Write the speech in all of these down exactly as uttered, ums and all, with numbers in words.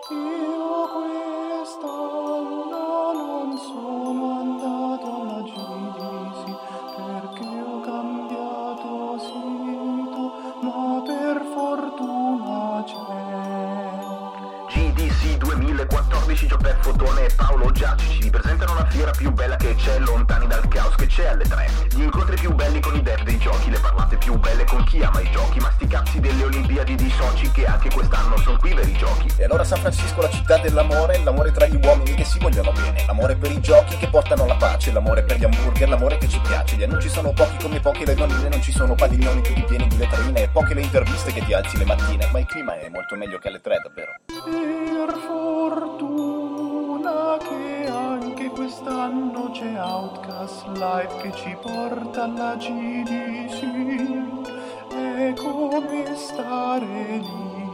Io quest'anno non sono andato alla G D C perché ho cambiato sito, ma per fortuna c'è. G D C duemilaquattordici, Giuseppe Fotone e Paolo Giacci ci ripresentano la fiera più bella che c'è, lontani dal caos che c'è alle tre. Gli incontri più belli con i dev dei giochi, le parlate più belle con chi ama i giochi, ma sti cazzi delle Olimpiadi di Sochi che anche quest'anno sono qui veri giochi. E allora San Francisco, la città dell'amore, l'amore tra gli uomini che si vogliono bene, l'amore per i giochi che portano la pace, l'amore per gli hamburger, l'amore che ci piace. Gli annunci sono pochi come pochi le donne, non ci sono padiglioni tutti pieni di vetrine e poche le interviste che ti alzi le mattine, ma il clima è molto meglio che alle tre, davvero. Per fortuna che anche quest'anno c'è Outcast Live che ci porta alla G D C. È come stare lì.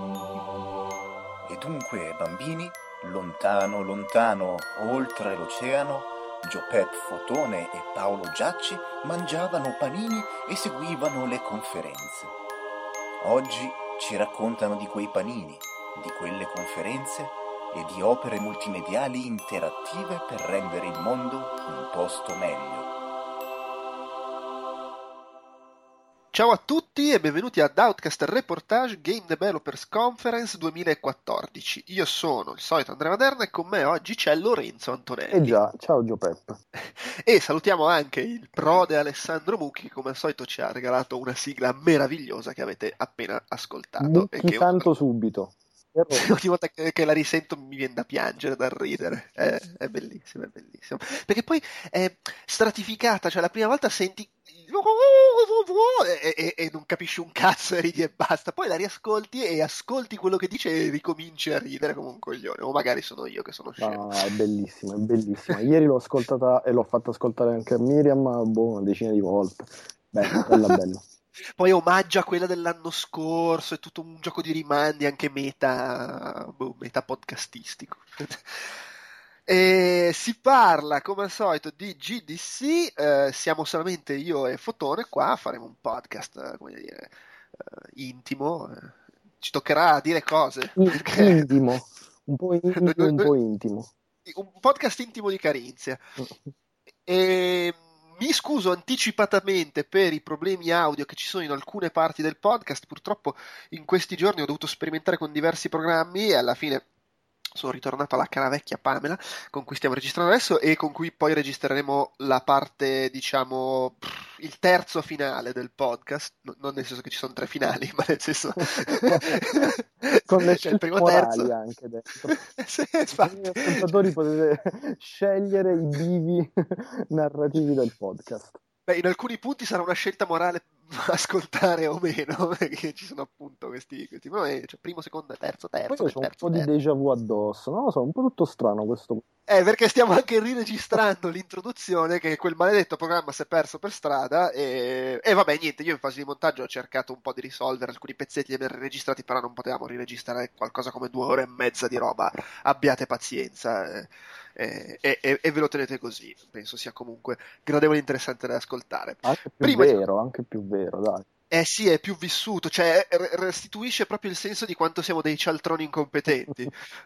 E dunque, bambini, lontano, lontano, oltre l'oceano, Giuseppe Fotone e Paolo Giacci mangiavano panini e seguivano le conferenze. Oggi ci raccontano di quei panini, di quelle conferenze e di opere multimediali interattive per rendere il mondo un posto meglio. Ciao a tutti e benvenuti ad Outcast Reportage Game Developers Conference duemilaquattordici. Io sono il solito Andrea Maderna e con me oggi c'è Lorenzo Antonelli. Eh già, ciao Giuseppe. E salutiamo anche il prode Alessandro Mucchi che come al solito ci ha regalato una sigla meravigliosa che avete appena ascoltato. Mucchi e che tanto subito. Ogni volta che, che la risento mi viene da piangere, da ridere, è, è bellissimo, è bellissimo, perché poi è stratificata, cioè la prima volta senti e, e, e non capisci un cazzo e ridi e basta, poi la riascolti e ascolti quello che dice e ricominci a ridere come un coglione, o magari sono io che sono scemo. No, è bellissima, è bellissima, ieri l'ho ascoltata e l'ho fatta ascoltare anche a Miriam, boh, una decina di volte, bella, bella, bella. Poi omaggia quella dell'anno scorso, è tutto un gioco di rimandi anche meta, boh, meta podcastistico. E si parla come al solito di G D C, eh, siamo solamente io e Fotone qua, faremo un podcast, eh, come dire, eh, intimo, eh. Ci toccherà dire cose. In- perché... Intimo, un po' intimo, un po' intimo. Un podcast intimo di Carinzia. E... Mi scuso anticipatamente per i problemi audio che ci sono in alcune parti del podcast, purtroppo in questi giorni ho dovuto sperimentare con diversi programmi e alla fine sono ritornato alla cara vecchia Pamela con cui stiamo registrando adesso e con cui poi registreremo la parte, diciamo, il terzo finale del podcast, no, non nel senso che ci sono tre finali, ma nel senso con le cioè, il primo morali terzo anche dentro. sì, Gli ascoltatori potete scegliere i bivi narrativi del podcast. Beh, in alcuni punti sarà una scelta morale ascoltare o meno, perché ci sono appunto questi, questi momenti, cioè primo, secondo, terzo, terzo. Poi c'è un terzo, po' terzo. di déjà vu addosso, non lo so, un po' tutto strano questo. Eh, perché stiamo anche riregistrando l'introduzione che quel maledetto programma si è perso per strada e, e vabbè, niente, io in fase di montaggio ho cercato un po' di risolvere alcuni pezzetti di aver registrati, però non potevamo riregistrare qualcosa come due ore e mezza di roba, abbiate pazienza. Eh. E, e, e ve lo tenete così, penso sia comunque gradevole e interessante da ascoltare. Anche più Prima vero, di... anche più vero, dai. Eh sì, è più vissuto, cioè restituisce proprio il senso di quanto siamo dei cialtroni incompetenti.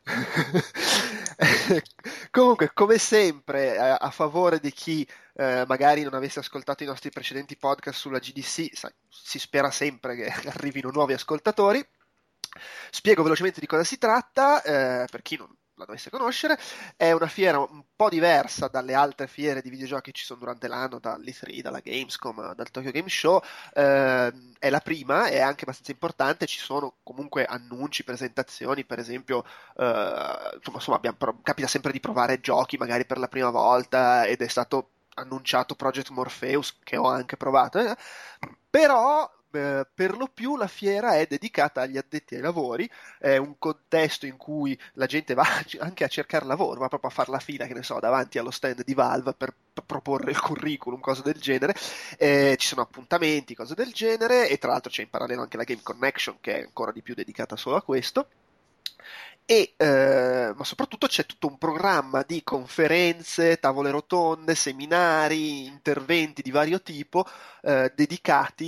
Comunque, come sempre, a, a favore di chi eh, magari non avesse ascoltato i nostri precedenti podcast sulla G D C, sai, si spera sempre che arrivino nuovi ascoltatori. Spiego velocemente di cosa si tratta, eh, per chi non la dovesse conoscere. È una fiera un po' diversa dalle altre fiere di videogiochi che ci sono durante l'anno, dall'E tre, dalla Gamescom, dal Tokyo Game Show. Eh, è la prima, è anche abbastanza importante, ci sono comunque annunci, presentazioni, per esempio, eh, insomma, insomma abbiamo, capita sempre di provare giochi magari per la prima volta ed è stato annunciato Project Morpheus, che ho anche provato, eh? Però eh, per lo più la fiera è dedicata agli addetti ai lavori, è un contesto in cui la gente va anche a cercare lavoro, va proprio a fare la fila, che ne so, davanti allo stand di Valve per proporre il curriculum, cose del genere, eh, ci sono appuntamenti, cose del genere, e tra l'altro c'è in parallelo anche la Game Connection, che è ancora di più dedicata solo a questo. E, eh, ma soprattutto c'è tutto un programma di conferenze, tavole rotonde, seminari, interventi di vario tipo eh, dedicati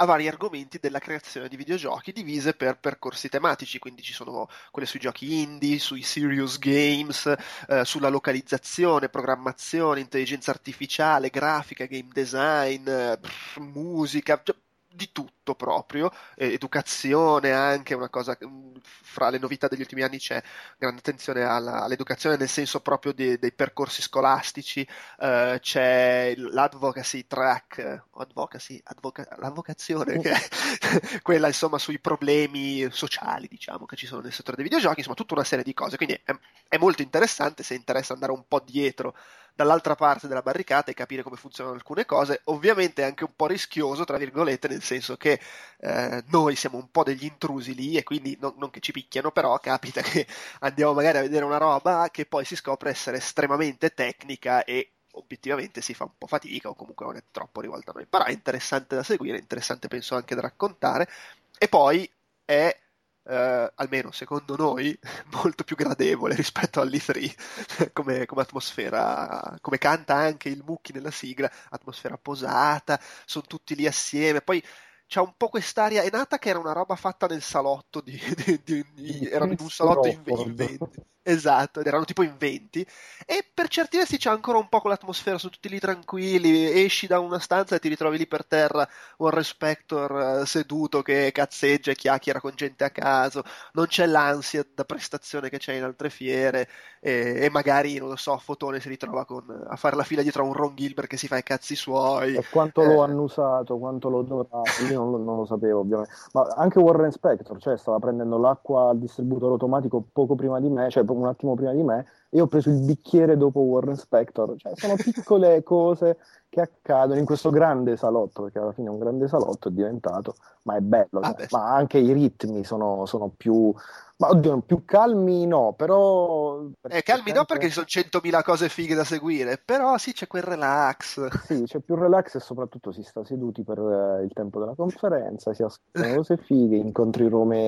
a vari argomenti della creazione di videogiochi divise per percorsi tematici, quindi ci sono quelle sui giochi indie, sui serious games, eh, sulla localizzazione, programmazione, intelligenza artificiale, grafica, game design, eh, pff, musica, cioè, di tutto proprio, eh, educazione anche, una cosa, mh, fra le novità degli ultimi anni c'è grande attenzione alla- all'educazione nel senso proprio di- dei percorsi scolastici, eh, c'è l'advocacy track, eh, o advocacy, advoca- l'avvocazione, che è quella insomma sui problemi sociali, diciamo, che ci sono nel settore dei videogiochi, insomma tutta una serie di cose, quindi è, è molto interessante se interessa andare un po' dietro dall'altra parte della barricata e capire come funzionano alcune cose. Ovviamente è anche un po' rischioso, tra virgolette, nel senso che eh, noi siamo un po' degli intrusi lì e quindi non, non che ci picchiano, però capita che andiamo magari a vedere una roba che poi si scopre essere estremamente tecnica e obiettivamente si fa un po' fatica o comunque non è troppo rivolta a noi, però è interessante da seguire, interessante penso anche da raccontare, e poi è eh, almeno secondo noi molto più gradevole rispetto all'E tre come, come atmosfera, come canta anche il Mucchi nella sigla, atmosfera posata, sono tutti lì assieme, poi c'ha un po' quest'aria, è nata che era una roba fatta nel salotto di, di- di- di- erano in un salotto in, in venti, esatto, ed erano tipo in venti, e per certi versi c'è ancora un po' quell'atmosfera, sono tutti lì tranquilli, esci da una stanza e ti ritrovi lì per terra Warren Spector eh, seduto che cazzeggia e chiacchiera con gente a caso, non c'è l'ansia da prestazione che c'è in altre fiere, e, e magari, non lo so, Fotone si ritrova con, a fare la fila dietro a un Ron Gilbert che si fa i cazzi suoi. E quanto eh, lo hanno usato, quanto lo dorato, io non lo, non lo sapevo ovviamente, ma anche Warren Spector, cioè stava prendendo l'acqua al distributore automatico poco prima di me, cioè un attimo prima di me, e io ho preso il bicchiere dopo Warren Spector, cioè sono piccole cose che accadono in questo grande salotto, perché alla fine è un grande salotto è diventato, ma è bello, ah, cioè, beh, sì. ma anche i ritmi sono, sono più, ma oddio, più calmi no, però... Eh, perché calmi no, perché sempre... ci sono centomila cose fighe da seguire, però sì, c'è quel relax. Sì, c'è più relax e soprattutto si sta seduti per eh, il tempo della conferenza, si ascoltano cose fighe, incontri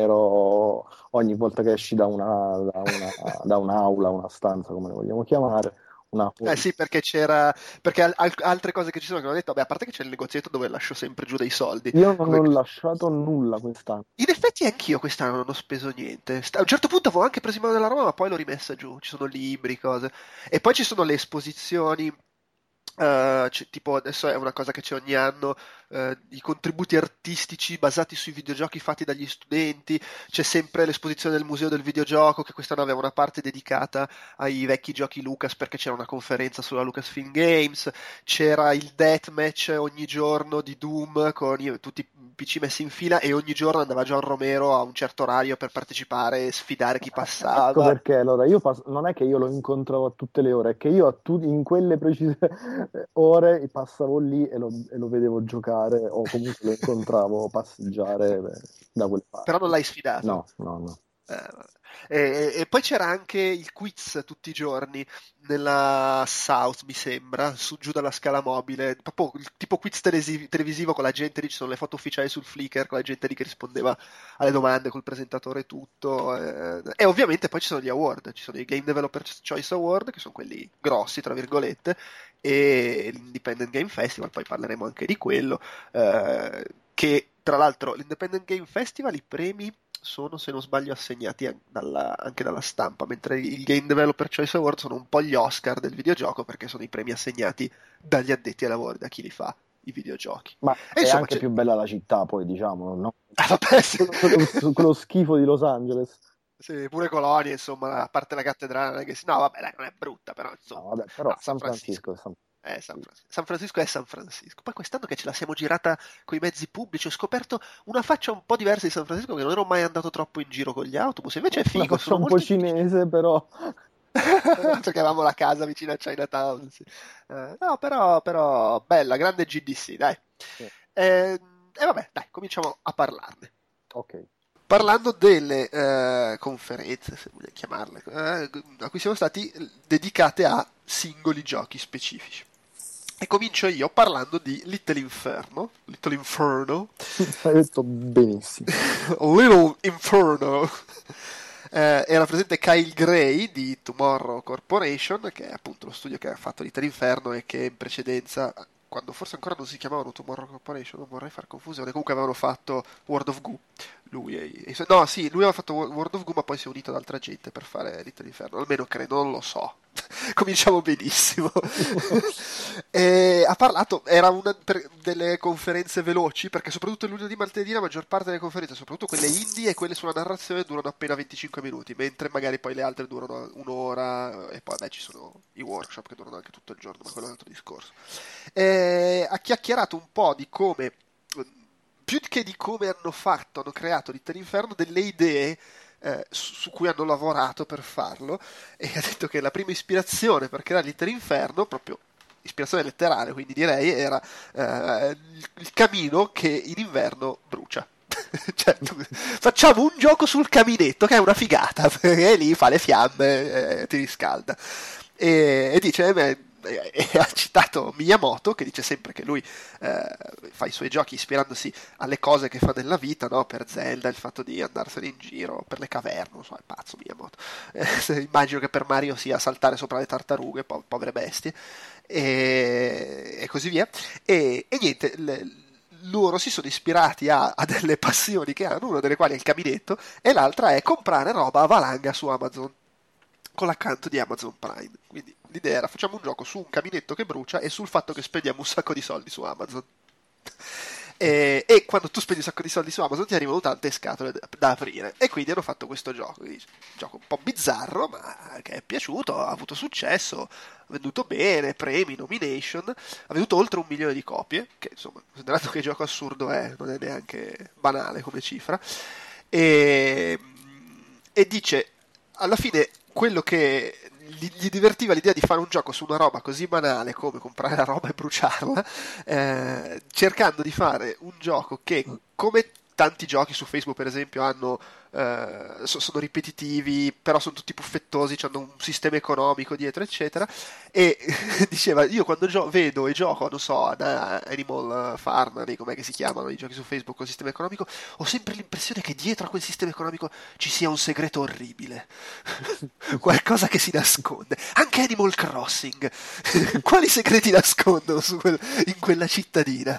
Romero ogni volta che esci da una, da una, da un'aula, una stanza, come le vogliamo chiamare, una... Eh sì, perché c'era, perché al- al- altre cose che ci sono che hanno detto, vabbè, a parte che c'è il negozietto dove lascio sempre giù dei soldi, Io non come ho questo. lasciato nulla quest'anno. In effetti anch'io quest'anno non ho speso niente. Sta- A un certo punto avevo anche preso in mano della roba, ma poi l'ho rimessa giù. Ci sono libri, cose. E poi ci sono le esposizioni. eh, c'è- tipo adesso è una cosa che c'è ogni anno, eh, i contributi artistici basati sui videogiochi fatti dagli studenti. C'è sempre l'esposizione del museo del videogioco, che quest'anno aveva una parte dedicata ai vecchi giochi Lucas perché c'era una conferenza sulla Lucasfilm Games. C'era il deathmatch ogni giorno di Doom con i- tutti i P C messi in fila, e ogni giorno andava John Romero a un certo orario per partecipare e sfidare chi Ecco passava. perché allora io pas- non è che io lo incontravo a tutte le ore, è che io a tu- in quelle precise ore passavo lì e lo, e lo vedevo giocare o comunque lo incontravo passeggiare eh, da quelle Però non parti. l'hai sfidato. No, no, no. Eh, vabbè. e, e poi c'era anche il quiz tutti i giorni nella South, mi sembra, su giù dalla scala mobile, proprio il tipo quiz telesi- televisivo con la gente lì, ci sono le foto ufficiali sul Flickr, con la gente lì che rispondeva alle domande, col presentatore e tutto. eh. E ovviamente poi ci sono gli award, ci sono i Game Developer Choice Award, che sono quelli grossi, tra virgolette, e l'Independent Game Festival, poi parleremo anche di quello, eh, che tra l'altro l'Independent Game Festival, i premi sono, se non sbaglio, assegnati an- dalla- anche dalla stampa, mentre il Game Developer Choice Award sono un po' gli Oscar del videogioco, perché sono i premi assegnati dagli addetti ai lavori, da chi li fa i videogiochi. Ma E è insomma, anche c'è... più bella la città, poi diciamo, no? ah, vabbè, sì. Quello, quello- quello schifo di Los Angeles. Sì, pure Colonia, insomma, a parte la cattedrale, non è che si- no, vabbè, dai, non è brutta, però insomma, No, vabbè, però no, San San Francisco. Francisco è San Eh, San Francisco. Francisco. San Francisco è San Francisco. Poi quest'anno che ce la siamo girata con i mezzi pubblici, ho scoperto una faccia un po' diversa di San Francisco, che non ero mai andato troppo in giro con gli autobus, invece è Una figo, faccia sono un po' molto intelligenti. cinese, però... Perché avevamo la casa vicino a Chinatown. Sì. Eh, no, però, però, bella, grande G D C, dai. Sì, E eh, vabbè, dai, cominciamo a parlarne. ok. Parlando delle eh, conferenze, se vogliamo chiamarle, eh, a cui siamo stati dedicate a singoli giochi specifici. E comincio io parlando di Little Inferno, Little Inferno, Hai detto benissimo. Little Inferno. Eh, era presente Kyle Gray di Tomorrow Corporation, che è appunto lo studio che ha fatto Little Inferno e che in precedenza, quando forse ancora non si chiamavano Tomorrow Corporation, non vorrei far confusione, comunque avevano fatto World of Goo, lui e, e no sì, lui aveva fatto World of Goo ma poi si è unito ad altra gente per fare Little Inferno, almeno credo, non lo so. Cominciamo benissimo. E ha parlato, era una per, delle conferenze veloci, perché soprattutto il lunedì e martedì la maggior parte delle conferenze, soprattutto quelle indie e quelle sulla narrazione, durano appena venticinque minuti, mentre magari poi le altre durano un'ora e poi beh ci sono i workshop che durano anche tutto il giorno, ma quello è un altro discorso. E ha chiacchierato un po' di come, più che di come hanno fatto, hanno creato Little Inferno, delle idee Eh, su, su cui hanno lavorato per farlo, e ha detto che la prima ispirazione per creare Little Inferno, proprio ispirazione letterale, quindi direi, era eh, il, il camino che in inverno brucia. Cioè, facciamo un gioco sul caminetto che è una figata, perché lì fa le fiamme, eh, ti riscalda. E, e dice, beh, e ha citato Miyamoto, che dice sempre che lui eh, fa i suoi giochi ispirandosi alle cose che fa nella vita, no? Per Zelda il fatto di andarsene in giro per le caverne, non so, è pazzo Miyamoto. Eh, immagino che per Mario sia saltare sopra le tartarughe, po- povere bestie, e, e così via. E, e niente, le, loro si sono ispirati a, a delle passioni che hanno, una delle quali è il caminetto e l'altra è comprare roba a valanga su Amazon, con l'account di Amazon Prime. Quindi l'idea era: facciamo un gioco su un caminetto che brucia e sul fatto che spendiamo un sacco di soldi su Amazon. E, e quando tu spendi un sacco di soldi su Amazon ti arrivano tante scatole da, da aprire, e quindi hanno fatto questo gioco, quindi, un gioco un po' bizzarro ma che è piaciuto, ha avuto successo, ha venduto bene, premi, nomination, ha venduto oltre un milione di copie, che insomma, considerato che gioco assurdo è, non è neanche banale come cifra. E, e dice, alla fine quello che gli, gli divertiva l'idea di fare un gioco su una roba così banale come comprare la roba e bruciarla, eh, cercando di fare un gioco che, come tanti giochi su Facebook per esempio, hanno eh, sono ripetitivi, però sono tutti puffettosi, hanno un sistema economico dietro eccetera, e diceva: io quando gio- vedo e gioco, non so, ad Animal Farm, com'è che si chiamano i giochi su Facebook con sistema economico, ho sempre l'impressione che dietro a quel sistema economico ci sia un segreto orribile, qualcosa che si nasconde. Anche Animal Crossing quali segreti nascondono su quel- in quella cittadina?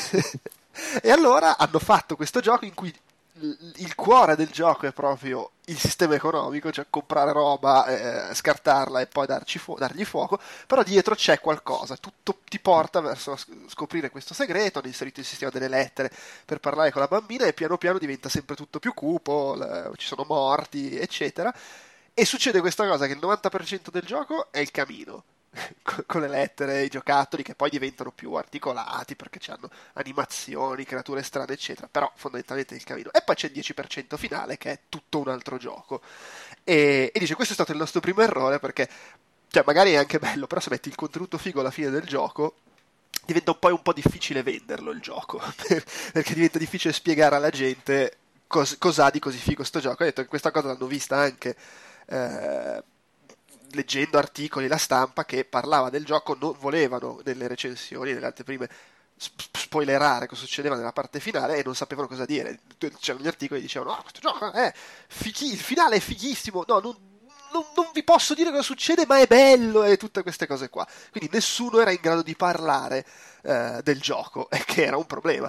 E allora hanno fatto questo gioco in cui il cuore del gioco è proprio il sistema economico, cioè comprare roba, eh, scartarla e poi darci fu- dargli fuoco, però dietro c'è qualcosa, tutto ti porta verso scoprire questo segreto. Hanno inserito il sistema delle lettere per parlare con la bambina e piano piano diventa sempre tutto più cupo, le, ci sono morti eccetera, e succede questa cosa che il novanta per cento del gioco è il camino con le lettere, i giocattoli che poi diventano più articolati perché hanno animazioni, creature strane eccetera, però fondamentalmente il cammino, e poi c'è il dieci per cento finale che è tutto un altro gioco. E, e dice: questo è stato il nostro primo errore, perché cioè magari è anche bello, però se metti il contenuto figo alla fine del gioco diventa un po' un po' difficile venderlo il gioco perché diventa difficile spiegare alla gente cos- cos'ha di così figo sto gioco. Ha detto che questa cosa l'hanno vista anche eh, leggendo articoli, la stampa che parlava del gioco, non volevano nelle recensioni, nelle anteprime, sp- spoilerare cosa succedeva nella parte finale e non sapevano cosa dire. C'erano gli articoli che dicevano: no, questo gioco è fighi- il finale è fighissimo, no, non, non, non vi posso dire cosa succede, ma è bello, e tutte queste cose qua. Quindi nessuno era in grado di parlare eh, del gioco, e che era un problema.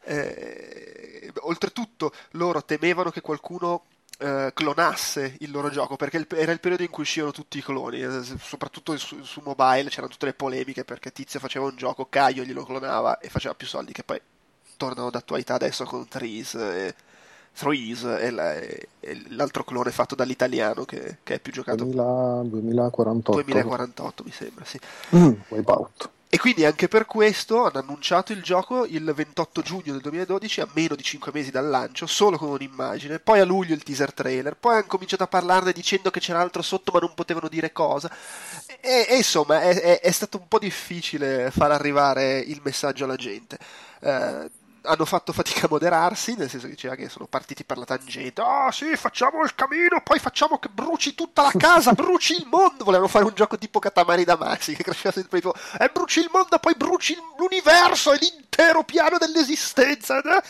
Eh, oltretutto loro temevano che qualcuno Uh, clonasse il loro gioco, perché il, era il periodo in cui uscivano tutti i cloni, eh, soprattutto su, su mobile c'erano tutte le polemiche perché Tizio faceva un gioco, Caio glielo clonava e faceva più soldi, che poi tornano d'attualità adesso con Threes e, Threes e, la, e, e l'altro clone fatto dall'italiano che, che è più giocato, duemila, duemilaquarantotto duemilaquarantotto mi sembra, sì. mm, Wipeout. E quindi anche per questo hanno annunciato il gioco il ventotto giugno del duemiladodici, a meno di cinque mesi dal lancio, solo con un'immagine, poi a luglio il teaser trailer, poi hanno cominciato a parlarne dicendo che c'era altro sotto ma non potevano dire cosa, e, e insomma è, è, è stato un po' difficile far arrivare il messaggio alla gente. Eh, hanno fatto fatica a moderarsi, nel senso che diceva che sono partiti per la tangente: ah oh, sì, facciamo il camino, poi facciamo che bruci tutta la casa, bruci il mondo. Volevano fare un gioco tipo Katamari Damacy, che cresceva sempre tipo e eh, bruci il mondo, poi bruci l'universo e l'intero piano dell'esistenza, eh?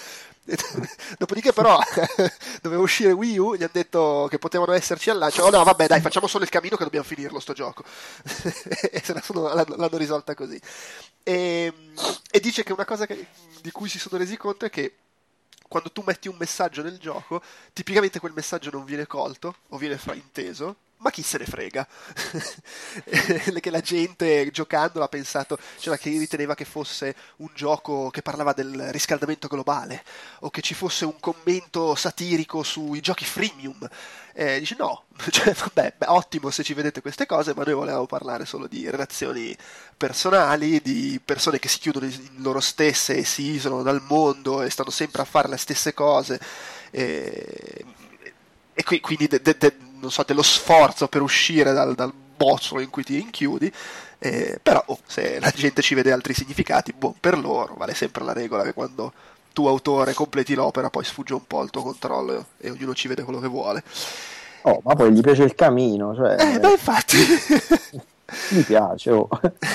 Dopodiché però doveva uscire Wii U, gli hanno detto che potevano esserci al lancio. Oh no, vabbè, dai, facciamo solo il camino che dobbiamo finirlo sto gioco. E se la sono, l'hanno, l'hanno risolta così. E, e dice che una cosa che, di cui si sono resi conto è che quando tu metti un messaggio nel gioco, tipicamente quel messaggio non viene colto o viene frainteso, ma chi se ne frega? Che la gente giocando ha pensato, c'era chi riteneva che fosse un gioco che parlava del riscaldamento globale o che ci fosse un commento satirico sui giochi freemium. Eh, dice no, cioè, vabbè, beh, ottimo se ci vedete queste cose, ma noi volevamo parlare solo di relazioni personali, di persone che si chiudono in loro stesse e si isolano dal mondo e stanno sempre a fare le stesse cose, e, e qui, quindi de, de, de, non so, dello sforzo per uscire dal, dal bozzolo in cui ti rinchiudi, eh, però oh, se la gente ci vede altri significati, buon per loro, vale sempre la regola che quando tu autore completi l'opera poi sfugge un po' il tuo controllo e ognuno ci vede quello che vuole. Oh, ma poi gli piace il camino, cioè... Eh, beh, infatti... Mi piace, oh.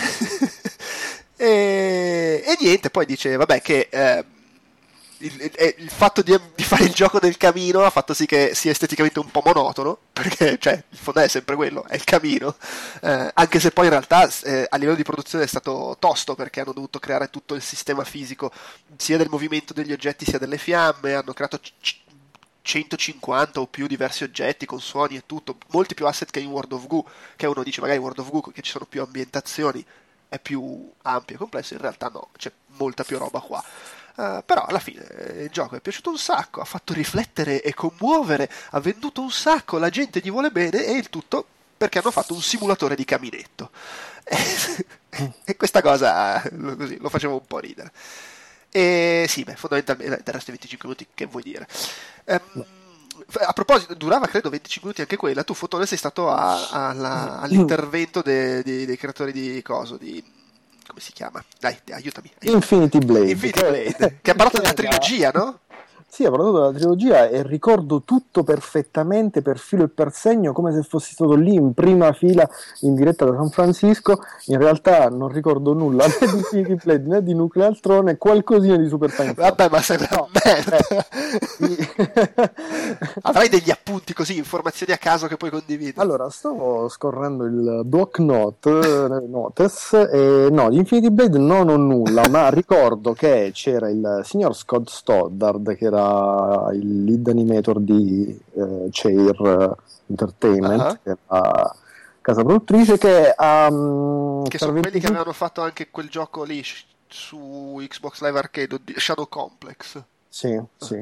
e, e niente, poi dice, vabbè, che eh, il, il, il fatto di, di fare il gioco del camino ha fatto sì che sia esteticamente un po' monotono, perché, cioè, il fondo è sempre quello, è il camino, eh, anche se poi in realtà eh, a livello di produzione è stato tosto, perché hanno dovuto creare tutto il sistema fisico, sia del movimento degli oggetti sia delle fiamme, hanno creato c- centocinquanta o più diversi oggetti con suoni e tutto, molti più asset che in World of Goo, che uno dice magari in World of Goo che ci sono più ambientazioni, è più ampio e complesso, in realtà no, c'è molta più roba qua. Uh, però alla fine eh, il gioco è piaciuto un sacco, ha fatto riflettere e commuovere, ha venduto un sacco, la gente gli vuole bene, e il tutto perché hanno fatto un simulatore di caminetto. E questa cosa lo, così, lo faceva un po' ridere. E sì, beh, fondamentalmente del resto venticinque minuti, che vuoi dire? Um, a proposito, durava credo venticinque minuti anche quella. Tu, Fotone, sei stato a, a, alla, all'intervento de, de, dei creatori di coso, di... come si chiama? Dai, aiutami. aiutami. Infinity Blade. Infinity Blade, che ha parlato della trilogia, no? Sì, ha parlato della trilogia e ricordo tutto perfettamente, per filo e per segno, come se fossi stato lì in prima fila in diretta da San Francisco. In realtà non ricordo nulla né di Infinity Blade né di Nuclear Throne, qualcosina di Super Time Force. Vabbè, ma sei una no, merda. Eh, avrai degli appunti così, informazioni a caso che puoi condividere? Allora, stavo scorrendo il block note, notes, e no, di Infinity Blade non ho nulla, ma ricordo che c'era il signor Scott Stoddard, che era il lead animator di uh, Chair Entertainment, uh-huh. che era casa produttrice, che um, che sono quelli che avevano fatto anche quel gioco lì su Xbox Live Arcade, Shadow Complex. Sì, uh-huh. sì.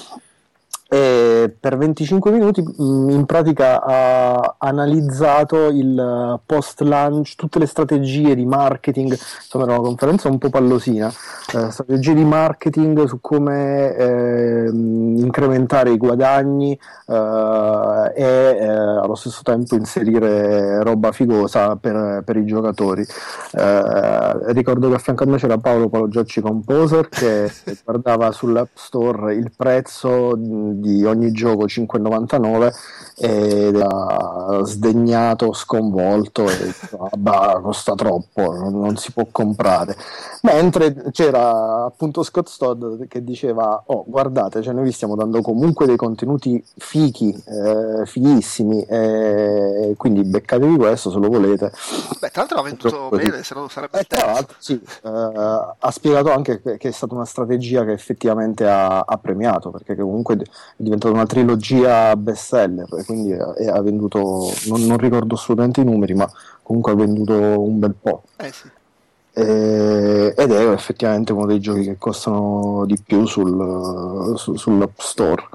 E per venticinque minuti in pratica ha analizzato il post launch, tutte le strategie di marketing. Insomma, era una conferenza un po' pallosina, eh, strategie di marketing su come eh, incrementare i guadagni eh, e eh, allo stesso tempo inserire roba figosa per, per i giocatori. Eh, ricordo che a fianco a me c'era Paolo Paolo Giacci Composer, che guardava sull'App Store il prezzo di ogni gioco cinque virgola novantanove ed era sdegnato, sconvolto e bah, costa troppo, non, non si può comprare. Mentre c'era appunto Scott Stoddard che diceva: oh, guardate, cioè noi vi stiamo dando comunque dei contenuti fichi, eh, fighissimi, eh, quindi beccatevi questo se lo volete. Beh, tra l'altro l'ha venduto bene, se no non sarebbe eh, tra l'altro, sì, eh, ha spiegato anche che, che è stata una strategia che effettivamente ha, ha premiato, perché comunque è diventata una trilogia bestseller, quindi ha, ha venduto, non, non ricordo assolutamente i numeri, ma comunque ha venduto un bel po'. Eh sì. E, ed è effettivamente uno dei giochi che costano di più sul, su, sull'App Store.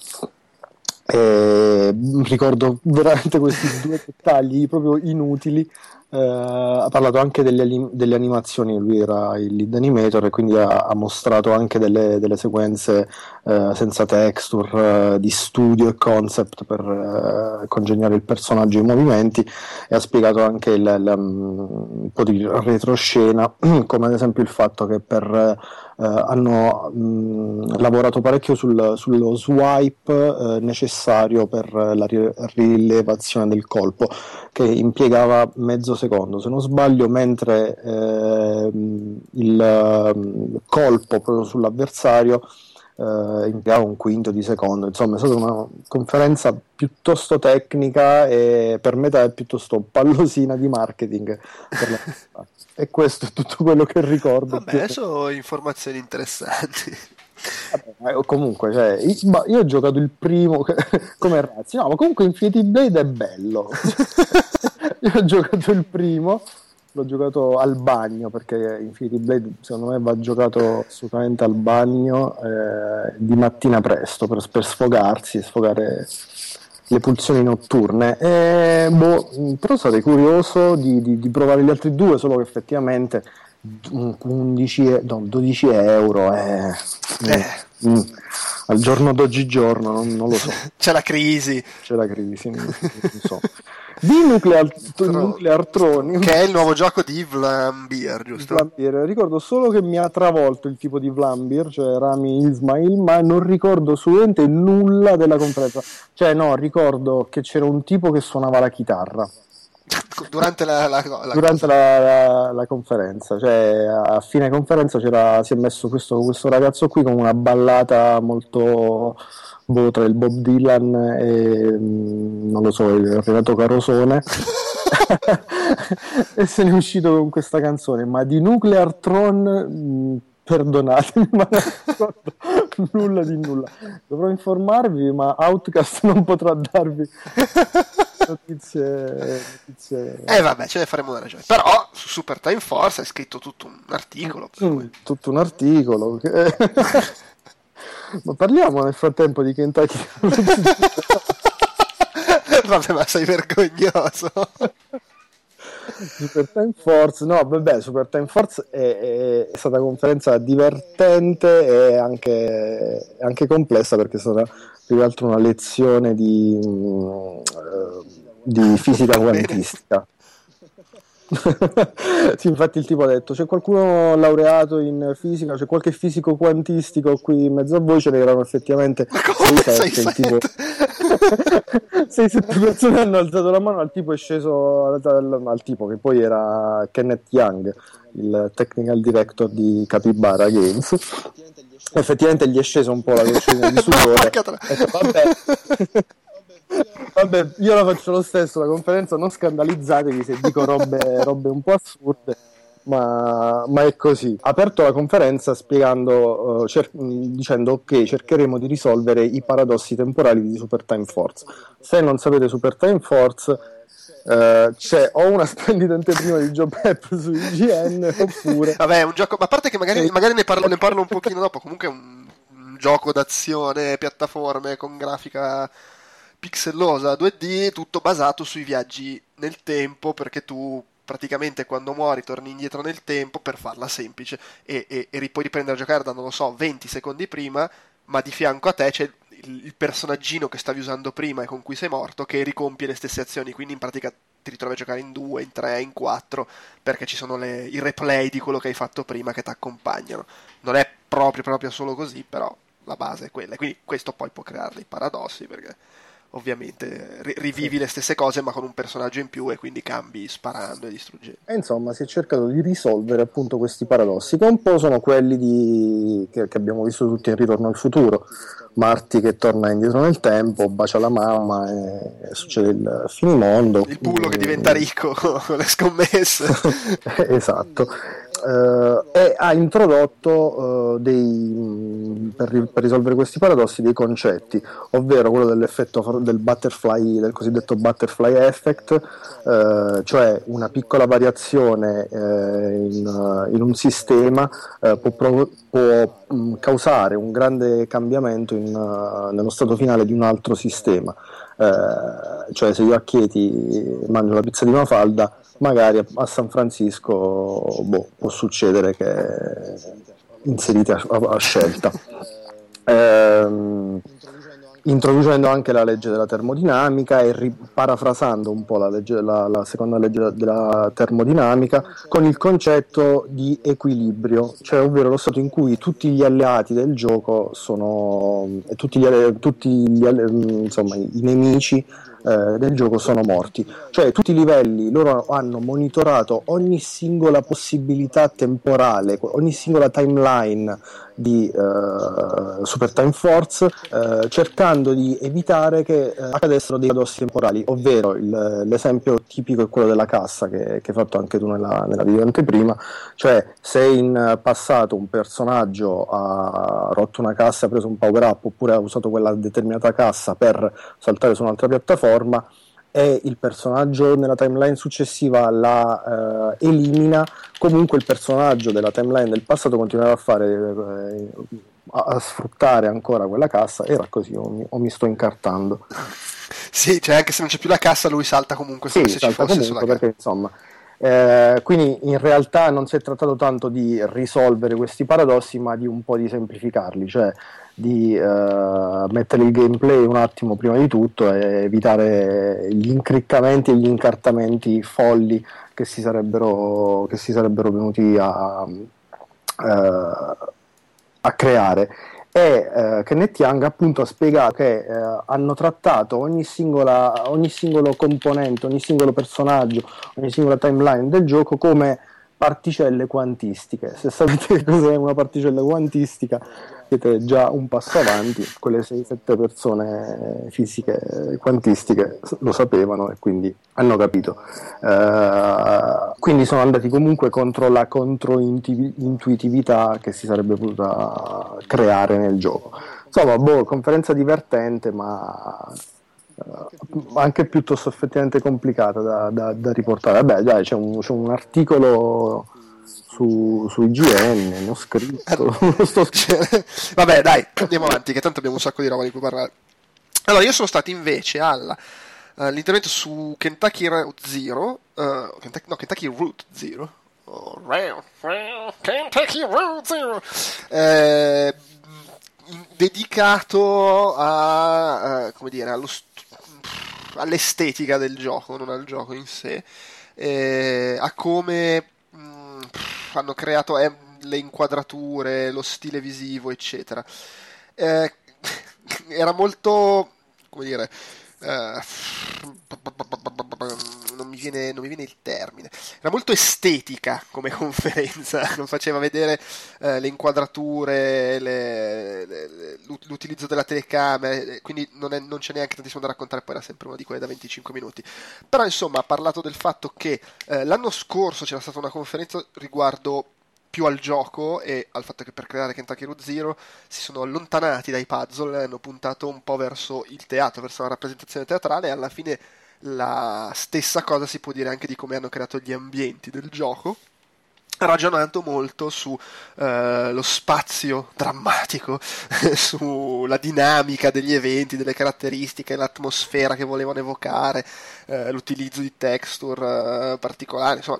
E ricordo veramente questi due dettagli proprio inutili. Uh, ha parlato anche delle, anim- delle animazioni, lui era il lead animator e quindi ha, ha mostrato anche delle, delle sequenze uh, senza texture, uh, di studio e concept per uh, congegnare il personaggio ai movimenti, e ha spiegato anche il, il, um, un po' di retroscena, come ad esempio il fatto che per Uh, hanno mh, lavorato parecchio sul, sullo swipe uh, necessario per la ri- rilevazione del colpo, che impiegava mezzo secondo se non sbaglio, mentre uh, il uh, colpo proprio sull'avversario eh, impiegava un quinto di secondo. Insomma, è stata una conferenza piuttosto tecnica e per metà è piuttosto pallosina di marketing per la e questo è tutto quello che ricordo. Vabbè, sono informazioni interessanti. Vabbè, comunque, cioè, io, io ho giocato il primo come Razzi, no, ma comunque Infinity Blade è bello. Io ho giocato il primo, l'ho giocato al bagno, perché Infinity Blade secondo me va giocato assolutamente al bagno eh, di mattina presto per, per sfogarsi, sfogare le pulsioni notturne. E, boh, però sarei curioso di, di, di provare gli altri due, solo che effettivamente undici, no, dodici euro eh, eh. Mm, al giorno d'oggigiorno non, non lo so. C'è la crisi. C'è la crisi, non, non so. Di Nuclear, Nuclear Throne, che è il nuovo gioco di Vlambeer, giusto? Vlambeer. Ricordo solo che mi ha travolto il tipo di Vlambeer, cioè Rami Ismail, ma non ricordo assolutamente nulla della conferenza. Cioè no, ricordo che c'era un tipo che suonava la chitarra durante la, la, la, durante la, la, la conferenza, cioè a fine conferenza c'era, si è messo questo, questo ragazzo qui con una ballata molto boh, tra il Bob Dylan e non lo so, il Renato Carosone e se ne è uscito con questa canzone, ma di Nuclear Throne mh, perdonatemi, ma non ricordo nulla di nulla. Dovrò informarvi, ma Outcast non potrà darvi notizie, notizie... Eh vabbè, ce ne faremo una ragione. Però su Super Time Force hai scritto tutto un articolo. Mm, tutto un articolo. Ma parliamo nel frattempo di Kentucky. Vabbè, ma sei vergognoso. Super Time Force, no, vabbè, Super Time Force è, è, è stata una conferenza divertente e anche, anche complessa, perché è stata più che altro una lezione di, uh, di fisica quantistica. Sì, infatti il tipo ha detto: c'è qualcuno laureato in fisica, c'è qualche fisico quantistico qui in mezzo a voi? Ce ne erano effettivamente sei sette. sei sette persone hanno alzato la mano, al tipo è sceso al, al, al tipo che poi era Kenneth Young, il technical director di Capybara Games. Effettivamente gli è sceso un po' la goccia di sudore. E, vabbè Vabbè, io la faccio lo stesso, la conferenza, non scandalizzatevi se dico robe, robe un po' assurde, ma, ma è così. Ha aperto la conferenza spiegando, uh, cer- dicendo ok, cercheremo di risolvere i paradossi temporali di Super Time Force. Se non sapete Super Time Force, uh, c'è o una splendida anteprima di Joe Pep su I G N, oppure... Vabbè, è un gioco, ma a parte che magari, magari ne, parlo, ne parlo un pochino dopo, comunque è un, un gioco d'azione, piattaforme, con grafica... pixellosa due D, tutto basato sui viaggi nel tempo, perché tu praticamente quando muori torni indietro nel tempo, per farla semplice, e, e, e puoi riprendere a giocare da, non lo so, venti secondi prima, ma di fianco a te c'è il, il personaggino che stavi usando prima e con cui sei morto, che ricompie le stesse azioni, quindi in pratica ti ritrovi a giocare in due, in tre, in quattro, perché ci sono le, i replay di quello che hai fatto prima che ti accompagnano. Non è proprio proprio solo così, però la base è quella, quindi questo poi può creare dei paradossi, perché ovviamente rivivi le stesse cose ma con un personaggio in più, e quindi cambi sparando e distruggendo. E insomma si è cercato di risolvere appunto questi paradossi, che un po' sono quelli di... che, che abbiamo visto tutti in Ritorno al futuro. Marty che torna indietro nel tempo, bacia la mamma e succede il finimondo. Il bullo che diventa ricco con le scommesse. Esatto. Uh, e ha introdotto uh, dei, per, per risolvere questi paradossi, dei concetti, ovvero quello dell'effetto del butterfly, del cosiddetto butterfly effect, uh, cioè una piccola variazione uh, in, uh, in un sistema uh, può, provo- può um, causare un grande cambiamento in, uh, nello stato finale di un altro sistema. Uh, cioè se io a Chieti mangio la pizza di Mafalda, magari a San Francisco boh, può succedere che inserite a, a scelta. Ehm, introducendo anche la legge della termodinamica e ri- parafrasando un po' la, legge, la, la seconda legge della termodinamica con il concetto di equilibrio, cioè ovvero lo stato in cui tutti gli alleati del gioco sono tutti gli, tutti gli insomma i nemici eh, del gioco sono morti. Cioè tutti i livelli loro hanno monitorato ogni singola possibilità temporale, ogni singola timeline di uh, Super Time Force, uh, cercando di evitare che uh, accadessero dei paradossi temporali, ovvero il, l'esempio tipico è quello della cassa che, che hai fatto anche tu nella, nella video anteprima, cioè se in passato un personaggio ha rotto una cassa, ha preso un power up oppure ha usato quella determinata cassa per saltare su un'altra piattaforma e il personaggio nella timeline successiva la eh, elimina, comunque il personaggio della timeline del passato continuerà a fare eh, a, a sfruttare ancora quella cassa. Era così o mi, o mi sto incartando? Sì, cioè anche se non c'è più la cassa lui salta comunque sì, se ci fosse comunque, sulla perché insomma eh, quindi in realtà non si è trattato tanto di risolvere questi paradossi ma di un po' di semplificarli, cioè di uh, mettere il gameplay un attimo prima di tutto e evitare gli incriccamenti e gli incartamenti folli che si sarebbero, che si sarebbero venuti a, uh, a creare. E uh, Kenneth Young appunto ha spiegato che uh, hanno trattato ogni singola ogni singolo componente, ogni singolo personaggio, ogni singola timeline del gioco come particelle quantistiche. Se sapete cos'è una particella quantistica siete già un passo avanti, quelle sei sette persone fisiche quantistiche lo sapevano e quindi hanno capito. Uh, quindi sono andati comunque contro la controintuitività che si sarebbe potuta creare nel gioco. Insomma, boh, conferenza divertente ma uh, anche piuttosto effettivamente complicata da, da, da riportare. Vabbè, dai, c'è un, c'è un articolo su, su I G N, ne ho scritto. Sto... Vabbè, dai, andiamo avanti, che tanto abbiamo un sacco di roba di cui parlare. Allora, io sono stato invece alla, uh, l'intervento su Kentucky Route Zero, uh, Kentucky, no, Kentucky Route Zero, oh, Kentucky Route Zero, eh, dedicato a, uh, come dire, allo st- all'estetica del gioco, non al gioco in sé, eh, a come mh, hanno creato eh, le inquadrature, lo stile visivo, eccetera. Eh, era molto, come dire, eh, non mi viene, non mi viene il termine. Era molto estetica come conferenza, non faceva vedere eh, le inquadrature, le, le, l'utilizzo della telecamera, quindi non, è, non c'è neanche tantissimo da raccontare, poi era sempre una di quelle da venticinque minuti. Però insomma ha parlato del fatto che eh, l'anno scorso c'era stata una conferenza riguardo più al gioco e al fatto che per creare Kentucky Route Zero si sono allontanati dai puzzle e hanno puntato un po' verso il teatro, verso la rappresentazione teatrale, e alla fine la stessa cosa si può dire anche di come hanno creato gli ambienti del gioco, ragionando molto su eh, lo spazio drammatico, sulla dinamica degli eventi, delle caratteristiche, l'atmosfera che volevano evocare, eh, l'utilizzo di texture eh, particolari, insomma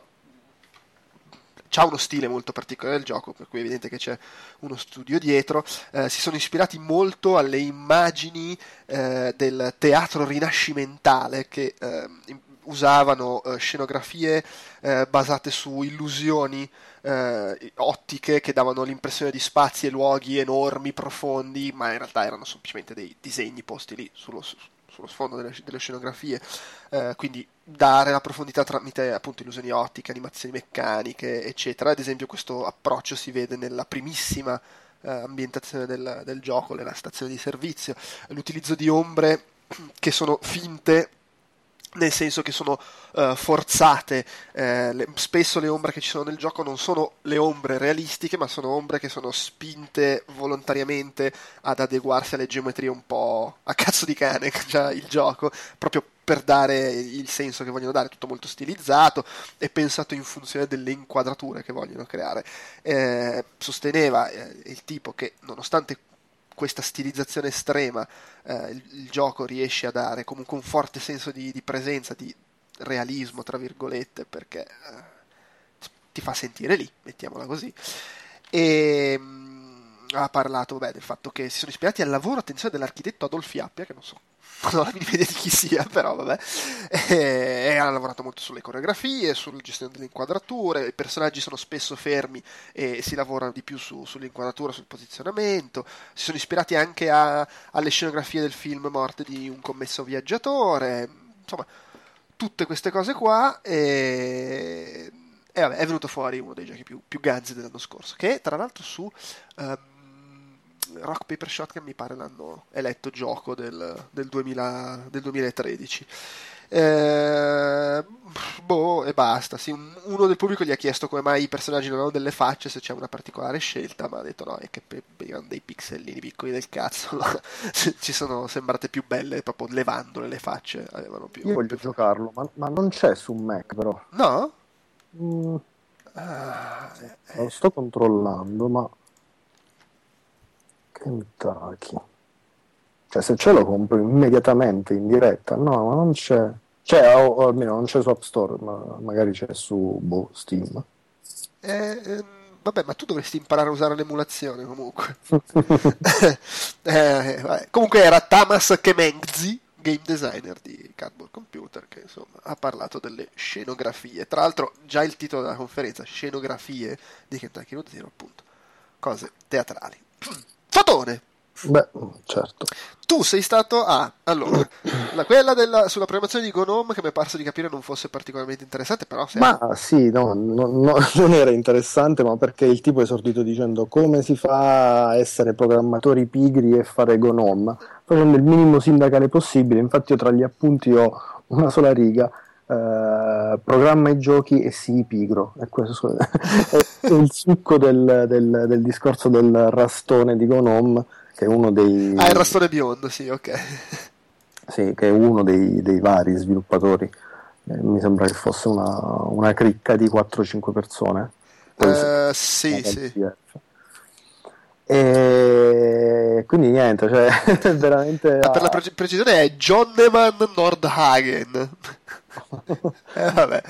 c'ha uno stile molto particolare del gioco, per cui è evidente che c'è uno studio dietro. Eh, si sono ispirati molto alle immagini eh, del teatro rinascimentale che eh, usavano eh, scenografie eh, basate su illusioni eh, ottiche che davano l'impressione di spazi e luoghi enormi, profondi, ma in realtà erano semplicemente dei disegni posti lì sullo, sullo sfondo delle, delle scenografie. Eh, quindi dare la profondità tramite appunto illusioni ottiche, animazioni meccaniche, eccetera. Ad esempio questo approccio si vede nella primissima eh, ambientazione del, del gioco, nella stazione di servizio, l'utilizzo di ombre che sono finte, nel senso che sono uh, forzate. Eh, le, spesso le ombre che ci sono nel gioco non sono le ombre realistiche, ma sono ombre che sono spinte volontariamente ad adeguarsi alle geometrie un po' a cazzo di cane, già il gioco, proprio per dare il senso che vogliono dare, tutto molto stilizzato e pensato in funzione delle inquadrature che vogliono creare. Eh, sosteneva eh, il tipo che nonostante questa stilizzazione estrema eh, il, il gioco riesce a dare comunque un forte senso di, di presenza, di realismo tra virgolette, perché eh, ti fa sentire lì, mettiamola così. E ha parlato vabbè, del fatto che si sono ispirati al lavoro, attenzione, dell'architetto Adolfi Appia, che non so, non ho la minima idea di chi sia, però vabbè, e, e ha lavorato molto sulle coreografie, sulla gestione delle inquadrature, i personaggi sono spesso fermi e si lavora di più su, sull'inquadratura, sul posizionamento, si sono ispirati anche a, alle scenografie del film Morte di un commesso viaggiatore, insomma, tutte queste cose qua, e, e vabbè, è venuto fuori uno dei giochi più, più ganzi dell'anno scorso, che tra l'altro su um, Rock Paper Shotgun mi pare l'hanno eletto gioco del, del, duemila, del duemilatredici. Eh, boh, e basta. Sì, un, uno del pubblico gli ha chiesto come mai i personaggi non hanno delle facce, se c'è una particolare scelta, ma ha detto no, è che avevano dei pixellini piccoli del cazzo. Ci sono sembrate più belle proprio levandole le facce. Avevano più. Io voglio giocarlo, ma, ma non c'è su Mac però. No? Mm. Ah, Lo sto controllando, ma Kentucky, cioè se ce lo compro immediatamente in diretta. No, ma non c'è, cioè o, o almeno non c'è su App Store, ma magari c'è su boh, Steam. Eh, ehm, vabbè, ma tu dovresti imparare a usare l'emulazione comunque. eh, vabbè. Comunque era Tamas Kemengzi, game designer di Cardboard Computer, che insomma ha parlato delle scenografie. Tra l'altro già il titolo della conferenza, scenografie di Kentucky Road Zero, appunto, cose teatrali. Fotone! Beh, certo. Tu sei stato a, allora, la, quella della, sulla programmazione di Gnome, che mi è parso di capire non fosse particolarmente interessante, però sei ma a... sì, no, no, no, non era interessante, ma perché il tipo è esordito dicendo come si fa a essere programmatori pigri e fare Gnome, facendo il minimo sindacale possibile. Infatti io tra gli appunti ho una sola riga, eh, programma i giochi e sii pigro, e questo è il succo del, del, del discorso del rastone di Gnome, che è uno dei... Ah, il rastone biondo, sì, ok. Sì, che è uno dei, dei vari sviluppatori. Eh, mi sembra che fosse una, una cricca di quattro cinque persone. Uh, sì, sì. E quindi niente, cioè veramente... Ah, per la pre- precisione è Jonneman Nordhagen. eh, vabbè.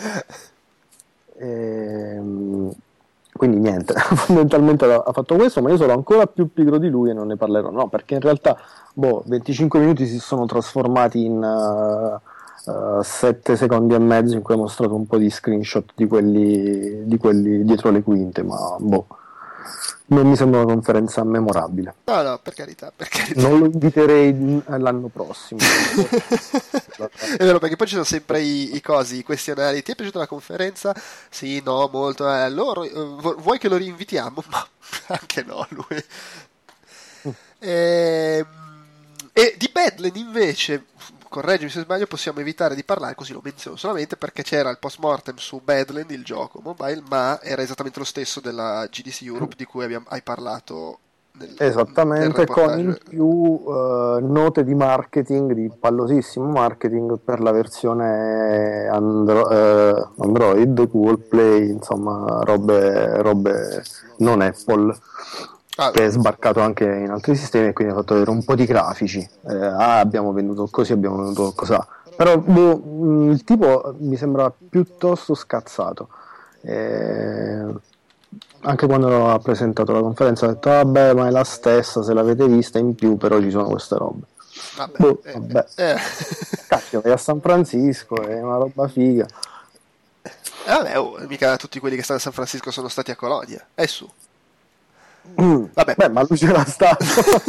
E... quindi niente, fondamentalmente ha fatto questo, ma io sono ancora più pigro di lui e non ne parlerò, no, perché in realtà boh, venticinque minuti si sono trasformati in uh, uh, sette secondi e mezzo, in cui ho mostrato un po' di screenshot di quelli, di quelli dietro le quinte, ma boh, non mi sembra una conferenza memorabile. No, no, per carità, per carità. Non lo inviterei l'anno prossimo. È vero, perché poi ci sono sempre i, i cosi, i questionari. Ti è piaciuta la conferenza? Sì, no, molto. Eh, loro, eh, vuoi che lo rinvitiamo? Ma anche no, lui. E, e di Badland invece, correggimi se sbaglio, possiamo evitare di parlare, così lo menziono solamente perché c'era il post-mortem su Badland, il gioco mobile, ma era esattamente lo stesso della G D C Europe di cui abbiamo, hai parlato nel, esattamente, nel con in più uh, note di marketing, di pallosissimo marketing per la versione Andro- uh, Android, Google Play, insomma robe, robe non Apple. Ah, che è sbarcato anche in altri sistemi e quindi ha fatto vedere un po' di grafici. Eh, ah, abbiamo venduto così, abbiamo venduto così. Però boh, il tipo mi sembra piuttosto scazzato. Eh, anche quando ha presentato la conferenza ha detto vabbè, ma è la stessa, se l'avete vista, in più però ci sono queste robe. Vabbè, boh, eh, vabbè. Eh. Cacchio, vai a San Francisco, è una roba figa. Eh, vabbè, oh, mica tutti quelli che stanno a San Francisco sono stati a Colonia. È su. Mm, Vabbè. Beh, ma lui c'era stato.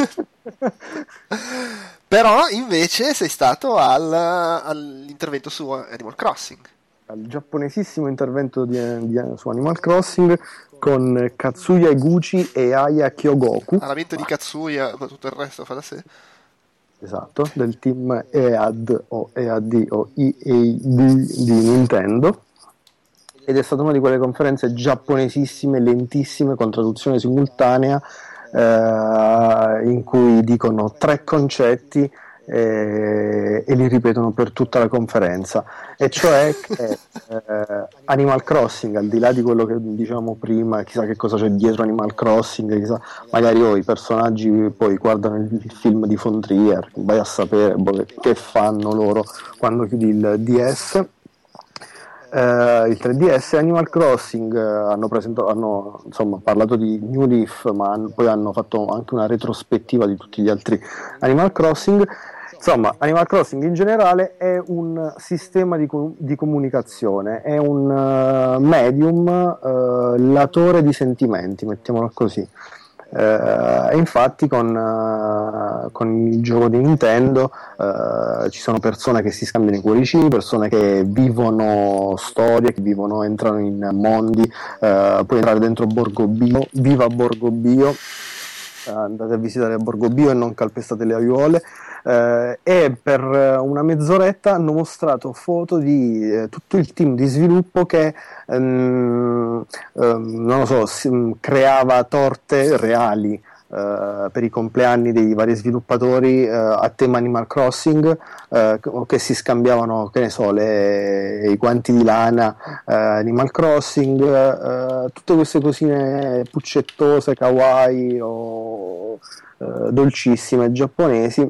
Però invece sei stato al, all'intervento su Animal Crossing, al giapponesissimo intervento di, di, su Animal Crossing con Katsuya Eguchi e Aya Kyogoku, alla mente di Katsuya, ma tutto il resto fa da sé. Esatto, del team E A D o E A D o E A D di Nintendo. Ed è stata una di quelle conferenze giapponesissime, lentissime, con traduzione simultanea, eh, in cui dicono tre concetti eh, e li ripetono per tutta la conferenza, e cioè che eh, Animal Crossing, al di là di quello che dicevamo prima, chissà che cosa c'è dietro Animal Crossing, chissà, magari oh, i personaggi poi guardano il film di Von Trier, vai a sapere boh, che fanno loro quando chiudi il D S. eh, il tre D S. Animal Crossing eh, hanno, presentato, hanno insomma, parlato di New Leaf, ma hanno, poi hanno fatto anche una retrospettiva di tutti gli altri Animal Crossing. Insomma, Animal Crossing in generale è un sistema di, com- di comunicazione, è un uh, medium uh, latore di sentimenti, mettiamolo così. E uh, infatti con, uh, con il gioco di Nintendo uh, ci sono persone che si scambiano i cuoricini, persone che vivono storie, che vivono, entrano in mondi, uh, puoi entrare dentro Borgo Bio, viva Borgo Bio, uh, andate a visitare Borgo Bio e non calpestate le aiuole. Uh, e per una mezz'oretta hanno mostrato foto di uh, tutto il team di sviluppo che um, um, non lo so, si, um, creava torte reali uh, per i compleanni dei vari sviluppatori uh, a tema Animal Crossing, uh, che si scambiavano, che ne so, le, i guanti di lana uh, Animal Crossing, uh, tutte queste cosine puccettose, kawaii o uh, dolcissime giapponesi.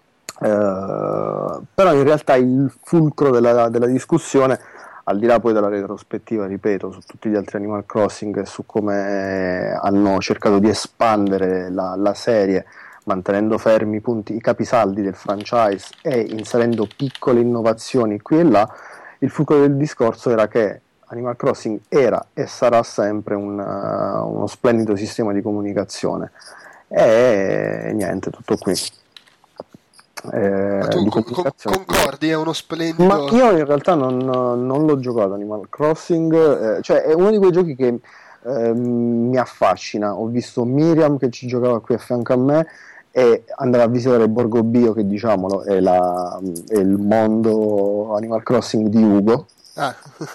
Uh, però in realtà il fulcro della, della discussione, al di là poi della retrospettiva, ripeto, su tutti gli altri Animal Crossing e su come hanno cercato di espandere la, la serie mantenendo fermi i, punti, i capisaldi del franchise e inserendo piccole innovazioni qui e là, il fulcro del discorso era che Animal Crossing era e sarà sempre un, uh, uno splendido sistema di comunicazione e niente, tutto qui. Eh, Ma tu di con- con- concordi? È uno splendido. Ma io in realtà non, non l'ho giocato Animal Crossing, eh, cioè è uno di quei giochi che eh, mi affascina. Ho visto Miriam che ci giocava qui a fianco a me e andava a visitare Borgo Bio, che diciamolo è, la, è il mondo Animal Crossing di Ugo. Ah.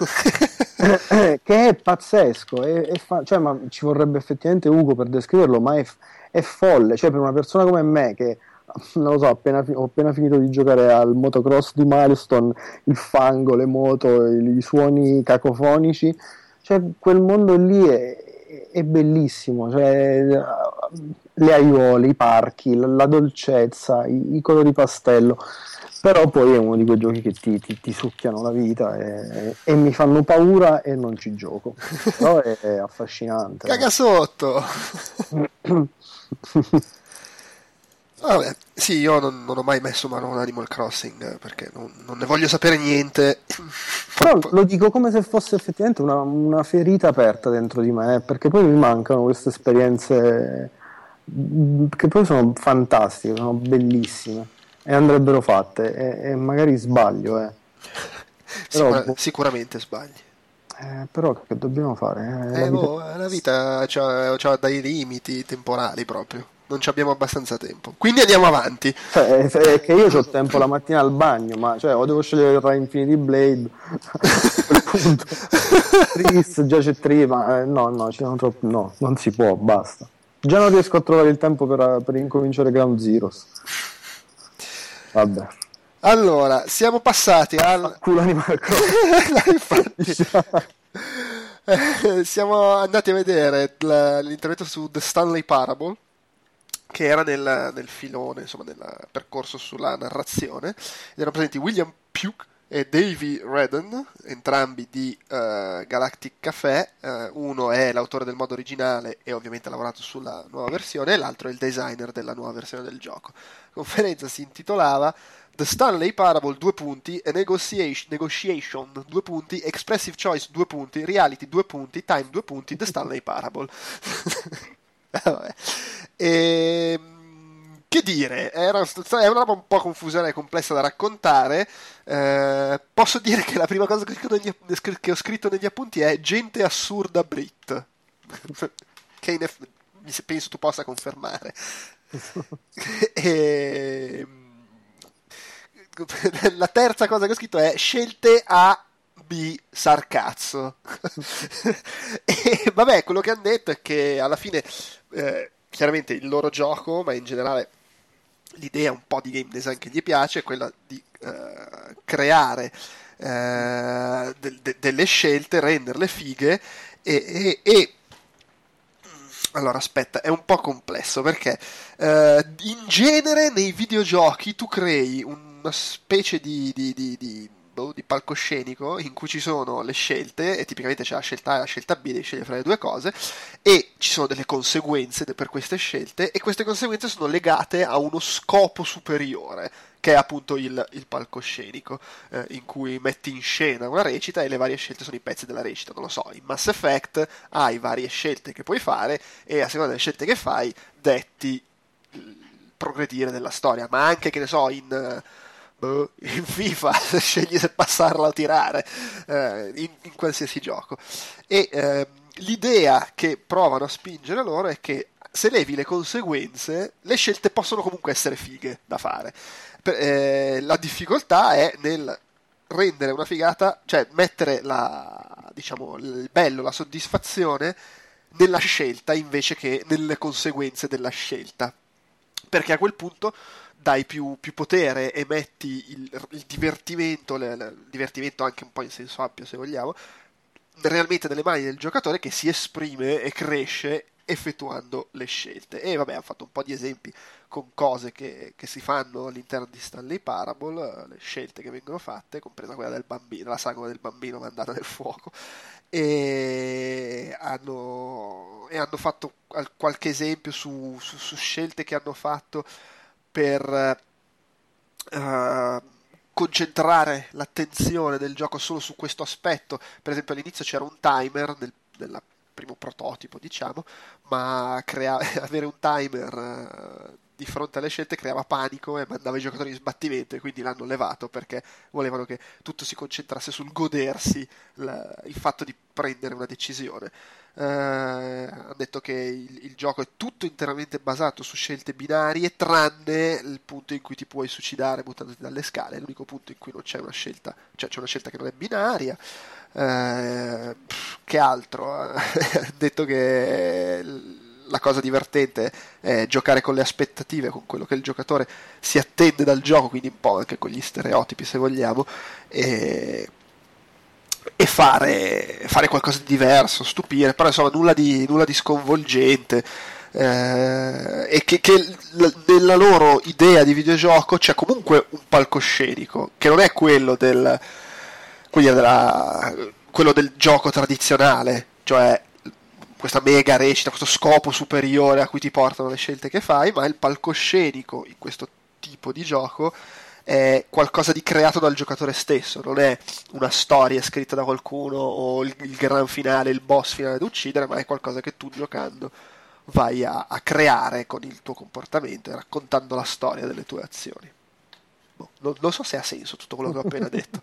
Che è pazzesco, è, è fa- cioè, ma ci vorrebbe effettivamente Ugo per descriverlo, ma è, è folle, cioè per una persona come me che non lo so, appena fi- ho appena finito di giocare al motocross di Milestone, il fango, le moto, i, i suoni cacofonici, cioè quel mondo lì è, è bellissimo, cioè, le aiuole, i parchi, la, la dolcezza, i, i colori pastello, però poi è uno di quei giochi che ti, ti, ti succhiano la vita e, e mi fanno paura e non ci gioco, però è, è affascinante. Caga sotto. Vabbè, sì, io non, non ho mai messo mano a un Animal Crossing eh, perché non, non ne voglio sapere niente. Però lo dico come se fosse effettivamente una, una ferita aperta dentro di me, eh, perché poi mi mancano queste esperienze mh, che poi sono fantastiche, sono bellissime e andrebbero fatte e, e magari sbaglio, eh. Però, Sicura- boh, sicuramente sbagli. eh, però che dobbiamo fare? Eh, Eh, la vita- boh, la vita c'ha, c'ha dei limiti temporali proprio. Non ci abbiamo abbastanza tempo. Quindi andiamo avanti. Cioè, è, è che io ho tempo la mattina al bagno, ma cioè, o devo scegliere tra Infinity Blade a quel punto. Tris, già c'è Tri, ma eh, no, no, ci sono troppo, no, non si può, basta. Già non riesco a trovare il tempo per, per incominciare Ground Zeroes. Vabbè. Allora, siamo passati al... Culo Animal Crossing. Infatti, eh, siamo andati a vedere la- l'intervento su The Stanley Parable, che era nel, nel filone, insomma, nel percorso sulla narrazione, ed erano presenti William Pugh e Davey Redden, entrambi di eh, Galactic Café. Eh, uno è l'autore del modo originale e ovviamente ha lavorato sulla nuova versione, e l'altro è il designer della nuova versione del gioco. La conferenza si intitolava The Stanley Parable, due punti, a negotiation, negotiation, due punti, Expressive Choice, due punti, Reality, due punti, Time, due punti, The Stanley Parable. Vabbè. E, che dire, era, è una roba un po' confusa e complessa da raccontare. Eh, posso dire che la prima cosa che ho, scritto negli, che ho scritto negli appunti è gente assurda Brit, che in eff- penso tu possa confermare. E, la terza cosa che ho scritto è scelte A B sarcazzo. E vabbè, quello che hanno detto è che alla fine eh, chiaramente il loro gioco, ma in generale l'idea un po' di game design che gli piace è quella di eh, creare eh, de- de- delle scelte, renderle fighe e, e, e allora aspetta, è un po' complesso perché eh, in genere nei videogiochi tu crei una specie di, di, di, di boh, di palcoscenico in cui ci sono le scelte, e tipicamente c'è la scelta A e la scelta B, devi scegliere fra le due cose, e ci sono delle conseguenze per queste scelte, e queste conseguenze sono legate a uno scopo superiore, che è appunto il, il palcoscenico, eh, in cui metti in scena una recita e le varie scelte sono i pezzi della recita. Non lo so, in Mass Effect hai varie scelte che puoi fare e a seconda delle scelte che fai detti il progredire della storia, ma anche, che ne so, in... Uh, in FIFA scegli se passarla o tirare, eh, in, in qualsiasi gioco. E eh, l'idea che provano a spingere loro è che se levi le conseguenze, le scelte possono comunque essere fighe da fare. Per, eh, la difficoltà è nel rendere una figata, cioè mettere la, diciamo, il bello, la soddisfazione nella scelta invece che nelle conseguenze della scelta, perché a quel punto dai più, più potere e metti il, il divertimento, le, le, il divertimento anche un po' in senso ampio se vogliamo, realmente nelle mani del giocatore, che si esprime e cresce effettuando le scelte. E vabbè, hanno fatto un po' di esempi con cose che, che si fanno all'interno di Stanley Parable, le scelte che vengono fatte, compresa quella del bambino, la sagoma del bambino mandata nel fuoco, e hanno, e hanno fatto qualche esempio su, su, su scelte che hanno fatto per uh, concentrare l'attenzione del gioco solo su questo aspetto. Per esempio all'inizio c'era un timer nel, nel primo prototipo, diciamo, ma crea- avere un timer uh, di fronte alle scelte creava panico e mandava i giocatori in sbattimento, e quindi l'hanno levato perché volevano che tutto si concentrasse sul godersi la, il fatto di prendere una decisione. Uh, ha detto che il, il gioco è tutto interamente basato su scelte binarie, tranne il punto in cui ti puoi suicidare buttandoti dalle scale. È l'unico punto in cui non c'è una scelta, cioè c'è una scelta che non è binaria. Uh, che altro? Ha detto che la cosa divertente è giocare con le aspettative, con quello che il giocatore si attende dal gioco, quindi un po' anche con gli stereotipi se vogliamo, e e fare, fare qualcosa di diverso, stupire, però insomma nulla di, nulla di sconvolgente, eh, e che, che l- nella loro idea di videogioco c'è comunque un palcoscenico che non è quello del, della, quello del gioco tradizionale, cioè questa mega recita, questo scopo superiore a cui ti portano le scelte che fai, ma il palcoscenico in questo tipo di gioco è qualcosa di creato dal giocatore stesso, non è una storia scritta da qualcuno o il, il gran finale, il boss finale da uccidere, ma è qualcosa che tu giocando vai a, a creare con il tuo comportamento e raccontando la storia delle tue azioni. Boh, non, non so se ha senso tutto quello che ho appena detto.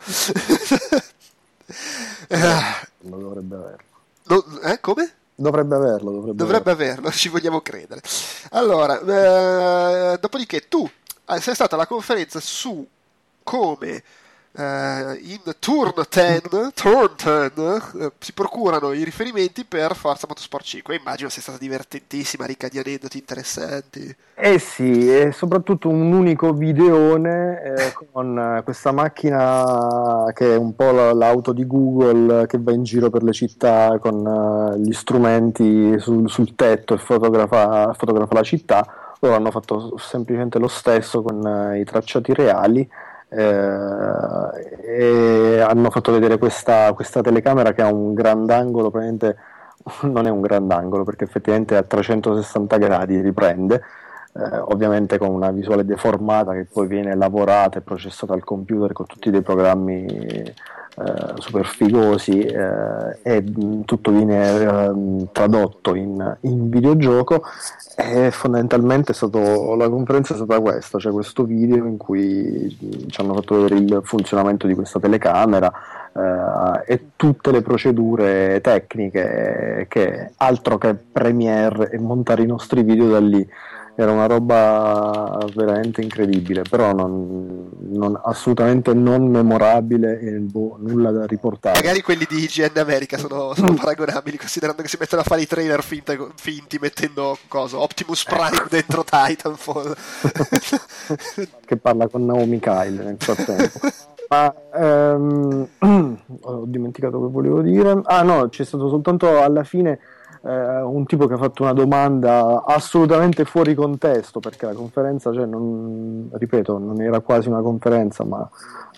Non dovrebbe averlo. No, eh, come? Dovrebbe averlo, dovrebbe, dovrebbe averlo. averlo, ci vogliamo credere. Allora, eh, dopodiché tu sei stata alla conferenza su come eh, in Turn dieci, Turn dieci eh, si procurano i riferimenti per Forza Motorsport cinque. Immagino sia stata divertentissima, ricca di aneddoti interessanti. Eh sì, e soprattutto un unico videone eh, con questa macchina che è un po' la, l'auto di Google, che va in giro per le città con uh, gli strumenti sul, sul tetto e fotografa, fotografa la città. Loro hanno fatto semplicemente lo stesso con uh, i tracciati reali, eh, e hanno fatto vedere questa, questa telecamera che ha un grandangolo, praticamente non è un grandangolo perché effettivamente a trecentosessanta gradi riprende, eh, ovviamente con una visuale deformata che poi viene lavorata e processata al computer con tutti dei programmi eh, super figosi, eh, e tutto viene eh, tradotto in, in videogioco. E fondamentalmente è stato, la conferenza è stata questa, cioè questo video in cui ci hanno fatto vedere il funzionamento di questa telecamera eh, e tutte le procedure tecniche, che altro che Premiere, e montare i nostri video da lì. Era una roba veramente incredibile, però non, non, assolutamente non memorabile e boh, nulla da riportare. Magari quelli di I G N America sono, sono paragonabili, considerando che si mettono a fare i trailer finta, finti mettendo coso, Optimus Prime dentro Titanfall. Che parla con Naomi Kyle nel frattempo. Ma ehm, ho dimenticato che volevo dire. Ah no, c'è stato soltanto alla fine Uh, un tipo che ha fatto una domanda assolutamente fuori contesto, perché la conferenza, cioè non, ripeto, non era quasi una conferenza, ma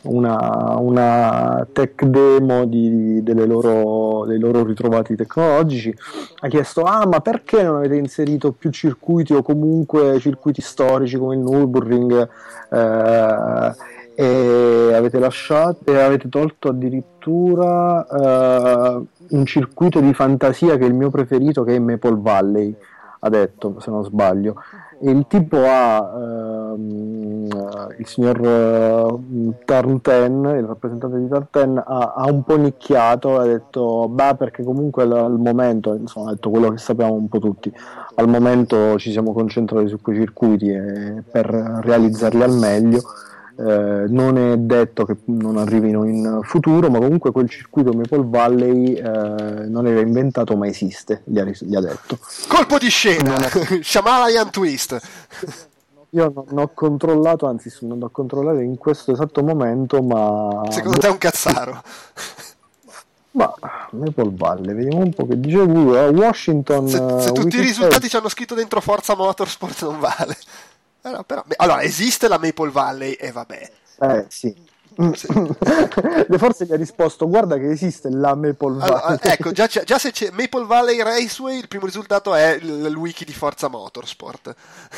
una, una tech demo di, delle loro, dei loro ritrovati tecnologici, ha chiesto ah ma perché non avete inserito più circuiti o comunque circuiti storici come il Nürburgring eh, e avete lasciato e avete tolto addirittura eh, un circuito di fantasia che è il mio preferito, che è Maple Valley, ha detto, se non sbaglio. Il tipo ha ehm, il signor uh, Tarnten, il rappresentante di Tarnten, ha, ha un po' nicchiato, ha detto beh, perché comunque al, al momento, insomma, ha detto quello che sappiamo un po' tutti, al momento ci siamo concentrati su quei circuiti e per realizzarli al meglio. Eh, non è detto che non arrivino in futuro, ma comunque quel circuito Maple Valley eh, non era inventato ma esiste, gli ha, gli ha detto. Colpo di scena, Shyamalan twist. Io non ho controllato, anzi sono andato a controllare in questo esatto momento, ma secondo te è un cazzaro? Ma Maple Valley, vediamo un po' che dice Google. Washington, se, se tutti i risultati Wikipedia... ci hanno scritto dentro Forza Motorsport non vale. Però, però, allora esiste la Maple Valley e vabbè. Eh sì. sì. Forse gli ha risposto guarda che esiste la Maple Valley. Allora, ecco, già, già se c'è Maple Valley Raceway, il primo risultato è il, il wiki di Forza Motorsport.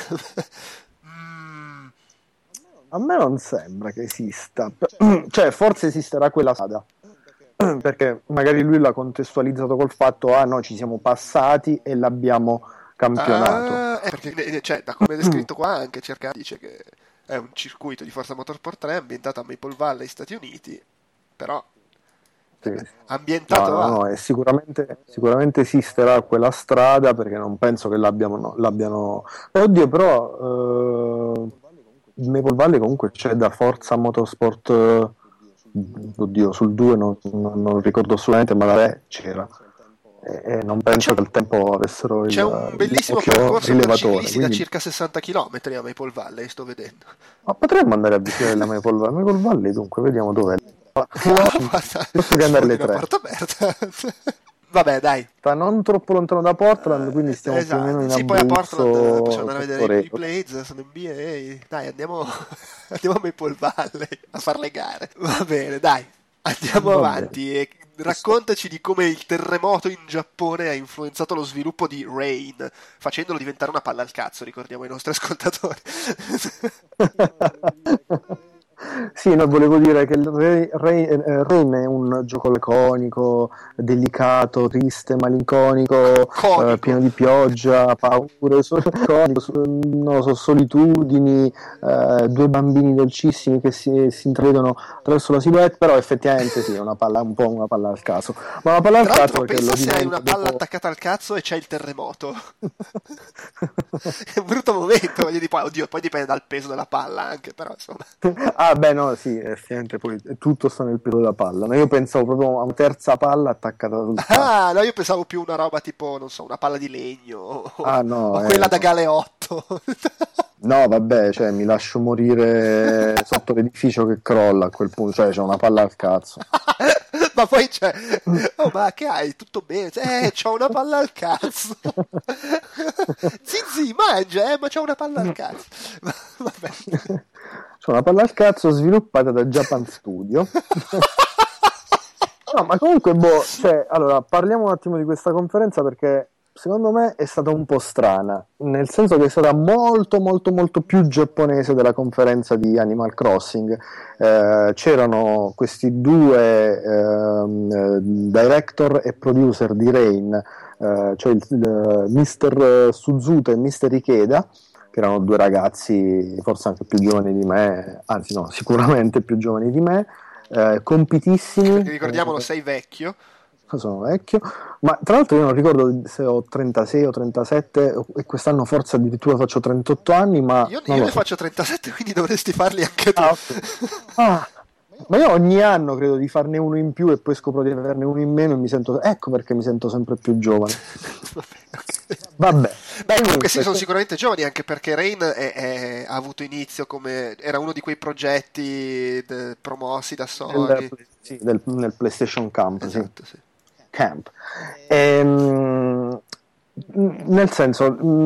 mm. A me non sembra che esista. Cioè, forse esisterà quella strada. Perché magari lui l'ha contestualizzato col fatto ah no, ci siamo passati e l'abbiamo campionato. Ah, eh, perché cioè, da come è descritto qua anche cerca dice che è un circuito di Forza Motorsport tre ambientato a Maple Valley, Stati Uniti, però sì. eh, ambientato no, no, a... no, e sicuramente, sicuramente esisterà quella strada, perché non penso che l'abbiano, no, l'abbiano... Eh, oddio, però eh, Maple Valley comunque c'è da Forza Motorsport eh, oddio, sul due non, non, non ricordo assolutamente, ma da tre c'era. E non penso che al tempo avessero il, c'è un bellissimo percorso per ciclisti quindi... da circa sessanta chilometri a Maple Valley, sto vedendo. Ma potremmo andare a visitare la Maple Valley. Maple Valley, dunque, vediamo dov'è. Posso che andare alle tre. Porta aperta. Vabbè, dai. Sta non troppo lontano da Portland, quindi stiamo esatto. più o meno in sì, Abruzzo. Poi a Portland possiamo andare a vedere i Blades, sono in B A. Dai, andiamo, andiamo a Maple Valley a fare le gare. Va bene, dai. Andiamo Va avanti bene. E raccontaci di come il terremoto in Giappone ha influenzato lo sviluppo di Rain, facendolo diventare una palla al cazzo, ricordiamo ai nostri ascoltatori. Sì, no, volevo dire che il Rain è un gioco laconico, delicato, triste, malinconico, eh, pieno di pioggia, paure, sol- non lo so, solitudini, eh, due bambini dolcissimi che si, si intravedono attraverso la silhouette, però effettivamente sì, è una palla, un po' una palla al caso. Ma una palla al Tra caso perché pensa lo se hai una palla dopo... attaccata al cazzo e c'è il terremoto. È un brutto momento, voglio dire, poi, oddio, poi dipende dal peso della palla anche, però insomma. Ah beh no, sì, effettivamente poi tutto sta nel peso della palla. No, io pensavo proprio a una terza palla attaccata sul Ah, no, io pensavo più una roba tipo, non so, una palla di legno o, ah, no, o eh, quella no. da Galeotto. No, vabbè, cioè mi lascio morire sotto l'edificio che crolla a quel punto, cioè c'è una palla al cazzo. Ma poi c'è, oh ma che hai? Tutto bene? Eh, c'ho una palla al cazzo. Zizi, mangia, eh, ma c'ho una palla al cazzo. Vabbè. C'è una palla al cazzo sviluppata da Japan Studio. No, ma comunque, boh, cioè, allora, parliamo un attimo di questa conferenza perché secondo me è stata un po' strana, nel senso che è stata molto molto molto più giapponese della conferenza di Animal Crossing. Eh, c'erano questi due eh, director e producer di Rain, eh, cioè il, il mister Suzuta e mister Ikeda, che erano due ragazzi forse anche più giovani di me, anzi no, sicuramente più giovani di me, eh, compitissimi. Perché ricordiamolo, sei vecchio. Sono vecchio, ma tra l'altro io non ricordo se ho trentasei o trentasette e quest'anno forse addirittura faccio trentotto anni, ma io, io ne so. faccio trentasette, quindi dovresti farli anche tu. Ah, okay. Ah, ma io ogni anno credo di farne uno in più e poi scopro di averne uno in meno e mi sento, ecco perché mi sento sempre più giovane. Vabbè. Beh, comunque sì, sono sicuramente giovani, anche perché Rain è, è, ha avuto inizio come era uno di quei progetti de, promossi da Sony del, sì, del, nel PlayStation Camp. Esatto, sì. Sì. Camp. Ehm, nel senso,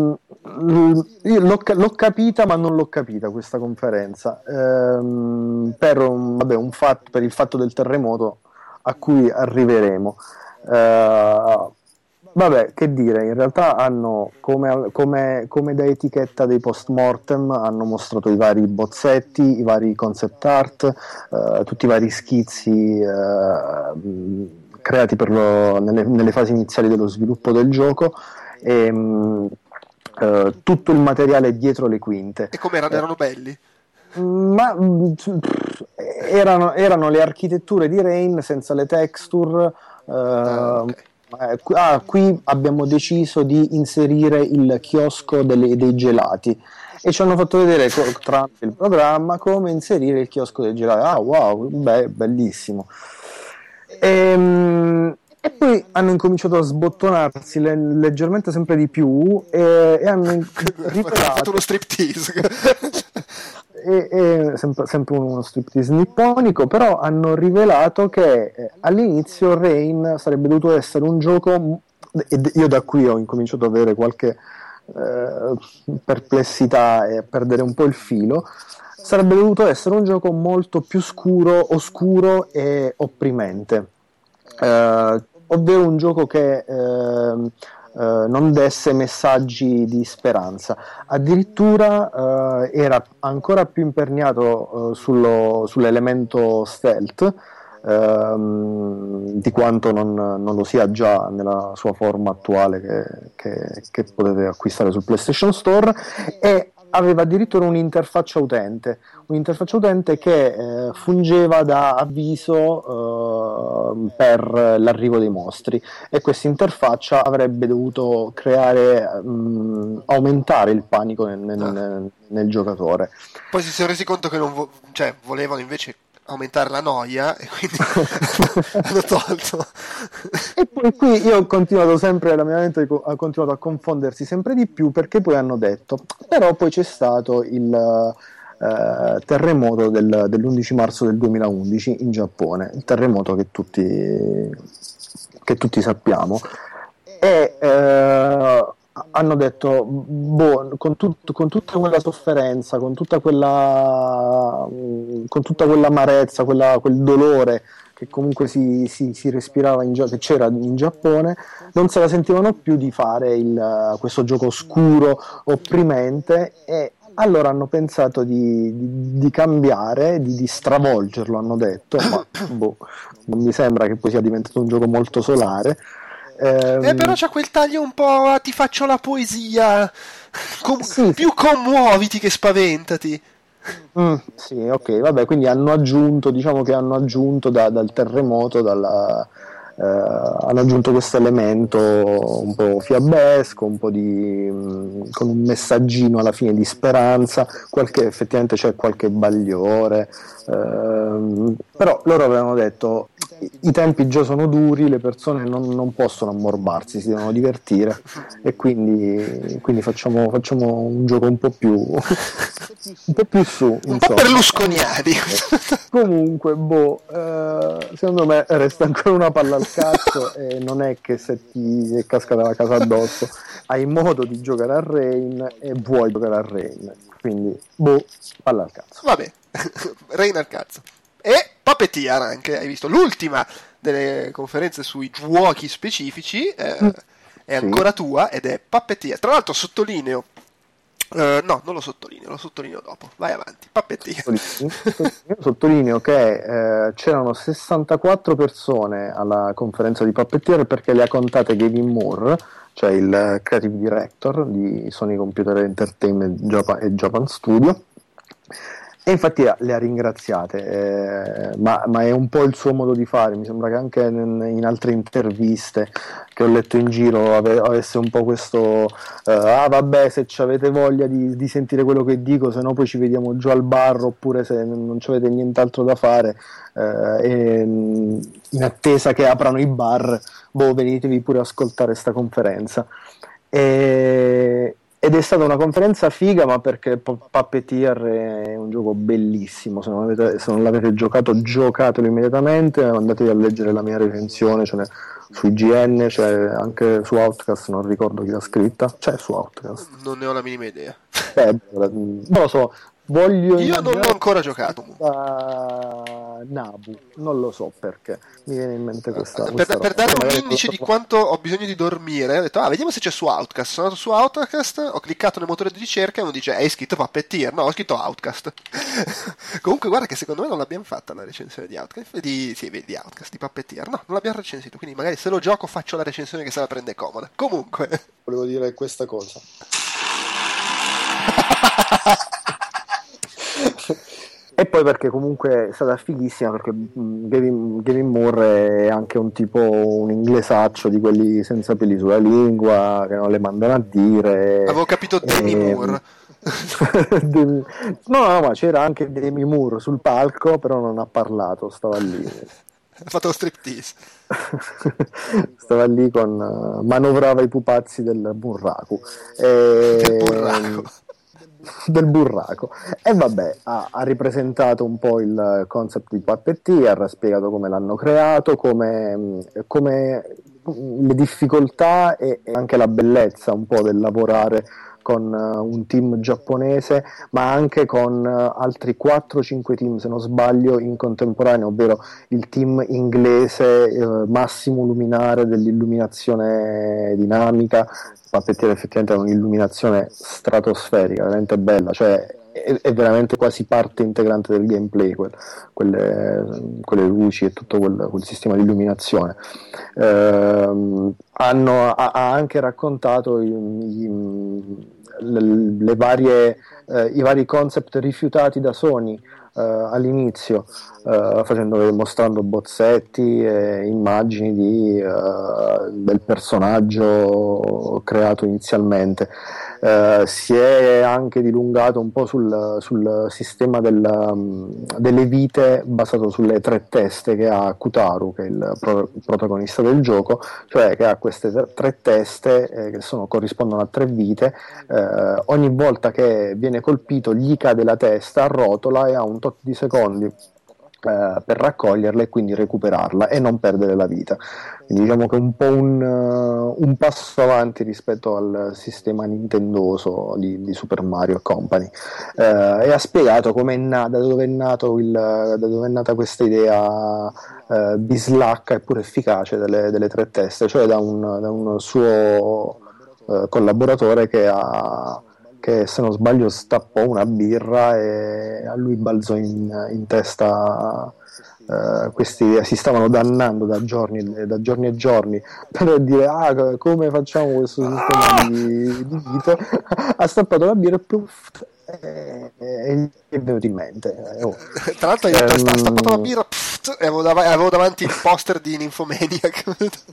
Io l'ho, l'ho capita, ma non l'ho capita questa conferenza, ehm, per, un, vabbè, un fatto, per il fatto del terremoto a cui arriveremo. Eh, vabbè, che dire, in realtà hanno, come, come, come da etichetta dei post-mortem, hanno mostrato i vari bozzetti, i vari concept art, eh, tutti i vari schizzi eh, creati per lo, nelle, nelle fasi iniziali dello sviluppo del gioco, e mh, Uh, tutto il materiale dietro le quinte. E come erano? Erano belli? Ma pff, erano, erano le architetture di Rain senza le texture. Uh, ah, okay. ah, qui abbiamo deciso di inserire il chiosco delle, dei gelati e ci hanno fatto vedere co- tramite il programma come inserire il chiosco dei gelati. Ah, wow, beh, bellissimo. Ehm E poi hanno incominciato a sbottonarsi le, leggermente sempre di più e, e hanno rivelato... Hanno fatto uno striptease. e, e, sempre, sempre uno striptease nipponico, però hanno rivelato che eh, all'inizio Rain sarebbe dovuto essere un gioco, e io da qui ho incominciato ad avere qualche eh, perplessità e a perdere un po' il filo, sarebbe dovuto essere un gioco molto più scuro, oscuro e opprimente. Uh, ovvero un gioco che uh, uh, non desse messaggi di speranza, addirittura uh, era ancora più imperniato uh, sullo, sull'elemento stealth uh, di quanto non, non lo sia già nella sua forma attuale che, che, che potete acquistare sul PlayStation Store, e aveva addirittura un'interfaccia utente, un'interfaccia utente che eh, fungeva da avviso eh, per l'arrivo dei mostri, e questa interfaccia avrebbe dovuto creare, mh, aumentare il panico nel, nel, nel, nel giocatore. Poi si sono resi conto che non vo- cioè, volevano invece aumentare la noia e quindi hanno tolto. E poi qui io ho continuato sempre, la mia mente ha continuato a confondersi sempre di più, perché poi hanno detto, però poi c'è stato il eh, terremoto del, dell'undici marzo del duemilaundici in Giappone, il terremoto che tutti che tutti sappiamo, e eh, hanno detto, boh, con, tut, con tutta quella sofferenza, con tutta quella con tutta quell'amarezza, quella, quel dolore che comunque si, si, si respirava in, che c'era in Giappone, non se la sentivano più di fare il, questo gioco oscuro, opprimente, e allora hanno pensato di, di, di cambiare, di, di stravolgerlo, hanno detto, ma boh, non mi sembra che poi sia diventato un gioco molto solare. Eh, però c'ha quel taglio un po' ti faccio la poesia, Com- sì, più commuoviti che spaventati. Mm, sì, ok, vabbè, quindi hanno aggiunto, diciamo che hanno aggiunto da, dal terremoto, dalla, eh, hanno aggiunto questo elemento un po' fiabesco, un po' di mh, con un messaggino alla fine di speranza, qualche, effettivamente c'è qualche bagliore, ehm, però loro avevano detto i tempi già sono duri, le persone non, non possono ammorbarsi, si devono divertire, e quindi, quindi facciamo, facciamo un gioco un po' più un po' più su, un po' berlusconiani. Comunque, boh, eh, secondo me resta ancora una palla al cazzo, e non è che se ti è cascata la casa addosso hai modo di giocare a Rain e vuoi giocare a Rain, quindi boh, palla al cazzo. Vabbè, Rain al cazzo. E Puppeteer anche, hai visto l'ultima delle conferenze sui giochi specifici, eh, mm. è ancora sì. tua, ed è Puppeteer. Tra l'altro sottolineo, uh, no, non lo sottolineo, lo sottolineo dopo, vai avanti, Puppeteer. Sottolineo, sottolineo che eh, c'erano sessantaquattro persone alla conferenza di Puppeteer, perché le ha contate Gavin Moore, cioè il creative director di Sony Computer Entertainment Japan e Japan Studio. E infatti le ha ringraziate, eh, ma, ma è un po' il suo modo di fare. Mi sembra che anche in, in altre interviste che ho letto in giro ave, avesse un po' questo uh, ah vabbè, se avete voglia di, di sentire quello che dico, se no poi ci vediamo giù al bar, oppure se non avete nient'altro da fare, uh, e, in attesa che aprano i bar, boh, venitevi pure a ascoltare sta conferenza. E... ed è stata una conferenza figa, ma perché Puppeteer è un gioco bellissimo. Se non, avete, se non l'avete giocato, giocatelo immediatamente, andatevi a leggere la mia recensione, cioè su I G N, c'è anche su Outcast, non ricordo chi l'ha scritta, c'è su Outcast. Non ne ho la minima idea. Eh, non lo so, voglio io non l'ho ancora giocato. Uh, Nabu, non lo so perché mi viene in mente questa, per, questa per dare un Magari indice di questo... quanto ho bisogno di dormire, ho detto ah vediamo se c'è su Outcast. Sono andato su Outcast, ho cliccato nel motore di ricerca e uno dice hai scritto Puppeteer, no ho scritto Outcast. Comunque guarda che secondo me non l'abbiamo fatta la recensione di Outcast di, sì, di Outcast, di Puppeteer, no non l'abbiamo recensito, quindi magari se lo gioco faccio la recensione che se la prende comoda. Comunque volevo dire questa cosa. E poi perché comunque è stata fighissima, perché Gavin, Gavin Moore è anche un tipo, un inglesaccio di quelli senza peli sulla lingua, che non le mandano a dire. Avevo capito Demi e... Moore. no, no, ma c'era anche Demi Moore sul palco, però non ha parlato, stava lì. Ha fatto lo striptease. Stava lì con uh, manovrava i pupazzi del burraco. E... Del burraco. del burraco e vabbè ha, ha ripresentato un po' il concept di Puppeteer, ha spiegato come l'hanno creato, come, come le difficoltà e, e anche la bellezza un po' del lavorare con uh, un team giapponese, ma anche con uh, altri quattro cinque team, se non sbaglio, in contemporanea, ovvero il team inglese uh, massimo luminare dell'illuminazione dinamica. Puppeteer effettivamente ha un'illuminazione stratosferica, veramente bella, cioè è, è veramente quasi parte integrante del gameplay, quel, quelle, quelle luci e tutto quel, quel sistema di illuminazione. Ehm, hanno, ha, ha anche raccontato i, i, le, le varie, eh, i vari concept rifiutati da Sony Uh, all'inizio, uh, facendo, mostrando bozzetti e immagini di, uh, del personaggio creato inizialmente. Uh, si è anche dilungato un po' sul, sul sistema del, um, delle vite basato sulle tre teste che ha Kutaru, che è il, pro- il protagonista del gioco, cioè che ha queste tre, tre teste eh, che sono, corrispondono a tre vite. Uh, ogni volta che viene colpito gli cade la testa, rotola e ha un tot di secondi eh, per raccoglierla e quindi recuperarla e non perdere la vita. Quindi diciamo che è un po' un, uh, un passo avanti rispetto al sistema nintendoso di, di Super Mario Company, eh, e ha spiegato come è na- da dove è nato il, da dove è nata questa idea eh, bislacca eppure efficace delle, delle tre teste, cioè da un, da un suo eh, collaboratore che ha che se non sbaglio stappò una birra e a lui balzò in, in testa uh, questi si stavano dannando da giorni, da giorni e giorni per dire ah come facciamo questo sistema di, di vite. Ha stappato la birra e puff, e, e gli è venuto in mente. Oh. Tra l'altro io um, ha stappato la birra pff, e avevo, dav- avevo davanti il poster di Nymphomaniac.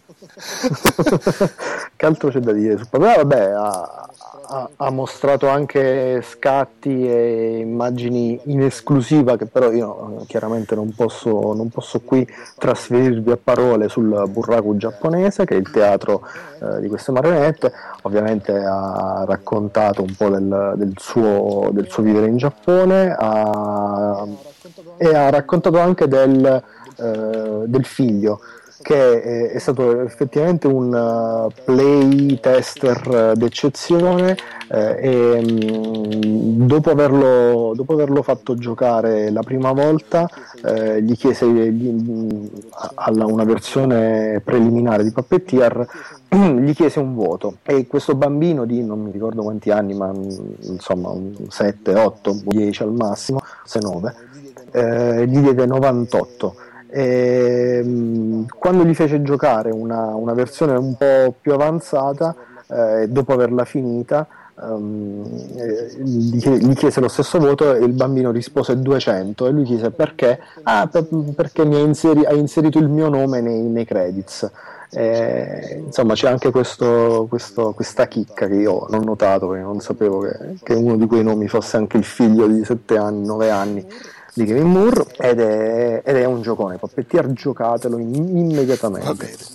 Che altro c'è da dire? Però vabbè, ha, ha, ha mostrato anche scatti e immagini in esclusiva che però io chiaramente non posso, non posso qui trasferirvi a parole sul Burraku giapponese, che è il teatro eh, di queste marionette. Ovviamente ha raccontato un po' del, del, suo, del suo vivere in Giappone, ha, e ha raccontato anche del, eh, del figlio, che è, è stato effettivamente un uh, play tester uh, d'eccezione, eh, e mh, dopo, averlo, dopo averlo fatto giocare la prima volta eh, gli chiese gli, alla una versione preliminare di Puppeteer gli chiese un voto e questo bambino di non mi ricordo quanti anni, ma insomma sette, otto, dieci al massimo, se nove, eh, gli diede novantotto. E, quando gli fece giocare una, una versione un po' più avanzata, eh, dopo averla finita, um, eh, gli, gli chiese lo stesso voto e il bambino rispose duecento e lui chiese perché? Ah, per, perché mi ha, inseri- ha inserito il mio nome nei, nei credits. Eh, insomma c'è anche questo, questo, questa chicca che io non ho notato, perché non sapevo che, che uno di quei nomi fosse anche il figlio di sette anni, nove anni di Gavin Moore, ed è, ed è un giocone. Puppeteer, giocatelo in, immediatamente.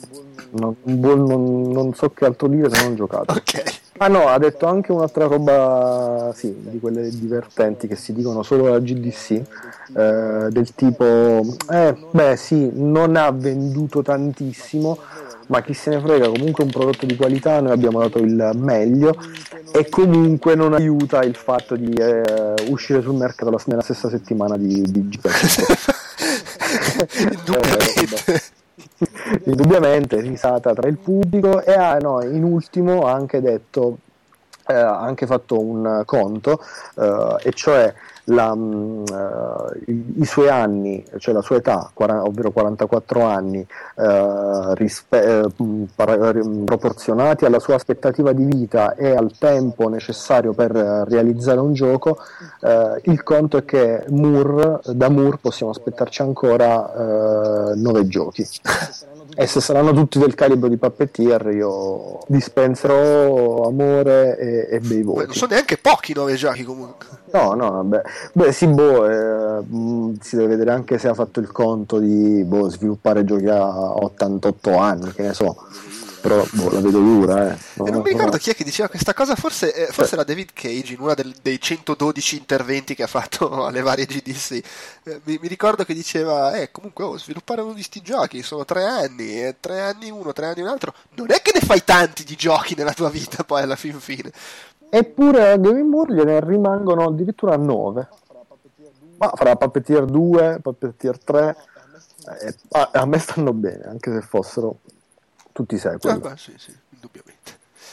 non, non, non so che altro dire se non giocato. Ok. Ah no, ha detto anche un'altra roba, sì, di quelle divertenti che si dicono solo alla G D C, eh, del tipo, eh, beh sì, non ha venduto tantissimo, ma chi se ne frega, comunque è un prodotto di qualità, noi abbiamo dato il meglio e comunque non aiuta il fatto di eh, uscire sul mercato la, nella stessa settimana di, di G T A. Indubbiamente. Indubbiamente risata tra il pubblico e ha no, in ultimo ha anche detto eh, ha anche fatto un conto eh, e cioè la, uh, i, i suoi anni, cioè la sua età, quaranta, ovvero quarantaquattro anni, uh, rispe- uh, par- proporzionati alla sua aspettativa di vita e al tempo necessario per uh, realizzare un gioco, uh, il conto è che Moore, da Moore possiamo aspettarci ancora uh, nove giochi. E se saranno tutti del calibro di Puppeteer, io dispenserò amore e, e bei voti. Beh, non sono neanche pochi nove giochi comunque. No, no, vabbè. Beh, sì, boh, eh, mh, si deve vedere anche se ha fatto il conto di boh, sviluppare giochi a ottantotto anni, che ne so. Però boh, la vedo dura, eh. No, e non mi ricordo no. chi è che diceva questa cosa, forse, eh, forse era David Cage in uno del, dei centododici interventi che ha fatto alle varie G D C. Eh, mi, mi ricordo che diceva, eh, comunque oh, sviluppare uno di sti giochi sono tre anni, eh, tre anni uno, tre anni un altro. Non è che ne fai tanti di giochi nella tua vita poi alla fin fine. Eppure a Game Moore gliene rimangono addirittura nove. Ma fra Puppeteer due, Puppeteer tre, eh, a, a me stanno bene, anche se fossero tutti sequel. Ah, beh, sì, sì, indubbiamente.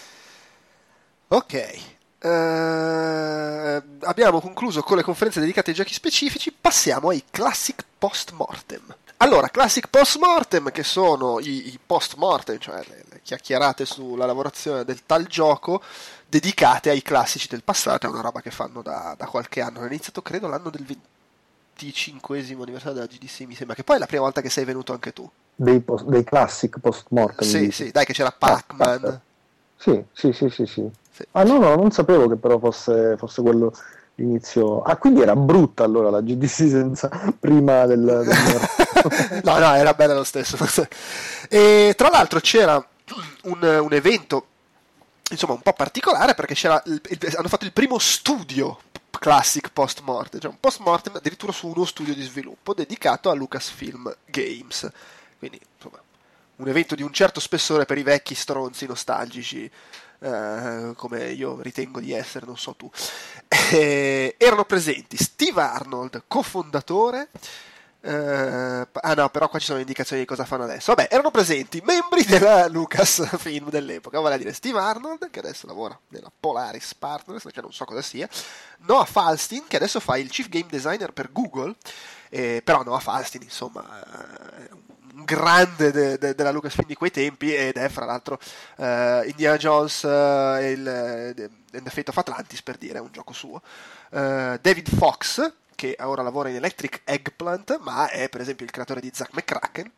Ok. Uh, abbiamo concluso con le conferenze dedicate ai giochi specifici, passiamo ai classic post-mortem. Allora, classic post-mortem, che sono i, i post-mortem, cioè le, le chiacchierate sulla lavorazione del tal gioco, dedicate ai classici del passato, è una roba che fanno da, da qualche anno. Hanno iniziato, credo, l'anno del venticinquesimo anniversario della G D C, mi sembra, che poi è la prima volta che sei venuto anche tu. Dei, post, dei classic post-mortem. Sì, dici. sì, dai che c'era Pac-Man. Ah, sì, sì, sì, sì, sì. Sì. Ah no, no, non sapevo che però fosse, fosse quello l'inizio. Ah, quindi era brutta allora la G D C senza prima del... del... no, no, era bella lo stesso. E tra l'altro c'era un, un evento, insomma, un po' particolare, perché c'era il, il, hanno fatto il primo studio classic post-mortem, cioè un post-mortem addirittura su uno studio di sviluppo dedicato a Lucasfilm Games. Quindi, insomma, un evento di un certo spessore per i vecchi stronzi nostalgici, eh, come io ritengo di essere, non so tu. Eh, erano presenti Steve Arnold, cofondatore. Eh, ah no, però qua ci sono le indicazioni di cosa fanno adesso. Vabbè, erano presenti membri della Lucasfilm dell'epoca, vale a dire Steve Arnold, che adesso lavora nella Polaris Partners, che non so cosa sia, Noah Falstein, che adesso fa il Chief Game Designer per Google, eh, però Noah Falstein, insomma, è un grande de- de- della Lucasfilm di quei tempi, ed è fra l'altro eh, Indiana Jones eh, e il eh, The Fate of Atlantis, per dire, è un gioco suo. eh, David Fox, che ora lavora in Electric Eggplant, ma è per esempio il creatore di Zack McCracken.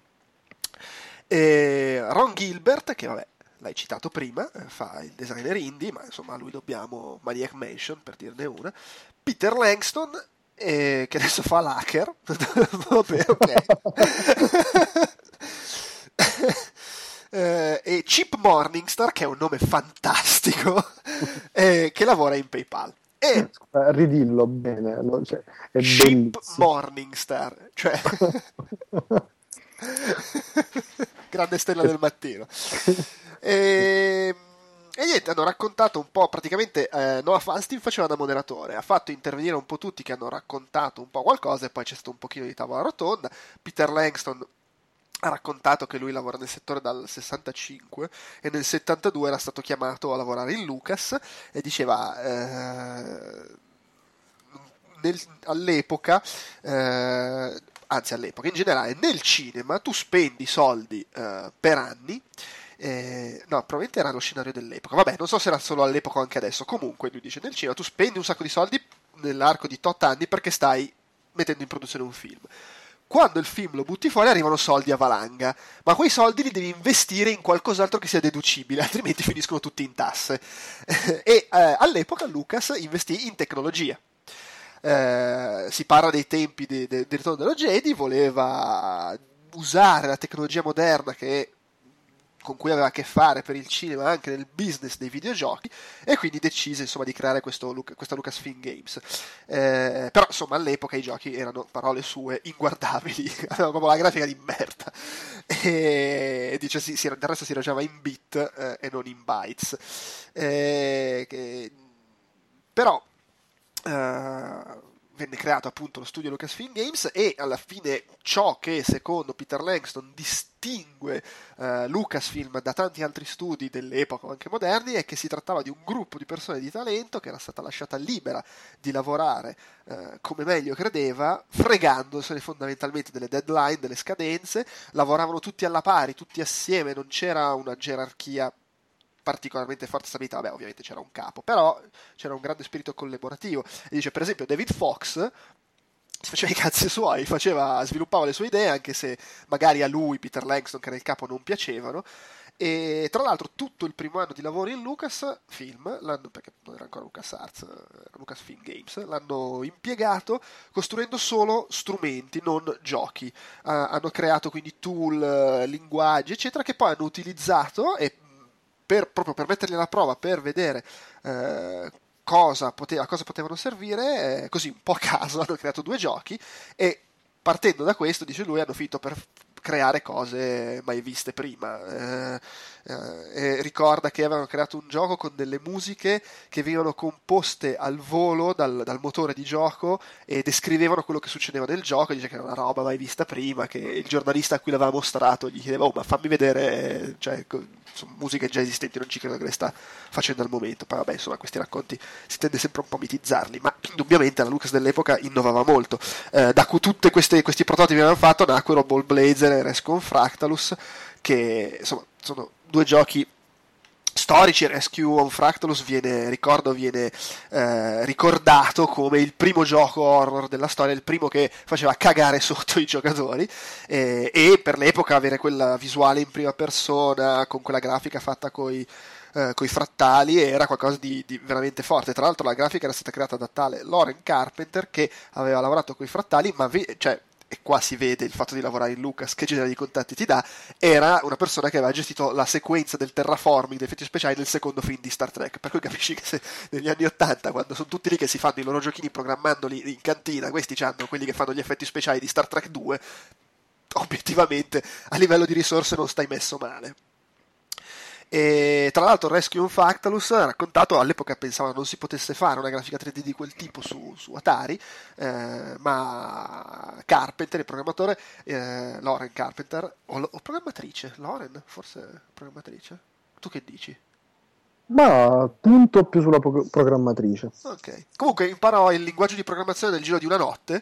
E Ron Gilbert, che vabbè, l'hai citato prima, fa il designer indie, ma insomma a lui dobbiamo Maniac Mansion, per dirne una. Peter Langston, eh, che adesso fa l'hacker. Vabbè, ok. eh, e Chip Morningstar, che è un nome fantastico, eh, che lavora in PayPal. E ridillo bene, no? Cioè, è Chip bellissimo. Morningstar, cioè grande stella del mattino. E, e niente, hanno raccontato un po', praticamente eh, Noah Falstein faceva da moderatore, ha fatto intervenire un po' tutti che hanno raccontato un po' qualcosa, e poi c'è stato un pochino di tavola rotonda. Peter Langston ha raccontato che lui lavora nel settore dal sessantacinque e nel settantadue era stato chiamato a lavorare in Lucas, e diceva eh, nel, all'epoca eh, anzi all'epoca in generale nel cinema tu spendi soldi eh, per anni. Eh, no, probabilmente era lo scenario dell'epoca, vabbè, non so se era solo all'epoca o anche adesso. Comunque lui dice, nel cinema tu spendi un sacco di soldi nell'arco di tot anni perché stai mettendo in produzione un film. Quando il film lo butti fuori arrivano soldi a valanga, ma quei soldi li devi investire in qualcos'altro che sia deducibile, altrimenti finiscono tutti in tasse. E eh, all'epoca Lucas investì in tecnologia. Eh, si parla dei tempi del de, de ritorno dello Jedi, voleva usare la tecnologia moderna che con cui aveva a che fare per il cinema anche nel business dei videogiochi, e quindi decise insomma di creare questo, questa Lucasfilm Games. Eh, però insomma all'epoca i giochi erano, parole sue, inguardabili, avevano proprio la grafica di merda, e dice sì, sì, del resto si ragionava in bit eh, e non in bytes. Eh, che, però eh, venne creato appunto lo studio Lucasfilm Games, e alla fine ciò che secondo Peter Langston distingue eh, Lucasfilm da tanti altri studi dell'epoca o anche moderni è che si trattava di un gruppo di persone di talento che era stata lasciata libera di lavorare eh, come meglio credeva, fregandosene fondamentalmente delle deadline, delle scadenze. Lavoravano tutti alla pari, tutti assieme, non c'era una gerarchia particolarmente forte stabilità. Vabbè, ovviamente c'era un capo, però c'era un grande spirito collaborativo. E dice, per esempio, David Fox si faceva i cazzi suoi, faceva, sviluppava le sue idee, anche se magari a lui, Peter Langston, che era il capo, non piacevano. E tra l'altro tutto il primo anno di lavoro in Lucasfilm, l'hanno, perché non era ancora LucasArts, era Lucasfilm Games, l'hanno impiegato costruendo solo strumenti, non giochi. Uh, hanno creato quindi tool, linguaggi, eccetera, che poi hanno utilizzato e Per, proprio per metterli alla prova, per vedere eh, cosa, poteva, cosa potevano servire, eh, così un po' a caso hanno creato due giochi, e partendo da questo, dice lui, hanno finito per creare cose mai viste prima. Eh, eh, e ricorda che avevano creato un gioco con delle musiche che venivano composte al volo dal, dal motore di gioco e descrivevano quello che succedeva nel gioco. Dice che era una roba mai vista prima, che il giornalista a cui l'aveva mostrato gli chiedeva, oh, ma fammi vedere, cioè, sono musiche già esistenti, non ci credo che le sta facendo al momento. Poi vabbè, insomma, questi racconti si tende sempre un po' a mitizzarli, ma indubbiamente la Lucas dell'epoca innovava molto. Eh, da cui tutti questi prototipi che avevano fatto nacquero Ball Blazer e Rescue Fractalus, che insomma sono due giochi storici. Rescue on Fractalus viene, ricordo, viene eh, ricordato come il primo gioco horror della storia, il primo che faceva cagare sotto i giocatori, eh, e per l'epoca avere quella visuale in prima persona con quella grafica fatta coi Uh, coi frattali era qualcosa di, di veramente forte. Tra l'altro la grafica era stata creata da tale Lauren Carpenter, che aveva lavorato coi frattali, ma ve- cioè, e qua si vede il fatto di lavorare in Lucas che genere di contatti ti dà. Era una persona che aveva gestito la sequenza del terraforming, degli effetti speciali nel secondo film di Star Trek, per cui capisci che se negli anni ottanta, quando sono tutti lì che si fanno i loro giochini programmandoli in cantina, questi hanno quelli che fanno gli effetti speciali di Star Trek due, obiettivamente a livello di risorse non stai messo male. E tra l'altro Rescue on Fractalus ha raccontato, all'epoca pensava non si potesse fare una grafica tre D di quel tipo su, su Atari, eh, ma Carpenter, il programmatore, eh, Lauren Carpenter, o, o programmatrice, Lauren forse programmatrice, tu che dici? Ma punto più sulla pro- programmatrice. Ok, comunque imparò il linguaggio di programmazione nel giro di una notte.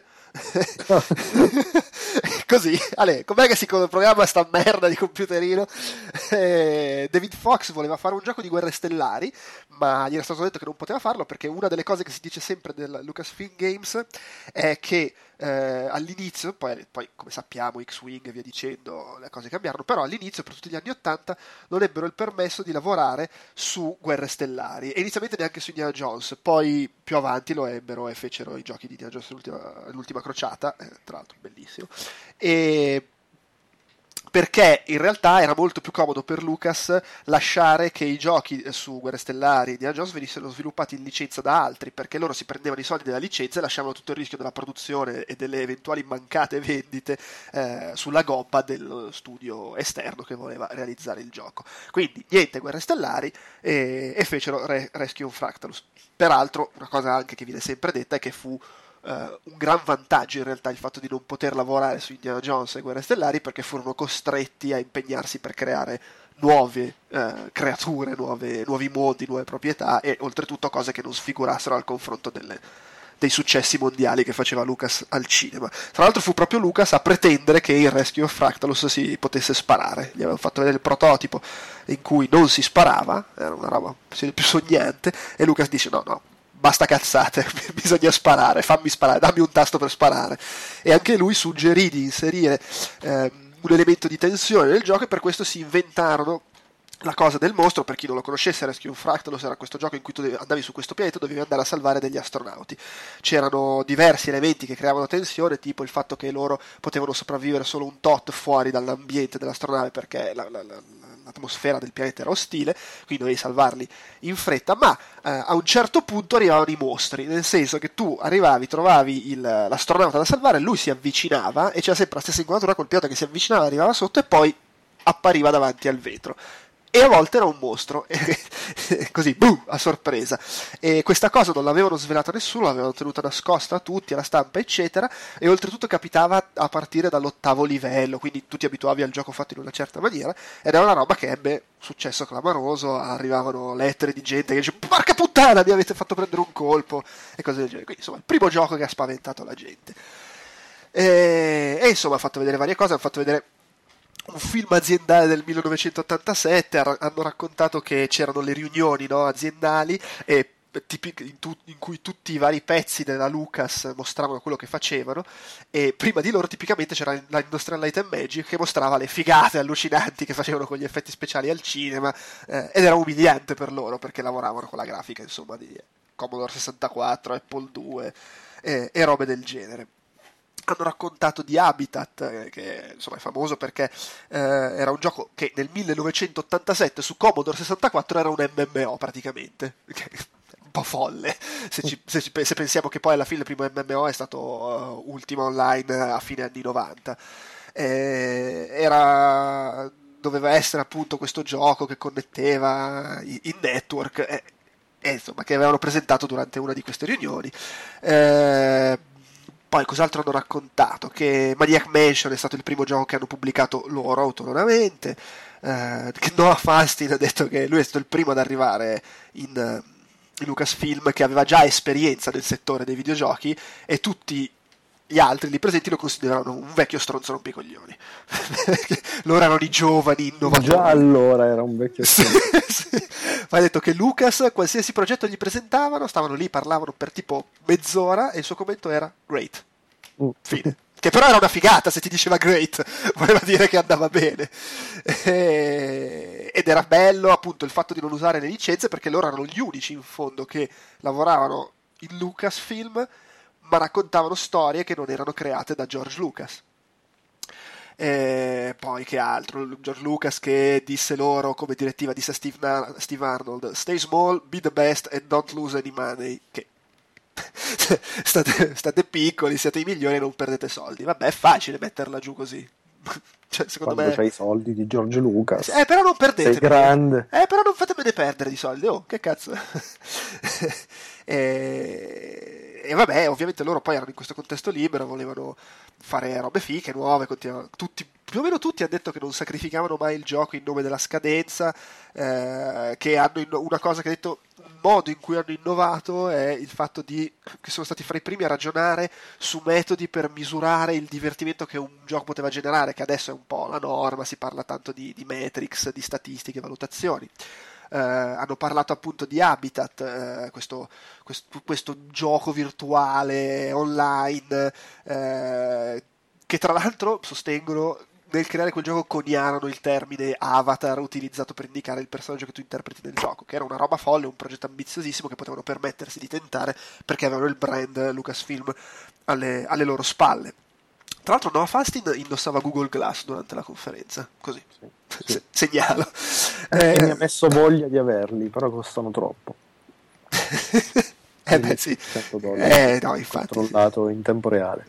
Così, Ale, com'è che si programma sta merda di computerino? Eh, David Fox voleva fare un gioco di guerre stellari, ma gli era stato detto che non poteva farlo, perché una delle cose che si dice sempre del Lucasfilm Games è che eh, all'inizio, poi, poi come sappiamo X-Wing e via dicendo, le cose cambiarono, però all'inizio, per tutti gli anni ottanta, non ebbero il permesso di lavorare su guerre stellari, e inizialmente neanche su Indiana Jones, poi più avanti lo ebbero e fecero i giochi di Indiana Jones l'ultima, l'ultima crociata, eh, tra l'altro bellissimo, e perché in realtà era molto più comodo per Lucas lasciare che i giochi su Guerre Stellari e Indiana Jones venissero sviluppati in licenza da altri, perché loro si prendevano i soldi della licenza e lasciavano tutto il rischio della produzione e delle eventuali mancate vendite eh, sulla gobba dello studio esterno che voleva realizzare il gioco. Quindi niente Guerre Stellari, e, e fecero Re- Rescue on Fractalus. Peraltro una cosa anche che viene sempre detta è che fu Uh, un gran vantaggio in realtà il fatto di non poter lavorare su Indiana Jones e Guerre Stellari, perché furono costretti a impegnarsi per creare nuove uh, creature, nuove, nuovi mondi, nuove proprietà, e oltretutto cose che non sfigurassero al confronto delle, dei successi mondiali che faceva Lucas al cinema. Tra l'altro fu proprio Lucas a pretendere che in Rescue of Fractalus si potesse sparare. Gli avevano fatto vedere il prototipo in cui non si sparava, era una roba più sognante, e Lucas dice no no, basta cazzate, bisogna sparare, fammi sparare, dammi un tasto per sparare. E anche lui suggerì di inserire eh, un elemento di tensione nel gioco, e per questo si inventarono la cosa del mostro. Per chi non lo conoscesse, Rescue on Fractalus era questo gioco in cui tu andavi su questo pianeta e dovevi andare a salvare degli astronauti. C'erano diversi elementi che creavano tensione, tipo il fatto che loro potevano sopravvivere solo un tot fuori dall'ambiente dell'astronave, perché la, la, la, l'atmosfera del pianeta era ostile, quindi dovevi salvarli in fretta, ma eh, a un certo punto arrivavano i mostri, nel senso che tu arrivavi, trovavi il, l'astronauta da salvare, lui si avvicinava e c'era sempre la stessa inquadratura col pilota che si avvicinava, arrivava sotto e poi appariva davanti al vetro. E a volte era un mostro, così, buh, a sorpresa. E questa cosa non l'avevano svelata a nessuno, l'avevano tenuta nascosta a tutti, alla stampa, eccetera, e oltretutto capitava a partire dall'ottavo livello, quindi tu ti abituavi al gioco fatto in una certa maniera, ed era una roba che ebbe successo clamoroso, arrivavano lettere di gente che diceva porca puttana, mi avete fatto prendere un colpo, e cose del genere. Quindi insomma, il primo gioco che ha spaventato la gente. E, e insomma, ha fatto vedere varie cose, ha fatto vedere un film aziendale del millenovecentottantasette, hanno raccontato che c'erano le riunioni, no, aziendali e in, tu, in cui tutti i vari pezzi della Lucas mostravano quello che facevano, e prima di loro tipicamente c'era la Industrial Light and Magic che mostrava le figate allucinanti che facevano con gli effetti speciali al cinema, eh, ed era umiliante per loro perché lavoravano con la grafica insomma di Commodore sessantaquattro, Apple due eh, e robe del genere. Hanno raccontato di Habitat, eh, che insomma è famoso perché eh, era un gioco che nel millenovecentottantasette su Commodore sessantaquattro era un M M O praticamente, un po' folle se, ci, se, ci, se pensiamo che poi alla fine il primo M M O è stato uh, Ultima Online a fine anni novanta. Eh, era, doveva essere appunto questo gioco che connetteva i, i network e, e insomma che avevano presentato durante una di queste riunioni. Eh, Poi cos'altro hanno raccontato? Che Maniac Mansion è stato il primo gioco che hanno pubblicato loro autonomamente, eh, che Noah Falstein ha detto che lui è stato il primo ad arrivare in, in Lucasfilm, che aveva già esperienza nel settore dei videogiochi, e tutti gli altri lì presenti lo consideravano un vecchio stronzo rompicoglioni. Loro erano i giovani innovatori. Già allora era un vecchio stronzo. Sì. Ha detto che Lucas, qualsiasi progetto gli presentavano, stavano lì, parlavano per tipo mezz'ora e il suo commento era great. Mm. Fine. Che però era una figata, se ti diceva great voleva dire che andava bene. E... ed era bello appunto il fatto di non usare le licenze, perché loro erano gli unici in fondo che lavoravano in Lucasfilm ma raccontavano storie che non erano create da George Lucas. E poi che altro? George Lucas che disse loro come direttiva, disse a Steve, Na- Steve Arnold: stay small, be the best and don't lose any money. Che state, state piccoli, siete i migliori e non perdete soldi. Vabbè, è facile metterla giù così. Cioè, secondo Quando me c'hai i soldi di George Lucas, eh però non perdete, sei grande. Eh però non fatemene perdere di soldi. Oh, che cazzo. e... e vabbè, ovviamente loro poi erano in questo contesto libero, volevano fare robe fiche, nuove, tutti, più o meno tutti hanno detto che non sacrificavano mai il gioco in nome della scadenza, eh, che hanno inno- una cosa che ha detto, un modo in cui hanno innovato è il fatto di che sono stati fra i primi a ragionare su metodi per misurare il divertimento che un gioco poteva generare, che adesso è un po' la norma, si parla tanto di, di metrics, di statistiche, valutazioni. Uh, hanno parlato appunto di Habitat, uh, questo, questo, questo gioco virtuale online, uh, che tra l'altro sostengono nel creare quel gioco coniarono il termine avatar utilizzato per indicare il personaggio che tu interpreti nel gioco, che era una roba folle, un progetto ambiziosissimo che potevano permettersi di tentare perché avevano il brand Lucasfilm alle, alle loro spalle. Tra l'altro Noah Falstein indossava Google Glass durante la conferenza, così, sì, sì. Segnalo. Eh, eh, mi ha messo voglia di averli, però costano troppo. eh beh sì, eh, no, infatti, controllato in tempo reale.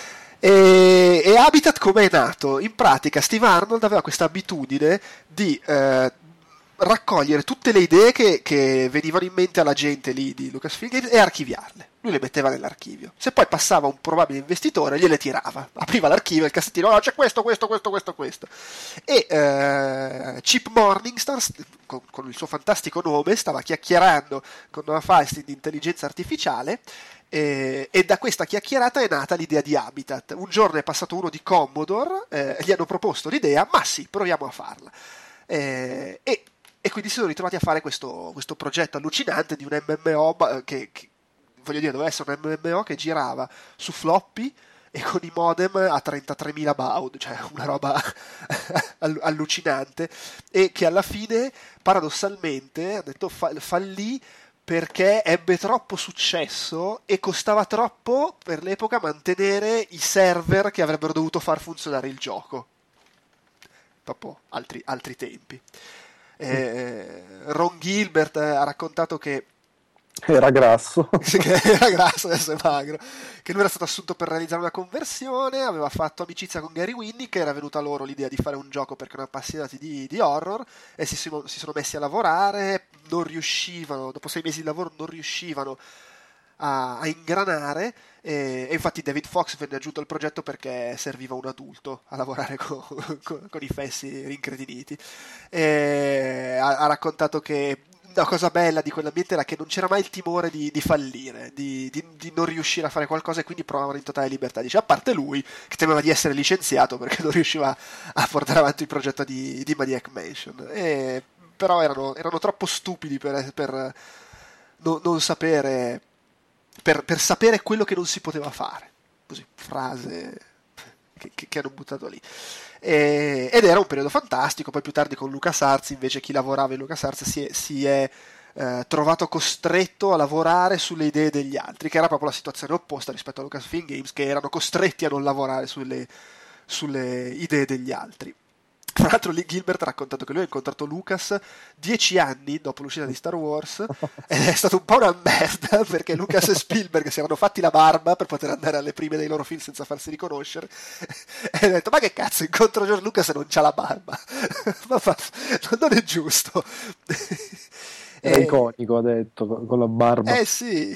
E, e Habitat come è nato? In pratica Steve Arnold aveva questa abitudine di eh, raccogliere tutte le idee che, che venivano in mente alla gente lì di Lucasfilm e archiviarle. Lui le metteva nell'archivio. Se poi passava un probabile investitore, gliele tirava. Apriva l'archivio, il cassettino, oh, c'è questo, questo, questo, questo, questo. E eh, Chip Morningstar, con, con il suo fantastico nome, stava chiacchierando con Noah Falstein di intelligenza artificiale, e, e da questa chiacchierata è nata l'idea di Habitat. Un giorno è passato uno di Commodore, eh, gli hanno proposto l'idea, ma sì, proviamo a farla. Eh, e E quindi si sono ritrovati a fare questo, questo progetto allucinante di un M M O che, che, voglio dire, doveva essere un M M O che girava su floppy e con i modem a trentatremila baud, cioè una roba allucinante, e che alla fine, paradossalmente, ha detto fa- fallì perché ebbe troppo successo e costava troppo per l'epoca mantenere i server che avrebbero dovuto far funzionare il gioco. proprio altri, altri tempi. Eh, Ron Gilbert ha raccontato che era grasso che era grasso, adesso è magro, che lui era stato assunto per realizzare una conversione, aveva fatto amicizia con Gary Winnick, era venuta loro l'idea di fare un gioco perché erano appassionati di, di horror, e si, si sono messi a lavorare, non riuscivano, dopo sei mesi di lavoro non riuscivano a, a ingranare, e, e infatti David Fox venne aggiunto al progetto perché serviva un adulto a lavorare con, con, con i fessi rincretiniti. E ha, ha raccontato che una cosa bella di quell'ambiente era che non c'era mai il timore di, di fallire, di, di, di non riuscire a fare qualcosa, e quindi provavano in totale libertà. Dice, a parte lui che temeva di essere licenziato perché non riusciva a portare avanti il progetto di, di Maniac Mansion, e, però erano, erano troppo stupidi per, per no, non sapere per, per sapere quello che non si poteva fare. Così, frase che, che, che hanno buttato lì. E, ed era un periodo fantastico. Poi più tardi con LucasArts, invece, chi lavorava in LucasArts si è, si è eh, trovato costretto a lavorare sulle idee degli altri, che era proprio la situazione opposta rispetto a Lucasfilm Games, che erano costretti a non lavorare sulle, sulle idee degli altri. Tra l'altro lì Gilbert ha raccontato che lui ha incontrato Lucas dieci anni dopo l'uscita di Star Wars, ed è stato un po' una merda perché Lucas e Spielberg si erano fatti la barba per poter andare alle prime dei loro film senza farsi riconoscere, e ha detto, ma che cazzo, incontro George Lucas e non c'ha la barba ma fa, non è giusto. È e... iconico, ha detto, con la barba. Eh sì.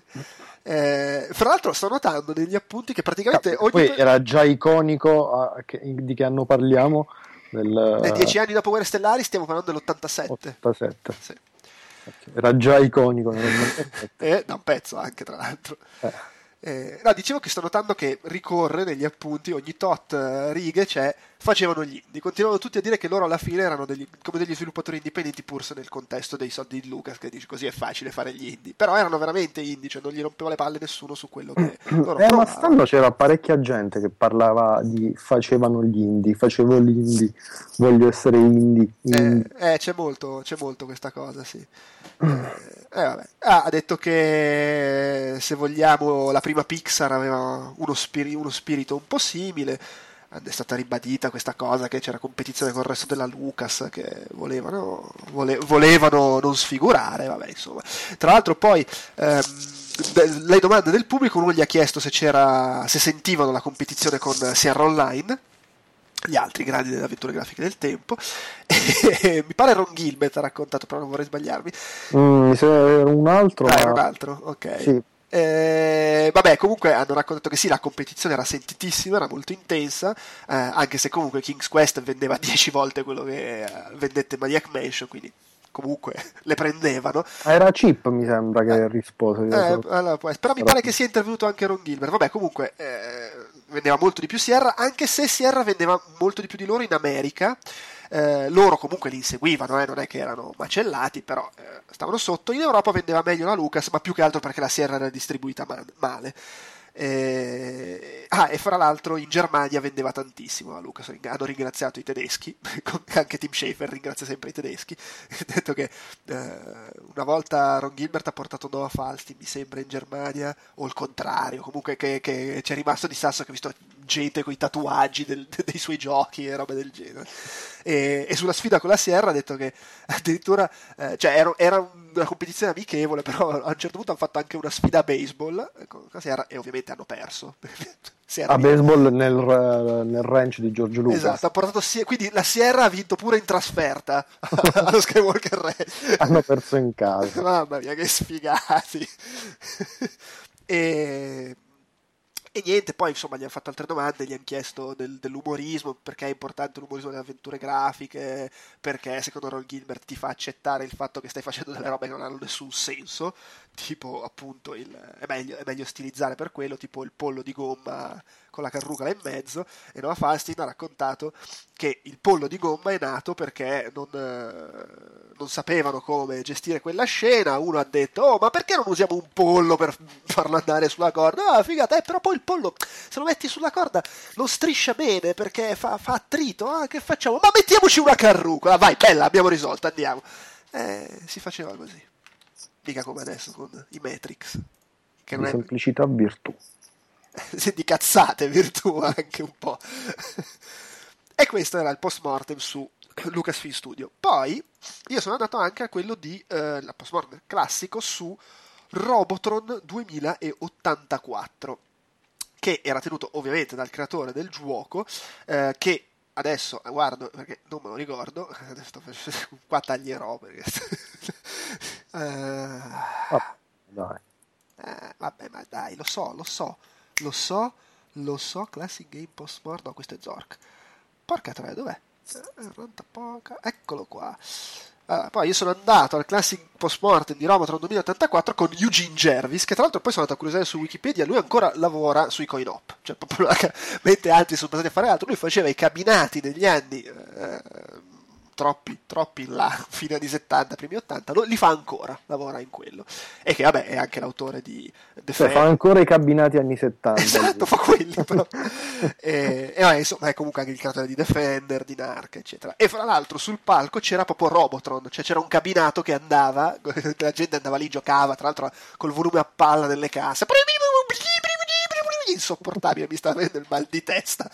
Eh, fra l'altro sto notando negli appunti che praticamente ogni... poi era già iconico a, che, di che anno parliamo? Del... Eh, dieci anni dopo Guerre Stellari, stiamo parlando dell'ottantasette. ottantasette. Sì. Era già iconico eh, da un pezzo anche, tra l'altro. eh. Eh, no, dicevo che sto notando che ricorre negli appunti ogni tot uh, righe, cioè facevano gli indie, continuavano tutti a dire che loro alla fine erano degli, come degli sviluppatori indipendenti, pur se nel contesto dei soldi di Lucas, che dici così è facile fare gli indie, però erano veramente indie, cioè non gli rompeva le palle nessuno su quello che loro eh, ma stando c'era parecchia gente che parlava di facevano gli indie, facevo gli indie, voglio essere indie, indie. Eh, eh, c'è molto, c'è molto questa cosa, sì. Eh, eh, vabbè. Ah, ha detto che, se vogliamo, la prima Pixar aveva uno, spiri- uno spirito un po' simile. È stata ribadita questa cosa che c'era competizione con il resto della Lucas, che volevano, vole- volevano non sfigurare, vabbè, insomma. Tra l'altro poi ehm, le domande del pubblico, uno gli ha chiesto se c'era, se sentivano la competizione con Sierra Online, gli altri grandi delle avventure grafiche del tempo, e mi pare Ron Gilbert ha raccontato, però non vorrei sbagliarmi. Mm, se era un altro. Ah, ma... era un altro, ok. Sì. Eh, vabbè, comunque hanno raccontato che sì, la competizione era sentitissima, era molto intensa, eh, anche se comunque King's Quest vendeva dieci volte quello che eh, vendette Maniac Mansion, quindi comunque le prendevano. Era Chip, mi sembra che eh, rispose. Eh, allora, però mi però... pare che sia intervenuto anche Ron Gilbert. Vabbè, comunque eh, vendeva molto di più Sierra, anche se Sierra vendeva molto di più di loro in America. Eh, loro comunque li inseguivano, eh, non è che erano macellati, però eh, stavano sotto. In Europa vendeva meglio la Lucas, ma più che altro perché la Sierra era distribuita man- male. Eh, ah, e fra l'altro in Germania vendeva tantissimo la Lucas, hanno ringraziato i tedeschi, anche Tim Schafer ringrazia sempre i tedeschi, ha detto che eh, una volta Ron Gilbert ha portato Noah Falstein, mi sembra, in Germania, o il contrario, comunque che, che c'è rimasto di sasso, che ha visto gente con i tatuaggi del, dei suoi giochi e robe del genere. E, e sulla sfida con la Sierra ha detto che addirittura eh, cioè era, era una competizione amichevole, però a un certo punto hanno fatto anche una sfida a baseball con la Sierra, e ovviamente hanno perso. A baseball nel, nel ranch di George Lucas. Esatto, ha portato, quindi la Sierra ha vinto pure in trasferta allo Skywalker Ranch. Hanno perso in casa. Mamma mia, che sfigati. e E niente, poi insomma gli hanno fatto altre domande, gli hanno chiesto del, dell'umorismo, perché è importante l'umorismo nelle avventure grafiche, perché secondo Ron Gilbert ti fa accettare il fatto che stai facendo delle robe che non hanno nessun senso, tipo appunto il, è, meglio, è meglio stilizzare per quello, tipo il pollo di gomma con la carrucola in mezzo. E Noah Falstein ha raccontato che il pollo di gomma è nato perché non, eh, non sapevano come gestire quella scena. Uno ha detto, oh, ma perché non usiamo un pollo per farlo andare sulla corda? Ah, figata, eh, però poi il pollo, se lo metti sulla corda, non striscia bene perché fa, fa attrito. Ah, che facciamo? Ma mettiamoci una carrucola, vai, bella, abbiamo risolto, andiamo. Eh, si faceva così, mica come adesso con i Matrix, che di non è... semplicità virtù. di cazzate virtù anche un po'. E questo era il post-mortem su Lucasfilm Studio. Poi io sono andato anche a quello di eh, la post-mortem classico su Robotron duemilaottantaquattro, che era tenuto ovviamente dal creatore del gioco, eh, che adesso guardo perché non me lo ricordo, adesso qua taglierò perché eh, Oh, dai. eh, vabbè, ma dai, lo so, lo so, lo so, lo so, Classic Game Post-Mortem, no, questo è Zork. Porca troia, dov'è? Eccolo qua. Allora, poi io sono andato al Classic Post-Mortem di Robotron duemilaottantaquattro con Eugene Jervis, che tra l'altro poi sono andato a curiosare su Wikipedia, lui ancora lavora sui coin-op, cioè proprio mentre altri sono passati a fare altro, lui faceva i cabinati negli anni eh, troppi, troppi in là, fine anni settanta, primi ottanta, lo, li fa ancora, lavora in quello, e che vabbè è anche l'autore di The Cioè, fa ancora i cabinati anni settanta. Esatto, fa quelli però. e, e vabbè, insomma è comunque anche il creatore di Defender, di Narc, eccetera. E fra l'altro sul palco c'era proprio Robotron, cioè c'era un cabinato che andava, la gente andava lì, giocava, tra l'altro col volume a palla nelle casse, insopportabile, mi sta avendo il mal di testa.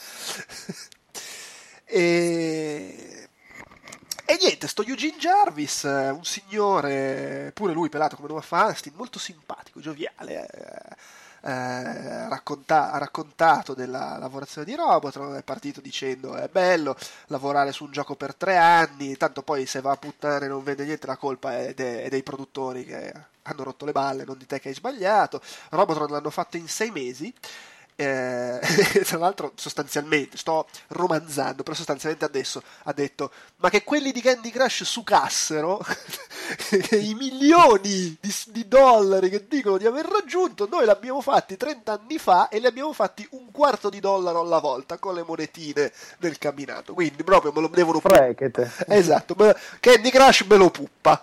e E niente, sto Eugene Jervis, un signore, pure lui pelato come Noah Falstein, molto simpatico, gioviale, eh, eh, racconta- ha raccontato della lavorazione di Robotron, è partito dicendo è bello lavorare su un gioco per tre anni, tanto poi se va a puttane non vende niente, la colpa è, de- è dei produttori che hanno rotto le balle, non di te che hai sbagliato. Robotron l'hanno fatto in sei mesi. Eh, tra l'altro sostanzialmente sto romanzando, però sostanzialmente adesso ha detto ma che quelli di Candy Crush sucassero i milioni di, di dollari che dicono di aver raggiunto, noi l'abbiamo fatti trenta anni fa e li abbiamo fatti un quarto di dollaro alla volta con le monetine del camminato, quindi proprio me lo devono Frechete. esatto, me, Candy Crush me lo puppa.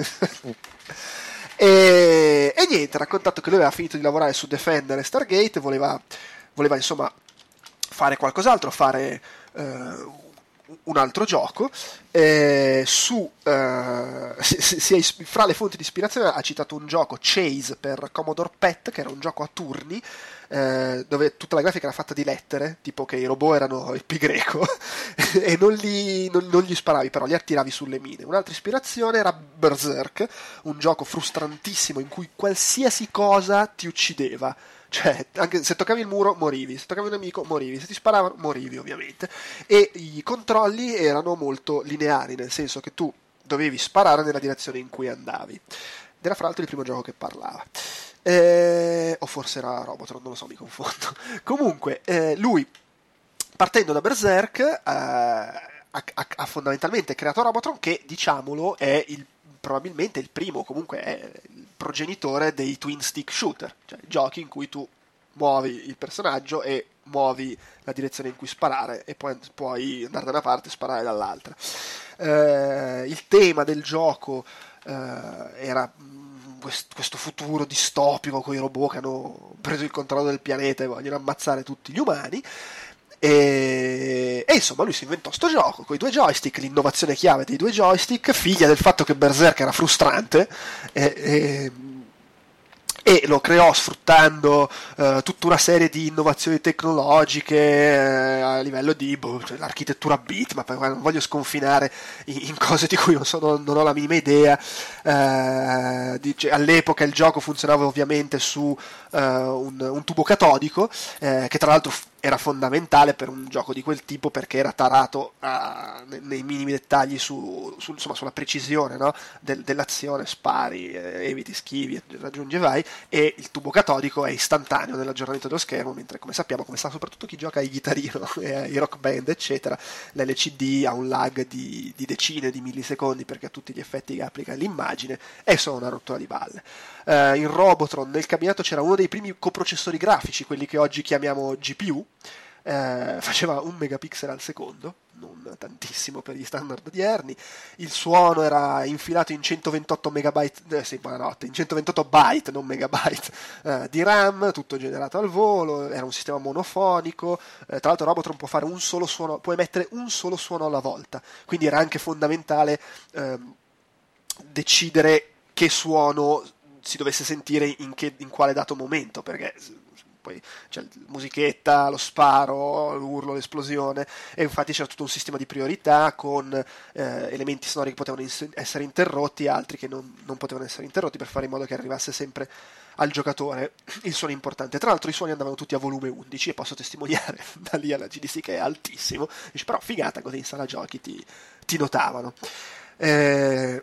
E, e niente, ha raccontato che lui aveva finito di lavorare su Defender e Stargate, voleva, voleva insomma fare qualcos'altro, fare eh, un altro gioco. Eh, su, eh, si, si è, fra le fonti di ispirazione ha citato un gioco, Chase, per Commodore P E T, che era un gioco a turni, eh, dove tutta la grafica era fatta di lettere, tipo che i robot erano il pi greco, e non, li, non, non gli sparavi, però li attiravi sulle mine. Un'altra ispirazione era Berserk, un gioco frustrantissimo in cui qualsiasi cosa ti uccideva. Cioè, anche se toccavi il muro morivi, se toccavi un nemico morivi, se ti sparavano morivi ovviamente, e i controlli erano molto lineari, nel senso che tu dovevi sparare nella direzione in cui andavi. Ed era fra l'altro il primo gioco che parlava, eh, o forse era Robotron, non lo so, mi confondo. Comunque eh, lui, partendo da Berserk, eh, ha, ha, ha fondamentalmente creato Robotron, che diciamolo è il probabilmente il primo, comunque è il progenitore dei twin stick shooter, cioè giochi in cui tu muovi il personaggio e muovi la direzione in cui sparare e poi puoi andare da una parte e sparare dall'altra. Eh, il tema del gioco eh, era questo futuro distopico con i robot che hanno preso il controllo del pianeta e vogliono ammazzare tutti gli umani. E, e insomma lui si inventò sto gioco con i due joystick, l'innovazione chiave dei due joystick, figlia del fatto che Berserk era frustrante, e, e, e lo creò sfruttando uh, tutta una serie di innovazioni tecnologiche uh, a livello di boh, cioè, l'architettura bit, ma poi non voglio sconfinare in, in cose di cui non, so, non, non ho la minima idea. Uh, dice, all'epoca il gioco funzionava ovviamente su uh, un, un tubo catodico, eh, che tra l'altro era fondamentale per un gioco di quel tipo, perché era tarato a, nei minimi dettagli su, su, insomma, sulla precisione, no? Del, dell'azione, spari, eh, eviti, schivi, raggiungi, vai, e il tubo catodico è istantaneo nell'aggiornamento dello schermo, mentre come sappiamo, come sa soprattutto chi gioca ai chitarrino e ai rock band eccetera, l'L C D ha un lag di, di decine di millisecondi perché ha tutti gli effetti che applica l'immagine, e sono una rottura di balle. Uh, in Robotron nel cabinato c'era uno dei primi coprocessori grafici, quelli che oggi chiamiamo G P U, uh, faceva un megapixel al secondo, non tantissimo per gli standard odierni, il suono era infilato in centoventotto megabyte, eh, sì, buonanotte, in centoventotto byte, non megabyte, uh, di RAM, tutto generato al volo, era un sistema monofonico, uh, tra l'altro Robotron può fare un solo suono, può emettere un solo suono alla volta, quindi era anche fondamentale uh, decidere che suono si dovesse sentire in, che, in quale dato momento, perché poi c'è la musichetta, lo sparo, l'urlo, l'esplosione, e infatti c'era tutto un sistema di priorità con eh, elementi sonori che potevano ins- essere interrotti e altri che non, non potevano essere interrotti, per fare in modo che arrivasse sempre al giocatore il suono importante. Tra l'altro i suoni andavano tutti a volume undici e posso testimoniare da lì alla G D C che è altissimo. Dice, però figata, così in sala giochi ti, ti notavano. Eh...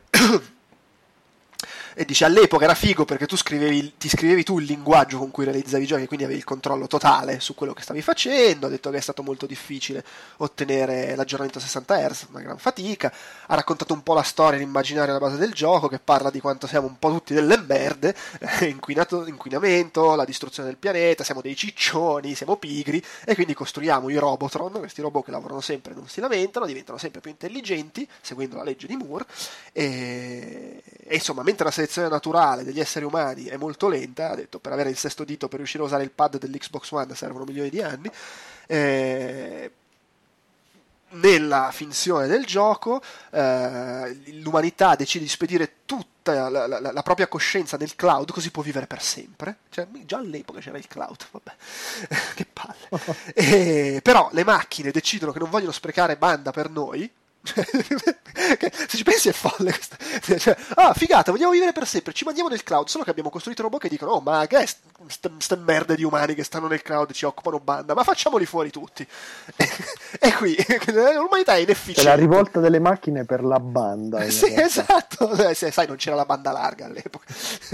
E dice, all'epoca era figo perché tu scrivevi, ti scrivevi tu il linguaggio con cui realizzavi i giochi, quindi avevi il controllo totale su quello che stavi facendo. Ha detto che è stato molto difficile ottenere l'aggiornamento a sessanta hertz, una gran fatica. Ha raccontato un po' la storia, l'immaginario alla base del gioco, che parla di quanto siamo un po' tutti delle merde, eh, inquinato, inquinamento, la distruzione del pianeta, siamo dei ciccioni, siamo pigri, e quindi costruiamo i Robotron, questi robot che lavorano sempre e non si lamentano, diventano sempre più intelligenti, seguendo la legge di Moore, e, e insomma, mentre la selezione naturale degli esseri umani è molto lenta, ha detto, per avere il sesto dito per riuscire a usare il pad dell'Xbox One servono milioni di anni. Eh, nella finzione del gioco eh, l'umanità decide di spedire tutta la, la, la propria coscienza nel cloud, così può vivere per sempre. Cioè, già all'epoca c'era il cloud, vabbè, che palle. E, però le macchine decidono che non vogliono sprecare banda per noi. Se ci pensi è folle questa. Cioè, ah, figata, vogliamo vivere per sempre, ci mandiamo nel cloud, solo che abbiamo costruito robot che dicono, oh, ma che è queste merde di umani che stanno nel cloud e ci occupano banda, ma facciamoli fuori tutti. E qui l'umanità è inefficiente. C'è la rivolta delle macchine per la banda. Sì, realtà. Esatto. Eh, sai, non c'era la banda larga all'epoca.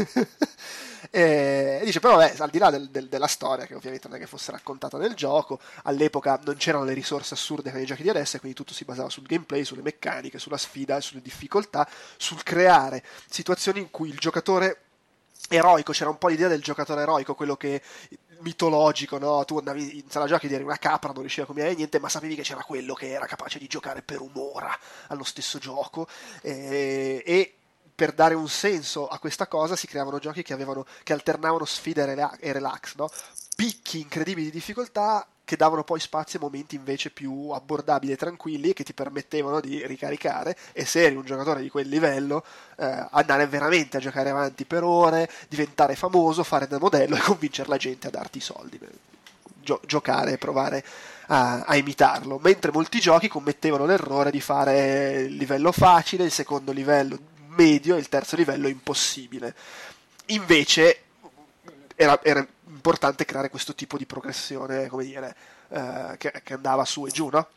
E dice, però beh, al di là del, del, della storia, che ovviamente non è che fosse raccontata nel gioco, all'epoca non c'erano le risorse assurde che nei giochi di adesso, e quindi tutto si basava sul gameplay, sulle meccaniche, sulla sfida, sulle difficoltà, sul creare situazioni in cui il giocatore eroico, c'era un po' l'idea del giocatore eroico, quello che mitologico, no? Tu andavi in sala giochi ed eri una capra, non riuscivi a combinare niente, ma sapevi che c'era quello che era capace di giocare per un'ora allo stesso gioco, e, e per dare un senso a questa cosa si creavano giochi che avevano che alternavano sfida e relax, no? Picchi incredibili di difficoltà che davano poi spazio a momenti invece più abbordabili e tranquilli, e che ti permettevano di ricaricare, e se eri un giocatore di quel livello eh, andare veramente a giocare avanti per ore, diventare famoso, fare da modello e convincere la gente a darti i soldi, Gio- giocare e provare a, a imitarlo, mentre molti giochi commettevano l'errore di fare il livello facile, il secondo livello medio e il terzo livello impossibile. Invece era, era importante creare questo tipo di progressione, come dire, eh, che, che andava su e giù, no?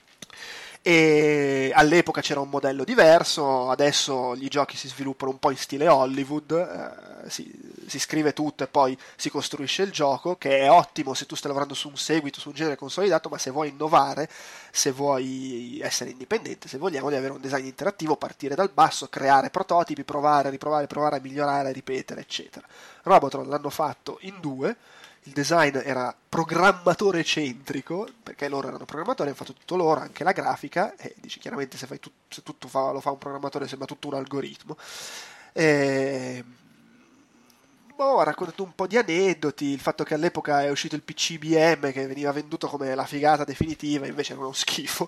E all'epoca c'era un modello diverso, adesso gli giochi si sviluppano un po' in stile Hollywood, eh, si, si scrive tutto e poi si costruisce il gioco, che è ottimo se tu stai lavorando su un seguito, su un genere consolidato, ma se vuoi innovare, se vuoi essere indipendente, se vogliamo, di avere un design interattivo, partire dal basso, creare prototipi, provare, riprovare, provare a migliorare, ripetere, eccetera. Robotron l'hanno fatto in due. Il design era programmatore centrico, perché loro erano programmatori, hanno fatto tutto loro, anche la grafica, e dici chiaramente se, fai tu, se tutto fa, lo fa un programmatore sembra tutto un algoritmo. E... boh, ha raccontato un po' di aneddoti, il fatto che all'epoca è uscito il P C I B M che veniva venduto come la figata definitiva, invece era uno schifo.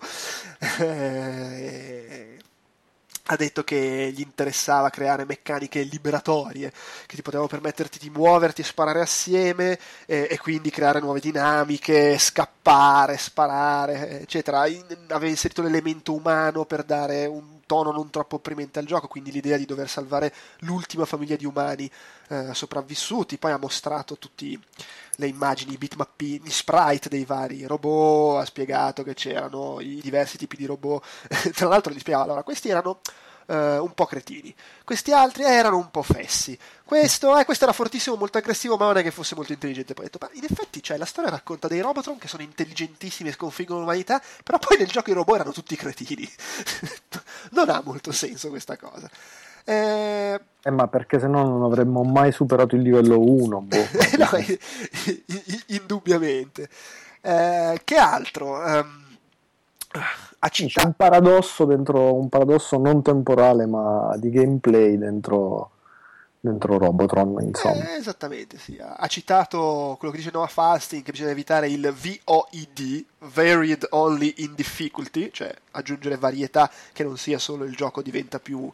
E... ha detto che gli interessava creare meccaniche liberatorie che ti potevano permetterti di muoverti e sparare assieme, e, e quindi creare nuove dinamiche, scappare, sparare, eccetera. In, aveva inserito l'elemento umano per dare un tono non troppo opprimente al gioco, quindi l'idea di dover salvare l'ultima famiglia di umani eh, sopravvissuti. Poi ha mostrato tutti le immagini, i bitmappini, gli sprite dei vari robot, ha spiegato che c'erano i diversi tipi di robot. Tra l'altro gli spiegava, allora, questi erano uh, un po' cretini, questi altri erano un po' fessi, questo, eh, questo era fortissimo, molto aggressivo, ma non è che fosse molto intelligente. Poi ho detto, ma in effetti, cioè, la storia racconta dei Robotron che sono intelligentissimi e sconfiggono l'umanità, però poi nel gioco i robot erano tutti cretini. Non ha molto senso questa cosa. Eh... Eh, ma perché se no non avremmo mai superato il livello uno. Boh. No, indubbiamente. Eh, che altro? Um, a città... C'è un paradosso dentro, un paradosso non temporale, ma di gameplay dentro, dentro Robotron, insomma. Eh, esattamente, sì. Ha citato quello che dice Noah Falstein, che bisogna evitare il V O I D, Varied Only in Difficulty, cioè aggiungere varietà, che non sia solo il gioco diventa più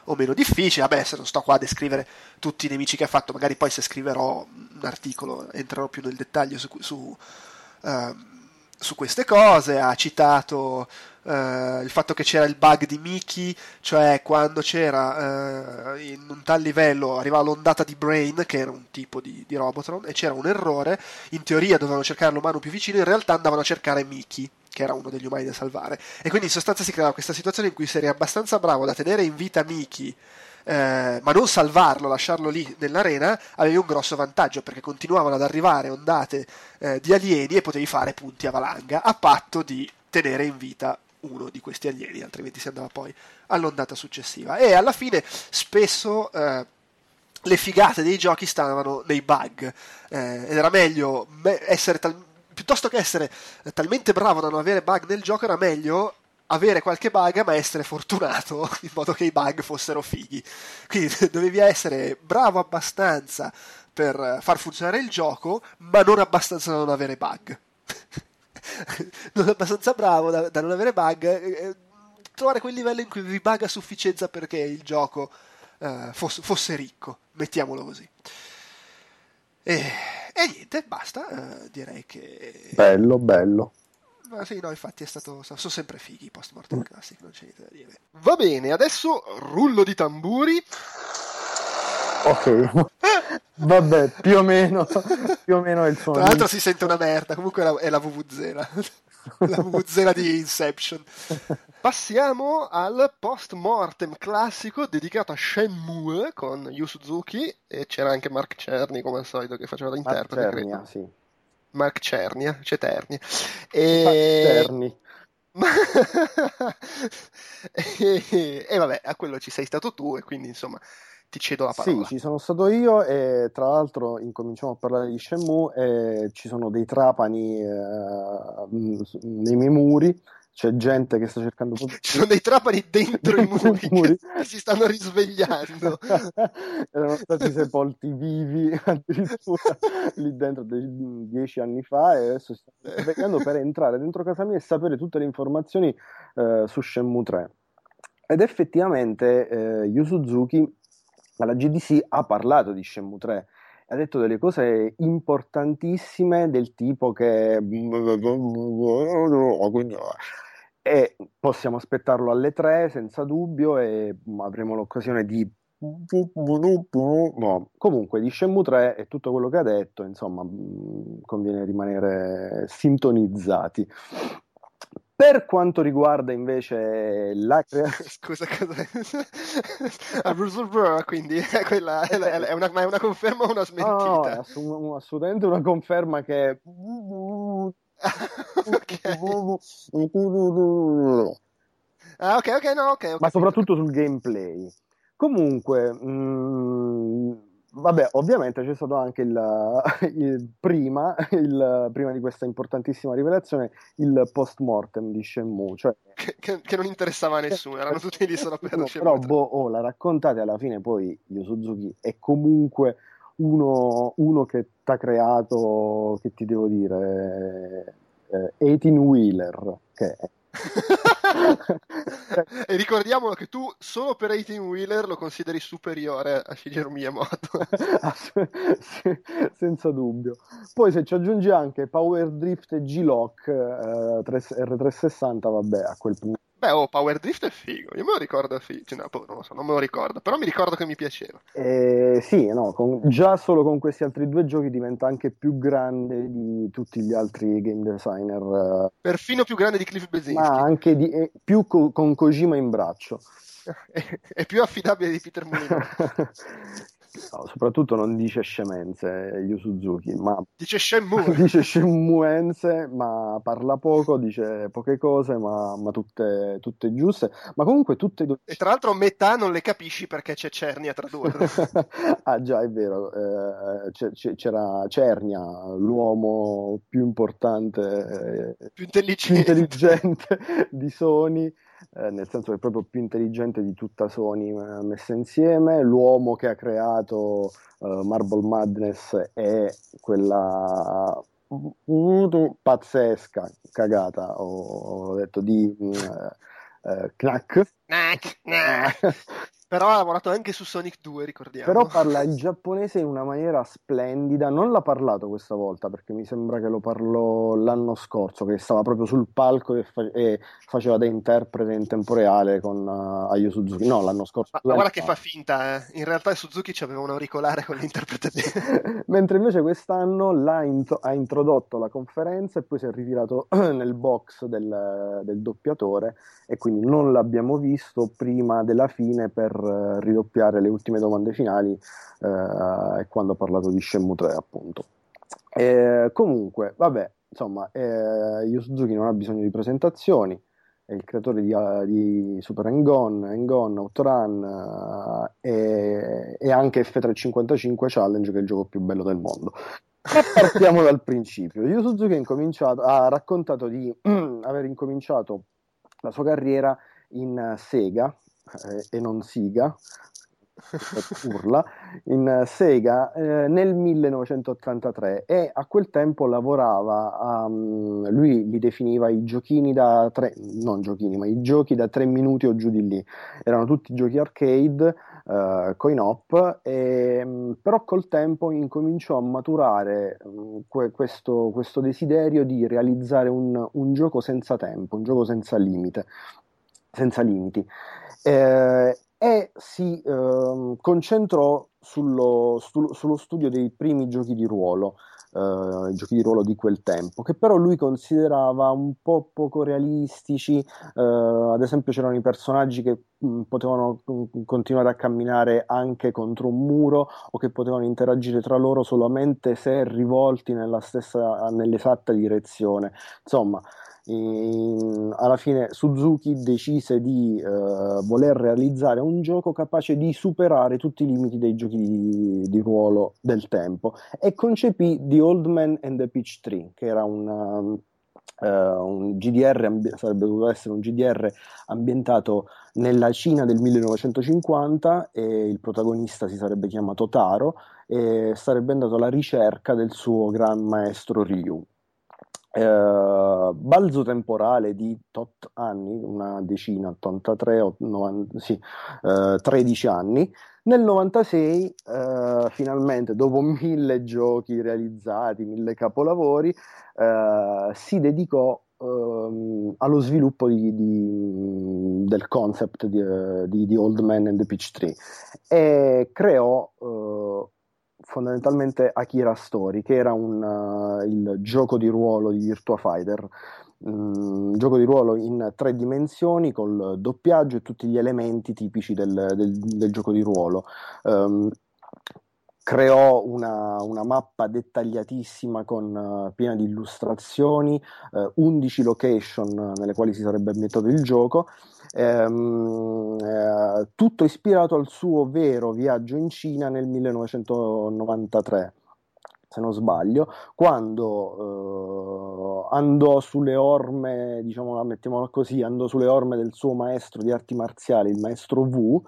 o meno difficile. Vabbè, se non sto qua a descrivere tutti i nemici che ha fatto, magari poi se scriverò un articolo entrerò più nel dettaglio su, su, uh, su queste cose. Ha citato uh, il fatto che c'era il bug di Mickey, cioè quando c'era uh, in un tal livello arrivava l'ondata di Brain, che era un tipo di, di Robotron, e c'era un errore, in teoria dovevano cercare l'umano più vicino, in realtà andavano a cercare Mickey, che era uno degli umani da salvare, e quindi in sostanza si creava questa situazione in cui se eri abbastanza bravo da tenere in vita Mickey, eh, ma non salvarlo, lasciarlo lì nell'arena, avevi un grosso vantaggio, perché continuavano ad arrivare ondate eh, di alieni e potevi fare punti a valanga, a patto di tenere in vita uno di questi alieni, altrimenti si andava poi all'ondata successiva. E alla fine spesso eh, le figate dei giochi stavano nei bug, eh, ed era meglio me- essere tal- piuttosto che essere talmente bravo da non avere bug nel gioco, era meglio avere qualche bug ma essere fortunato in modo che i bug fossero fighi. Quindi dovevi essere bravo abbastanza per far funzionare il gioco, ma non abbastanza da non avere bug. Non abbastanza bravo da, da non avere bug, eh, trovare quel livello in cui avevi bug a sufficienza perché il gioco eh, fosse, fosse ricco, mettiamolo così. E, e niente, basta, eh, direi che... Bello, bello. Ma sì, no, infatti è stato, sono sempre fighi i Post Mortem Classic, non c'è niente da dire. Va bene, adesso rullo di tamburi. Ok, vabbè, più o meno, più o meno è il suono. Tra l'altro si sente una merda, comunque è la, è la vuvuzela, la vuvuzela di Inception. Passiamo al post mortem classico dedicato a Shenmue con Yu Suzuki, e c'era anche Mark Cerny come al solito che faceva da interprete. Mark Cerny, credo. sì. Mark Cerny, c'è Terni. E... Cerny. e... e vabbè, a quello ci sei stato tu e quindi insomma ti cedo la parola. Sì, ci sono stato io e tra l'altro incominciamo a parlare di Shenmue e ci sono dei trapani eh, nei miei muri, c'è gente che sta cercando proprio... Ci sono dei trapani dentro i muri, muri. Che si stanno risvegliando. Erano stati sepolti vivi addirittura lì dentro dieci anni fa e adesso si stanno risvegliando per entrare dentro casa mia e sapere tutte le informazioni eh, su Shenmue tre. Ed effettivamente eh, Yu Suzuki alla G D C ha parlato di Shenmue tre, ha detto delle cose importantissime del tipo che e possiamo aspettarlo alle tre senza dubbio e avremo l'occasione di no. Comunque di Shenmue tre e tutto quello che ha detto, insomma, conviene rimanere sintonizzati. Per quanto riguarda invece la scusa, quindi quella è una, è una conferma o una smentita? No, è assolut- assolutamente una conferma che okay. ah ok ok no ok, ma soprattutto sul gameplay. Comunque mh, vabbè, ovviamente c'è stato anche il, il prima il prima di questa importantissima rivelazione il post mortem di Shenmue, cioè che, che, che non interessava a nessuno, erano tutti lì solo per no, Shenmue. Però boh, oh, la raccontate alla fine poi Yu Suzuki è comunque uno, uno che t'ha creato, che ti devo dire, eh, eighteen wheeler, che è e ricordiamolo che tu solo per eighteen wheeler lo consideri superiore a Shigeru Miyamoto. Senza dubbio. Poi se ci aggiungi anche Power Drift e G-Lock eh, R trecentosessanta, vabbè, a quel punto beh, oh, Power Drift è figo, io me lo ricordo figo, cioè, no, non lo so, non me lo ricordo, però mi ricordo che mi piaceva. Eh, sì, no, con, già solo con questi altri due giochi diventa anche più grande di tutti gli altri game designer. Perfino più grande di Cliff Bleszinski. Ma anche di, eh, più co- con Kojima in braccio. è, è più affidabile di Peter Molyneux. No, soprattutto non dice scemenze Yu Suzuki, ma dice Shenmue. dice scemuenze, ma parla poco, dice poche cose, ma, ma tutte, tutte giuste. Ma comunque tutte do- e tra l'altro metà non le capisci perché c'è Cerny a tradurre. Ah già, è vero, eh, c- c'era Cernia, l'uomo più importante, eh, più intelligente, più intelligente di Sony. Eh, nel senso che è proprio più intelligente di tutta Sony eh, messa insieme, l'uomo che ha creato uh, Marble Madness è quella uh, pazzesca cagata, ho, ho detto di uh, uh, Knack. Knack, knack. Però ha lavorato anche su Sonic due, ricordiamo. Però parla il giapponese in una maniera splendida. Non l'ha parlato questa volta perché mi sembra che lo parlò l'anno scorso, che stava proprio sul palco e, fa- e faceva da interprete in tempo reale con uh, Ayu Suzuki. No, l'anno scorso. Ma, due ma anni guarda che fa. fa finta, eh. In realtà Suzuki c'aveva un auricolare con l'interprete. Mentre invece quest'anno l'ha intro- ha introdotto la conferenza e poi si è ritirato nel box del, del doppiatore e quindi non l'abbiamo visto prima della fine per eh, ridoppiare le ultime domande finali eh, e quando ha parlato di Shenmue tre appunto. E, comunque, vabbè, insomma, eh, Yu Suzuki non ha bisogno di presentazioni, è il creatore di, di Super Hang-On, Hang-On, Outrun eh, e, e anche F trecentocinquantacinque Challenge, che è il gioco più bello del mondo. Ma partiamo dal principio. Yu Suzuki ha, incominciato, ha raccontato di aver incominciato la sua carriera in Sega eh, e non Siga, urla, in Sega eh, nel millenovecentottantatré e a quel tempo lavorava a, um, lui li definiva i giochini da tre, non giochini, ma i giochi da tre minuti o giù di lì. Erano tutti giochi arcade, eh, coin-op, e, però col tempo incominciò a maturare um, que- questo, questo desiderio di realizzare un, un gioco senza tempo, un gioco senza limite, senza limiti. Eh, e si eh, concentrò sullo, sul- sullo studio dei primi giochi di ruolo, eh, i giochi di ruolo di quel tempo, che però lui considerava un po' poco realistici. Eh, ad esempio c'erano i personaggi che mh, potevano mh, continuare a camminare anche contro un muro o che potevano interagire tra loro solamente se rivolti nella stessa, nell'esatta direzione. Insomma, in- alla fine Suzuki decise di eh, voler realizzare un gioco capace di superare tutti i limiti dei giochi di, di ruolo del tempo e concepì The Old Man and the Peach Tree, che era un, um, eh, un G D R, ambi- sarebbe dovuto essere un G D R ambientato nella Cina del millenovecentocinquanta, e il protagonista si sarebbe chiamato Taro e sarebbe andato alla ricerca del suo gran maestro Ryu. Eh, balzo temporale di tot anni, una decina, ottantatré, o novanta, sì, eh, tredici anni. Nel novantasei, eh, finalmente, dopo mille giochi realizzati, mille capolavori, eh, si dedicò ehm, allo sviluppo di- di- del concept di, eh, di, di Old Man and the Peach Tree e creò eh, fondamentalmente Akira Story, che era un, uh, il gioco di ruolo di Virtua Fighter, un gioco di ruolo in tre dimensioni col doppiaggio e tutti gli elementi tipici del, del- del gioco di ruolo. Um, creò una, una mappa dettagliatissima con uh, piena di illustrazioni, uh, undici location nelle quali si sarebbe ambientato il gioco. Ehm, eh, tutto ispirato al suo vero viaggio in Cina nel millenovecentonovantatré, se non sbaglio, quando eh, andò sulle orme, diciamo, mettiamola così, andò sulle orme del suo maestro di arti marziali, il maestro Wu,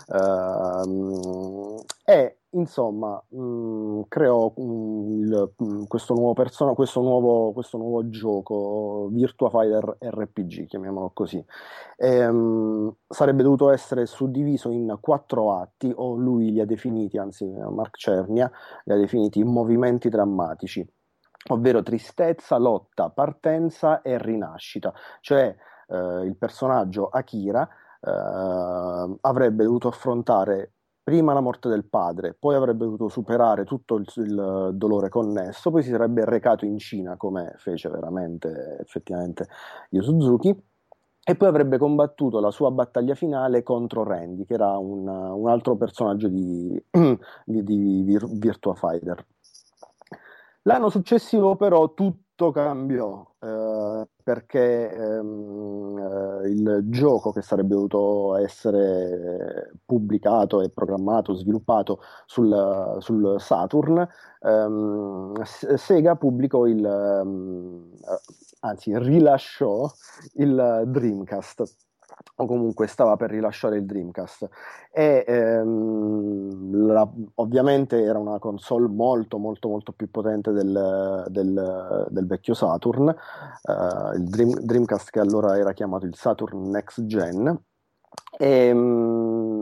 ehm, e insomma mh, creò mh, il- mh, questo nuovo persona, questo nuovo, questo nuovo gioco, Virtua Fighter R P G, chiamiamolo così. Ehm, sarebbe dovuto essere suddiviso in quattro atti, o lui li ha definiti, anzi Mark Cernia li ha definiti movimenti drammatici, ovvero tristezza, lotta, partenza e rinascita. Cioè eh, il personaggio Akira eh, avrebbe dovuto affrontare prima la morte del padre, poi avrebbe dovuto superare tutto il, il dolore connesso, poi si sarebbe recato in Cina, come fece veramente effettivamente Yu Suzuki, e poi avrebbe combattuto la sua battaglia finale contro Randy, che era un, un altro personaggio di, di, di Vir- Virtua Fighter. L'anno successivo però tutto cambiò, eh, perché ehm, eh, il gioco che sarebbe dovuto essere pubblicato e programmato, sviluppato sul, sul Saturn, ehm, S- Sega pubblicò il, ehm, eh, anzi rilasciò il Dreamcast, o comunque stava per rilasciare il Dreamcast. E ehm, la- ovviamente era una console molto molto molto più potente del, del- del vecchio Saturn, eh, il Dream- Dreamcast, che allora era chiamato il Saturn Next Gen. E, mh,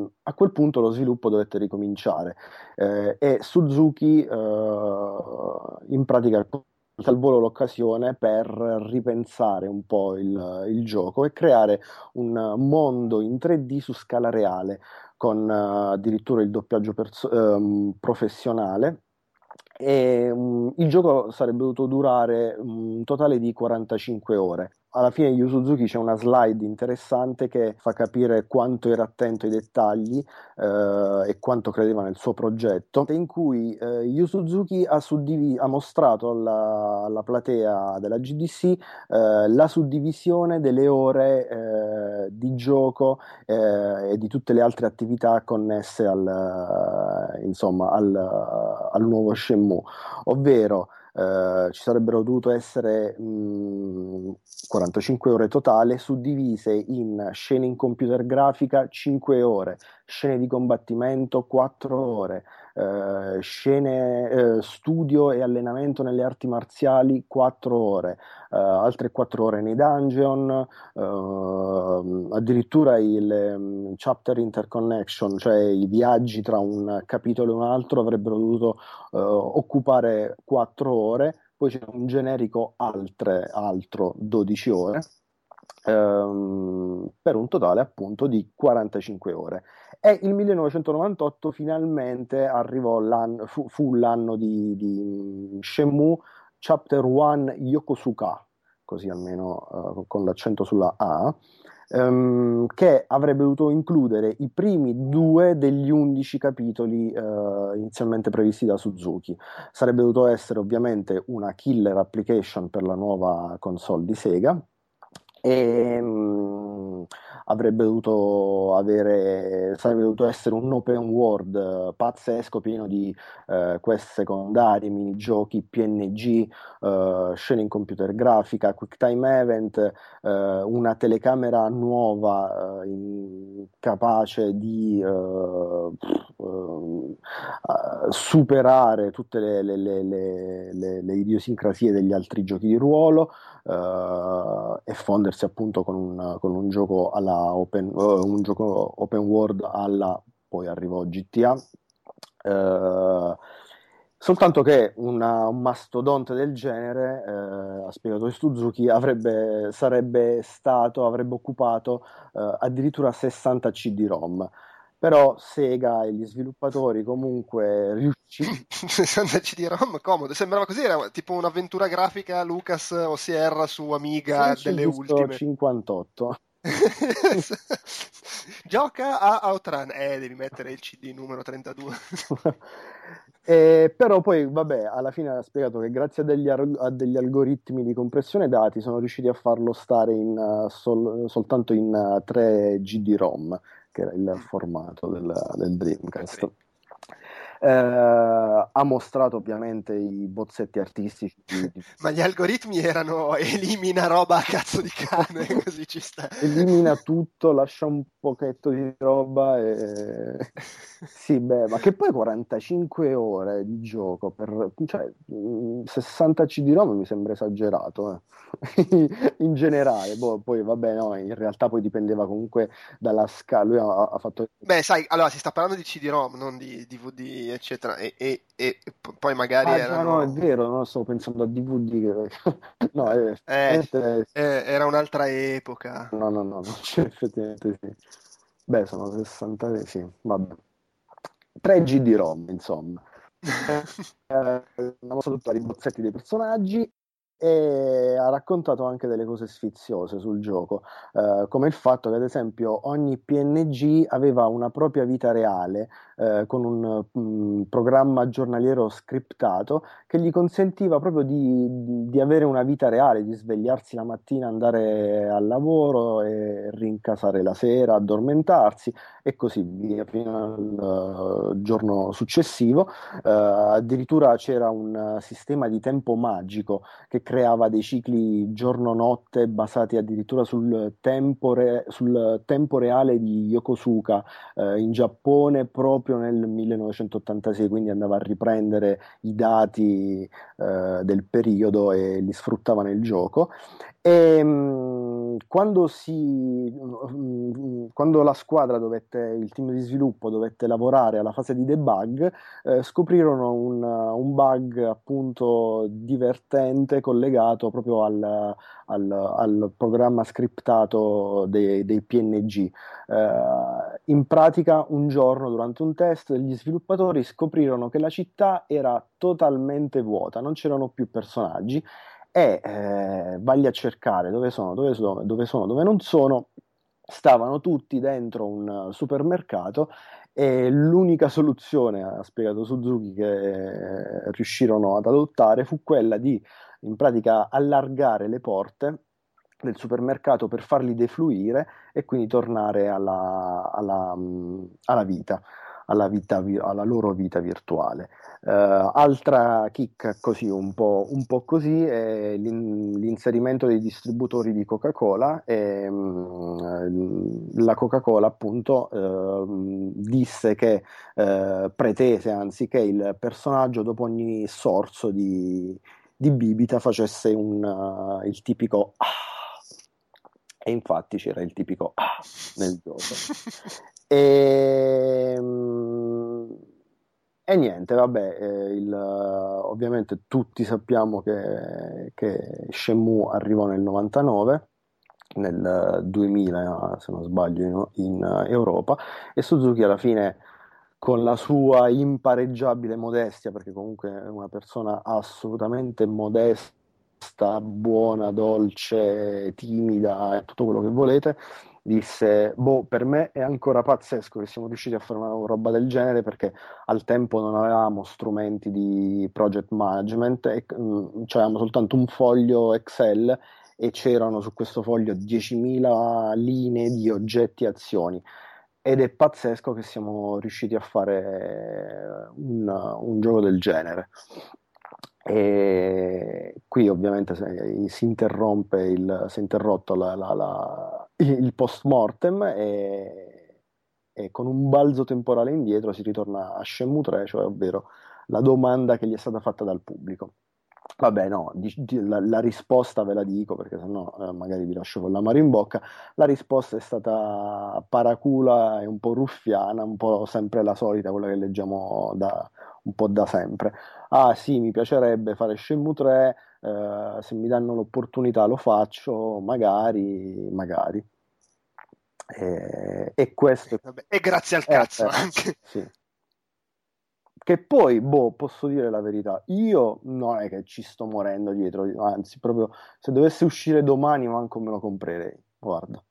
a quel punto lo sviluppo dovette ricominciare eh, e Suzuki eh, in pratica al volo l'occasione per ripensare un po' il, il gioco e creare un mondo in tre D su scala reale con uh, addirittura il doppiaggio perso- ehm, professionale. E um, il gioco sarebbe dovuto durare un totale di quarantacinque ore. Alla fine Yu Suzuki c'è una slide interessante che fa capire quanto era attento ai dettagli eh, e quanto credeva nel suo progetto, in cui eh, Yu Suzuki ha, suddivi- ha mostrato alla, alla platea della G D C eh, la suddivisione delle ore eh, di gioco eh, e di tutte le altre attività connesse al, eh, insomma, al, al nuovo Shenmue, ovvero Uh, ci sarebbero dovute essere mh, quarantacinque ore totale suddivise in scene in computer grafica cinque ore, scene di combattimento quattro ore, uh, scene uh, studio e allenamento nelle arti marziali quattro ore, uh, altre quattro ore nei dungeon, uh, addirittura il um, chapter interconnection, cioè i viaggi tra un capitolo e un altro avrebbero dovuto uh, occupare quattro ore. Poi c'è un generico altre, altro dodici ore, ehm, per un totale appunto di quarantacinque ore. E il millenovecentonovantotto finalmente arrivò l'anno, fu, fu l'anno di, di Shenmue Chapter uno Yokosuka, così almeno uh, con l'accento sulla A, Um, che avrebbe dovuto includere i primi due degli undici capitoli uh, inizialmente previsti da Suzuki. Sarebbe dovuto essere ovviamente una killer application per la nuova console di Sega e um, avrebbe dovuto avere sarebbe dovuto essere un open world uh, pazzesco, pieno di uh, quest secondarie, minigiochi, P N G, uh, scene in computer grafica, quick time event, uh, una telecamera nuova uh, in, capace di uh, uh, uh, superare tutte le, le, le, le, le idiosincrasie degli altri giochi di ruolo uh, e fondersi appunto con un, con un gioco alla open, uh, un gioco open world alla, poi arrivò G T A. Uh, soltanto che una, un mastodonte del genere, eh, ha spiegato Suzuki, avrebbe, sarebbe stato, avrebbe occupato eh, addirittura sessanta C D ROM. Però Sega e gli sviluppatori comunque riuscì. sessanta C D ROM, comodo, sembrava così, era tipo un'avventura grafica Lucas o Sierra su Amiga Sì, delle il disco ultime. cinquantotto. Gioca a Outrun, eh, devi mettere il C D numero trentadue. Eh, però poi, vabbè, alla fine ha spiegato che grazie a degli, ar- a degli algoritmi di compressione dati sono riusciti a farlo stare in, uh, sol- soltanto in uh, tre G D ROM, che era il formato del, del Dreamcast. Eh, ha mostrato ovviamente i bozzetti artistici di, di... Ma gli algoritmi erano elimina roba a cazzo di cane, così ci sta. Elimina tutto, lascia un pochetto di roba e... Sì, beh, ma che poi quarantacinque ore di gioco per... cioè, sessanta C D ROM mi sembra esagerato, eh. In generale, boh, poi vabbè, no, in realtà poi dipendeva comunque dalla scala, lui ha, ha fatto... Beh, sai, allora si sta parlando di C D ROM, non di D V D, eccetera, e, e, e poi magari Ah, già, no, è erano... vero, no, stavo pensando a D V D che... no, è, Eh, effettivamente... eh, era un'altra epoca. No, no, no, no, cioè, effettivamente sì. Beh, sono sessanta, sì, vabbè. tre G D ROM, insomma. Eh, ha mostrato i bozzetti dei personaggi e ha raccontato anche delle cose sfiziose sul gioco, eh, come il fatto che ad esempio ogni P N G aveva una propria vita reale, eh, con un mh, programma giornaliero scriptato che gli consentiva proprio di, di avere una vita reale, di svegliarsi la mattina, andare al lavoro e rincasare la sera, addormentarsi e così via fino al uh, giorno successivo. Uh, addirittura c'era un uh, sistema di tempo magico che creava dei cicli giorno-notte basati addirittura sul tempo, re- sul tempo reale di Yokosuka, uh, in Giappone, proprio proprio nel millenovecentottantasei, quindi andava a riprendere i dati eh, del periodo e li sfruttava nel gioco. E mh, quando, si, mh, quando la squadra dovette, il team di sviluppo dovette lavorare alla fase di debug, eh, scoprirono un, un bug appunto divertente collegato proprio al, al, al programma scriptato dei, dei P N G. Eh, in pratica, un giorno durante un test, gli sviluppatori scoprirono che la città era totalmente vuota, non c'erano più personaggi. E eh, valli a cercare dove sono, dove sono, dove sono, dove non sono, stavano tutti dentro un supermercato e l'unica soluzione, ha spiegato Suzuki, che eh, riuscirono ad adottare fu quella di, in pratica, allargare le porte del supermercato per farli defluire e quindi tornare alla, alla, alla vita. Alla, vita, alla loro vita virtuale. Uh, altra chicca così un po', un po' così è l'in, l'inserimento dei distributori di Coca-Cola e um, la Coca-Cola appunto uh, disse che uh, pretese anzi che il personaggio dopo ogni sorso di, di bibita facesse un, uh, il tipico ah, e infatti c'era il tipico ah nel gioco. E, e niente, vabbè, eh, il, ovviamente tutti sappiamo che, che Shenmue arrivò nel novantanove, nel duemila se non sbaglio in, in Europa, e Suzuki alla fine, con la sua impareggiabile modestia, perché comunque è una persona assolutamente modesta, buona, dolce, timida, tutto quello che volete, disse, boh, per me è ancora pazzesco che siamo riusciti a fare una roba del genere, perché al tempo non avevamo strumenti di project management, e, mh, cioè avevamo soltanto un foglio Excel e c'erano su questo foglio diecimila linee di oggetti e azioni, ed è pazzesco che siamo riusciti a fare un, un gioco del genere. E qui ovviamente si, si interrompe il, si è interrotto la, la, la, il post mortem e, e con un balzo temporale indietro si ritorna a Shenmue tre, cioè ovvero la domanda che gli è stata fatta dal pubblico. Vabbè, no, di, di, la, la risposta ve la dico perché sennò eh, magari vi lascio con l'amaro in bocca. La risposta è stata paracula e un po' ruffiana, un po' sempre la solita, quella che leggiamo da, un po' da sempre. Ah sì, mi piacerebbe fare Shenmue tre, eh, se mi danno l'opportunità lo faccio, magari, magari. E, e questo e, vabbè, e grazie al eh, cazzo eh, anche. Sì. Che poi, boh, posso dire la verità, io non è che ci sto morendo dietro, anzi, proprio se dovesse uscire domani manco me lo comprerei, guarda.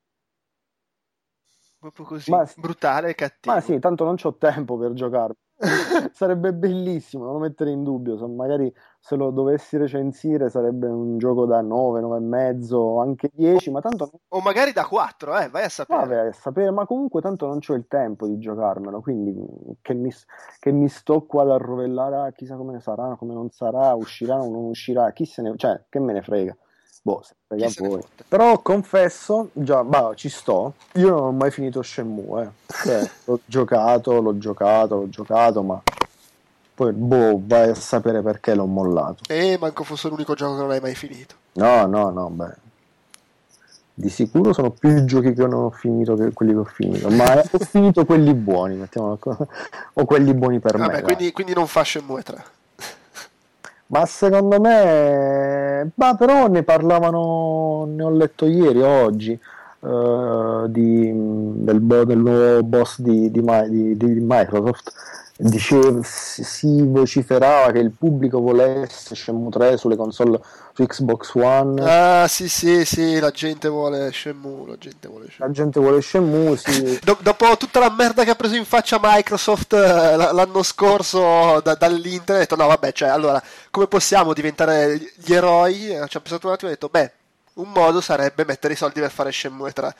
Proprio così, Ma, brutale e cattivo. Ma sì, tanto non c'ho tempo per giocarlo. Sarebbe bellissimo, non lo mettere in dubbio, se magari se lo dovessi recensire sarebbe un gioco da nove, nove e mezzo, anche dieci, ma tanto... O magari da quattro, eh, vai a sapere. Vabbè, a sapere, ma comunque tanto non c'ho il tempo di giocarmelo, quindi che mi, che mi sto qua ad arrovellare, ah, chissà come sarà, come non sarà, uscirà o non uscirà, chi se ne... cioè, che me ne frega. Boh, se frega voi. Però confesso, già, bah, ci sto, io non ho mai finito Shenmue, eh. Cioè, l'ho giocato, l'ho giocato, l'ho giocato, ma poi, boh, vai a sapere perché l'ho mollato. E manco fosse l'unico gioco che non hai mai finito. No, no, no, beh. Di sicuro sono più i giochi che non ho finito che quelli che ho finito, ma ho finito quelli buoni, mettiamolo co- o quelli buoni per Vabbè, me. Quindi, quindi non fa Shenmue tre. Ma secondo me, ma però ne parlavano, ne ho letto ieri o oggi, uh, di, del, del nuovo boss di, di, di, di Microsoft. Diceva, si, si vociferava che il pubblico volesse Shenmue tre sulle console, su Xbox One. Ah sì sì sì, la gente vuole Shenmue, la gente vuole Shenmue. La gente vuole Shenmue, sì. Do- dopo tutta la merda che ha preso in faccia Microsoft eh, l'anno scorso da- dall'Inter, ha detto no vabbè, cioè allora come possiamo diventare gli eroi? Eh, ci ha pensato un attimo e ha detto beh, un modo sarebbe mettere i soldi per fare Shenmue tre.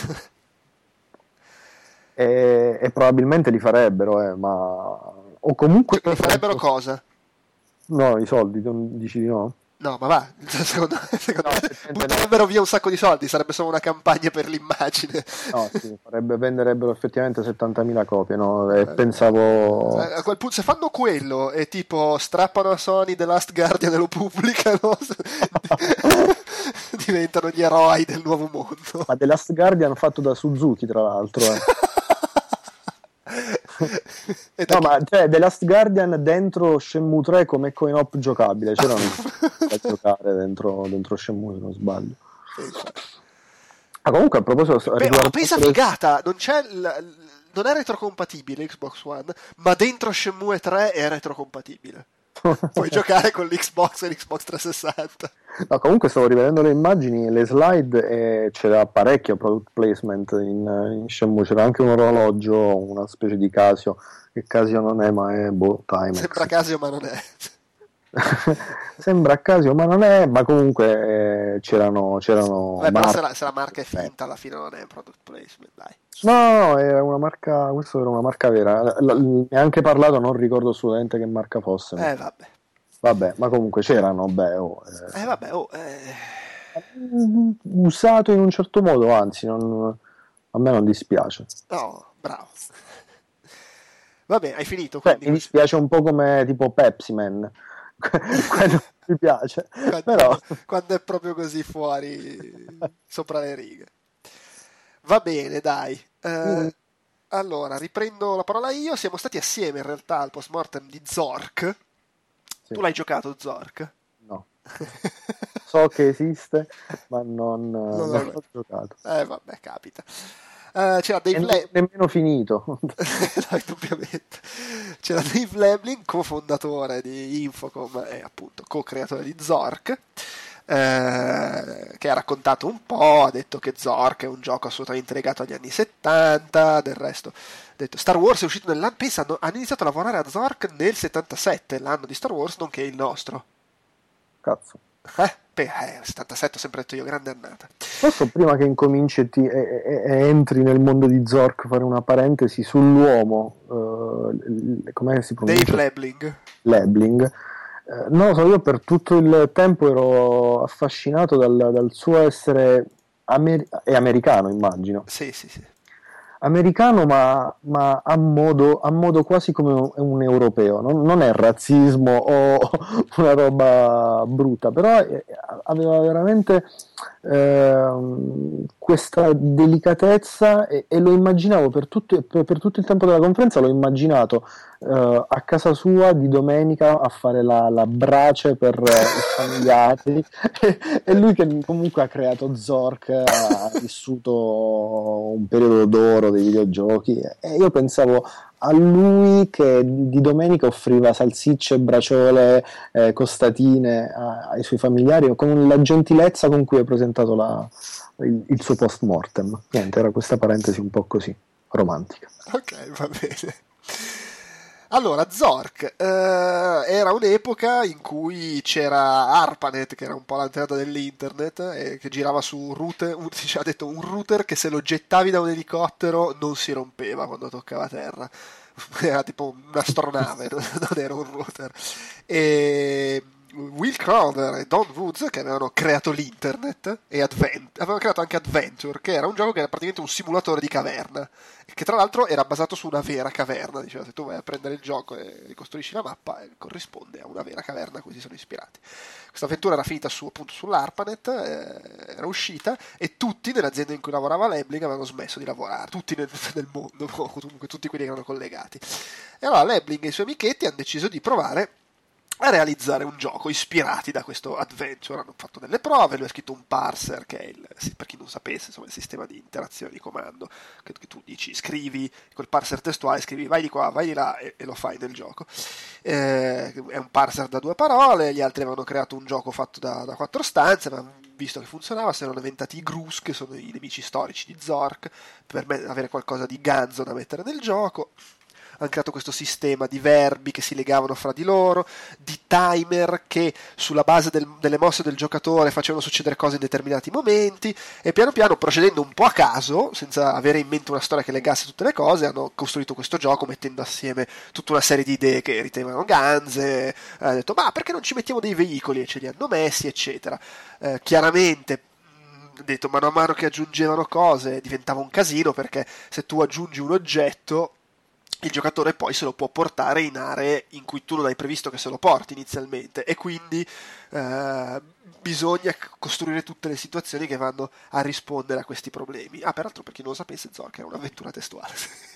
E, e probabilmente li farebbero, eh, ma o comunque Cioè, li farebbero cosa? No, i soldi, non dici di no? No, ma va, secondo, secondo No, me effettivamente butterebbero via un sacco di soldi, sarebbe solo una campagna per l'immagine. no, sì, farebbe, venderebbero effettivamente settantamila copie, no? E pensavo... A a quel punto, se fanno quello e tipo strappano a Sony The Last Guardian e lo pubblicano, diventano gli eroi del nuovo mondo. Ma The Last Guardian fatto da Suzuki, tra l'altro. Eh. E da No, chi- ma cioè, The Last Guardian dentro Shenmue tre come coin-op giocabile, c'erano da giocare dentro, dentro Shenmue, se non sbaglio. Ah, comunque, a proposito, Beh, ma riguardo- pensa figata, non c'è il- non è retrocompatibile Xbox One, ma dentro Shenmue tre è retrocompatibile. Puoi giocare con l'Xbox e l'Xbox trecentosessanta. No, comunque stavo rivedendo le immagini, le slide e c'era parecchio product placement in, in Shenmue, c'era anche un orologio, una specie di Casio, che Casio non è, ma è boh, Timex. Sembra Casio, ma non è. Sembra Casio, ma non è, ma comunque eh, c'erano, c'erano Vabbè, però marche. se la, se la marca è finta, alla fine non è un product placement, dai. No, no, no, era una marca, questo era una marca vera. L- l- mi ha anche parlato, non ricordo assolutamente che marca fosse. ma- Eh, vabbè. Vabbè, ma comunque c'erano, beh, oh, eh, Eh, vabbè, oh, eh, usato in un certo modo, anzi, non- a me non dispiace. no, bravo. Vabbè, hai finito, Beh, quindi. mi dispiace un po' come tipo Pepsi Man, quello mi piace, quando, però quando è proprio così fuori, sopra le righe. Va bene, dai. Eh, Mm. Allora, riprendo la parola io. Siamo stati assieme in realtà al post-mortem di Zork. Sì. Tu l'hai giocato, Zork? no. So che esiste, ma non, non l'ho- l'ho giocato. Eh, vabbè, capita. Eh, c'era Dave E Le- ne- nemmeno finito. No, indubbiamente. C'era Dave Lebling, cofondatore di Infocom e appunto co-creatore di Zork, eh, che ha raccontato un po', ha detto che Zork è un gioco assolutamente legato agli anni settanta, del resto ha detto Star Wars è uscito nell'anno, pensa, hanno, hanno iniziato a lavorare a Zork nel settantasette, l'anno di Star Wars, nonché il nostro. Cazzo. Eh? Beh, eh, settantasette ho sempre detto io, grande annata. Posso, prima che incominci e, ti- e- e- e entri nel mondo di Zork, fare una parentesi sull'uomo, eh, l- come si pronuncia? Dave Lebling. Lebling. Eh, non lo so, io per tutto il tempo ero affascinato dal, dal suo essere amer- è americano, immagino. Sì, sì, sì. Americano, ma, ma a, modo, a modo quasi come un, un europeo. Non, non è razzismo o una roba brutta, però eh, aveva veramente ehm, questa delicatezza e, e lo immaginavo per tutto, per, per tutto il tempo della conferenza, l'ho immaginato eh, a casa sua di domenica a fare la, la brace per eh, i familiari e, e lui che comunque ha creato Zork, ha vissuto un periodo d'oro dei videogiochi e io pensavo a lui che di domenica offriva salsicce, braciole, eh, costatine a- ai suoi familiari con la gentilezza con cui ha presentato la- il, il suo post mortem. Niente, era questa parentesi un po' così romantica. Ok, va bene. Allora, Zork eh, era un'epoca in cui c'era ARPANET, che era un po' l'antenata dell'internet, e che girava su un router, un, si ha detto un router che se lo gettavi da un elicottero non si rompeva quando toccava terra. Era tipo un'astronave, non era un router. E Will Crowther e Don Woods, che avevano creato l'internet e Advent, avevano creato anche Adventure, che era un gioco che era praticamente un simulatore di caverna, che tra l'altro era basato su una vera caverna. Diceva, se tu vai a prendere il gioco e ricostruisci la mappa, eh, corrisponde a una vera caverna a cui si sono ispirati. Questa avventura era finita su, appunto sull'ARPANET, eh, era uscita e tutti nell'azienda in cui lavorava Lebling avevano smesso di lavorare, tutti nel, nel mondo, comunque tutti quelli che erano collegati. E allora Lebling e i suoi amichetti hanno deciso di provare a realizzare un gioco ispirati da questo adventure. Hanno fatto delle prove, lui ha scritto un parser che è il, per chi non sapesse, insomma, il sistema di interazione di comando che, che tu dici, scrivi col parser testuale, scrivi vai di qua, vai di là e, e lo fai nel gioco. Eh, è un parser da due parole. Gli altri avevano creato un gioco fatto da, da quattro stanze, ma visto che funzionava si erano inventati i Grus, che sono i nemici storici di Zork, per me avere qualcosa di ganzo da mettere nel gioco. hanno creato questo sistema di verbi che si legavano fra di loro, di timer che sulla base del, delle mosse del giocatore facevano succedere cose in determinati momenti, e piano piano, procedendo un po' a caso, senza avere in mente una storia che legasse tutte le cose, hanno costruito questo gioco mettendo assieme tutta una serie di idee che ritenevano ganze. Hanno detto, ma perché non ci mettiamo dei veicoli, e ce li hanno messi, eccetera. Eh, chiaramente detto, mano a mano che aggiungevano cose diventava un casino, perché se tu aggiungi un oggetto il giocatore poi se lo può portare in aree in cui tu non hai previsto che se lo porti inizialmente, e quindi eh, bisogna costruire tutte le situazioni che vanno a rispondere a questi problemi. Ah, peraltro, per chi non lo sapesse, Zork era un'avventura testuale.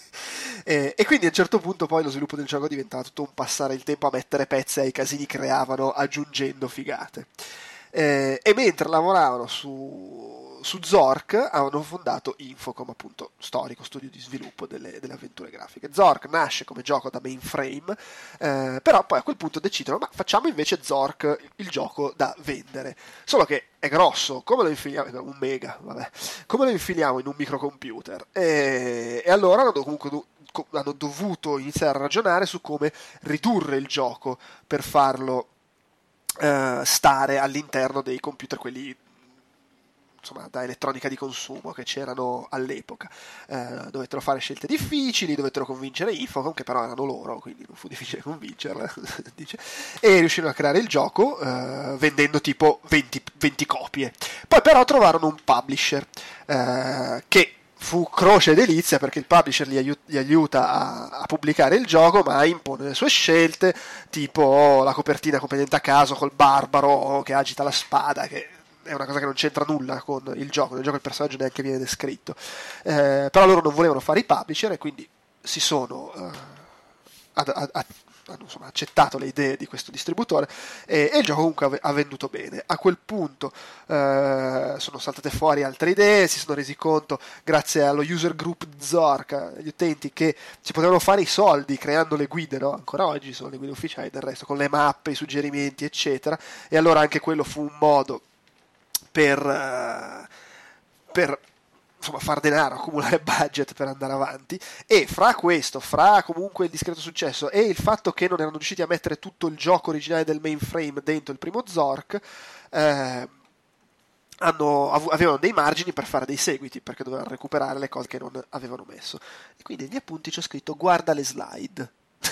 e, e quindi a un certo punto poi lo sviluppo del gioco diventava tutto un passare il tempo a mettere pezzi ai casini che creavano aggiungendo figate. Eh, e mentre lavoravano su, su Zork avevano fondato Infocom, appunto storico studio di sviluppo delle, delle avventure grafiche. Zork nasce come gioco da mainframe, eh, però poi a quel punto decidono, ma facciamo invece Zork il gioco da vendere, solo che è grosso, come lo infiliamo? Un mega, vabbè, come lo infiliamo in un microcomputer? E, e allora hanno comunque hanno dovuto iniziare a ragionare su come ridurre il gioco per farlo Uh, stare all'interno dei computer, quelli insomma da elettronica di consumo che c'erano all'epoca. Uh, dovettero fare scelte difficili, dovettero convincere Infocom, che però erano loro, quindi non fu difficile convincerla, dice, e riuscirono a creare il gioco uh, vendendo tipo venti, venti copie. Poi però trovarono un publisher uh, che fu croce e delizia, perché il publisher gli, aiut- gli aiuta a-, a pubblicare il gioco, ma impone le sue scelte, tipo la copertina completamente a caso col barbaro che agita la spada, che è una cosa che non c'entra nulla con il gioco. Nel gioco il personaggio neanche viene descritto, eh, però loro non volevano fare i publisher e quindi si sono uh, ad- ad- ad- hanno insomma accettato le idee di questo distributore, e, e il gioco comunque ha venduto bene. A quel punto eh, sono saltate fuori altre idee, si sono resi conto, grazie allo user group di Zork, gli utenti, che si potevano fare i soldi creando le guide, no? Ancora oggi sono le guide ufficiali del resto, con le mappe, i suggerimenti, eccetera, e allora anche quello fu un modo per, uh, per insomma far denaro, accumulare budget per andare avanti. E fra questo, fra comunque il discreto successo e il fatto che non erano riusciti a mettere tutto il gioco originale del mainframe dentro il primo Zork, eh, hanno, avevano dei margini per fare dei seguiti, perché dovevano recuperare le cose che non avevano messo. E quindi negli appunti c'ho scritto guarda le slide.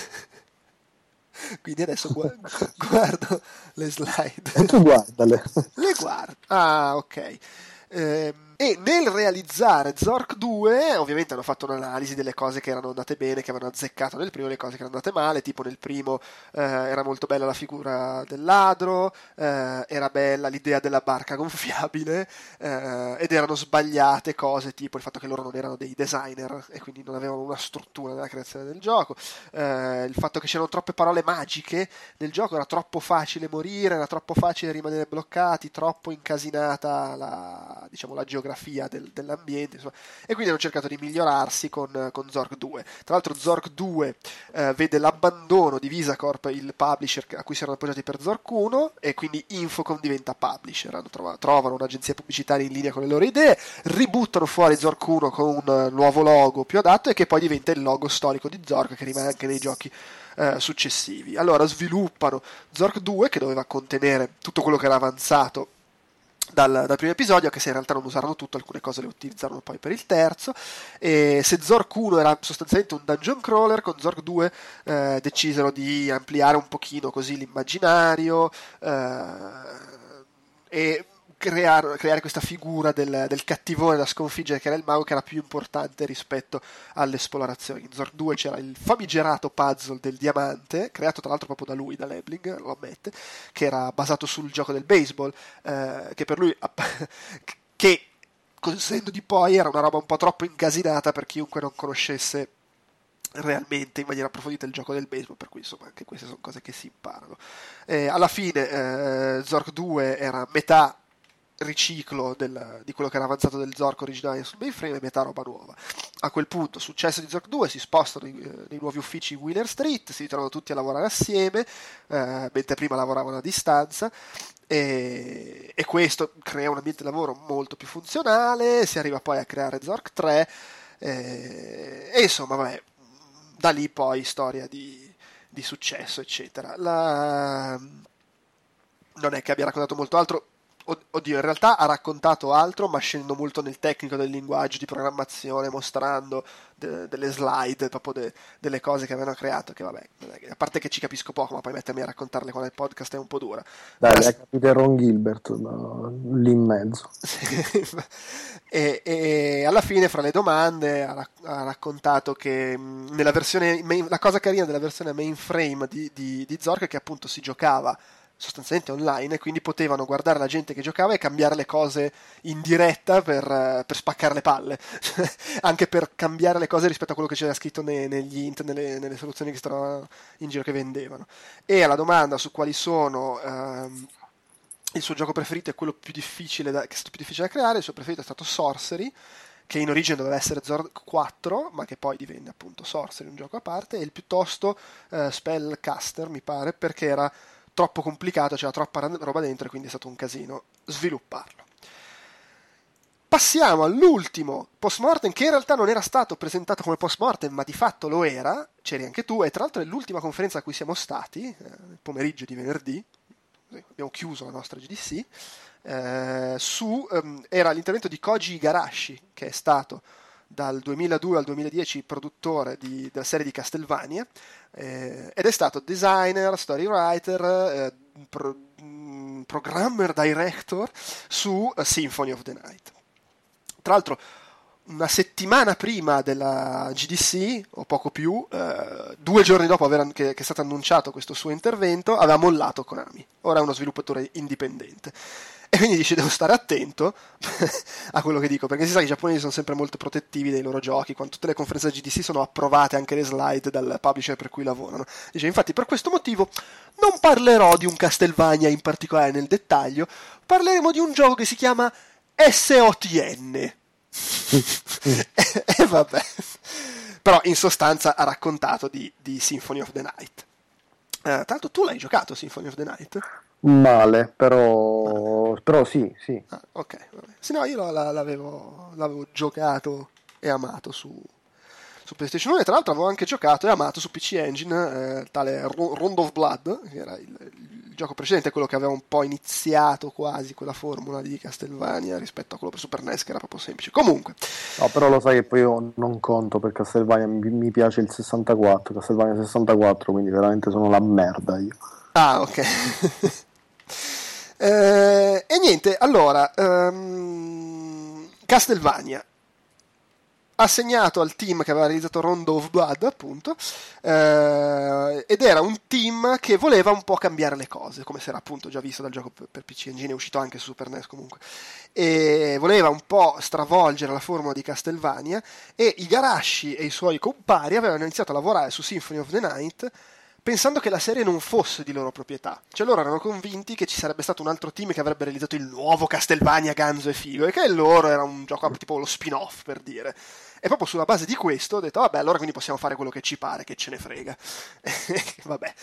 Quindi adesso guardo, guardo le slide. E tu guardale. Le guardo. Ah, ok. Ehm, e nel realizzare Zork due ovviamente hanno fatto un'analisi delle cose che erano andate bene, che avevano azzeccato nel primo, le cose che erano andate male. Tipo nel primo eh, era molto bella la figura del ladro, eh, era bella l'idea della barca gonfiabile, eh, ed erano sbagliate cose tipo il fatto che loro non erano dei designer e quindi non avevano una struttura nella creazione del gioco, eh, il fatto che c'erano troppe parole magiche nel gioco, era troppo facile morire, era troppo facile rimanere bloccati, troppo incasinata la, diciamo, la geografia Del, dell'ambiente, insomma. E quindi hanno cercato di migliorarsi con, con Zork due. Tra l'altro Zork due eh, vede l'abbandono di Visacorp, il publisher a cui si erano appoggiati per Zork uno, e quindi Infocom diventa publisher. Hanno trovato, trovano un'agenzia pubblicitaria in linea con le loro idee, ributtano fuori Zork uno con un nuovo logo più adatto, e che poi diventa il logo storico di Zork, che rimane anche nei giochi eh, successivi. Allora sviluppano Zork due, che doveva contenere tutto quello che era avanzato Dal, dal primo episodio, che se in realtà non usarono tutto, alcune cose le utilizzarono poi per il terzo. E se Zork uno era sostanzialmente un dungeon crawler, con Zork due eh, decisero di ampliare un pochino così l'immaginario eh, e creare, creare questa figura del, del cattivone da sconfiggere, che era il mago, che era più importante rispetto alle esplorazioni. In Zork due c'era il famigerato puzzle del diamante, creato tra l'altro proprio da lui, da Lebling, lo ammette, che era basato sul gioco del baseball, eh, che per lui che consentendo di poi era una roba un po' troppo incasinata per chiunque non conoscesse realmente in maniera approfondita il gioco del baseball, per cui insomma anche queste sono cose che si imparano. Eh, alla fine eh, Zork due era metà riciclo del, di quello che era avanzato del Zork originale sul mainframe e metà roba nuova. A quel punto, successo di Zork due, si spostano nei, nei nuovi uffici Wheeler Street, si ritrovano tutti a lavorare assieme, eh, mentre prima lavoravano a distanza, e, e questo crea un ambiente di lavoro molto più funzionale. Si arriva poi a creare Zork tre, eh, e insomma vabbè, da lì poi storia di, di successo, eccetera. La... Non è che abbia raccontato molto altro. Oddio, in realtà ha raccontato altro, ma scendendo molto nel tecnico del linguaggio di programmazione, mostrando de- delle slide, proprio de- delle cose che avevano creato, che vabbè, a parte che ci capisco poco, ma poi mettermi a raccontarle qua nel podcast è un po' dura. Dai, Però... hai capito Ron Gilbert, no? Lì in mezzo. e, e alla fine, fra le domande, ha, rac- ha raccontato che mh, nella versione main- la cosa carina della versione mainframe di, di, di Zork è che appunto si giocava sostanzialmente online, e quindi potevano guardare la gente che giocava e cambiare le cose in diretta per, per spaccare le palle anche per cambiare le cose rispetto a quello che c'era scritto nei, negli int, nelle, nelle soluzioni che stavano in giro che vendevano. E alla domanda su quali sono ehm, il suo gioco preferito e quello più difficile da, che è stato più difficile da creare, il suo preferito è stato Sorcery, che in origine doveva essere Zork quattro, ma che poi divenne appunto Sorcery, un gioco a parte, e il piuttosto eh, Spellcaster, mi pare, perché era troppo complicato, c'era troppa roba dentro e quindi è stato un casino svilupparlo. Passiamo all'ultimo post-mortem, che in realtà non era stato presentato come post-mortem, ma di fatto lo era, c'eri anche tu, e tra l'altro è l'ultima conferenza a cui siamo stati, eh, il pomeriggio di venerdì, abbiamo chiuso la nostra G D C, eh, su, um, era l'intervento di Koji Igarashi, che è stato dal duemiladue al duemiladieci produttore di, della serie di Castlevania, eh, ed è stato designer, story writer, eh, pro, mh, programmer, director su uh, Symphony of the Night. Tra l'altro una settimana prima della G D C, o poco più, eh, due giorni dopo aver, che, che è stato annunciato questo suo intervento, aveva mollato Konami. Ora è uno sviluppatore indipendente. E quindi dice, devo stare attento a quello che dico, perché si sa che i giapponesi sono sempre molto protettivi dei loro giochi, quando tutte le conferenze G D C sono approvate anche le slide dal publisher per cui lavorano. Dice, infatti per questo motivo non parlerò di un Castlevania in particolare nel dettaglio, parleremo di un gioco che si chiama S O T N. e, e vabbè. Però in sostanza ha raccontato di, di Symphony of the Night. Uh, tra l'altro tu l'hai giocato Symphony of the Night? Male, però, ah. però sì, sì. Ah, ok, vabbè. Sì, no, io l'avevo, l'avevo giocato e amato su, su PlayStation uno, e tra l'altro avevo anche giocato e amato su P C Engine, eh, tale Round of Blood, che era il, il gioco precedente, quello che aveva un po' iniziato quasi quella formula di Castlevania rispetto a quello per Super N E S, che era proprio semplice. Comunque. No, però lo sai che poi io non conto per Castlevania, mi, mi piace il sessantaquattro, Castlevania sessantaquattro, quindi veramente sono la merda io. Ah, ok. Eh, e niente, allora um, Castlevania assegnato al team che aveva realizzato Rondo of Blood, appunto, eh, ed era un team che voleva un po' cambiare le cose, come si era appunto già visto dal gioco per, per P C Engine, è uscito anche su Super N E S comunque, e voleva un po' stravolgere la formula di Castlevania, e Igarashi e i suoi compari avevano iniziato a lavorare su Symphony of the Night pensando che la serie non fosse di loro proprietà. Cioè loro erano convinti che ci sarebbe stato un altro team che avrebbe realizzato il nuovo Castlevania ganzo e figo, e che il loro era un gioco tipo lo spin-off, per dire. E proprio sulla base di questo ho detto, vabbè, allora quindi possiamo fare quello che ci pare, che ce ne frega. Vabbè.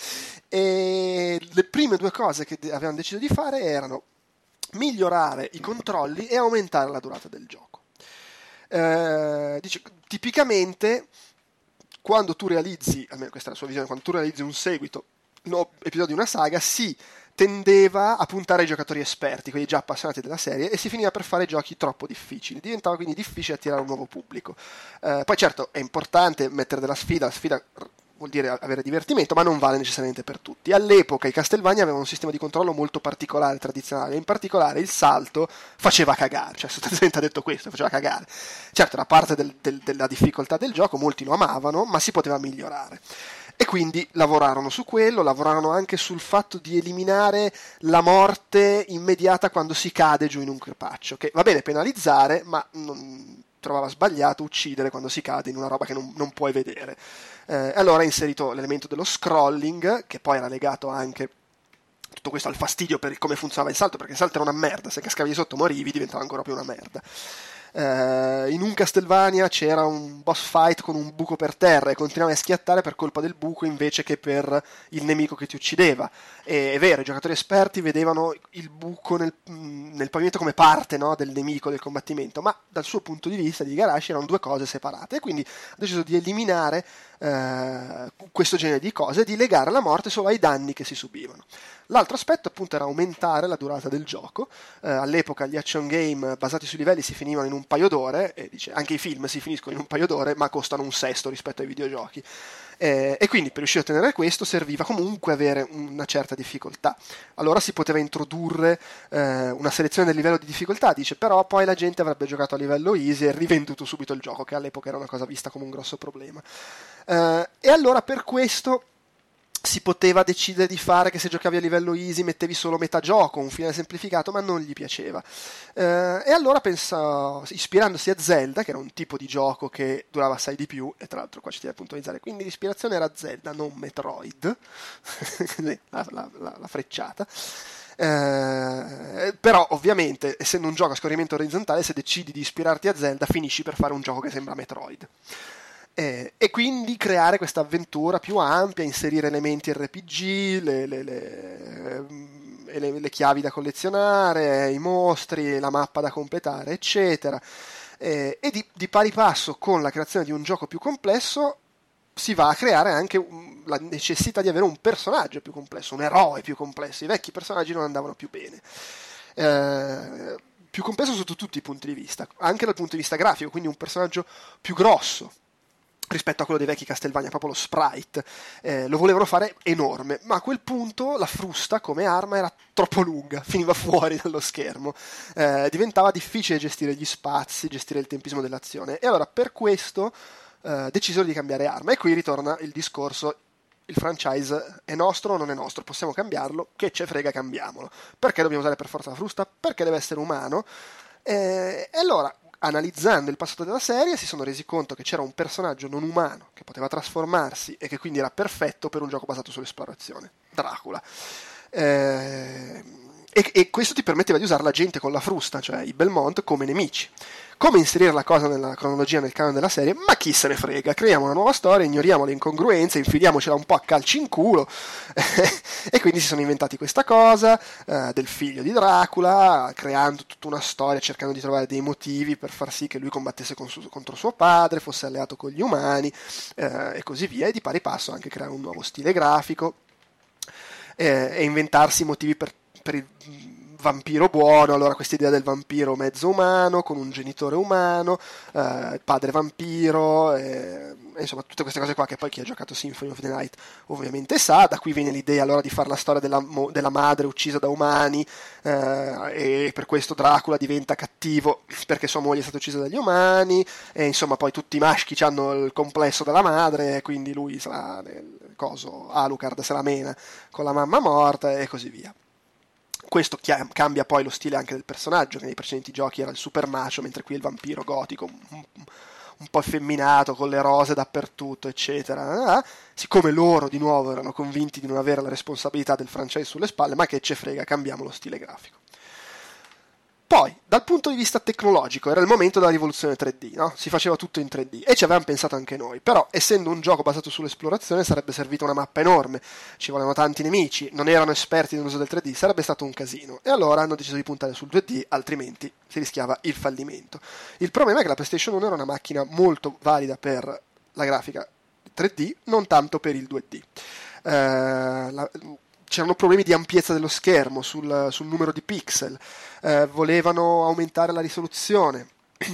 E le prime due cose che avevano deciso di fare erano migliorare i controlli e aumentare la durata del gioco. Eh, dice, tipicamente quando tu realizzi, almeno questa è la sua visione, quando tu realizzi un seguito, un nuovo episodio di una saga, si tendeva a puntare ai giocatori esperti, quelli già appassionati della serie, e si finiva per fare giochi troppo difficili, diventava quindi difficile attirare un nuovo pubblico. Eh, poi certo è importante mettere della sfida, la sfida vuol dire avere divertimento, ma non vale necessariamente per tutti. All'epoca i Castlevania avevano un sistema di controllo molto particolare, tradizionale, in particolare il salto faceva cagare, cioè sostanzialmente ha detto questo, faceva cagare. Certo era parte del, del, della difficoltà del gioco, molti lo amavano, ma si poteva migliorare. E quindi lavorarono su quello, lavorarono anche sul fatto di eliminare la morte immediata quando si cade giù in un crepaccio, che va bene penalizzare, ma non trovava sbagliato uccidere quando si cade in una roba che non, non puoi vedere. Eh, allora ha inserito l'elemento dello scrolling, che poi era legato anche tutto questo al fastidio per come funzionava il salto, perché il salto era una merda, se cascavi sotto morivi, diventava ancora più una merda. Eh, in un Castlevania c'era un boss fight con un buco per terra e continuavi a schiattare per colpa del buco invece che per il nemico che ti uccideva. E, è vero, i giocatori esperti vedevano il buco nel, nel pavimento come parte, no, del nemico, del combattimento, ma dal suo punto di vista di Igarashi erano due cose separate, e quindi ha deciso di eliminare eh, questo genere di cose e di legare la morte solo ai danni che si subivano. L'altro aspetto appunto era aumentare la durata del gioco. Eh, all'epoca gli action game basati sui livelli si finivano in un paio d'ore, e dice anche i film si finiscono in un paio d'ore, ma costano un sesto rispetto ai videogiochi. Eh, e quindi per riuscire a ottenere questo serviva comunque avere una certa difficoltà. Allora si poteva introdurre eh, una selezione del livello di difficoltà, dice, però poi la gente avrebbe giocato a livello easy e rivenduto subito il gioco, che all'epoca era una cosa vista come un grosso problema. Eh, e allora per questo si poteva decidere di fare che se giocavi a livello easy mettevi solo metà gioco, un finale semplificato, ma non gli piaceva. Eh, e allora pensa, ispirandosi a Zelda, che era un tipo di gioco che durava assai di più, e tra l'altro qua ci tiene a puntualizzare, quindi l'ispirazione era Zelda, non Metroid, la, la, la, la frecciata. Eh, però ovviamente, essendo un gioco a scorrimento orizzontale, se decidi di ispirarti a Zelda finisci per fare un gioco che sembra Metroid. Eh, e quindi creare questa avventura più ampia, inserire elementi R P G, le, le, le, le, le chiavi da collezionare, i mostri, la mappa da completare, eccetera. Eh, e di, di pari passo con la creazione di un gioco più complesso si va a creare anche la necessità di avere un personaggio più complesso, un eroe più complesso. I vecchi personaggi non andavano più bene. Eh, più complesso sotto tutti i punti di vista, anche dal punto di vista grafico, quindi un personaggio più grosso rispetto a quello dei vecchi Castlevania, proprio lo sprite, eh, lo volevano fare enorme, ma a quel punto la frusta come arma era troppo lunga, finiva fuori dallo schermo, eh, diventava difficile gestire gli spazi, gestire il tempismo dell'azione, e allora per questo eh, decisero di cambiare arma, e qui ritorna il discorso: il franchise è nostro o non è nostro, possiamo cambiarlo, che ce frega, cambiamolo. Perché dobbiamo usare per forza la frusta? Perché deve essere umano. Eh, e allora, analizzando il passato della serie, si sono resi conto che c'era un personaggio non umano che poteva trasformarsi e che quindi era perfetto per un gioco basato sull'esplorazione: Dracula. Eh, e, e questo ti permetteva di usare la gente con la frusta, cioè i Belmont, come nemici. Come inserire la cosa nella cronologia, nel canone della serie? Ma chi se ne frega, creiamo una nuova storia, ignoriamo le incongruenze, infiliamocela un po' a calci in culo. E quindi si sono inventati questa cosa eh, del figlio di Dracula, creando tutta una storia, cercando di trovare dei motivi per far sì che lui combattesse con su- contro suo padre, fosse alleato con gli umani, eh, e così via, e di pari passo anche creare un nuovo stile grafico, eh, e inventarsi motivi per, per il vampiro buono. Allora questa idea del vampiro mezzo umano con un genitore umano, eh, padre vampiro, eh, insomma tutte queste cose qua che poi chi ha giocato Symphony of the Night ovviamente sa. Da qui viene l'idea allora di fare la storia della, della madre uccisa da umani, eh, e per questo Dracula diventa cattivo perché sua moglie è stata uccisa dagli umani, e insomma poi tutti i maschi hanno il complesso della madre, e quindi lui sarà nel coso, Alucard se la mena con la mamma morta e così via. Questo chia- cambia poi lo stile anche del personaggio, che nei precedenti giochi era il super macho, mentre qui è il vampiro gotico, un, un po' effeminato, con le rose dappertutto, eccetera. Ah, siccome loro di nuovo erano convinti di non avere la responsabilità del franchise sulle spalle, ma che ce frega, cambiamo lo stile grafico. Poi, dal punto di vista tecnologico, era il momento della rivoluzione tre D, no? Si faceva tutto in tre D, e ci avevamo pensato anche noi, però essendo un gioco basato sull'esplorazione sarebbe servita una mappa enorme, ci volevano tanti nemici, non erano esperti nell'uso del tre D, sarebbe stato un casino, e allora hanno deciso di puntare sul due D, altrimenti si rischiava il fallimento. Il problema è che la PlayStation uno era una macchina molto valida per la grafica tre D, non tanto per il due D. Eh, la, c'erano problemi di ampiezza dello schermo, sul, sul numero di pixel, eh, volevano aumentare la risoluzione,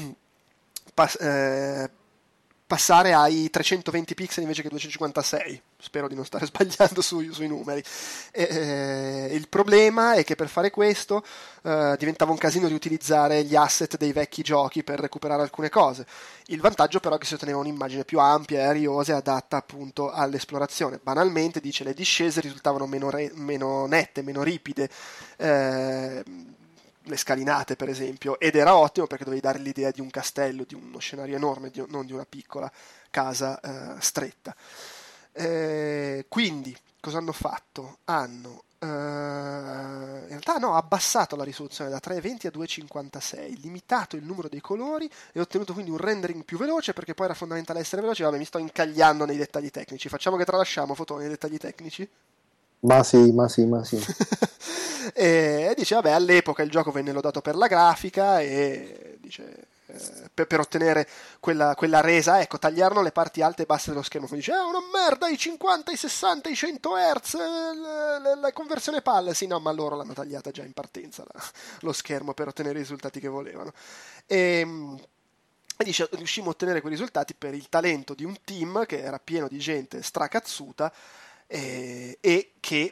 Pas- eh, passare ai trecentoventi pixel invece che duecentocinquantasei, spero di non stare sbagliando sui, sui numeri. E, eh, il problema è che per fare questo eh, diventava un casino riutilizzare gli asset dei vecchi giochi per recuperare alcune cose. Il vantaggio però è che si otteneva un'immagine più ampia e ariosa e adatta appunto all'esplorazione. Banalmente, dice, le discese risultavano meno, re- meno nette, meno ripide, eh, le scalinate per esempio, ed era ottimo perché dovevi dare l'idea di un castello, di uno scenario enorme, di, non di una piccola casa eh, stretta. Eh, quindi cosa hanno fatto? Hanno Uh, in realtà no, ha abbassato la risoluzione da trecentoventi a duecentocinquantasei, limitato il numero dei colori e ottenuto quindi un rendering più veloce, perché poi era fondamentale essere veloce. Vabbè, mi sto incagliando nei dettagli tecnici, facciamo che tralasciamo Fotone nei dettagli tecnici. Ma sì, ma sì, ma sì. E dice, vabbè, all'epoca il gioco venne lodato per la grafica e dice... Per, per ottenere quella, quella resa, ecco, tagliarono le parti alte e basse dello schermo. Quindi dice, è una merda, i cinquanta, i sessanta, i cento hertz, la, la, la conversione palle. Sì, no, ma loro l'hanno tagliata già in partenza la, lo schermo per ottenere i risultati che volevano. E, e dice, riuscimmo a ottenere quei risultati per il talento di un team che era pieno di gente stracazzuta e, e che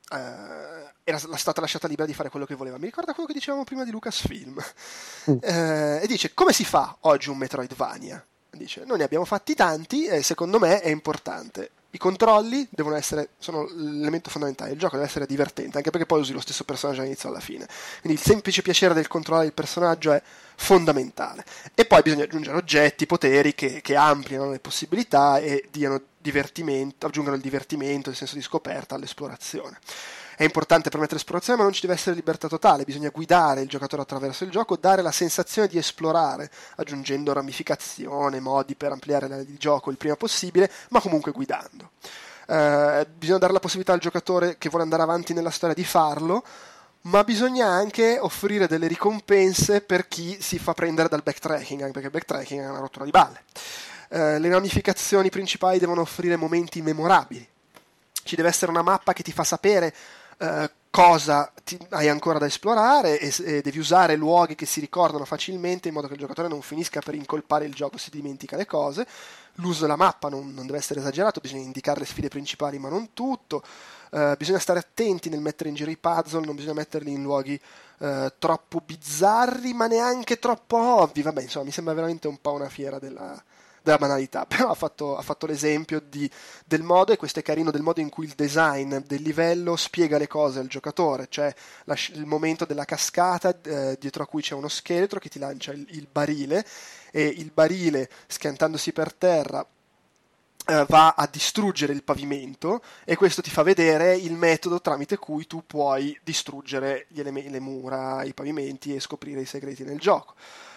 Uh, era stata lasciata libera di fare quello che voleva. Mi ricorda quello che dicevamo prima di Lucasfilm. Mm. Uh, e dice, come si fa oggi un Metroidvania? Dice, noi ne abbiamo fatti tanti e secondo me è importante. I controlli devono essere, sono l'elemento fondamentale. Il gioco deve essere divertente, anche perché poi usi lo stesso personaggio all'inizio e alla fine. Quindi il semplice piacere del controllare il personaggio è fondamentale. E poi bisogna aggiungere oggetti, poteri che, che ampliano le possibilità e diano divertimento, aggiungano il divertimento, il senso di scoperta all'esplorazione. È importante permettere esplorazione, ma non ci deve essere libertà totale, bisogna guidare il giocatore attraverso il gioco, dare la sensazione di esplorare, aggiungendo ramificazione, modi per ampliare il gioco il prima possibile, ma comunque guidando. Eh, bisogna dare la possibilità al giocatore che vuole andare avanti nella storia di farlo, ma bisogna anche offrire delle ricompense per chi si fa prendere dal backtracking, anche perché il backtracking è una rottura di balle. Uh, le ramificazioni principali devono offrire momenti memorabili. Ci deve essere una mappa che ti fa sapere uh, cosa ti, hai ancora da esplorare e, e devi usare luoghi che si ricordano facilmente in modo che il giocatore non finisca per incolpare il gioco se dimentica le cose. L'uso della mappa non, non deve essere esagerato, bisogna indicare le sfide principali ma non tutto. Uh, bisogna stare attenti nel mettere in giro i puzzle, non bisogna metterli in luoghi uh, troppo bizzarri ma neanche troppo ovvi. Vabbè, insomma, mi sembra veramente un po' una fiera della... della banalità, però ha fatto, ha fatto l'esempio di, del modo, e questo è carino, del modo in cui il design del livello spiega le cose al giocatore, cioè la, il momento della cascata eh, dietro a cui c'è uno scheletro che ti lancia il, il barile, e il barile schiantandosi per terra eh, va a distruggere il pavimento, e questo ti fa vedere il metodo tramite cui tu puoi distruggere gli eleme- le mura, i pavimenti e scoprire i segreti nel gioco.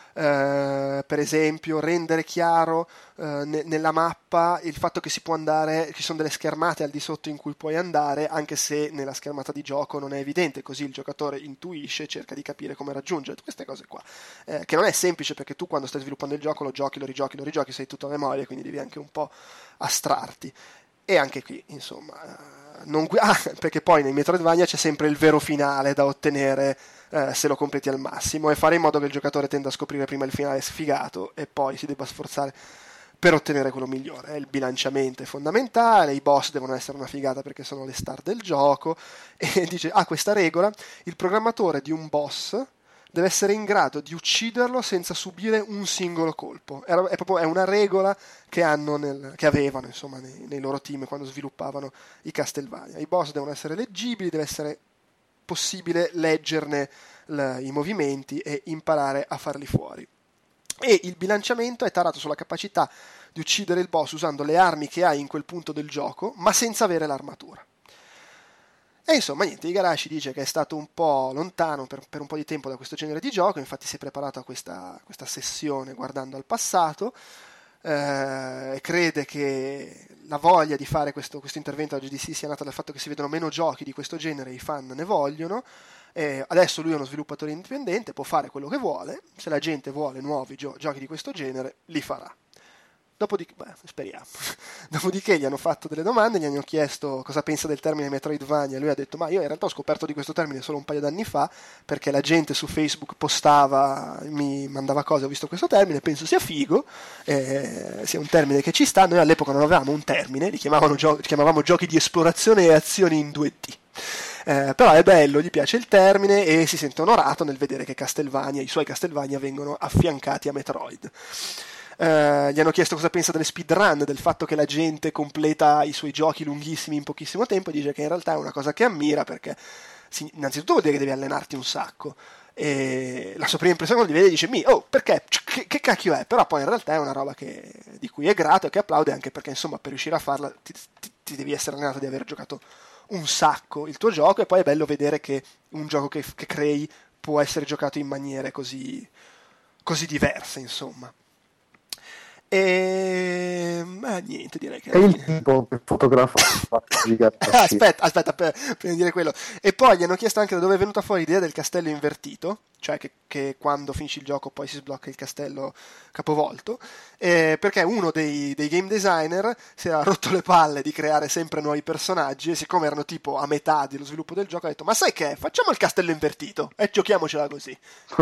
Uh, per esempio rendere chiaro uh, ne- nella mappa il fatto che si può andare, ci sono delle schermate al di sotto in cui puoi andare anche se nella schermata di gioco non è evidente, così il giocatore intuisce e cerca di capire come raggiungere queste cose qua, uh, che non è semplice perché tu quando stai sviluppando il gioco lo giochi, lo rigiochi, lo rigiochi, sei tutto a memoria, quindi devi anche un po' astrarti. E anche qui insomma uh, non gu- ah, perché poi nei Metroidvania c'è sempre il vero finale da ottenere eh, se lo completi al massimo, e fare in modo che il giocatore tenda a scoprire prima il finale sfigato e poi si debba sforzare per ottenere quello migliore. Il bilanciamento è fondamentale, i boss devono essere una figata perché sono le star del gioco, e dice, ah, questa regola, il programmatore di un boss deve essere in grado di ucciderlo senza subire un singolo colpo. È, è proprio è una regola che hanno nel, che avevano insomma nei, nei loro team quando sviluppavano i Castlevania. I boss devono essere leggibili, deve essere possibile leggerne l, i movimenti e imparare a farli fuori. E il bilanciamento è tarato sulla capacità di uccidere il boss usando le armi che hai in quel punto del gioco, ma senza avere l'armatura. E insomma, niente, Igarashi dice che è stato un po' lontano per, per un po' di tempo da questo genere di gioco, infatti si è preparato a questa, questa sessione guardando al passato, eh, crede che la voglia di fare questo, questo intervento alla G D C sia nata dal fatto che si vedono meno giochi di questo genere e i fan ne vogliono. Eh, adesso lui è uno sviluppatore indipendente, può fare quello che vuole, se la gente vuole nuovi gio- giochi di questo genere, li farà. Dopodiché, beh, speriamo. Dopodiché gli hanno fatto delle domande, gli hanno chiesto cosa pensa del termine Metroidvania, lui ha detto, ma io in realtà ho scoperto di questo termine solo un paio d'anni fa, perché la gente su Facebook postava, mi mandava cose, ho visto questo termine, penso sia figo, eh, sia un termine che ci sta. Noi all'epoca non avevamo un termine, li chiamavano gio- li chiamavamo giochi di esplorazione e azioni in due D. Eh, però è bello, gli piace il termine e si sente onorato nel vedere che Castlevania, i suoi Castlevania vengono affiancati a Metroid. Uh, gli hanno chiesto cosa pensa delle speedrun, del fatto che la gente completa i suoi giochi lunghissimi in pochissimo tempo, e dice che in realtà è una cosa che ammira perché sì, innanzitutto vuol dire che devi allenarti un sacco, e la sua prima impressione quando li vede dice mi, oh perché, che, che cacchio è, però poi in realtà è una roba che, di cui è grato e che applaude, anche perché insomma per riuscire a farla ti, ti, ti devi essere allenato di aver giocato un sacco il tuo gioco, e poi è bello vedere che un gioco che, che crei può essere giocato in maniere così, così diverse, insomma. E ma niente, direi che è il tipo che fotografa. aspetta, aspetta, per, per dire quello. E poi gli hanno chiesto anche da dove è venuta fuori l'idea del castello invertito, cioè che, che quando finisci il gioco poi si sblocca il castello capovolto, eh, perché uno dei, dei game designer si era rotto le palle di creare sempre nuovi personaggi, e siccome erano tipo a metà dello sviluppo del gioco ha detto: ma sai che, facciamo il castello invertito e giochiamocela così.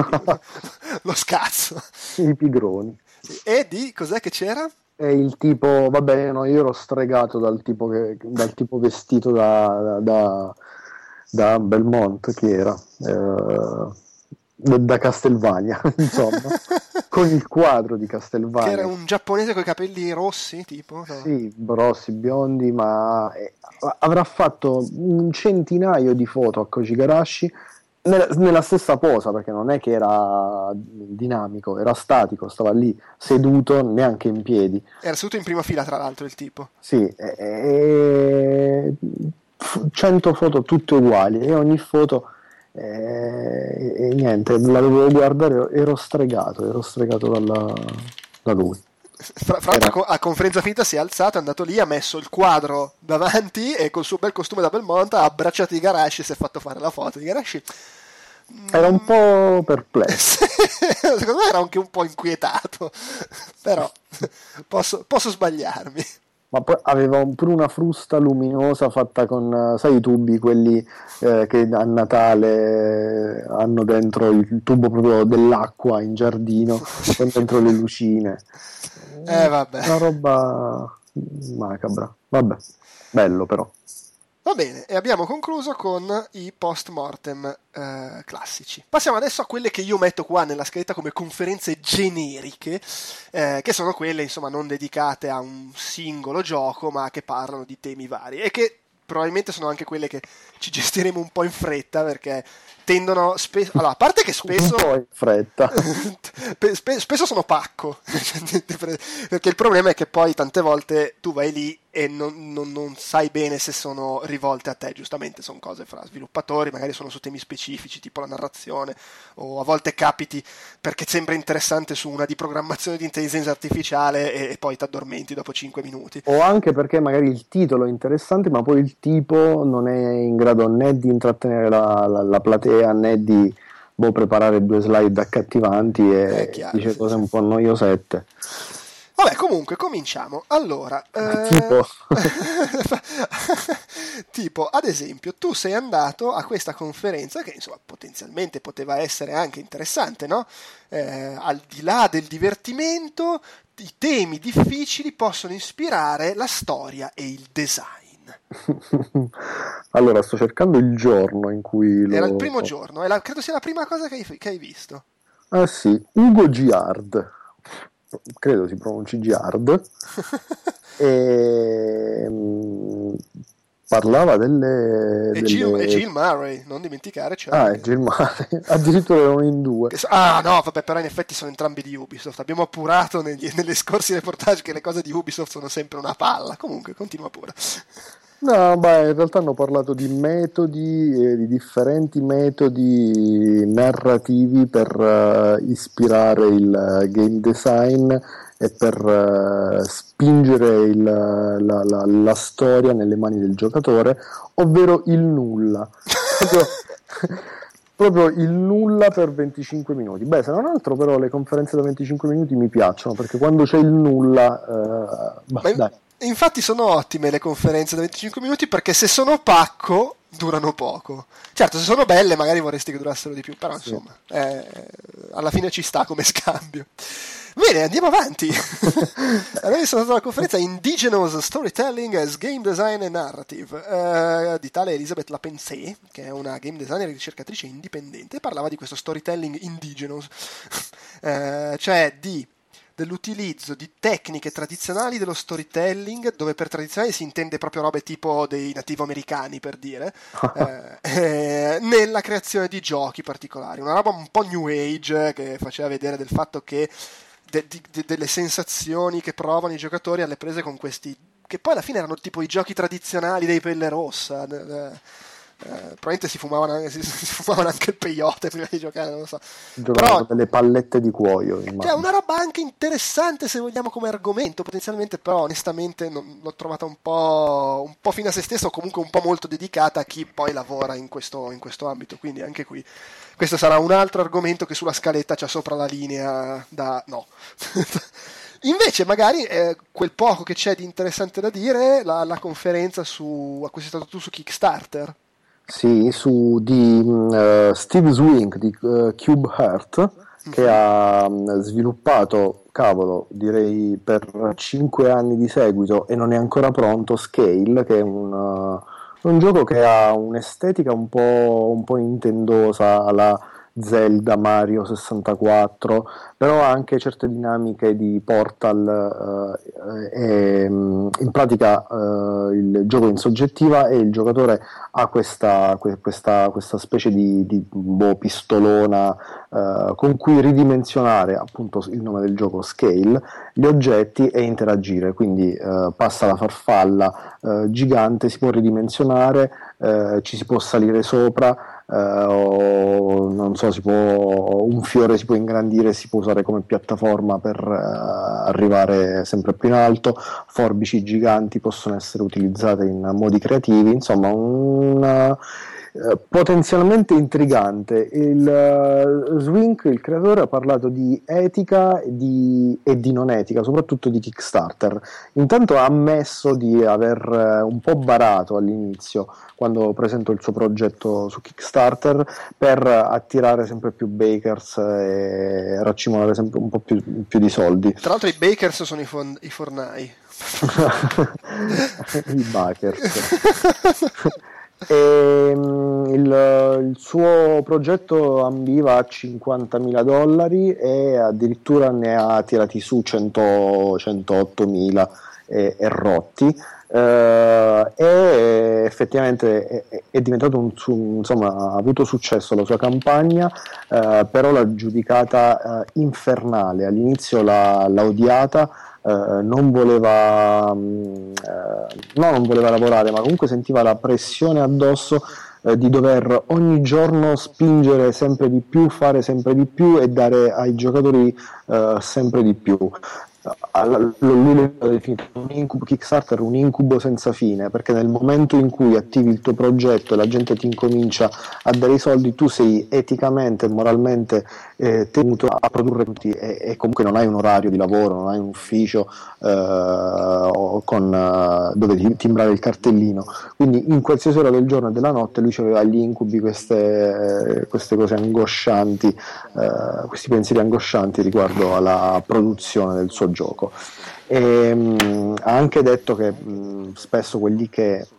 Lo scazzo. I pigroni. E di cos'è che c'era? È il tipo, vabbè, no, io ero stregato dal tipo, che, dal tipo vestito da, da, da Belmont, chi era? Eh, da Castelvania, insomma, con il quadro di Castelvania. Che era un giapponese con i capelli rossi, tipo? No? Sì, rossi, biondi, ma eh, avrà fatto un centinaio di foto a Koji Igarashi nella, nella stessa posa, perché non è che era dinamico, era statico, stava lì seduto, neanche in piedi. Era seduto in prima fila, tra l'altro, il tipo. Sì, e, e, cento foto tutte uguali, e ogni foto e, e niente, la dovevo guardare, ero stregato, ero stregato dalla, da lui. Fra, fra l'altro a conferenza finita si è alzato, è andato lì, ha messo il quadro davanti e col suo bel costume da Belmonte ha abbracciato Igarashi e si è fatto fare la foto. Igarashi era un po' perplesso. Secondo me era anche un po' inquietato, però posso, posso sbagliarmi. Ma poi aveva pure una frusta luminosa fatta con, sai, i tubi, quelli eh, che a Natale hanno dentro il tubo proprio dell'acqua in giardino, con dentro le lucine. Eh, vabbè. Una roba macabra. Vabbè, bello però. Va bene, e abbiamo concluso con i post-mortem eh, classici. Passiamo adesso a quelle che io metto qua nella scheda come conferenze generiche, eh, che sono quelle, insomma, non dedicate a un singolo gioco, ma che parlano di temi vari, e che probabilmente sono anche quelle che ci gestiremo un po' in fretta, perché tendono spesso... Allora, a parte che spesso... Un po' in fretta. Spe- spesso sono pacco, perché il problema è che poi tante volte tu vai lì e non, non, non sai bene se sono rivolte a te. Giustamente sono cose fra sviluppatori, magari sono su temi specifici tipo la narrazione, o a volte capiti perché sembra interessante su una di programmazione di intelligenza artificiale e, e poi ti addormenti dopo cinque minuti, o anche perché magari il titolo è interessante ma poi il tipo non è in grado né di intrattenere la, la, la platea né di boh, preparare due slide accattivanti e chiaro, dice sì, cose sì. un po' noiosette. Vabbè, comunque cominciamo. Allora, eh... tipo tipo, ad esempio, tu sei andato a questa conferenza che insomma potenzialmente poteva essere anche interessante, no? Eh, al di là del divertimento, i temi difficili possono ispirare la storia e il design. Allora, sto cercando il giorno in cui lo... Era il primo giorno, è la, credo sia la prima cosa che hai, che hai visto. Ah sì, Ugo Giard, credo si pronunci Giard, e mh, parlava delle... E delle... Jill, e Jill Murray, non dimenticare. Cioè Ah, è Jill Murray, addirittura erano in due. Che so- ah no, vabbè, però in effetti sono entrambi di Ubisoft. Abbiamo appurato negli, nelle scorsi reportage che le cose di Ubisoft sono sempre una palla. Comunque, continua pure. No, beh, in realtà hanno parlato di metodi, eh, di differenti metodi narrativi per uh, ispirare il uh, game design e per uh, spingere il, la, la, la storia nelle mani del giocatore, ovvero il nulla. proprio, proprio il nulla per venticinque minuti. Beh, se non altro però le conferenze da venticinque minuti mi piacciono, perché quando c'è il nulla... Uh, bah, dai. Infatti sono ottime le conferenze da venticinque minuti, perché se sono pacco durano poco. Certo, se sono belle magari vorresti che durassero di più, però Sì. insomma eh, alla fine ci sta come scambio. Bene, andiamo avanti. Allora, sono andato alla conferenza Indigenous Storytelling as Game Design and Narrative eh, di tale Elisabeth Lapensee, che è una game designer e ricercatrice indipendente, e parlava di questo storytelling indigenous, eh, cioè di dell'utilizzo di tecniche tradizionali dello storytelling, dove per tradizionali si intende proprio robe tipo dei nativo americani, per dire, eh, eh, nella creazione di giochi particolari. Una roba un po' new age, che faceva vedere del fatto che de, de, de, delle sensazioni che provano i giocatori alle prese con questi che poi alla fine erano tipo i giochi tradizionali dei Pelle Rossa. Eh, probabilmente si fumavano, si, si fumavano anche il peyote prima di giocare, non lo so. Giocavano delle pallette di cuoio, cioè una roba anche interessante se vogliamo come argomento potenzialmente, però onestamente non, l'ho trovata un po', un po' fine a se stessa, o comunque un po' molto dedicata a chi poi lavora in questo, in questo ambito, quindi anche qui questo sarà un altro argomento che sulla scaletta c'ha sopra la linea da no. Invece magari eh, quel poco che c'è di interessante da dire, la, la conferenza su, a cui sei stato tu su Kickstarter. Sì, su di uh, Steve Swink di uh, Cube Heart, che mm-hmm. ha um, sviluppato, cavolo, direi per cinque anni di seguito e non è ancora pronto, Scale, che è un, uh, un gioco che ha un'estetica un po', un po' nintendosa, alla Zelda, Mario sessantaquattro, però ha anche certe dinamiche di Portal, eh, e, in pratica eh, il gioco è in soggettiva e il giocatore ha questa, questa, questa specie di, di boh, pistolona eh, con cui ridimensionare, appunto il nome del gioco Scale, gli oggetti e interagire, quindi eh, passa la farfalla eh, gigante, si può ridimensionare, eh, ci si può salire sopra, Uh, o non so, si può, un fiore si può ingrandire, si può usare come piattaforma per uh, arrivare sempre più in alto, forbici giganti possono essere utilizzate in modi creativi, insomma un uh, potenzialmente intrigante. Il uh, Swink, il creatore, ha parlato di etica di, e di non etica, soprattutto di Kickstarter. Intanto ha ammesso di aver uh, un po' barato all'inizio quando presento il suo progetto su Kickstarter per attirare sempre più bakers e raccimolare sempre un po' più, più di soldi. Tra l'altro i bakers sono i, fon- i fornai. I bakers. E, il, il suo progetto ambiva a cinquantamila dollari e addirittura ne ha tirati su cento, centoottomila e, e rotti. Uh, e effettivamente è, è diventato un, insomma, ha avuto successo la sua campagna, uh, però l'ha giudicata uh, infernale. All'inizio l'ha, l'ha odiata, uh, non voleva um, uh, no, non voleva lavorare, ma comunque sentiva la pressione addosso uh, di dover ogni giorno spingere sempre di più, fare sempre di più e dare ai giocatori uh, sempre di più. Lui l'ha definito un incubo, Kickstarter un incubo senza fine, perché nel momento in cui attivi il tuo progetto e la gente ti incomincia a dare i soldi, tu sei eticamente e moralmente eh, tenuto a produrre tutti e, e comunque non hai un orario di lavoro, non hai un ufficio eh, con, eh, dove timbrare il cartellino, quindi in qualsiasi ora del giorno e della notte lui aveva gli incubi, queste, queste cose angoscianti, eh, questi pensieri angoscianti riguardo alla produzione del suo gioco. E, mh, ha anche detto che mh, spesso quelli che eh,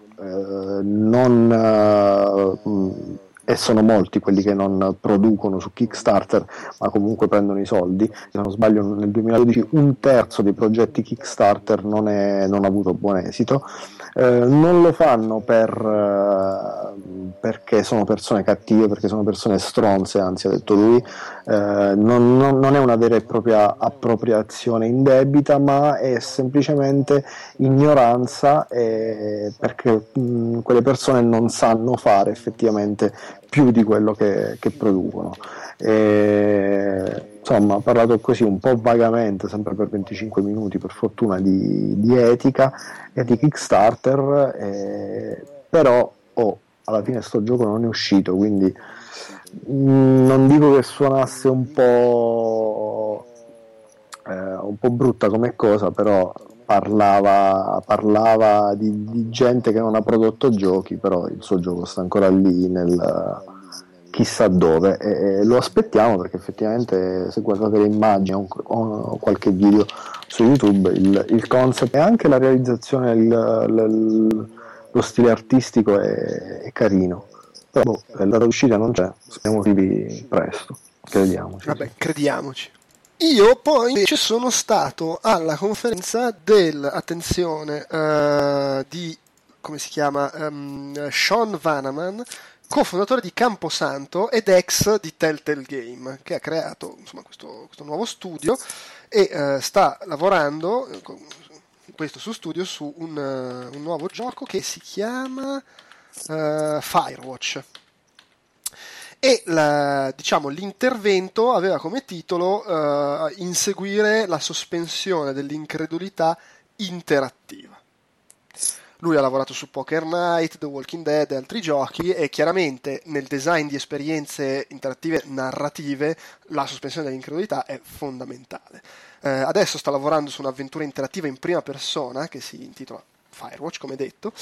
non uh, mh, e sono molti quelli che non producono su Kickstarter ma comunque prendono i soldi, se non sbaglio nel duemiladodici un terzo dei progetti Kickstarter non, è, non ha avuto buon esito. Eh, non lo fanno per, eh, perché sono persone cattive, perché sono persone stronze, anzi ha detto lui, eh, non, non, non è una vera e propria appropriazione indebita, ma è semplicemente ignoranza, eh, perché mh, quelle persone non sanno fare effettivamente più di quello che, che producono. E, insomma, ha parlato così un po' vagamente, sempre per venticinque minuti per fortuna, di, di etica e di Kickstarter, eh, però oh, alla fine sto gioco non è uscito, quindi mh, non dico che suonasse un po' eh, un po' brutta come cosa, però parlava, parlava di, di gente che non ha prodotto giochi, però il suo gioco sta ancora lì nel chissà dove, e lo aspettiamo, perché effettivamente se guardate le immagini o, o qualche video su YouTube, il, il concept e anche la realizzazione, il, il, lo stile artistico è, è carino, però boh, la data d'uscita non c'è, speriamo vivi presto, crediamoci. Vabbè, crediamoci. Io poi invece sono stato alla conferenza del, attenzione, uh, di, come si chiama, um, Sean Vanaman, cofondatore di Camposanto ed ex di Telltale Game, che ha creato insomma questo, questo nuovo studio e uh, sta lavorando con, questo su studio, su un, uh, un nuovo gioco che si chiama uh, Firewatch. E la, diciamo, l'intervento aveva come titolo uh, Inseguire la sospensione dell'incredulità interattiva. Lui ha lavorato su Poker Night, The Walking Dead e altri giochi, e chiaramente nel design di esperienze interattive narrative la sospensione dell'incredulità è fondamentale. Eh, adesso sta lavorando su un'avventura interattiva in prima persona che si intitola Firewatch, come detto,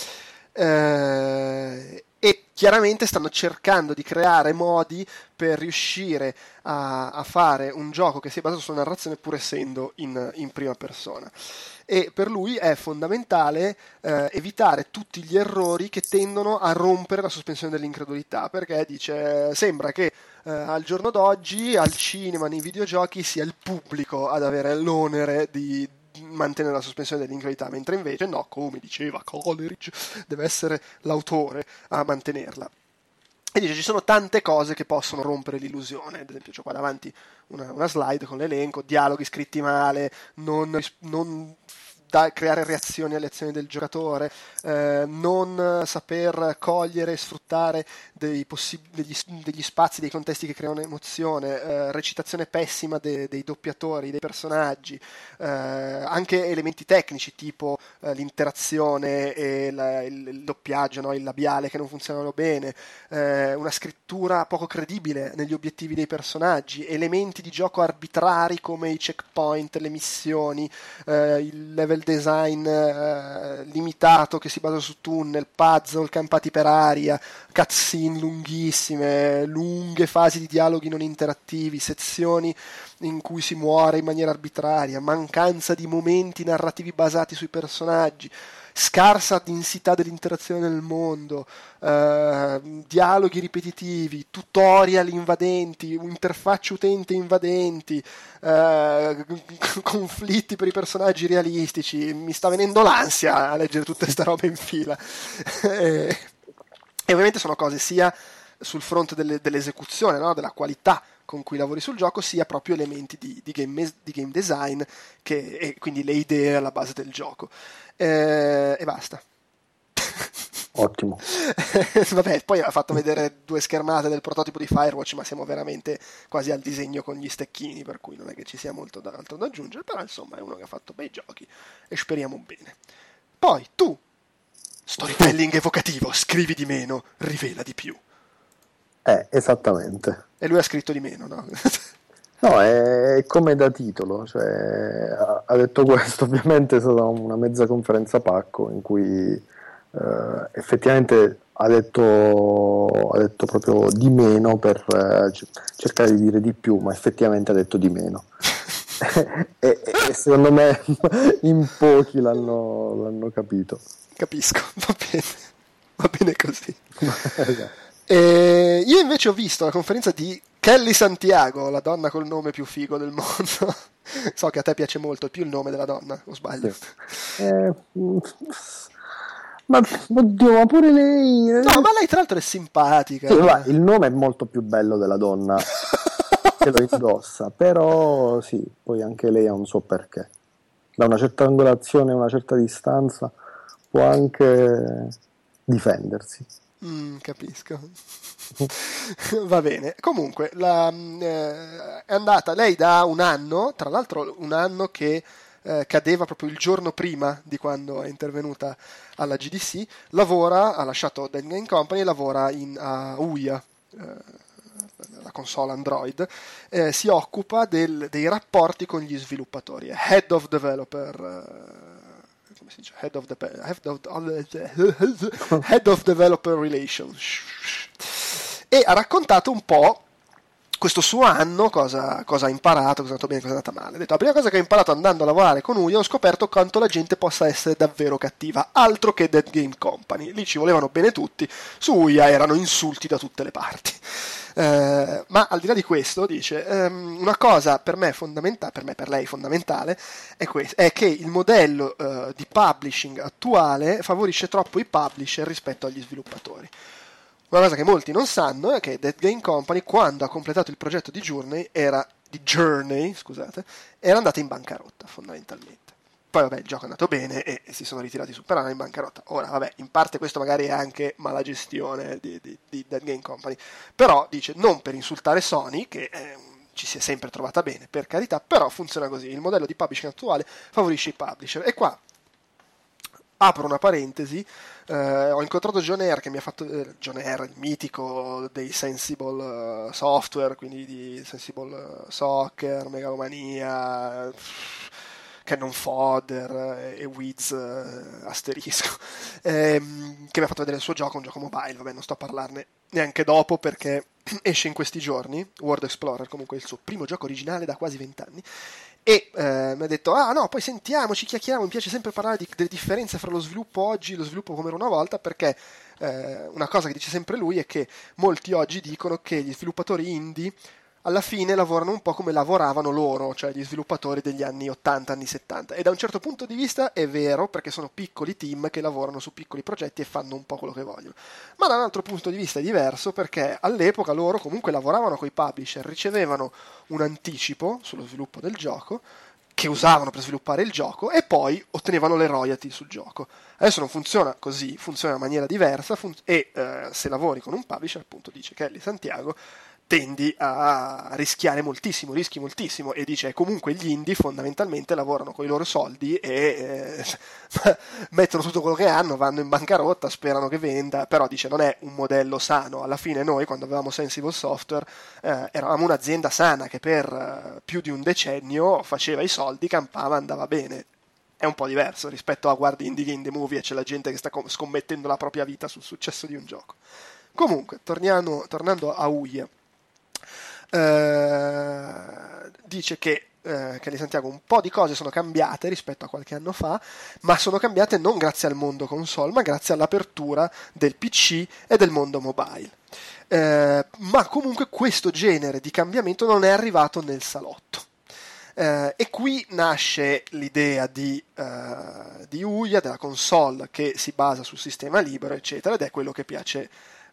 eh, e chiaramente stanno cercando di creare modi per riuscire a, a fare un gioco che sia basato sulla narrazione pur essendo in, in prima persona. E per lui è fondamentale eh, evitare tutti gli errori che tendono a rompere la sospensione dell'incredulità, perché dice sembra che eh, al giorno d'oggi al cinema, nei videogiochi, sia il pubblico ad avere l'onere di mantenere la sospensione dell'incredulità, mentre invece no, come diceva Coleridge, deve essere l'autore a mantenerla. E dice ci sono tante cose che possono rompere l'illusione. Ad esempio c'ho qua davanti una, una slide con l'elenco: dialoghi scritti male, non, non da creare reazioni alle azioni del giocatore, eh, non saper cogliere e sfruttare dei possi- degli, degli spazi, dei contesti che creano emozione, eh, recitazione pessima de- dei doppiatori, dei personaggi, eh, anche elementi tecnici tipo eh, l'interazione e la, il, il doppiaggio, no? Il labiale che non funzionano bene, eh, una scrittura poco credibile negli obiettivi dei personaggi, elementi di gioco arbitrari come i checkpoint, le missioni, eh, il level design eh, limitato che si basa su tunnel, puzzle campati per aria, cutscene lunghissime, lunghe fasi di dialoghi non interattivi, sezioni in cui si muore in maniera arbitraria, mancanza di momenti narrativi basati sui personaggi, scarsa densità dell'interazione nel mondo, eh, dialoghi ripetitivi, tutorial invadenti, interfacce utente invadenti, eh, conflitti per i personaggi realistici. Mi sta venendo l'ansia a leggere tutte queste robe in fila. e, e ovviamente sono cose sia sul fronte delle, dell'esecuzione, no? Della qualità con cui lavori sul gioco, sia proprio elementi di, di, game, di game design che, e quindi le idee alla base del gioco. Eh, e basta. Ottimo. Vabbè, poi ha fatto vedere due schermate del prototipo di Firewatch, ma siamo veramente quasi al disegno con gli stecchini, per cui non è che ci sia molto da, altro da aggiungere, però insomma è uno che ha fatto bei giochi e speriamo bene. Poi tu, storytelling evocativo, scrivi di meno, rivela di più. Eh, esattamente. E lui ha scritto di meno, no? No, è come da titolo, cioè, ha detto questo. Ovviamente è stata una mezza conferenza pacco in cui eh, effettivamente ha detto, ha detto proprio di meno per eh, cercare di dire di più, ma effettivamente ha detto di meno. e, e secondo me in pochi l'hanno, l'hanno capito. Capisco, va bene, va bene così. Esatto. E io invece ho visto la conferenza di Kelly Santiago, la donna col nome più figo del mondo. So che a te piace molto più il nome della donna, o sbaglio? Sì. Eh, ma oddio, ma pure lei. No, ma lei tra l'altro è simpatica. Sì, va, il nome è molto più bello della donna che lo indossa, però sì, poi anche lei ha un suo perché. Da una certa angolazione, una certa distanza, può anche difendersi. Mm, capisco. Va bene. Comunque la, eh, è andata lei da un anno, tra l'altro un anno che eh, cadeva proprio il giorno prima di quando è intervenuta alla G D C. Lavora, ha lasciato Dead Game Company e lavora in, a Ouya, eh, la console Android. Eh, si occupa del, dei rapporti con gli sviluppatori, è Head of Developer. Eh, Head of, the, head, of the, head of Developer Relations, e ha raccontato un po' questo suo anno, cosa, cosa ha imparato, cosa è andato bene, cosa è andata male. Ha detto: la prima cosa che ho imparato andando a lavorare con Ouya, ho scoperto quanto la gente possa essere davvero cattiva, altro che Dead Game Company. Lì ci volevano bene tutti, su Ouya erano insulti da tutte le parti. Uh, ma al di là di questo, dice, um, una cosa per me fondamentale, per me per lei fondamentale, è, questo, è che il modello uh, di publishing attuale favorisce troppo i publisher rispetto agli sviluppatori. Una cosa che molti non sanno è che Dead Game Company, quando ha completato il progetto di Journey, era di Journey, scusate, era andata in bancarotta fondamentalmente. Poi vabbè, il gioco è andato bene e, e si sono ritirati su, però erano in bancarotta. Ora vabbè, in parte questo magari è anche mala gestione di, di, di Dead Game Company, però dice non per insultare Sony, che eh, ci si è sempre trovata bene, per carità, però funziona così, il modello di publishing attuale favorisce i publisher. E qua apro una parentesi, eh, ho incontrato John Eyre che mi ha fatto, eh, John Eyre, il mitico dei Sensible uh, Software, quindi di Sensible uh, Soccer, Megalomania, Cannon Fodder e Wiz uh, asterisco, ehm, che mi ha fatto vedere il suo gioco, un gioco mobile, vabbè non sto a parlarne neanche dopo perché esce in questi giorni, World Explorer, comunque il suo primo gioco originale da quasi vent'anni, e eh, mi ha detto ah no, poi sentiamoci, chiacchieriamo, mi piace sempre parlare di, delle differenze fra lo sviluppo oggi e lo sviluppo come era una volta, perché eh, una cosa che dice sempre lui è che molti oggi dicono che gli sviluppatori indie alla fine lavorano un po' come lavoravano loro, cioè gli sviluppatori degli anni ottanta, anni settanta, e da un certo punto di vista è vero, perché sono piccoli team che lavorano su piccoli progetti e fanno un po' quello che vogliono, ma da un altro punto di vista è diverso, perché all'epoca loro comunque lavoravano con i publisher, ricevevano un anticipo sullo sviluppo del gioco che usavano per sviluppare il gioco e poi ottenevano le royalty sul gioco. Adesso non funziona così, funziona in maniera diversa fun- e eh, se lavori con un publisher, appunto dice Kelly Santiago, tendi a rischiare moltissimo, rischi moltissimo, e dice comunque gli indie fondamentalmente lavorano con i loro soldi e eh, mettono tutto quello che hanno, vanno in bancarotta, sperano che venda, però dice non è un modello sano. Alla fine noi quando avevamo Sensible Software eh, eravamo un'azienda sana che per eh, più di un decennio faceva i soldi, campava, andava bene. È un po' diverso rispetto a guardi Indie Game The Movie e c'è la gente che sta scommettendo la propria vita sul successo di un gioco. Comunque, torniamo, tornando a Ouya, Uh, dice che uh, Kelly Santiago un po' di cose sono cambiate rispetto a qualche anno fa, ma sono cambiate non grazie al mondo console, ma grazie all'apertura del P C e del mondo mobile. Uh, ma comunque questo genere di cambiamento non è arrivato nel salotto. Uh, e qui nasce l'idea di, uh, di Ouya, della console che si basa sul sistema libero, eccetera, ed è quello che piace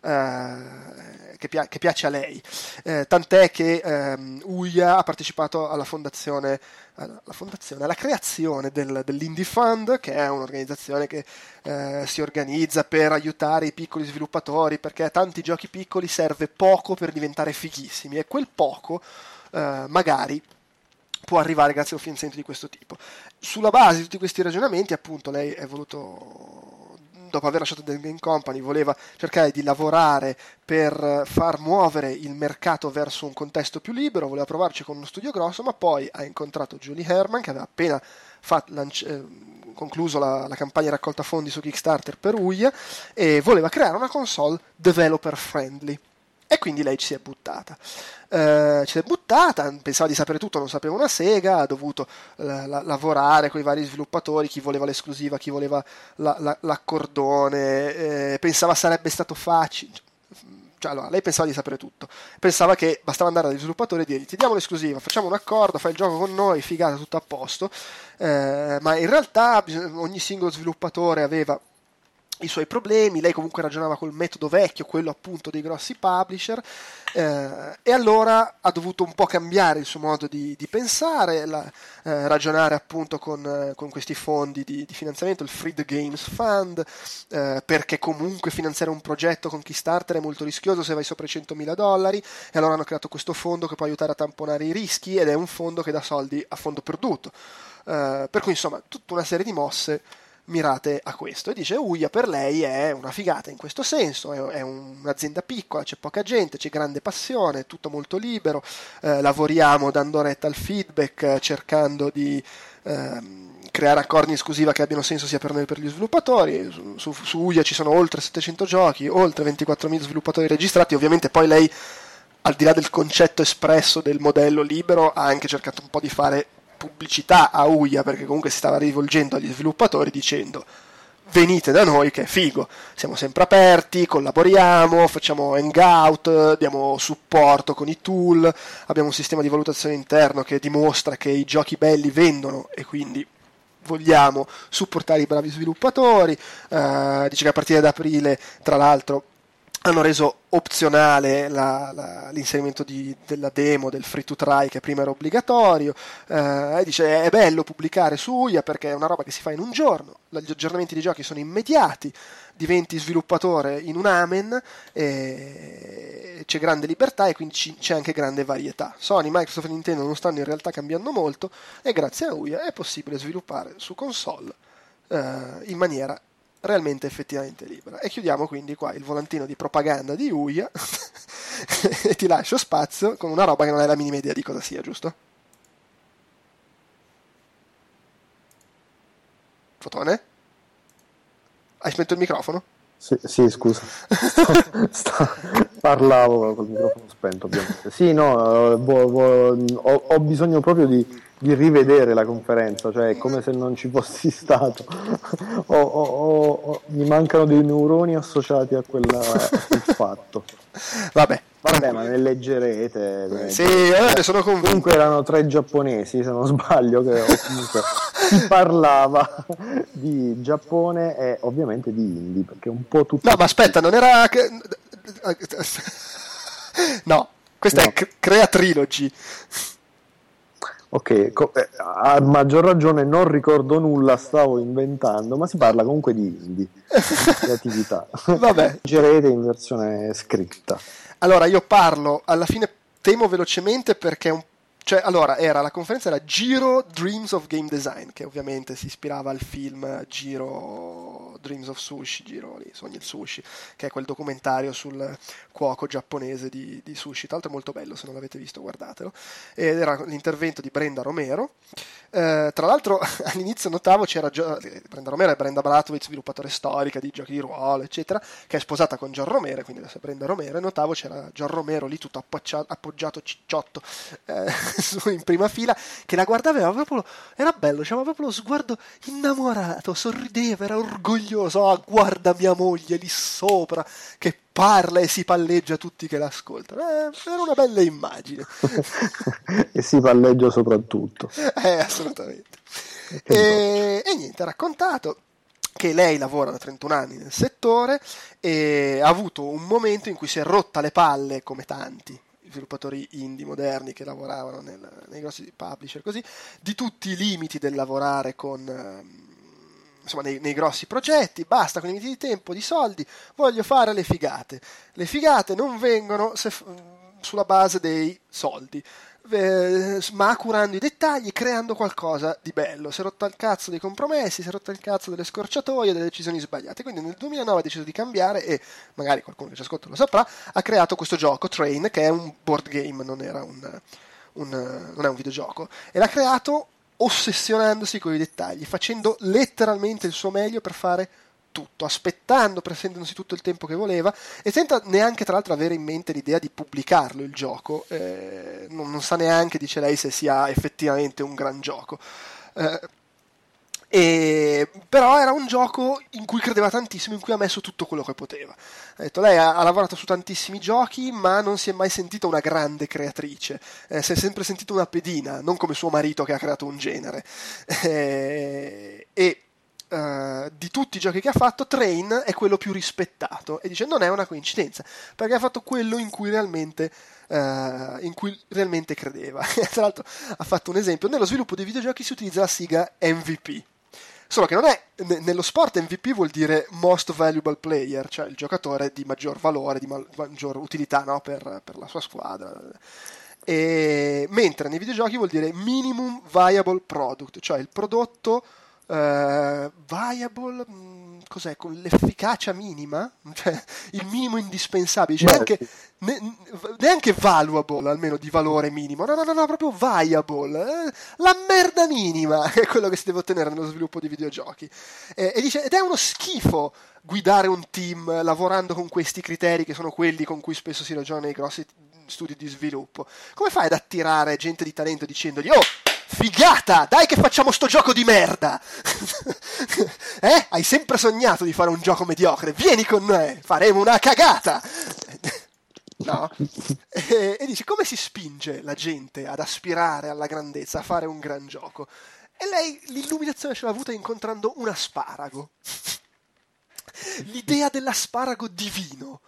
Uh, che, pia- che piace a lei, uh, tant'è che um, Ouya ha partecipato alla fondazione, alla, fondazione alla creazione del, dell'Indie Fund, che è un'organizzazione che uh, si organizza per aiutare i piccoli sviluppatori, perché a tanti giochi piccoli serve poco per diventare fighissimi, e quel poco uh, magari può arrivare grazie a un finanziamento di questo tipo. Sulla base di tutti questi ragionamenti, appunto, lei è voluto, dopo aver lasciato Dead Game Company, voleva cercare di lavorare per far muovere il mercato verso un contesto più libero, voleva provarci con uno studio grosso, ma poi ha incontrato Julie Herman, che aveva appena fatto, lance, eh, concluso la, la campagna raccolta fondi su Kickstarter per Ouya, e voleva creare una console developer friendly. E quindi lei ci si è buttata. Uh, ci si è buttata, pensava di sapere tutto, non sapeva una sega, ha dovuto uh, la, lavorare con i vari sviluppatori, chi voleva l'esclusiva, chi voleva la, la, l'accordone, eh, pensava sarebbe stato facile. Cioè, allora, lei pensava di sapere tutto, pensava che bastava andare agli sviluppatori e dirgli ti diamo l'esclusiva, facciamo un accordo, fai il gioco con noi, figata, tutto a posto, eh, ma in realtà ogni singolo sviluppatore aveva i suoi problemi, lei comunque ragionava col metodo vecchio, quello appunto dei grossi publisher, eh, e allora ha dovuto un po' cambiare il suo modo di, di pensare, la, eh, ragionare appunto con, eh, con questi fondi di, di finanziamento, il Free the Games Fund, eh, perché comunque finanziare un progetto con Kickstarter è molto rischioso se vai sopra i centomila dollari, e allora hanno creato questo fondo che può aiutare a tamponare i rischi, ed è un fondo che dà soldi a fondo perduto, eh, per cui insomma tutta una serie di mosse mirate a questo. E dice Ouya per lei è una figata in questo senso, è, è un'azienda piccola, c'è poca gente, c'è grande passione, è tutto molto libero, eh, lavoriamo dando retta al feedback, eh, cercando di eh, creare accordi in esclusiva che abbiano senso sia per noi che per gli sviluppatori. Su, su, su Ouya ci sono oltre settecento giochi, oltre ventiquattromila sviluppatori registrati. Ovviamente poi lei, al di là del concetto espresso del modello libero, ha anche cercato un po' di fare pubblicità a Ouya, perché comunque si stava rivolgendo agli sviluppatori dicendo venite da noi che è figo, siamo sempre aperti, collaboriamo, facciamo hangout, diamo supporto con i tool, abbiamo un sistema di valutazione interno che dimostra che i giochi belli vendono e quindi vogliamo supportare i bravi sviluppatori. Uh, dice che a partire da aprile, tra l'altro, hanno reso opzionale la, la, l'inserimento di, della demo, del free to try che prima era obbligatorio, eh, e dice è bello pubblicare su Ouya perché è una roba che si fa in un giorno, gli aggiornamenti dei giochi sono immediati, diventi sviluppatore in un amen, e c'è grande libertà e quindi c'è anche grande varietà. Sony, Microsoft e Nintendo non stanno in realtà cambiando molto e grazie a Ouya è possibile sviluppare su console eh, in maniera realmente effettivamente libera. E chiudiamo quindi qua il volantino di propaganda di Ouya e ti lascio spazio con una roba che non hai la minima idea di cosa sia, giusto? Fotone? Hai spento il microfono? Sì, sì scusa. Sto, sto, parlavo col microfono spento, ovviamente. Sì, no, vo, vo, ho, ho bisogno proprio di, di rivedere la conferenza, cioè è come se non ci fossi stato. ho, ho, ho, mi mancano dei neuroni associati a, quella, a quel fatto. Vabbè. Vabbè, ma ne leggerete. Sì, eh, sono convinto. Comunque erano tre giapponesi, se non sbaglio, che comunque si parlava di Giappone e ovviamente di indie, perché un po' tutto... No, ma aspetta, non era... No, questa no. È Crea Trilogy. Ok, co- eh, a maggior ragione non ricordo nulla, stavo inventando, ma si parla comunque di indie, di creatività. Vabbè. Leggerete in versione scritta. Allora, io parlo, alla fine temo velocemente perché un Cioè, allora, era la conferenza era Jiro Dreams of Game Design, che ovviamente si ispirava al film Jiro Dreams of Sushi, Jiro lì, Sogni il Sushi, che è quel documentario sul cuoco giapponese di, di sushi. Tra l'altro è molto bello, se non l'avete visto guardatelo. Ed era l'intervento di Brenda Romero. Eh, tra l'altro all'inizio notavo c'era Gio- Brenda Romero è Brenda Bratowitz, sviluppatore storica di giochi di ruolo, eccetera, che è sposata con John Romero, quindi adesso è Brenda Romero, e notavo c'era John Romero lì tutto appoggia- appoggiato cicciotto eh, in prima fila, che la guardava, era proprio, era bello, c'aveva proprio lo sguardo innamorato, sorrideva, era orgoglioso, oh, guarda mia moglie lì sopra che parla e si palleggia tutti che l'ascoltano, eh, era una bella immagine. E si palleggia soprattutto, eh, assolutamente. E, e niente, ha raccontato che lei lavora da trentuno anni nel settore e ha avuto un momento in cui si è rotta le palle, come tanti sviluppatori indie moderni che lavoravano nel, nei grossi publisher, così, di tutti i limiti del lavorare con insomma nei, nei grossi progetti. Basta con i limiti di tempo, di soldi, voglio fare le figate. Le figate non vengono se, sulla base dei soldi, eh, ma curando i dettagli, creando qualcosa di bello. Si è rotta il cazzo dei compromessi, si è rotta il cazzo delle scorciatoie, delle decisioni sbagliate. Quindi nel duemilanove ha deciso di cambiare e, magari qualcuno che ci ascolta lo saprà, ha creato questo gioco, Train, che è un board game, non era un, un, non è un videogioco, e l'ha creato ossessionandosi con i dettagli, facendo letteralmente il suo meglio per fare tutto, aspettando, prendendosi tutto il tempo che voleva, e senza neanche tra l'altro avere in mente l'idea di pubblicarlo il gioco. Eh, non, non sa neanche, dice lei, se sia effettivamente un gran gioco. Eh, E, però era un gioco in cui credeva tantissimo, in cui ha messo tutto quello che poteva. Ha detto, lei ha, ha lavorato su tantissimi giochi, ma non si è mai sentita una grande creatrice, eh, si è sempre sentita una pedina, non come suo marito che ha creato un genere. Eh, e Uh, di tutti i giochi che ha fatto, Train è quello più rispettato, e dice non è una coincidenza perché ha fatto quello in cui realmente uh, in cui realmente credeva. Tra l'altro ha fatto un esempio: nello sviluppo dei videogiochi si utilizza la sigla M V P, solo che non è, n- nello sport M V P vuol dire Most Valuable Player, cioè il giocatore di maggior valore, di ma- maggior utilità, no? per, per la sua squadra. E mentre nei videogiochi vuol dire Minimum Viable Product, cioè il prodotto Uh, viable, mh, cos'è? Con l'efficacia minima, cioè il minimo indispensabile, cioè neanche, ne, neanche valuable, almeno di valore minimo, no, no, no, no, proprio viable, eh, la merda minima è quello che si deve ottenere nello sviluppo di videogiochi. Eh, e dice, ed è uno schifo guidare un team lavorando con questi criteri che sono quelli con cui spesso si ragiona nei grossi studi di sviluppo. Come fai ad attirare gente di talento dicendogli oh, figata, dai che facciamo sto gioco di merda? Eh? Hai sempre sognato di fare un gioco mediocre, vieni con me, faremo una cagata. No? E, e dice, come si spinge la gente ad aspirare alla grandezza, a fare un gran gioco? E lei l'illuminazione ce l'ha avuta incontrando un asparago. l'idea dell'asparago divino.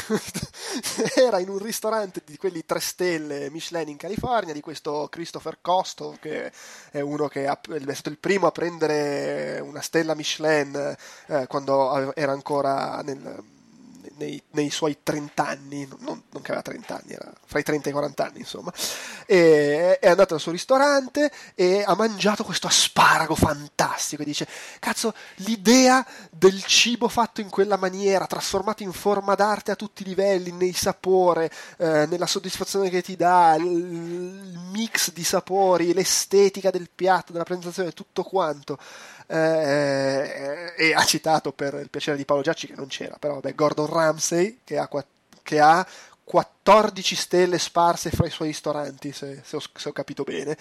Era in un ristorante di quelli tre stelle Michelin in California, di questo Christopher Kostov, che è uno che ha, è stato il primo a prendere una stella Michelin eh, quando era ancora nel, nei, nei suoi trenta anni, non, non che aveva trenta anni, era fra i trenta e i quaranta anni, insomma. E è andato al suo ristorante e ha mangiato questo asparago fantastico e dice: cazzo, l'idea del cibo fatto in quella maniera, trasformato in forma d'arte a tutti i livelli, nei sapore, eh, nella soddisfazione che ti dà, il, il mix di sapori, l'estetica del piatto, della presentazione, tutto quanto. Eh, e ha citato, per il piacere di Paolo Giacci che non c'era, però vabbè, Gordon Ramsay che ha, che ha quattordici stelle sparse fra i suoi ristoranti, se, se, ho, se ho capito bene.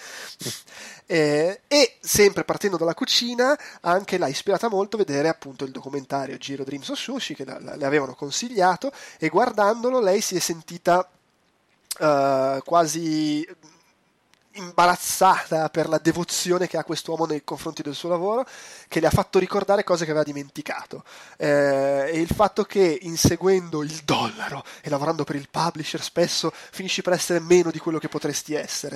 eh, e sempre partendo dalla cucina, anche l'ha ispirata molto vedere appunto il documentario Jiro Dreams of Sushi che la, la, le avevano consigliato, e guardandolo lei si è sentita uh, quasi imbarazzata per la devozione che ha quest'uomo nei confronti del suo lavoro, che le ha fatto ricordare cose che aveva dimenticato, eh, e il fatto che inseguendo il dollaro e lavorando per il publisher spesso finisci per essere meno di quello che potresti essere,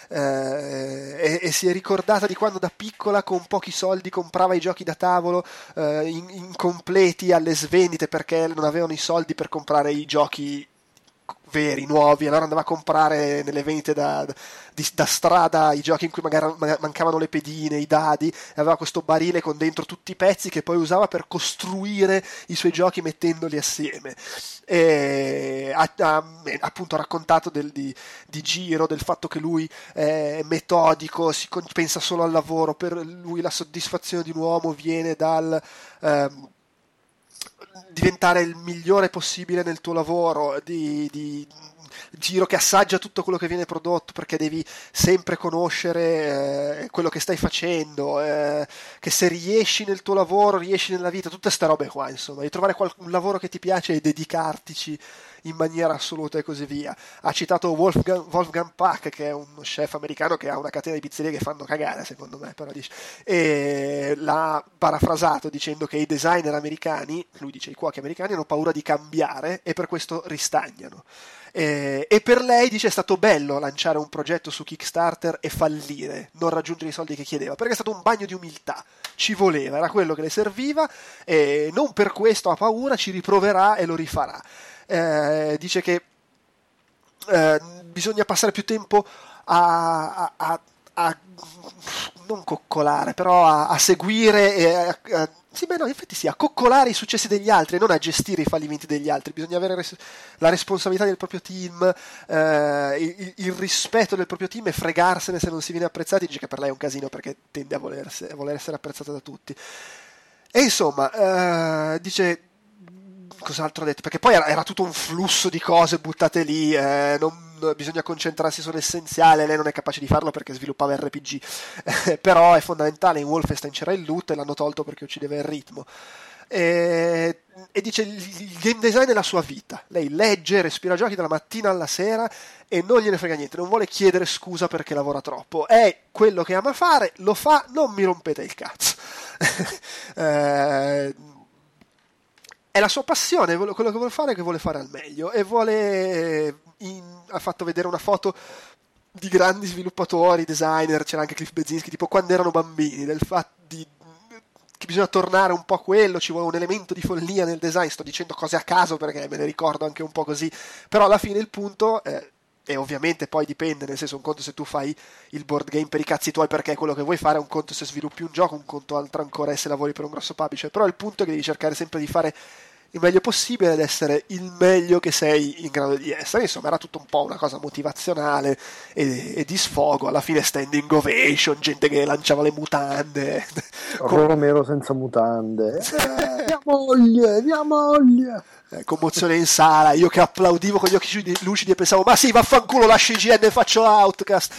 eh, e, e si è ricordata di quando da piccola con pochi soldi comprava i giochi da tavolo eh, in, incompleti alle svendite perché non avevano i soldi per comprare i giochi veri, nuovi, allora andava a comprare nelle vendite da, di, da strada i giochi in cui magari mancavano le pedine, i dadi, e aveva questo barile con dentro tutti i pezzi che poi usava per costruire i suoi giochi mettendoli assieme. E ha, ha appunto raccontato del, di, di Jiro, del fatto che lui è metodico, si pensa solo al lavoro, per lui la soddisfazione di un uomo viene dal ehm, diventare il migliore possibile nel tuo lavoro, di, di Jiro che assaggia tutto quello che viene prodotto perché devi sempre conoscere eh, quello che stai facendo, eh, che se riesci nel tuo lavoro riesci nella vita, tutte ste robe qua, insomma, di trovare qual- un lavoro che ti piace e dedicartici in maniera assoluta e così via. Ha citato Wolfgang, Wolfgang Puck, che è uno chef americano che ha una catena di pizzerie che fanno cagare, secondo me, però dice, e l'ha parafrasato dicendo che i designer americani, lui dice i cuochi americani, hanno paura di cambiare e per questo ristagnano. E, e per lei, dice, è stato bello lanciare un progetto su Kickstarter e fallire, non raggiungere i soldi che chiedeva, perché è stato un bagno di umiltà, ci voleva, era quello che le serviva, e non per questo ha paura, ci riproverà e lo rifarà. Eh, dice che eh, bisogna passare più tempo a, a, a, a non coccolare, però a, a seguire e a, a, sì, beh, no, infatti sì, a coccolare i successi degli altri e non a gestire i fallimenti degli altri. Bisogna avere res- la responsabilità del proprio team, eh, il, il rispetto del proprio team e fregarsene se non si viene apprezzati. Dice che per lei è un casino perché tende a voler, a voler essere apprezzata da tutti. E insomma, eh, dice, cos'altro ha detto? Perché poi era, era tutto un flusso di cose buttate lì, eh, non, bisogna concentrarsi sull'essenziale, lei non è capace di farlo perché sviluppava R P G, eh, però è fondamentale, in Wolfenstein c'era il loot e l'hanno tolto perché uccideva il ritmo. E, e dice il, il game design è la sua vita, lei legge, respira giochi dalla mattina alla sera e non gliene frega niente, non vuole chiedere scusa perché lavora troppo, è quello che ama fare, lo fa, non mi rompete il cazzo. eh, È la sua passione, quello che vuole fare, che vuole fare al meglio, e vuole in, ha fatto vedere una foto di grandi sviluppatori, designer, c'era anche Cliff Bezinski, tipo quando erano bambini, del fatto di, che bisogna tornare un po' a quello, ci vuole un elemento di follia nel design, sto dicendo cose a caso perché me ne ricordo anche un po' così, però alla fine il punto è, e ovviamente poi dipende, nel senso, un conto se tu fai il board game per i cazzi tuoi perché è quello che vuoi fare, un conto se sviluppi un gioco, un conto altro ancora è se lavori per un grosso publisher, però il punto è che devi cercare sempre di fare il meglio possibile ed essere il meglio che sei in grado di essere. Insomma, era tutto un po' una cosa motivazionale e, e di sfogo, alla fine standing ovation, gente che lanciava le mutande, Romero senza mutande, eh, mia moglie, mia moglie, commozione in sala, io che applaudivo con gli occhi lucidi e pensavo, ma sì, vaffanculo, lascio I G N e faccio Outcast.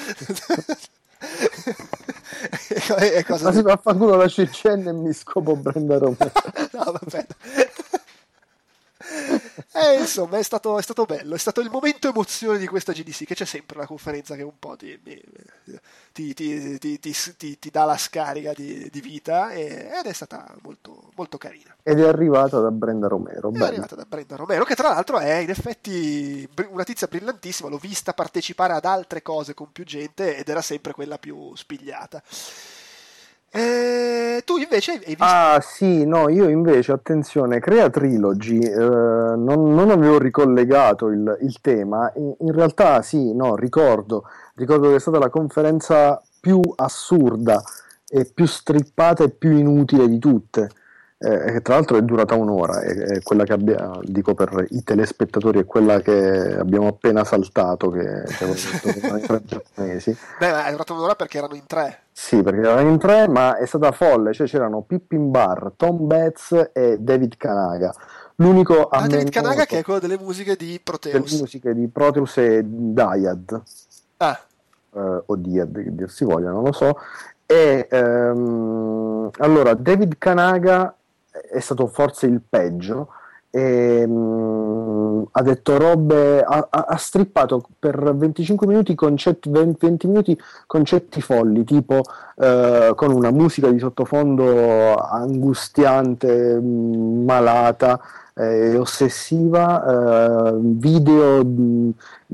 e, e cosa ma sì, vaffanculo, lascio I G N e mi scopo Brenda Romero. No, vabbè. Eh, insomma, è stato, è stato bello, è stato il momento emozione di questa G D C, che c'è sempre una conferenza che un po' ti, ti, ti, ti, ti, ti, ti dà la scarica di, di vita, e, ed è stata molto, molto carina. Ed è arrivata da Brenda Romero. È bello. arrivata da Brenda Romero, che tra l'altro è in effetti una tizia brillantissima, l'ho vista partecipare ad altre cose con più gente ed era sempre quella più spigliata. Eh, tu invece hai visto... Ah sì, no, io invece, attenzione, Crea Trilogy, eh, non, non avevo ricollegato il, il tema, in, in realtà sì, no, ricordo, ricordo che è stata la conferenza più assurda e più strippata e più inutile di tutte, eh, che tra l'altro è durata un'ora, è, è quella che abbiamo, dico per i telespettatori, è quella che abbiamo appena saltato, che, che avevo detto i tre giapponesi. Beh, è durata un'ora perché erano in tre. Sì, perché erano in tre, ma è stata folle, cioè c'erano Pippin Barr, Tom Betts e David Kanaga. L'unico a ah, me David Kanaga noto, che è quello delle musiche di Proteus. delle musiche di Proteus e Dyad, Ah. eh, o Dyad, che dir si voglia, non lo so. E ehm, allora, David Kanaga è stato forse il peggio. E, mh, ha detto robe, ha, ha strippato per venticinque minuti concetti, venti minuti concetti folli, tipo eh, con una musica di sottofondo angustiante, mh, malata, eh, ossessiva, eh, video mh,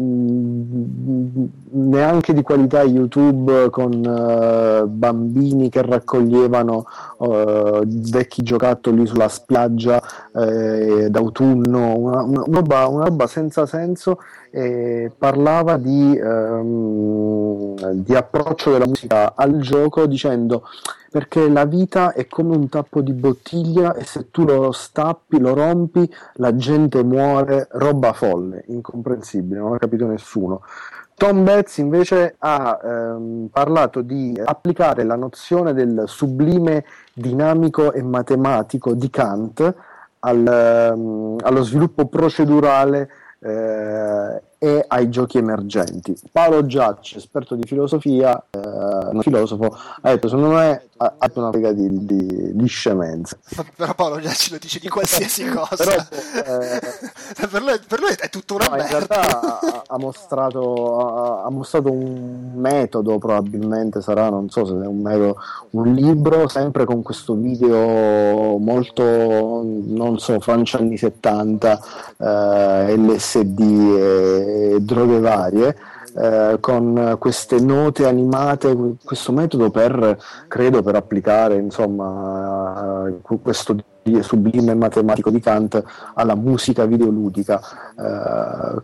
mh, neanche di qualità YouTube, con eh, bambini che raccoglievano eh, vecchi giocattoli sulla spiaggia eh, d'autunno, una, una, roba, una roba senza senso, e parlava di, ehm, di approccio della musica al gioco, dicendo perché la vita è come un tappo di bottiglia e se tu lo stappi, lo rompi, la gente muore, roba folle, incomprensibile, non ha capito nessuno. Tom Betts invece ha ehm, parlato di applicare la nozione del sublime dinamico e matematico di Kant al, ehm, allo sviluppo procedurale eh, e ai giochi emergenti. Paolo Giacci, esperto di filosofia, eh, un filosofo, ha detto secondo me ha fatto una frega di, di, di scemenze. Però Paolo Giacci lo dice di qualsiasi cosa. Però, eh, per, lui, per lui è tutta una no, merda. in realtà ha, ha, mostrato, ha, ha mostrato un metodo, probabilmente sarà, non so se è un metodo, un libro, sempre con questo video molto, non so, Francia anni settanta, eh, L S D e droghe varie, eh, con queste note animate, questo metodo per, credo, per applicare insomma questo sublime matematico di Kant alla musica videoludica. Eh,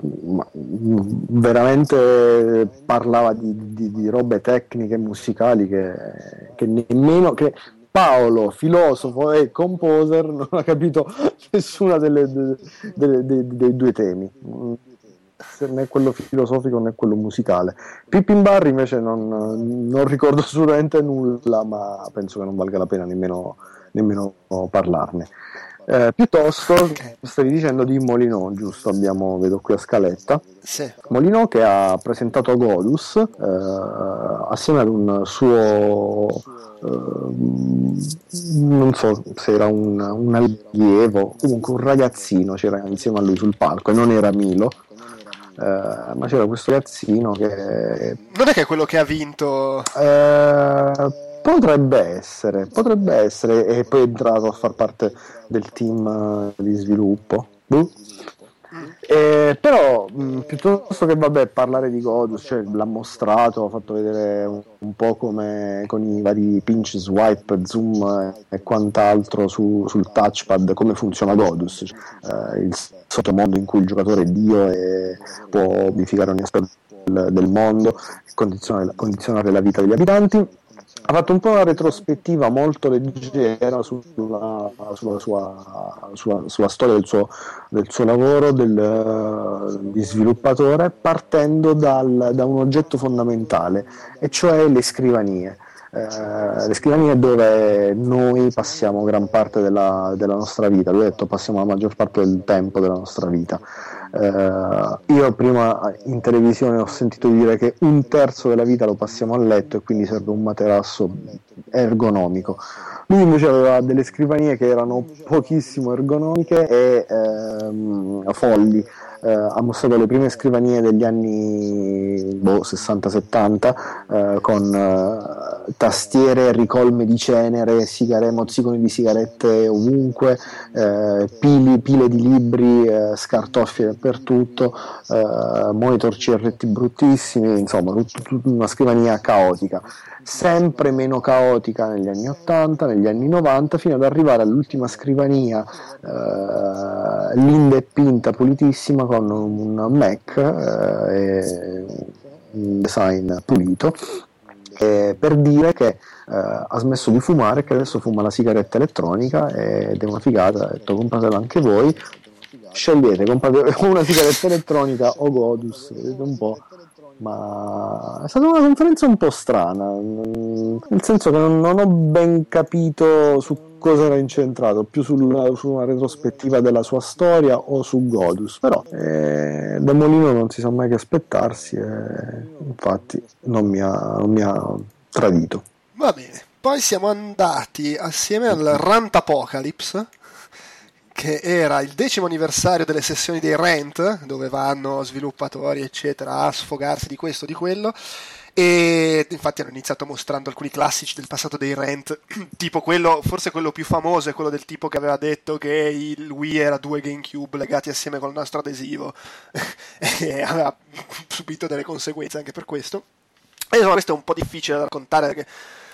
veramente parlava di, di, di robe tecniche musicali che, che nemmeno che Paolo, filosofo e composer, non ha capito nessuna delle, delle, delle, dei, dei due temi, né quello filosofico né quello musicale. Pippin Barr invece non, non ricordo assolutamente nulla, ma penso che non valga la pena nemmeno, nemmeno parlarne. Eh, piuttosto stavi dicendo di Molinò, giusto? Abbiamo, vedo qui a scaletta, sì. Molinò che ha presentato Godus eh, assieme ad un suo Uh, non so se era un, un allievo, comunque un ragazzino c'era insieme a lui sul palco e non era Milo, uh, ma c'era questo ragazzino che non è che è quello che ha vinto, uh, potrebbe essere potrebbe essere e poi è entrato a far parte del team di sviluppo. Buh. Eh, però mh, piuttosto che vabbè parlare di Godus, cioè, l'ha mostrato, ha fatto vedere un, un po' come con i vari pinch, swipe, zoom e, e quant'altro su, sul touchpad come funziona Godus, cioè, eh, il sottomondo in cui il giocatore è Dio e può modificare ogni aspetto del, del mondo e condizionare, condizionare la vita degli abitanti. Ha fatto un po' una retrospettiva molto leggera sulla, sulla, sua, sulla, sulla storia del suo, del suo lavoro del, di sviluppatore, partendo dal, da un oggetto fondamentale, e cioè le scrivanie. Eh, le scrivanie dove noi passiamo gran parte della, della nostra vita. Lui ha detto passiamo la maggior parte del tempo della nostra vita. Eh, io prima in televisione ho sentito dire che un terzo della vita lo passiamo a letto e quindi serve un materasso ergonomico. Lui invece aveva delle scrivanie che erano pochissimo ergonomiche e ehm, folli. Eh, ha mostrato le prime scrivanie degli anni boh, sessanta settanta eh, con eh, tastiere ricolme di cenere, sigare, mozziconi di sigarette ovunque, eh, pili, pile di libri, eh, scartoffie dappertutto, eh, monitor C R T bruttissimi, insomma tut, tut, una scrivania caotica. Sempre meno caotica negli anni ottanta, negli anni novanta, fino ad arrivare all'ultima scrivania eh, linda e pinta, pulitissima, con un Mac eh, e un design pulito, eh, per dire che eh, ha smesso di fumare e che adesso fuma la sigaretta elettronica ed è una figata. Ha detto: compratela anche voi, scegliete, comprate una sigaretta elettronica o Godus, vedete un po'. Ma è stata una conferenza un po' strana, nel senso che non, non ho ben capito su cosa era incentrato, più sulla, su una retrospettiva della sua storia o su Godus, però eh, da Molino non si sa mai che aspettarsi e infatti non mi ha, non mi ha tradito. Va bene, poi siamo andati assieme al Rantapocalypse, che era il decimo anniversario delle sessioni dei Rant, dove vanno sviluppatori eccetera a sfogarsi di questo o di quello, e infatti hanno iniziato mostrando alcuni classici del passato dei Rant, tipo quello, forse quello più famoso è quello del tipo che aveva detto che il Wii era due GameCube legati assieme col nastro adesivo e aveva subito delle conseguenze anche per questo. E insomma, questo è un po' difficile da raccontare perché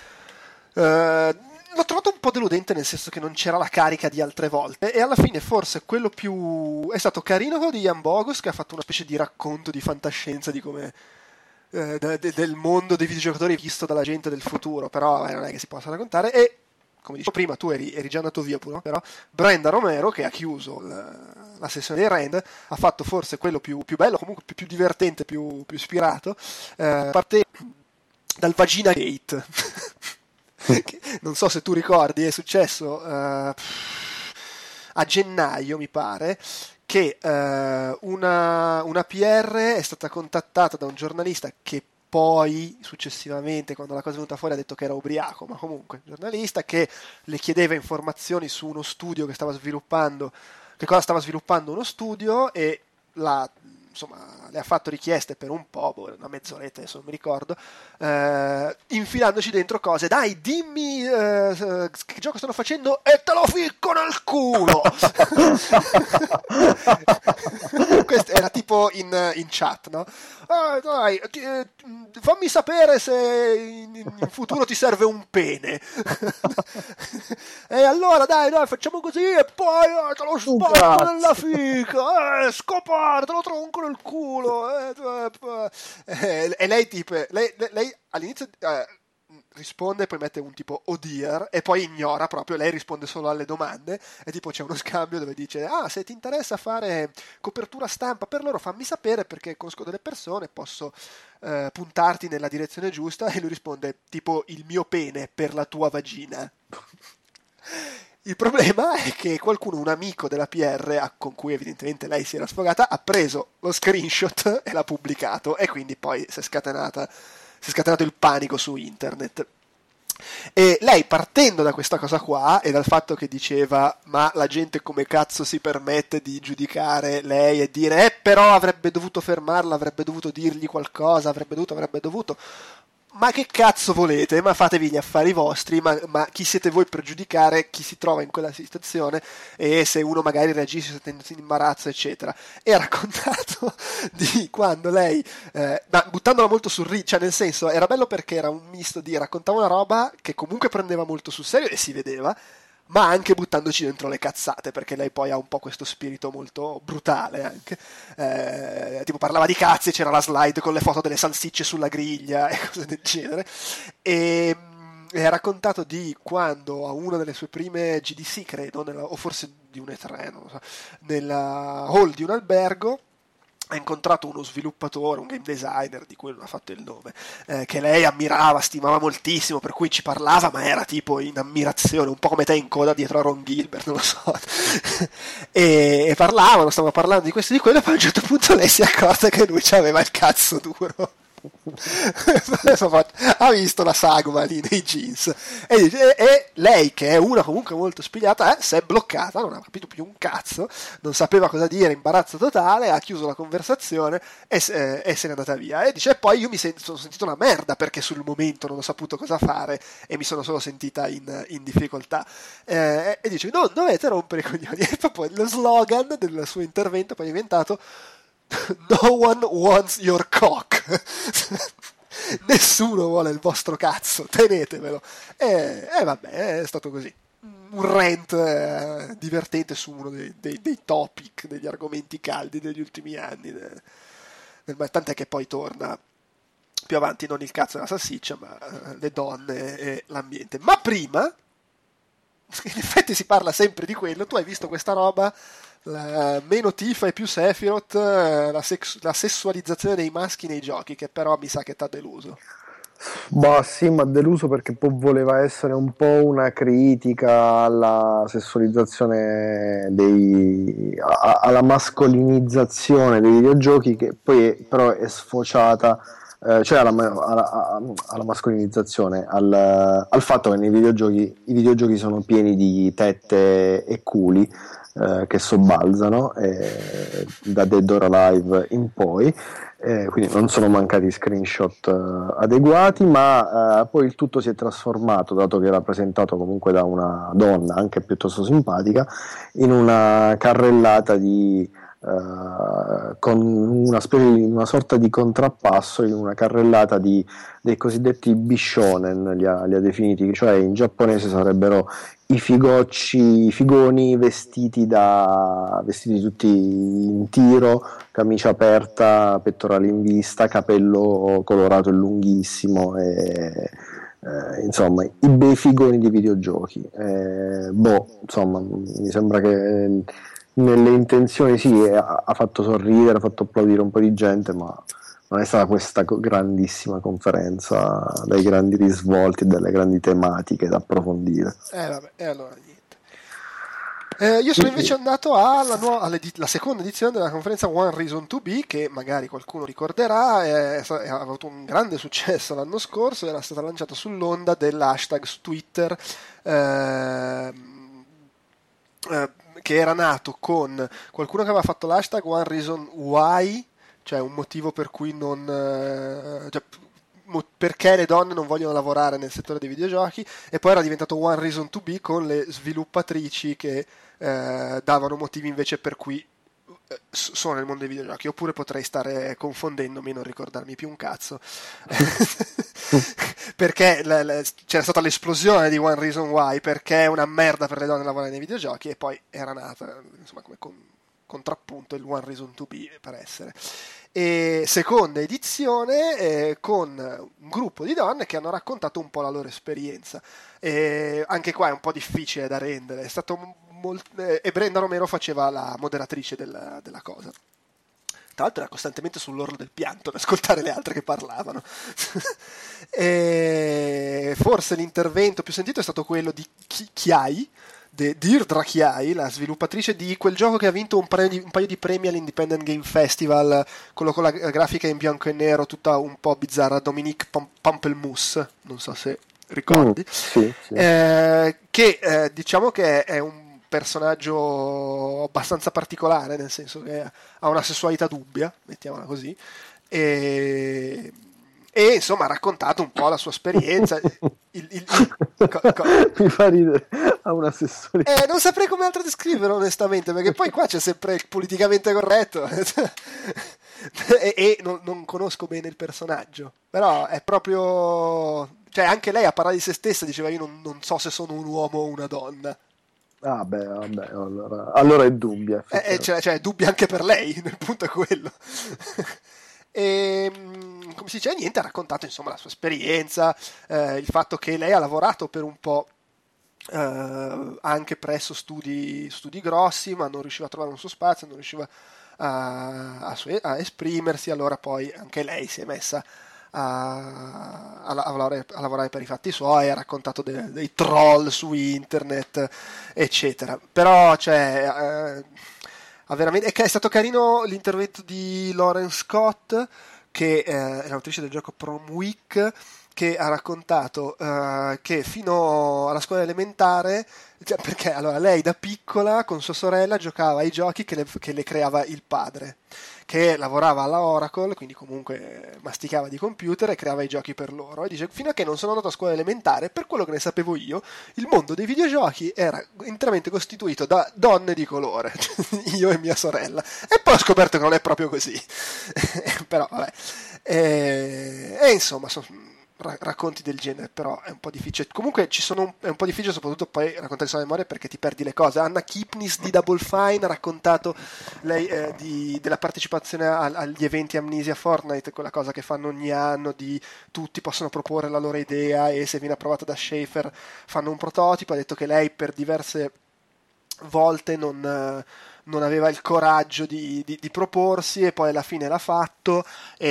uh, l'ho trovato un po' deludente, nel senso che non c'era la carica di altre volte, e alla fine forse quello più è stato carino quello di Ian Bogost, che ha fatto una specie di racconto di fantascienza di come eh, de- de- del mondo dei videogiocatori visto dalla gente del futuro, però eh, non è che si possa raccontare. E come dicevo prima, tu eri, eri già andato via pure, però Brenda Romero, che ha chiuso la, la sessione dei Rand, ha fatto forse quello più, più bello, comunque più, più divertente, più, più ispirato, eh, parte dal Vagina Gate. Che, non so se tu ricordi, è successo uh, a gennaio mi pare che uh, una, una P R è stata contattata da un giornalista che poi successivamente, quando la cosa è venuta fuori, ha detto che era ubriaco, ma comunque giornalista, che le chiedeva informazioni su uno studio che stava sviluppando, che cosa stava sviluppando uno studio, e la insomma le ha fatto richieste per un po', una mezz'oretta adesso non mi ricordo, eh, infilandoci dentro cose: dai dimmi eh, che gioco stanno facendo e te lo ficco nel culo. Questo era tipo in, in chat, no? Ah, dai, ti, eh, fammi sapere se in, in futuro ti serve un pene. E allora dai dai facciamo così e poi eh, te lo spacco nella fica, eh, scopare, te lo tronco nel culo, eh, eh, e lei tipo lei, lei all'inizio eh, risponde, poi mette un tipo oh dear e poi ignora proprio, lei risponde solo alle domande e tipo c'è uno scambio dove dice: ah, se ti interessa fare copertura stampa per loro fammi sapere perché conosco delle persone, posso eh, puntarti nella direzione giusta. E lui risponde tipo: il mio pene per la tua vagina. Il problema è che qualcuno, un amico della P R con cui evidentemente lei si era sfogata, ha preso lo screenshot e l'ha pubblicato, e quindi poi si è scatenata si è scatenato il panico su internet. E lei, partendo da questa cosa qua e dal fatto che diceva: ma la gente come cazzo si permette di giudicare lei e dire eh però avrebbe dovuto fermarla, avrebbe dovuto dirgli qualcosa, avrebbe dovuto, avrebbe dovuto ma che cazzo volete? Ma fatevi gli affari vostri, ma, ma chi siete voi per giudicare chi si trova in quella situazione e se uno magari reagisce sentendosi in imbarazzo eccetera. E ha raccontato di quando lei eh, ma buttandola molto sul ridere, cioè nel senso era bello perché era un misto di raccontava una roba che comunque prendeva molto sul serio e si vedeva, ma anche buttandoci dentro le cazzate, perché lei poi ha un po' questo spirito molto brutale anche, eh, tipo parlava di cazzi e c'era la slide con le foto delle salsicce sulla griglia e cose del genere, e, e ha raccontato di quando a una delle sue prime G D C credo, nella, o forse di un E tre, non lo so, nella hall di un albergo ha incontrato uno sviluppatore, un game designer di cui non ha fatto il nome, eh, che lei ammirava, stimava moltissimo, per cui ci parlava, ma era tipo in ammirazione, un po' come te in coda dietro a Ron Gilbert, non lo so. e, e parlavano, stavano parlando di questo e di quello, e poi a un certo punto lei si è accorta che lui aveva il cazzo duro. Ha visto la sagoma lì nei jeans e, dice, e, e lei, che è una comunque molto spigliata, eh, si è bloccata, non ha capito più un cazzo, non sapeva cosa dire, imbarazzo totale, ha chiuso la conversazione e, eh, e se n'è andata via. E dice: e poi io mi sento, sono sentito una merda perché sul momento non ho saputo cosa fare e mi sono solo sentita in, in difficoltà. Eh, e dice: non dovete rompere i coglioni. E proprio lo slogan del suo intervento poi è diventato: no one wants your cock. Nessuno vuole il vostro cazzo, tenetevelo. E, e vabbè, è stato così. Un rant eh, divertente su uno dei, dei, dei topic, degli argomenti caldi degli ultimi anni. Del, del, tant'è che poi torna più avanti non il cazzo e la salsiccia, ma uh, le donne e l'ambiente. Ma prima, in effetti si parla sempre di quello, tu hai visto questa roba, la, meno Tifa e più Sephiroth, la, sex, la sessualizzazione dei maschi nei giochi, che però mi sa che t'ha deluso. Bah sì, ma deluso perché poi voleva essere un po' una critica alla sessualizzazione dei, a, alla mascolinizzazione dei videogiochi, che poi è, però è sfociata, eh, cioè alla, alla, alla mascolinizzazione, al, al fatto che nei videogiochi i videogiochi sono pieni di tette e culi eh, che sobbalzano eh, da Dead or Alive in poi. Eh, quindi non sono mancati screenshot uh, adeguati, ma uh, poi il tutto si è trasformato, dato che era presentato comunque da una donna anche piuttosto simpatica, in una carrellata di uh, con una, specie di, una sorta di contrappasso, in una carrellata di, dei cosiddetti bishonen, li ha, li ha definiti, cioè in giapponese sarebbero i figocci, i figoni vestiti da vestiti tutti in tiro, camicia aperta, pettorali in vista, capello colorato e lunghissimo, e, eh, insomma i bei figoni di videogiochi. Eh, boh, insomma, mi sembra che nelle intenzioni sì, ha, ha fatto sorridere, ha fatto applaudire un po' di gente, ma non è stata questa grandissima conferenza dai grandi risvolti e delle grandi tematiche da approfondire. Eh vabbè, e allora niente. Eh, io sono invece andato alla, nuova, alla seconda edizione della conferenza One Reason to Be, che magari qualcuno ricorderà, è, è, ha avuto un grande successo l'anno scorso, era stata lanciata sull'onda dell'hashtag su Twitter, eh, eh, che era nato con qualcuno che aveva fatto l'hashtag One Reason Why, cioè un motivo per cui non eh, cioè, mo, perché le donne non vogliono lavorare nel settore dei videogiochi, e poi era diventato One Reason to Be con le sviluppatrici che eh, davano motivi invece per cui eh, sono nel mondo dei videogiochi. Oppure potrei stare confondendomi e non ricordarmi più un cazzo perché le, le, c'era stata l'esplosione di One Reason Why, perché è una merda per le donne lavorare nei videogiochi, e poi era nata insomma come con contrappunto il One Reason to Be per essere. E seconda edizione eh, con un gruppo di donne che hanno raccontato un po' la loro esperienza, e anche qua è un po' difficile da rendere, è stato molt... e Brenda Romero faceva la moderatrice della, della cosa. Tra l'altro era costantemente sull'orlo del pianto ad ascoltare le altre che parlavano. E forse l'intervento più sentito è stato quello di Chiai, De Deirdre Chiai, la sviluppatrice di quel gioco che ha vinto un paio di, un paio di premi all'Independent Game Festival, quello con la grafica in bianco e nero tutta un po' bizzarra, Dominique Pampelmousse, non so se ricordi, mm, sì, sì. Eh, che eh, diciamo che è un personaggio abbastanza particolare, nel senso che ha una sessualità dubbia, mettiamola così, e... e insomma ha raccontato un po' la sua esperienza. il, il, il, co, co. Mi fa ridere, ha una sessualità. Eh, non saprei come altro descriverlo onestamente, perché poi qua c'è sempre il politicamente corretto e, e non, non conosco bene il personaggio, però è proprio, cioè anche lei a parlare di se stessa diceva: io non, non so se sono un uomo o una donna. Ah beh, vabbè, allora, allora è dubbia. Eh, cioè, cioè è dubbia anche per lei, il punto è quello. E come si dice, niente, ha raccontato insomma la sua esperienza, eh, il fatto che lei ha lavorato per un po' eh, anche presso studi, studi grossi, ma non riusciva a trovare un suo spazio, non riusciva a, a, sue- a esprimersi, allora poi anche lei si è messa a, a, a lavorare, a lavorare per i fatti suoi, ha raccontato de- dei troll su internet, eccetera. Però, cioè, eh, ha veramente, è, è stato carino l'intervento di Lauren Scott, che eh, è l'autrice del gioco Prom Week, che ha raccontato eh, che fino alla scuola elementare, cioè, perché allora lei da piccola con sua sorella giocava ai giochi che le, che le creava il padre, che lavorava alla Oracle, quindi comunque masticava di computer e creava i giochi per loro, e dice: fino a che non sono andato a scuola elementare, per quello che ne sapevo io, il mondo dei videogiochi era interamente costituito da donne di colore, io e mia sorella, e poi ho scoperto che non è proprio così. Però vabbè, e, e insomma sono racconti del genere, però è un po' difficile. Comunque ci sono un, è un po' difficile soprattutto poi raccontare la memoria, perché ti perdi le cose. Anna Kipnis di Double Fine ha raccontato lei eh, di, della partecipazione a, agli eventi Amnesia Fortnite, quella cosa che fanno ogni anno, di tutti possono proporre la loro idea e se viene approvata da Schaefer fanno un prototipo. Ha detto che lei per diverse volte non, non aveva il coraggio di, di, di proporsi, e poi alla fine l'ha fatto,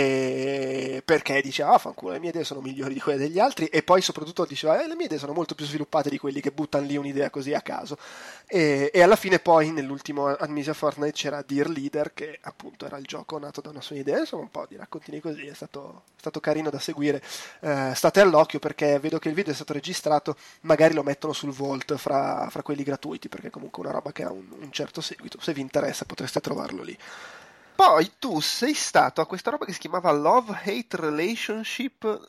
e perché diceva: ah, fanculo, le mie idee sono migliori di quelle degli altri, e poi soprattutto diceva: eh, le mie idee sono molto più sviluppate di quelli che buttano lì un'idea così a caso. E, e alla fine poi nell'ultimo Amnesia Fortnite c'era Dear Leader, che appunto era il gioco nato da una sua idea. Insomma, un po' di raccontini così, è stato, è stato carino da seguire. Eh, state all'occhio, perché vedo che il video è stato registrato, magari lo mettono sul Vault fra, fra quelli gratuiti, perché comunque è una roba che ha un, un certo seguito. Se vi interessa potreste trovarlo lì. Poi tu sei stato a questa roba che si chiamava Love-Hate Relationship,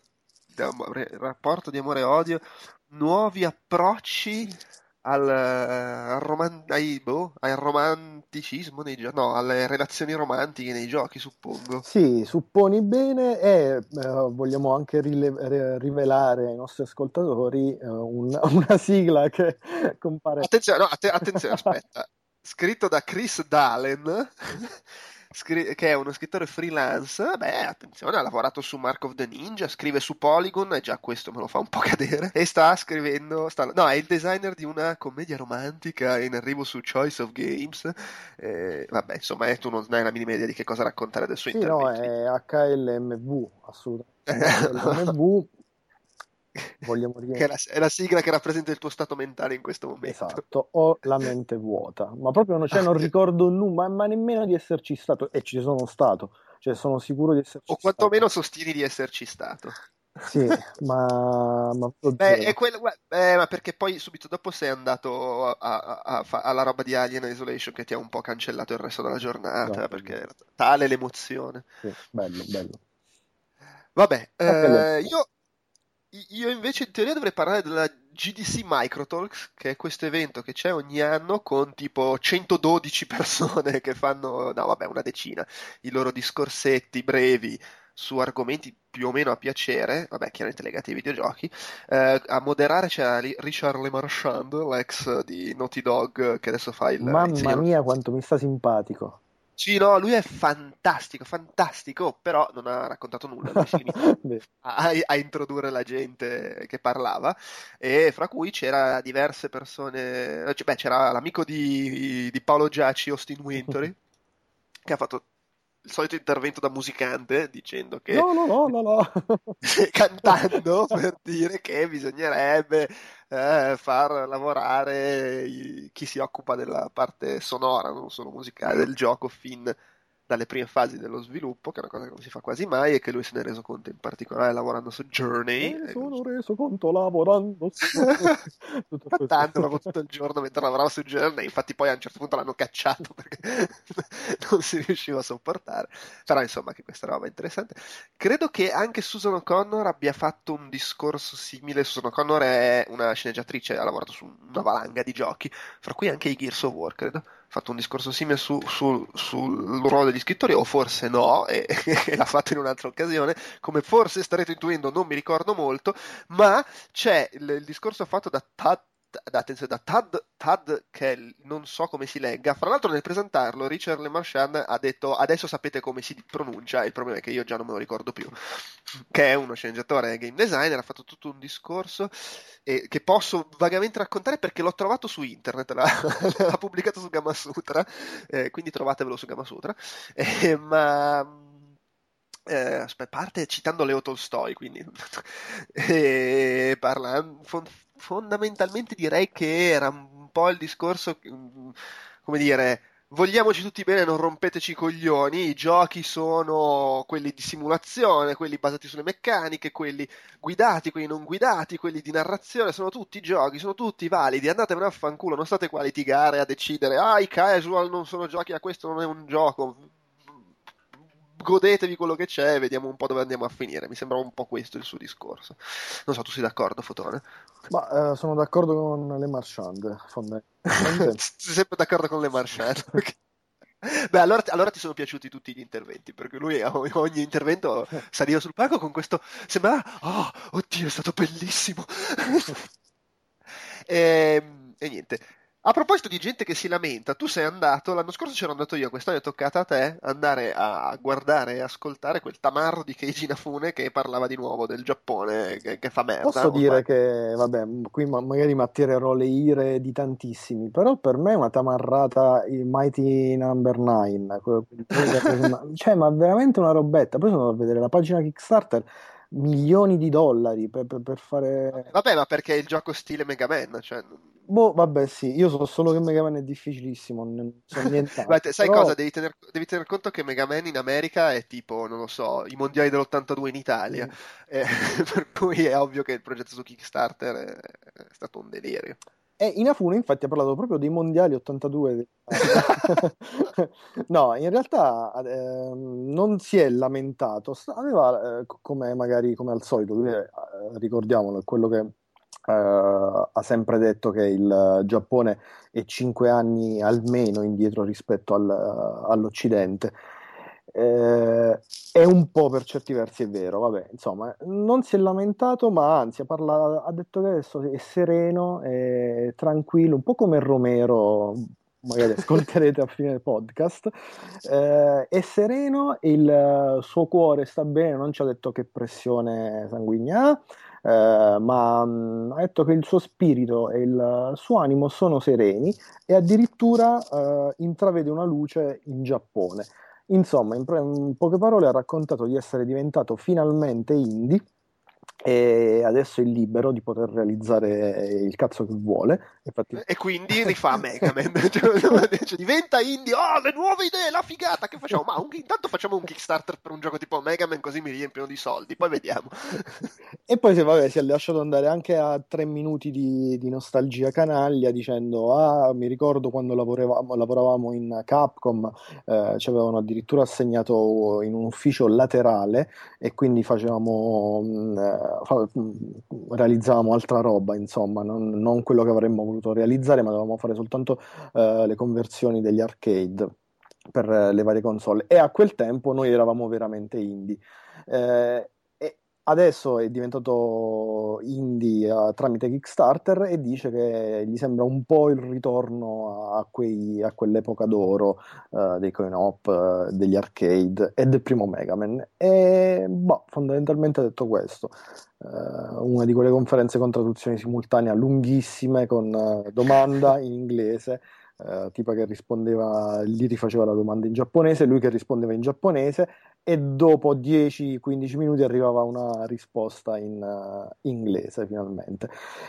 rapporto di amore e odio, nuovi approcci al, al, roman- ai, boh, al romanticismo nei giochi, no, alle relazioni romantiche nei giochi, suppongo. Sì, supponi bene, e eh, vogliamo anche rile- rivelare ai nostri ascoltatori eh, un- una sigla che compare. Attenzione, no, att- attenzione, aspetta. Scritto da Chris Dahlen, scri- che è uno scrittore freelance. Vabbè, attenzione, ha lavorato su Mark of the Ninja, scrive su Polygon, e già questo me lo fa un po' cadere. E sta scrivendo, sta- no, è il designer di una commedia romantica in arrivo su Choice of Games. Eh, vabbè, insomma, eh, tu non hai la minima idea di che cosa raccontare del suo Sì, no, intervento. è H L M V, assolutamente. H L M V, vogliamo dire. Che è la, è la sigla che rappresenta il tuo stato mentale in questo momento. Esatto, ho la mente vuota, ma proprio non, cioè, non ricordo nulla, ma, ma nemmeno di esserci stato, e ci sono stato, cioè sono sicuro di esserci O stato. quantomeno sostieni di esserci stato. Sì, ma, ma Beh, è quello, eh, ma perché poi subito dopo sei andato a, a- a fa- alla roba di Alien Isolation, che ti ha un po' cancellato il resto della giornata, Esatto, perché esatto. era tale l'emozione. Sì, bello, bello. Vabbè, H L M V. eh, io, io invece in teoria dovrei parlare della G D C Microtalks, che è questo evento che c'è ogni anno con tipo centododici persone che fanno, no vabbè, una decina, i loro discorsetti brevi su argomenti più o meno a piacere, vabbè, chiaramente legati ai videogiochi. Eh, a moderare c'era lì Richard LeMarchand, l'ex di Naughty Dog, che adesso fa il Mamma insegna- mia, quanto mi sta simpatico. Sì, no, lui è fantastico, fantastico, però non ha raccontato nulla, lui si limita Beh, a, a introdurre la gente che parlava, e fra cui c'era diverse persone, cioè, beh, c'era l'amico di, di Paolo Giaci, Austin Wintory, che ha fatto il solito intervento da musicante dicendo che no, no, no, no, no. cantando per dire che bisognerebbe eh, far lavorare i- chi si occupa della parte sonora, non solo musicale, del gioco fin dalle prime fasi dello sviluppo, che è una cosa che non si fa quasi mai, e che lui se ne è reso conto in particolare lavorando su Journey. Me ne E sono reso conto lavorando. Tutto questo. cantando proprio tutto il giorno mentre lavorava su Journey, infatti poi a un certo punto l'hanno cacciato perché non si riusciva a sopportare. Però insomma, che questa roba è interessante. Credo che anche Susan O'Connor abbia fatto un discorso simile. Susan O'Connor è una sceneggiatrice, ha lavorato su una valanga di giochi, fra cui anche i Gears of War, credo. Ha fatto un discorso simile su, su- sul ruolo degli scrittori, o forse no, e, e l'ha fatto in un'altra occasione, come forse starete intuendo, non mi ricordo molto, ma c'è il, il discorso fatto da Tad da, attenzione, da Tad, Tad, che non so come si legga. Fra l'altro nel presentarlo Richard Le Marchand ha detto adesso sapete come si pronuncia, il problema è che io già non me lo ricordo più, che è uno sceneggiatore e game designer, ha fatto tutto un discorso eh, che posso vagamente raccontare perché l'ho trovato su internet, l'ha, l'ha pubblicato su Gamasutra, eh, quindi trovatevelo su Gamasutra, eh, ma... Eh, aspetta, parte citando Leo Tolstoi, quindi e parla fon- fondamentalmente direi che era un po' il discorso, mm, come dire, vogliamoci tutti bene, non rompeteci i coglioni, i giochi sono quelli di simulazione, quelli basati sulle meccaniche, quelli guidati, quelli non guidati, quelli di narrazione, sono tutti giochi, sono tutti validi, andatevene a fanculo, non state qua a litigare, a decidere, ah i casual non sono giochi, ah questo non è un gioco, godetevi quello che c'è e vediamo un po' dove andiamo a finire. Mi sembra un po' questo il suo discorso. Non so, tu sei d'accordo, Fotone? Ma eh, sono d'accordo con Le Marchand, fondamentalmente. Sei sempre d'accordo con Le Marchand? Beh, allora, allora ti sono piaciuti tutti gli interventi, perché lui a ogni, ogni intervento saliva sul palco con questo... Sembrava, oh, oddio, è stato bellissimo! e, e niente. A proposito di gente che si lamenta, tu sei andato, l'anno scorso c'ero andato io, quest'anno è toccata a te andare a guardare e ascoltare quel tamarro di Keiji Inafune che parlava di nuovo del Giappone che, che fa merda. Posso ormai. dire che, vabbè, qui ma- magari mi attirerò le ire di tantissimi, però per me è una tamarrata il Mighty Number nine, quello- cioè, ma veramente una robetta. Poi sono andato a vedere la pagina Kickstarter, milioni di dollari per, per- per fare... Vabbè, ma perché è il gioco stile Mega Man, cioè... Boh, vabbè, sì, io so solo che Mega Man è difficilissimo, non so nient'altro. Guarda, sai però... cosa? Devi tener, devi tener conto che Mega Man in America è tipo, non lo so, i mondiali dell'ottantadue in Italia, Mm. eh, per cui è ovvio che il progetto su Kickstarter è, è stato un delirio. E Inafune infatti ha parlato proprio dei mondiali ottantadue. No, in realtà ehm, non si è lamentato, Sta- aveva, eh, come magari come al solito, lui, eh, ricordiamolo, è quello che eh, ha sempre detto che il Giappone è cinque anni almeno indietro rispetto al- all'Occidente. Eh, è un po' per certi versi è vero, vabbè, insomma, non si è lamentato, ma anzi ha, parla- ha detto che adesso è sereno, è tranquillo, un po' come Romero, magari ascolterete a fine podcast, eh, è sereno, il suo cuore sta bene, non ci ha detto che pressione sanguigna ha, eh, ma mh, ha detto che il suo spirito e il suo animo sono sereni e addirittura eh, intravede una luce in Giappone. Insomma, in, pre- in poche parole ha raccontato di essere diventato finalmente indie e adesso è libero di poter realizzare il cazzo che vuole. Infatti... E quindi rifà Mega Man, cioè, cioè, diventa indie, oh le nuove idee, la figata, che facciamo? Ma un- intanto facciamo un Kickstarter per un gioco tipo Mega Man così mi riempiono di soldi, poi vediamo. E poi se, vabbè, si è lasciato andare anche a tre minuti di, di nostalgia canaglia dicendo ah, mi ricordo quando lavoravamo, lavoravamo in Capcom, eh, ci avevano addirittura assegnato in un ufficio laterale e quindi facevamo, mh, eh, fa- mh, realizzavamo altra roba, insomma, non, non quello che avremmo voluto realizzare, ma dovevamo fare soltanto eh, le conversioni degli arcade per eh, le varie console e a quel tempo noi eravamo veramente indie. Eh, e adesso è diventato indie eh, tramite Kickstarter e dice che gli sembra un po' il ritorno a, quei, a quell'epoca d'oro eh, dei coin-op, eh, degli arcade e del primo Mega Man. E boh, fondamentalmente ha detto questo. Eh, una di quelle conferenze con traduzioni simultanea lunghissime con eh, domanda in inglese. Uh, tipa che rispondeva, gli rifaceva la domanda in giapponese, lui che rispondeva in giapponese e dopo dieci quindici minuti arrivava una risposta in uh, inglese finalmente.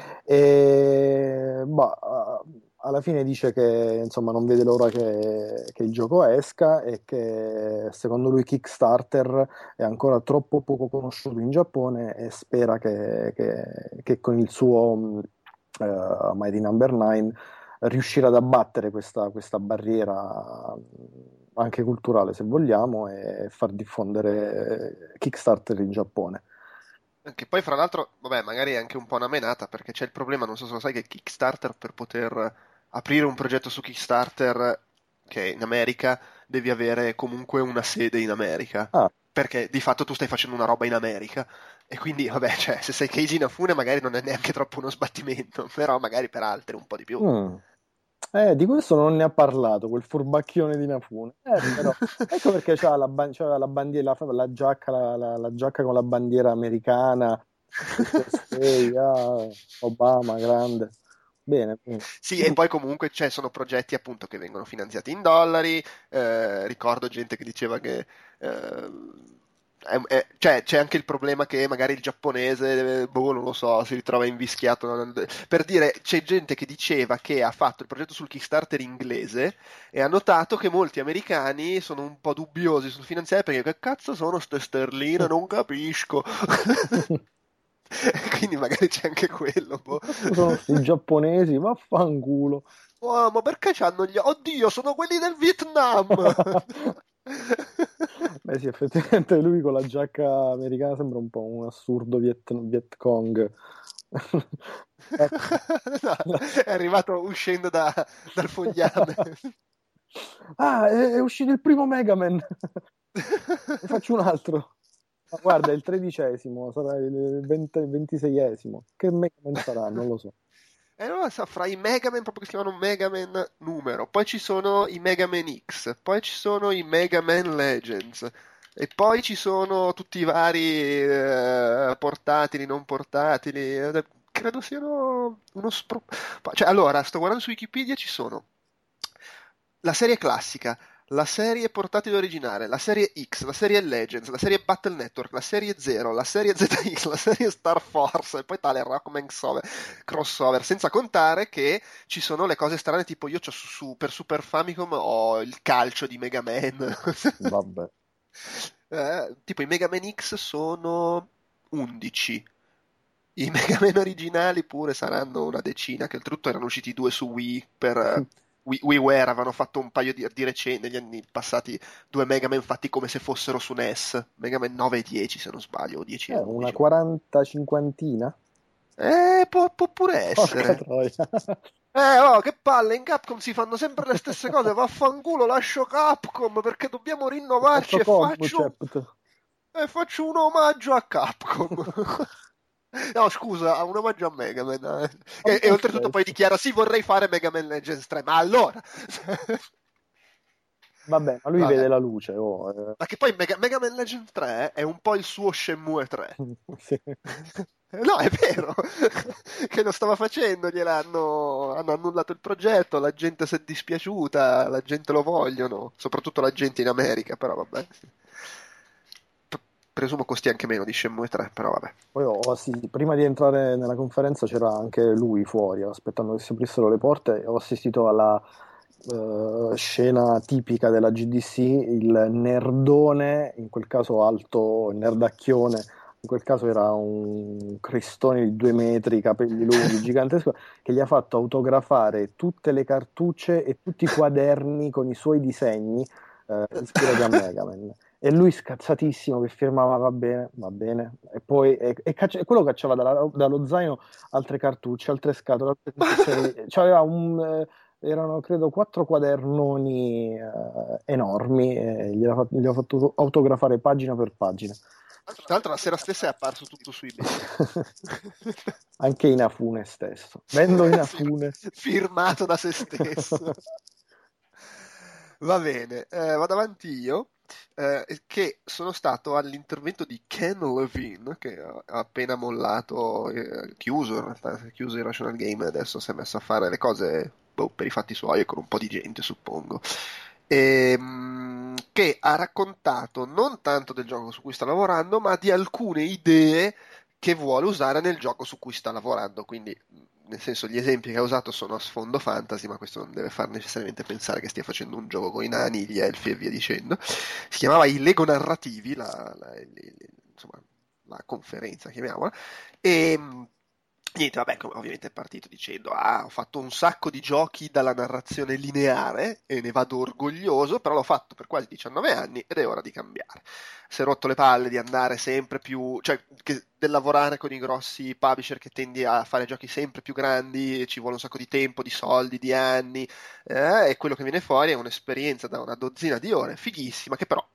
E bah, uh, alla fine dice che insomma non vede l'ora che, che il gioco esca e che secondo lui Kickstarter è ancora troppo poco conosciuto in Giappone e spera che, che, che con il suo uh, Mighty Number nine riuscire ad abbattere questa, questa barriera anche culturale, se vogliamo, e far diffondere Kickstarter in Giappone. Che poi fra l'altro, vabbè, magari è anche un po' una menata perché c'è il problema, non so se lo sai, che Kickstarter per poter aprire un progetto su Kickstarter che è in America devi avere comunque una sede in America. Ah, perché di fatto tu stai facendo una roba in America e quindi vabbè, cioè, se sei Keiji Inafune magari non è neanche troppo uno sbattimento, però magari per altri un po' di più. Mm. Eh, di questo non ne ha parlato, quel furbacchione di Inafune. Eh, però, ecco perché c'ha la, ban- c'aveva la bandiera, la, la giacca, la, la- la giacca con la bandiera americana, U S A, ah, Obama, grande. Bene, bene. Sì, e poi comunque cioè, sono progetti appunto che vengono finanziati in dollari, eh, ricordo gente che diceva che eh, è- è- cioè, c'è anche il problema che magari il giapponese, eh, boh, non lo so, si ritrova invischiato. non- Per dire, c'è gente che diceva che ha fatto il progetto sul Kickstarter inglese e ha notato che molti americani sono un po' dubbiosi sul finanziare perché che cazzo sono ste sterline, non capisco. Quindi magari c'è anche quello, boh. Sono sti giapponesi, vaffanculo. Oh, ma perché c'hanno gli... Oddio, sono quelli del Vietnam! Beh sì, effettivamente lui con la giacca americana sembra un po' un assurdo Viet, Viet Cong. No, è arrivato uscendo da- dal fogliame. Ah, è, è uscito il primo Mega Man. Ne faccio un altro. Ma guarda, è il tredicesimo, sarà il venti ventiseiesimo. Che Mega Man sarà? Non lo so. E allora sa, fra i Mega Man, proprio che si chiamano Mega Man numero, poi ci sono i Mega Man X, poi ci sono i Mega Man Legends, e poi ci sono tutti i vari eh, portatili, non portatili, eh, credo siano uno spro... Cioè, allora, sto guardando su Wikipedia, ci sono la serie classica, la serie portatile originale, la serie X, la serie Legends, la serie Battle Network, la serie Zero, la serie Z X, la serie Star Force e poi tale Rockman crossover, senza contare che ci sono le cose strane tipo io c'ho su, su- per Super Famicom ho il calcio di Mega Man. Vabbè. Eh, tipo i Mega Man X sono undici. I Mega Man originali pure saranno una decina, che oltretutto erano usciti due su Wii per eh, Wii, WiiWare, avevano fatto un paio di, di recente, negli anni passati, due Mega Man fatti come se fossero su N E S, Mega Man nove e dieci se non sbaglio, o dieci Eh, e una undici. quaranta-cinquantina? Eh, può, può pure Porca essere. troia. Eh, oh, che palle, in Capcom si fanno sempre le stesse cose, vaffanculo, lascio Capcom perché dobbiamo rinnovarci Faccio e faccio, concept. e faccio un omaggio a Capcom. No, scusa, un omaggio a Mega Man. eh. E, e oltretutto poi dichiara: sì, vorrei fare Mega Man Legends tre. Ma allora, Vabbè, ma lui vabbè. vede la luce. Oh, eh. Ma che poi Mega, Mega Man Legends tre è un po' il suo Shenmue tre. Sì. No, è vero che lo stava facendo, gliel'hanno hanno annullato il progetto, la gente si è dispiaciuta, la gente lo vogliono, soprattutto la gente in America, però vabbè. P- presumo costi anche meno di Shenmue tre, però vabbè. Poi ho assi- prima di entrare nella conferenza c'era anche lui fuori, aspettando che si aprissero le porte, e ho assistito alla eh, scena tipica della G D C, il nerdone, in quel caso alto, nerdacchione, in quel caso era un cristone di due metri, capelli lunghi, gigantesco, che gli ha fatto autografare tutte le cartucce e tutti i quaderni con i suoi disegni eh, ispirati a Mega Man. E lui scazzatissimo che firmava va bene, va bene, e poi e, e caccia- e quello cacciava dalla- dallo zaino altre cartucce, altre scatole, altre confezioni. C'aveva un, eh, erano credo quattro quadernoni eh, enormi e gli ha gli ha fatto autografare pagina per pagina. Tra l'altro la sera stessa è apparso tutto su eBay. Anche Inafune stesso. Vendo Inafune. Firmato da se stesso. Va bene, eh, vado avanti io. eh, che sono stato all'intervento di Ken Levine, che ha ha appena mollato, eh, chiuso, in realtà, si è chiuso il Rational Game, adesso si è messo a fare le cose boh, per i fatti suoi e con un po' di gente, suppongo. Ehm, che ha raccontato non tanto del gioco su cui sta lavorando, ma di alcune idee che vuole usare nel gioco su cui sta lavorando. Quindi, nel senso, gli esempi che ha usato sono a sfondo fantasy, ma questo non deve far necessariamente pensare che stia facendo un gioco con i nani, gli elfi e via dicendo. Si chiamava i Lego narrativi, la, la, il- il- insomma, la conferenza, chiamiamola. E niente, vabbè, come ovviamente è partito dicendo: ah, ho fatto un sacco di giochi dalla narrazione lineare e ne vado orgoglioso, però l'ho fatto per quasi diciannove anni ed è ora di cambiare. Si è rotto le palle di andare sempre più, cioè che, del lavorare con i grossi publisher che tendi a fare giochi sempre più grandi, ci vuole un sacco di tempo, di soldi, di anni, eh, e quello che viene fuori è un'esperienza da una dozzina di ore, fighissima, che però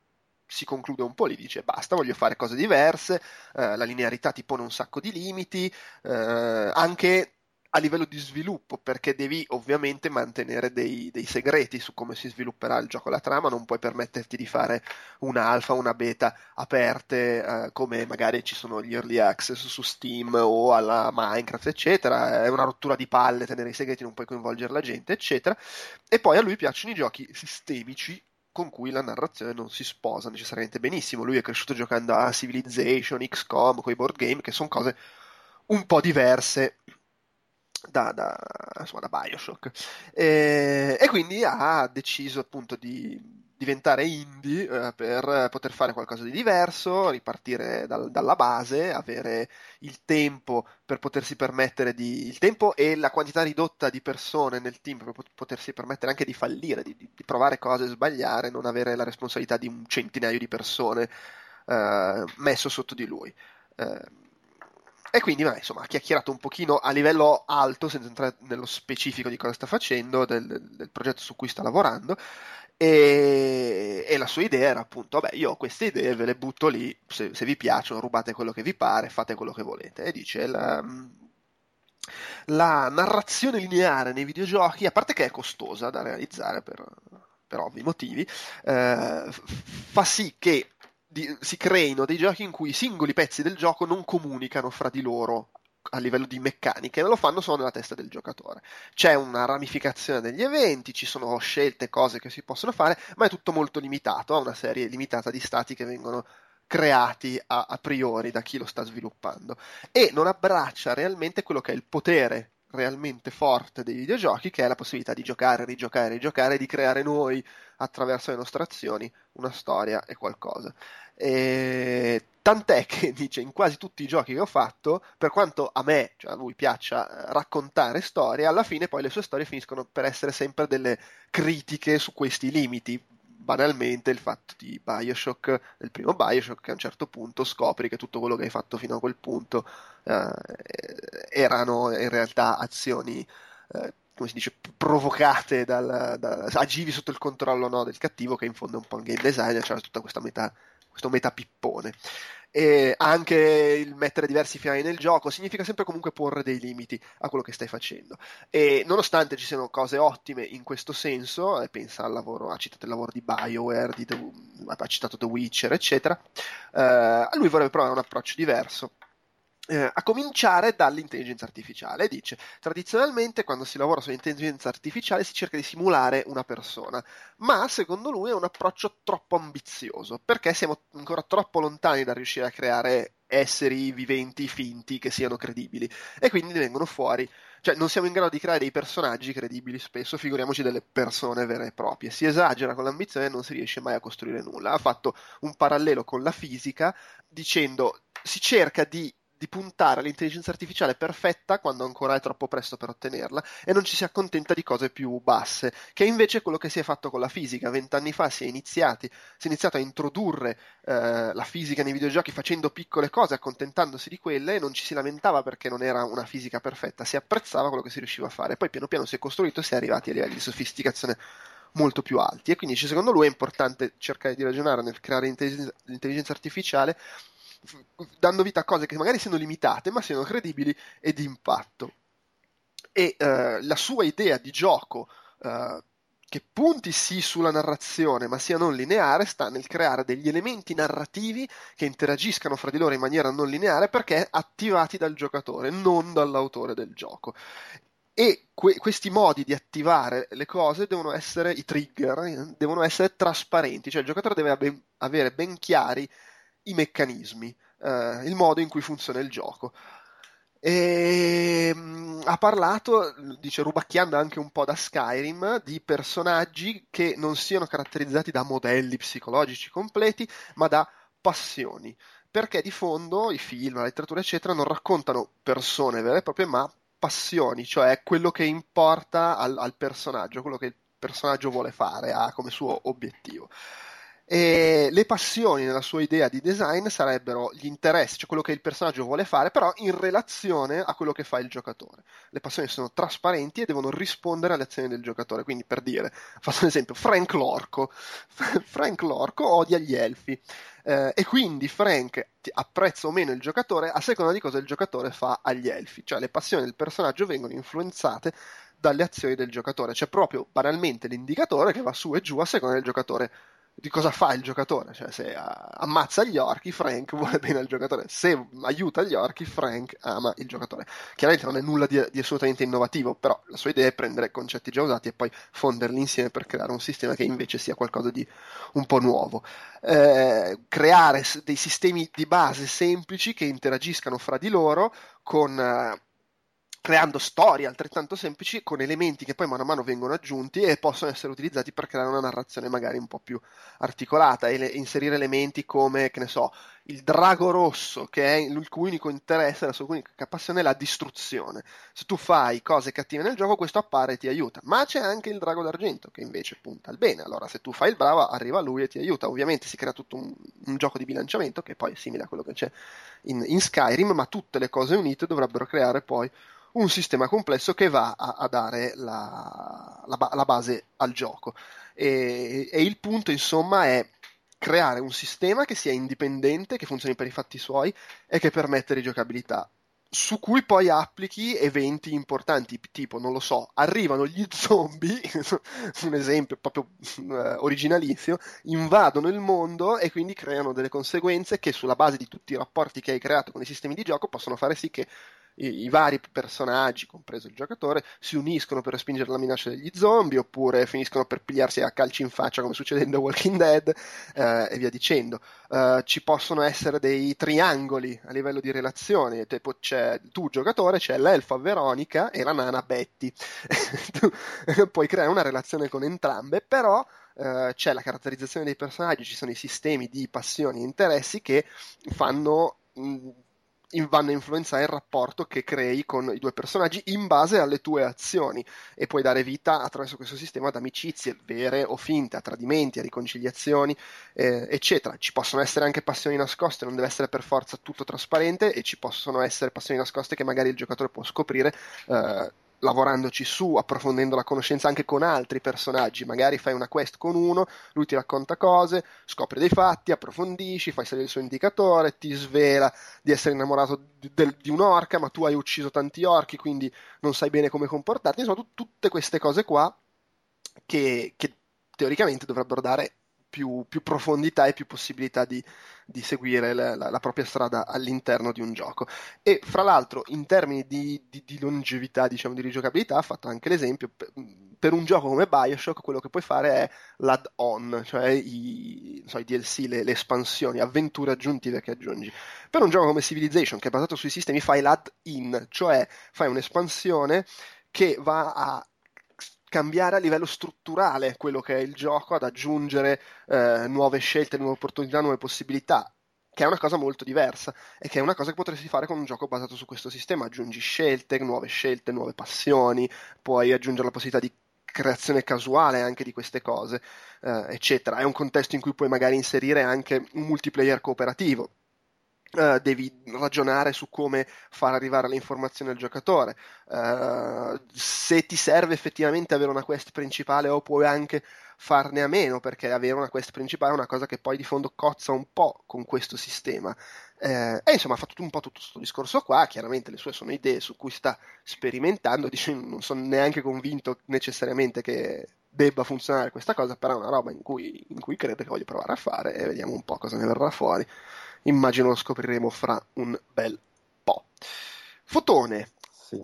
si conclude un po' lì, dice basta, voglio fare cose diverse, eh, la linearità ti pone un sacco di limiti, eh, anche a livello di sviluppo, perché devi ovviamente mantenere dei, dei segreti su come si svilupperà il gioco, la trama, non puoi permetterti di fare una alfa, una beta aperte, eh, come magari ci sono gli early access su Steam o alla Minecraft, eccetera, è una rottura di palle tenere i segreti, non puoi coinvolgere la gente, eccetera. E poi a lui piacciono i giochi sistemici con cui la narrazione non si sposa necessariamente benissimo. Lui è cresciuto giocando a Civilization, X COM, quei board game, che sono cose un po' diverse da, da, insomma, da Bioshock. E, e quindi ha deciso appunto di diventare indie eh, per poter fare qualcosa di diverso, ripartire dal, dalla base, avere il tempo per potersi permettere di... il tempo e la quantità ridotta di persone nel team per potersi permettere anche di fallire, di, di provare cose, sbagliare, non avere la responsabilità di un centinaio di persone eh, messo sotto di lui. Eh, E quindi, beh, insomma, ha chiacchierato un pochino a livello alto, senza entrare nello specifico di cosa sta facendo, del, del progetto su cui sta lavorando, e, e la sua idea era appunto, vabbè, io ho queste idee, ve le butto lì, se, se vi piacciono, rubate quello che vi pare, fate quello che volete. E dice, la, la narrazione lineare nei videogiochi, a parte che è costosa da realizzare per, per ovvi motivi, eh, fa sì che Di, si creino dei giochi in cui i singoli pezzi del gioco non comunicano fra di loro a livello di meccaniche, ma lo fanno solo nella testa del giocatore. C'è una ramificazione degli eventi, ci sono scelte, cose che si possono fare, ma è tutto molto limitato, ha una serie limitata di stati che vengono creati a, a priori da chi lo sta sviluppando, e non abbraccia realmente quello che è il potere realmente forte dei videogiochi, che è la possibilità di giocare, rigiocare, rigiocare, di creare noi attraverso le nostre azioni una storia e qualcosa. E tant'è che dice, in quasi tutti i giochi che ho fatto, per quanto a me, cioè a lui piaccia raccontare storie, alla fine poi le sue storie finiscono per essere sempre delle critiche su questi limiti. Banalmente il fatto di Bioshock, del primo Bioshock, che a un certo punto scopri che tutto quello che hai fatto fino a quel punto eh, erano in realtà azioni eh, come si dice, provocate dal, da, agivi sotto il controllo, no, del cattivo, che in fondo è un po' un game designer, c'era tutta questa metà, questo meta pippone. E anche il mettere diversi finali nel gioco significa sempre comunque porre dei limiti a quello che stai facendo, e nonostante ci siano cose ottime in questo senso, eh, pensa al lavoro, ha citato il lavoro di BioWare, di The, ha citato The Witcher, eccetera, eh, lui vorrebbe provare un approccio diverso. Eh, a cominciare dall'intelligenza artificiale. Dice, tradizionalmente quando si lavora sull'intelligenza artificiale si cerca di simulare una persona, ma secondo lui è un approccio troppo ambizioso, perché siamo ancora troppo lontani da riuscire a creare esseri viventi finti che siano credibili, e quindi ne vengono fuori, cioè non siamo in grado di creare dei personaggi credibili spesso, figuriamoci delle persone vere e proprie. Si esagera con l'ambizione e non si riesce mai a costruire nulla. Ha fatto un parallelo con la fisica dicendo, si cerca di di puntare all'intelligenza artificiale perfetta quando ancora è troppo presto per ottenerla, e non ci si accontenta di cose più basse, che è invece quello che si è fatto con la fisica. Vent'anni fa si è iniziati, si è iniziato a introdurre eh, la fisica nei videogiochi facendo piccole cose, accontentandosi di quelle, e non ci si lamentava perché non era una fisica perfetta, si apprezzava quello che si riusciva a fare. Poi piano piano si è costruito e si è arrivati a livelli di sofisticazione molto più alti, e quindi secondo lui è importante cercare di ragionare nel creare intelligenza, l'intelligenza artificiale dando vita a cose che magari siano limitate ma siano credibili e di impatto. E eh, la sua idea di gioco eh, che punti sì sulla narrazione ma sia non lineare sta nel creare degli elementi narrativi che interagiscano fra di loro in maniera non lineare, perché attivati dal giocatore, non dall'autore del gioco. E que- questi modi di attivare le cose devono essere, i trigger, devono essere trasparenti, cioè il giocatore deve ben, avere ben chiari i meccanismi, eh, il modo in cui funziona il gioco. E, mh, ha parlato, dice, rubacchiando anche un po' da Skyrim, di personaggi che non siano caratterizzati da modelli psicologici completi, ma da passioni, perché di fondo i film, la letteratura eccetera non raccontano persone vere e proprie, ma passioni, cioè quello che importa al, al personaggio, quello che il personaggio vuole fare, ha come suo obiettivo. E le passioni nella sua idea di design sarebbero gli interessi, cioè quello che il personaggio vuole fare, però in relazione a quello che fa il giocatore. Le passioni sono trasparenti e devono rispondere alle azioni del giocatore. Quindi, per dire, faccio un esempio, Frank l'orco. Frank l'orco odia gli elfi. Eh, e quindi Frank apprezza o meno il giocatore a seconda di cosa il giocatore fa agli elfi. Cioè le passioni del personaggio vengono influenzate dalle azioni del giocatore. C'è proprio banalmente l'indicatore che va su e giù a seconda del giocatore, di cosa fa il giocatore. Cioè se uh, ammazza gli orchi, Frank vuole bene al giocatore, se aiuta gli orchi, Frank ama il giocatore. Chiaramente non è nulla di, di assolutamente innovativo, però la sua idea è prendere concetti già usati e poi fonderli insieme per creare un sistema che invece sia qualcosa di un po' nuovo. Eh, creare dei sistemi di base semplici che interagiscano fra di loro con... Uh, creando storie altrettanto semplici con elementi che poi mano a mano vengono aggiunti e possono essere utilizzati per creare una narrazione magari un po' più articolata e le, inserire elementi come, che ne so, il drago rosso, che è il cui unico interesse, la sua unica passione è la distruzione. Se tu fai cose cattive nel gioco, questo appare e ti aiuta. Ma c'è anche il drago d'argento, che invece punta al bene. Allora se tu fai il bravo, arriva lui e ti aiuta. Ovviamente si crea tutto un, un gioco di bilanciamento, che poi è simile a quello che c'è in, in Skyrim, ma tutte le cose unite dovrebbero creare poi un sistema complesso che va a, a dare la, la, la base al gioco. E, e il punto, insomma, è creare un sistema che sia indipendente, che funzioni per i fatti suoi e che permette rigiocabilità, su cui poi applichi eventi importanti, tipo, non lo so, arrivano gli zombie, un esempio proprio uh, originalissimo, invadono il mondo e quindi creano delle conseguenze che sulla base di tutti i rapporti che hai creato con i sistemi di gioco possono fare sì che I, i vari personaggi, compreso il giocatore, si uniscono per respingere la minaccia degli zombie, oppure finiscono per pigliarsi a calci in faccia come succede in The Walking Dead, eh, e via dicendo. Uh, ci possono essere dei triangoli a livello di relazioni, tipo c'è tu giocatore, c'è l'elfa Veronica e la nana Betty. Tu puoi creare una relazione con entrambe, però uh, c'è la caratterizzazione dei personaggi, ci sono i sistemi di passioni e interessi che fanno mh, vanno a influenzare il rapporto che crei con i due personaggi in base alle tue azioni, e puoi dare vita attraverso questo sistema ad amicizie vere o finte, a tradimenti, a riconciliazioni, eh, eccetera. Ci possono essere anche passioni nascoste, non deve essere per forza tutto trasparente, e ci possono essere passioni nascoste che magari il giocatore può scoprire eh, lavorandoci su, approfondendo la conoscenza anche con altri personaggi. Magari fai una quest con uno, lui ti racconta cose, scopri dei fatti, approfondisci, fai salire il suo indicatore, ti svela di essere innamorato di, di, di un'orca, ma tu hai ucciso tanti orchi, quindi non sai bene come comportarti. Insomma, tu, tutte queste cose qua che, che teoricamente dovrebbero dare più, più profondità e più possibilità di, di seguire la, la, la propria strada all'interno di un gioco. E fra l'altro, in termini di, di, di longevità, diciamo, di rigiocabilità, ha fatto anche l'esempio per, per un gioco come Bioshock. Quello che puoi fare è l'add-on, cioè i, non so, i D L C, le, le espansioni, avventure aggiuntive che aggiungi. Per un gioco come Civilization, che è basato sui sistemi, fai l'add-in, cioè fai un'espansione che va a cambiare a livello strutturale quello che è il gioco, ad aggiungere eh, nuove scelte, nuove opportunità, nuove possibilità, che è una cosa molto diversa e che è una cosa che potresti fare con un gioco basato su questo sistema. Aggiungi scelte, nuove scelte, nuove passioni, puoi aggiungere la possibilità di creazione casuale anche di queste cose, eh, eccetera. È un contesto in cui puoi magari inserire anche un multiplayer cooperativo. Uh, devi ragionare su come far arrivare le informazioni al giocatore, uh, se ti serve effettivamente avere una quest principale o puoi anche farne a meno, perché avere una quest principale è una cosa che poi di fondo cozza un po' con questo sistema. Uh, e insomma ha fatto un po' tutto questo discorso qua. Chiaramente le sue sono idee su cui sta sperimentando, dice, non sono neanche convinto necessariamente che debba funzionare questa cosa, però è una roba in cui, in cui credo che voglio provare a fare, e vediamo un po' cosa ne verrà fuori. Immagino lo scopriremo fra un bel po'. Fotone. Sì.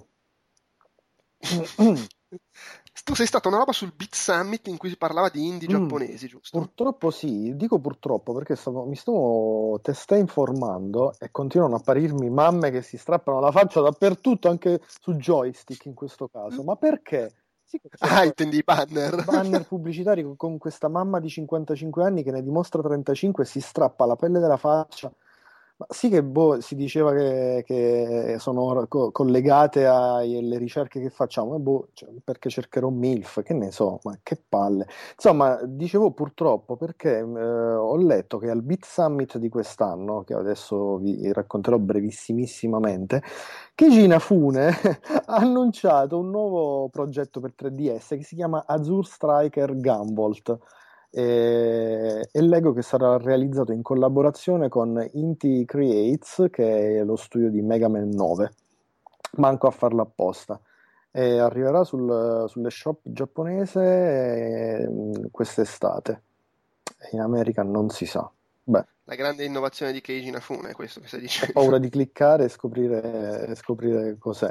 Tu sei stato una roba sul Beat Summit in cui si parlava di indie Mm, giapponesi, giusto? Purtroppo sì, dico purtroppo perché stavo- mi sto testé informando e continuano a apparirmi mamme che si strappano la faccia dappertutto, anche su joystick in questo caso. Ma perché? Sì, che c'è Ah, poi intendi i banner. banner pubblicitari con, con questa mamma di cinquantacinque anni che ne dimostra trentacinque e si strappa la pelle della faccia. Ma sì che boh, si diceva che, che sono co- collegate alle ricerche che facciamo, ma boh, cioè, perché cercherò MILF, che ne so, ma che palle. Insomma, dicevo purtroppo perché eh, ho letto che al Beat Summit di quest'anno, che adesso vi racconterò brevissimissimamente, Keiji Inafune ha annunciato un nuovo progetto per tre D S che si chiama Azure Striker Gunvolt. E, e leggo che sarà realizzato in collaborazione con Inti Creates, che è lo studio di Mega Man nove. Manco a farlo apposta. E arriverà sul, sulle shop giapponese eh, quest'estate. In America non si sa. Beh, La grande innovazione di Keiji Inafune, è questo che stai ho dicendo. paura di cliccare e scoprire, e scoprire cos'è.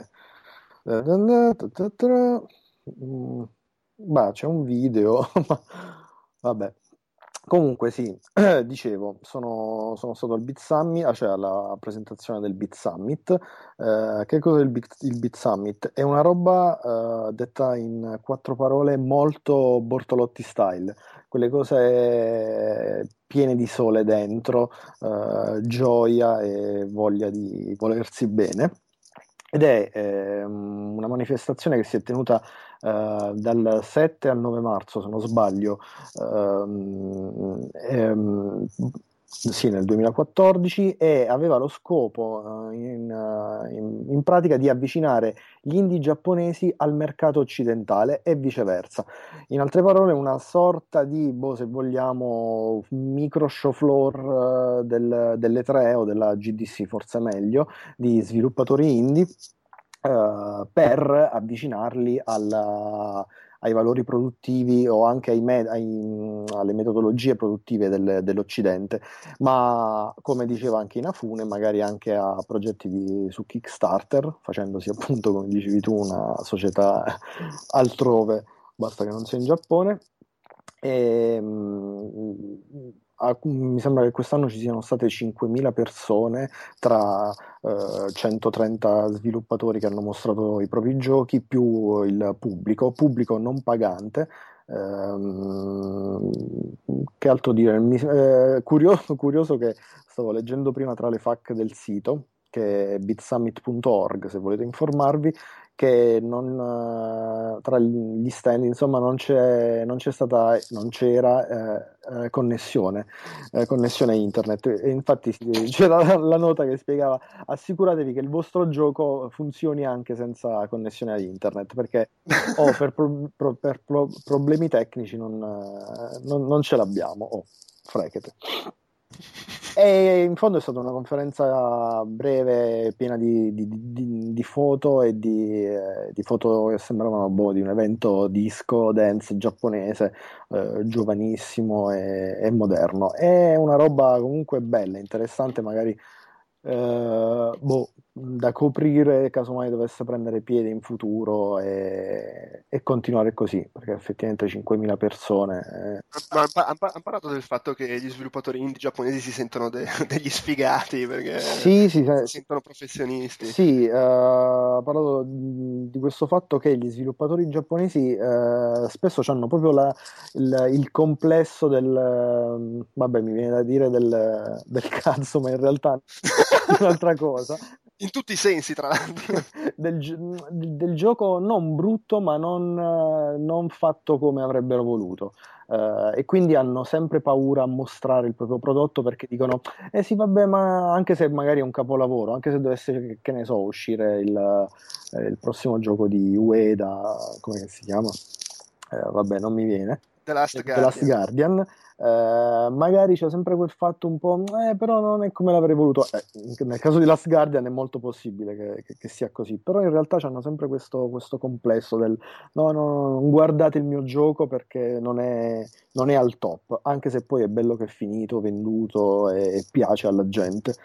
Mm, Bah, c'è un video, ma vabbè. Comunque sì, dicevo, sono, sono stato al Beat Summit, ah, cioè alla presentazione del Beat Summit. Eh, che cos'è il Beat, il Beat Summit? È una roba, eh, detta in quattro parole, molto Bortolotti style, quelle cose piene di sole dentro, eh, gioia e voglia di volersi bene. Ed è ehm, una manifestazione che si è tenuta eh, dal sette al nove marzo, se non sbaglio, ehm, ehm, sì, nel duemilaquattordici, e aveva lo scopo eh, in, eh, in- in pratica di avvicinare gli indie giapponesi al mercato occidentale e viceversa. In altre parole, una sorta di, boh, se vogliamo, micro show floor eh, del- delle tre o della G D C, forse meglio, di sviluppatori indie eh, per avvicinarli alla- ai valori produttivi o anche ai me- ai- alle metodologie produttive del- dell'Occidente, ma come diceva anche Inafune, magari anche a progetti di- su Kickstarter, facendosi appunto, come dicevi tu, una società altrove, basta che non sia in Giappone. E, mm, a- mi sembra che quest'anno ci siano state cinquemila persone tra eh, centotrenta sviluppatori che hanno mostrato i propri giochi, più il pubblico, pubblico non pagante. Ehm, che altro dire? Mi- eh, curioso, curioso che stavo leggendo prima tra le F A Q del sito, che è bitsummit punto org, se volete informarvi, che non, eh, tra gli stand, insomma, non c'è, non c'è stata, non c'era eh, eh, connessione, eh, connessione internet. E infatti sì, c'era la, la nota che spiegava: assicuratevi che il vostro gioco funzioni anche senza connessione ad internet, perché o per, pro- pro- per pro- problemi tecnici non, eh, non- non ce l'abbiamo. Oh, frechete. E in fondo è stata una conferenza breve, piena di, di- di- di foto e di, eh, di foto che sembravano boh, di un evento disco dance giapponese, eh, giovanissimo e, e moderno. È una roba comunque bella, interessante, magari eh, boh, da coprire casomai dovesse prendere piede in futuro e, e continuare così, perché effettivamente cinquemila persone. eh, Ma han pa- han pa- han parlato del fatto che gli sviluppatori indie giapponesi si sentono de- degli sfigati perché Sì, sì, si sì, sentono professionisti. sì, eh, ha parlato di di questo fatto che gli sviluppatori giapponesi eh, spesso hanno proprio la- il, il complesso del, ehm, vabbè, mi viene da dire del, del cazzo, ma in realtà di un'altra cosa, In tutti i sensi, tra l'altro. del, gi- del gioco non brutto, ma non, eh, non fatto come avrebbero voluto. Eh, e quindi hanno sempre paura a mostrare il proprio prodotto perché dicono: eh sì, vabbè, ma anche se magari è un capolavoro, anche se dovesse, che ne so, uscire il, eh, il prossimo gioco di Ueda, come si chiama? Eh, vabbè, non mi viene. The Last The Last Guardian. Guardian, eh, magari c'è sempre quel fatto un po', eh, però non è come l'avrei voluto. Eh, nel caso di Last Guardian è molto possibile che, che- che sia così, però in realtà hanno sempre questo, questo complesso del no, no, no, non guardate il mio gioco perché non è, non è al top, anche se poi è bello che è finito, venduto e, e piace alla gente.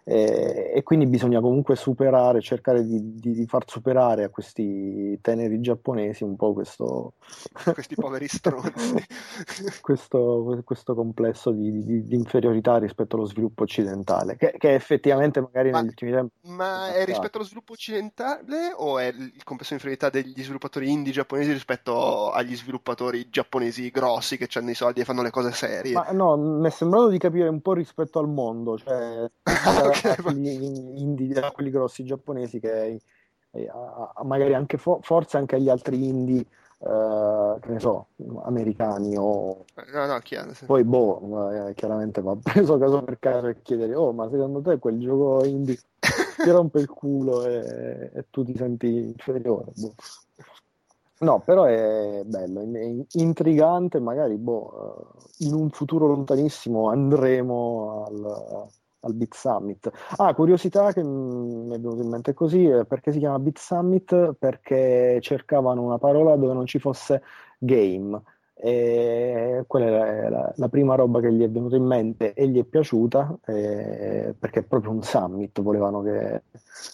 e, e quindi bisogna comunque superare, cercare di, di, di far superare a questi teneri giapponesi un po' questo questi poveri stronzi. questo, questo complesso di, di- di inferiorità rispetto allo sviluppo occidentale, che, che effettivamente magari Ma, negli ultimi tempi ma è è rispetto passato. allo sviluppo occidentale o è il complesso di inferiorità degli sviluppatori indie giapponesi rispetto agli sviluppatori giapponesi grossi che hanno i soldi e fanno le cose serie? Ma no, mi è sembrato di capire un po' rispetto al mondo, cioè sia Ok, a va- quelli indie, a quelli grossi giapponesi che ai- a- a- magari anche fo- forse anche agli altri indie, eh, che ne so, americani o no, no, chiaro, sì. poi boh, eh, chiaramente va preso caso per caso e chiedere, oh, ma secondo te quel gioco indie ti rompe il culo e, e tu ti senti inferiore? Boh. No, però è bello, è intrigante, magari boh, eh, in un futuro lontanissimo andremo al, al Beat Summit. Ah, curiosità che mm, mi è venuta in mente così, eh, perché si chiama Beat Summit? Perché cercavano una parola dove non ci fosse game. E quella è la, la prima roba che gli è venuta in mente e gli è piaciuta, eh, perché è proprio un summit, volevano che eh,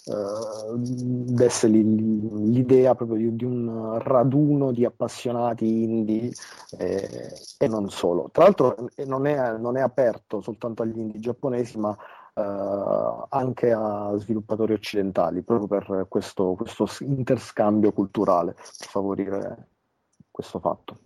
desse lì- l'idea proprio di, di un raduno di appassionati indie, eh, e non solo. Tra l'altro eh, non è, non è aperto soltanto agli indie giapponesi, ma eh, anche a sviluppatori occidentali, proprio per questo, questo interscambio culturale, per favorire questo fatto.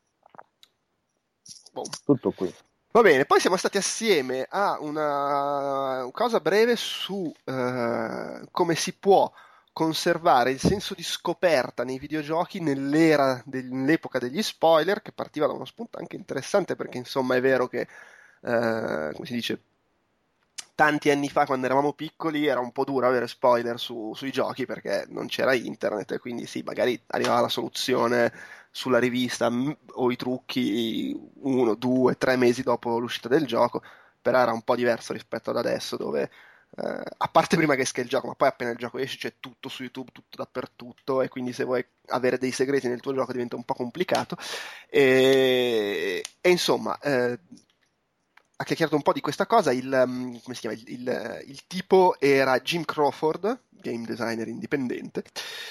Boh. Tutto qui. Va bene, poi siamo stati assieme a una cosa breve su eh, come si può conservare il senso di scoperta nei videogiochi nell'era, del- nell'epoca degli spoiler, che partiva da uno spunto anche interessante, perché insomma è vero che, eh, come si dice, tanti anni fa, quando eravamo piccoli, era un po' duro avere spoiler su- sui giochi perché non c'era internet e quindi sì, magari arrivava la soluzione sulla rivista m- o i trucchi uno, due, tre mesi dopo l'uscita del gioco, però era un po' diverso rispetto ad adesso dove, eh, a parte prima che esca il gioco, ma poi appena il gioco esce c'è tutto su YouTube, tutto dappertutto e quindi se vuoi avere dei segreti nel tuo gioco diventa un po' complicato e, e insomma... eh, ha chiacchierato un po' di questa cosa, il, um, come si chiama? Il, il- il tipo era Jim Crawford, game designer indipendente,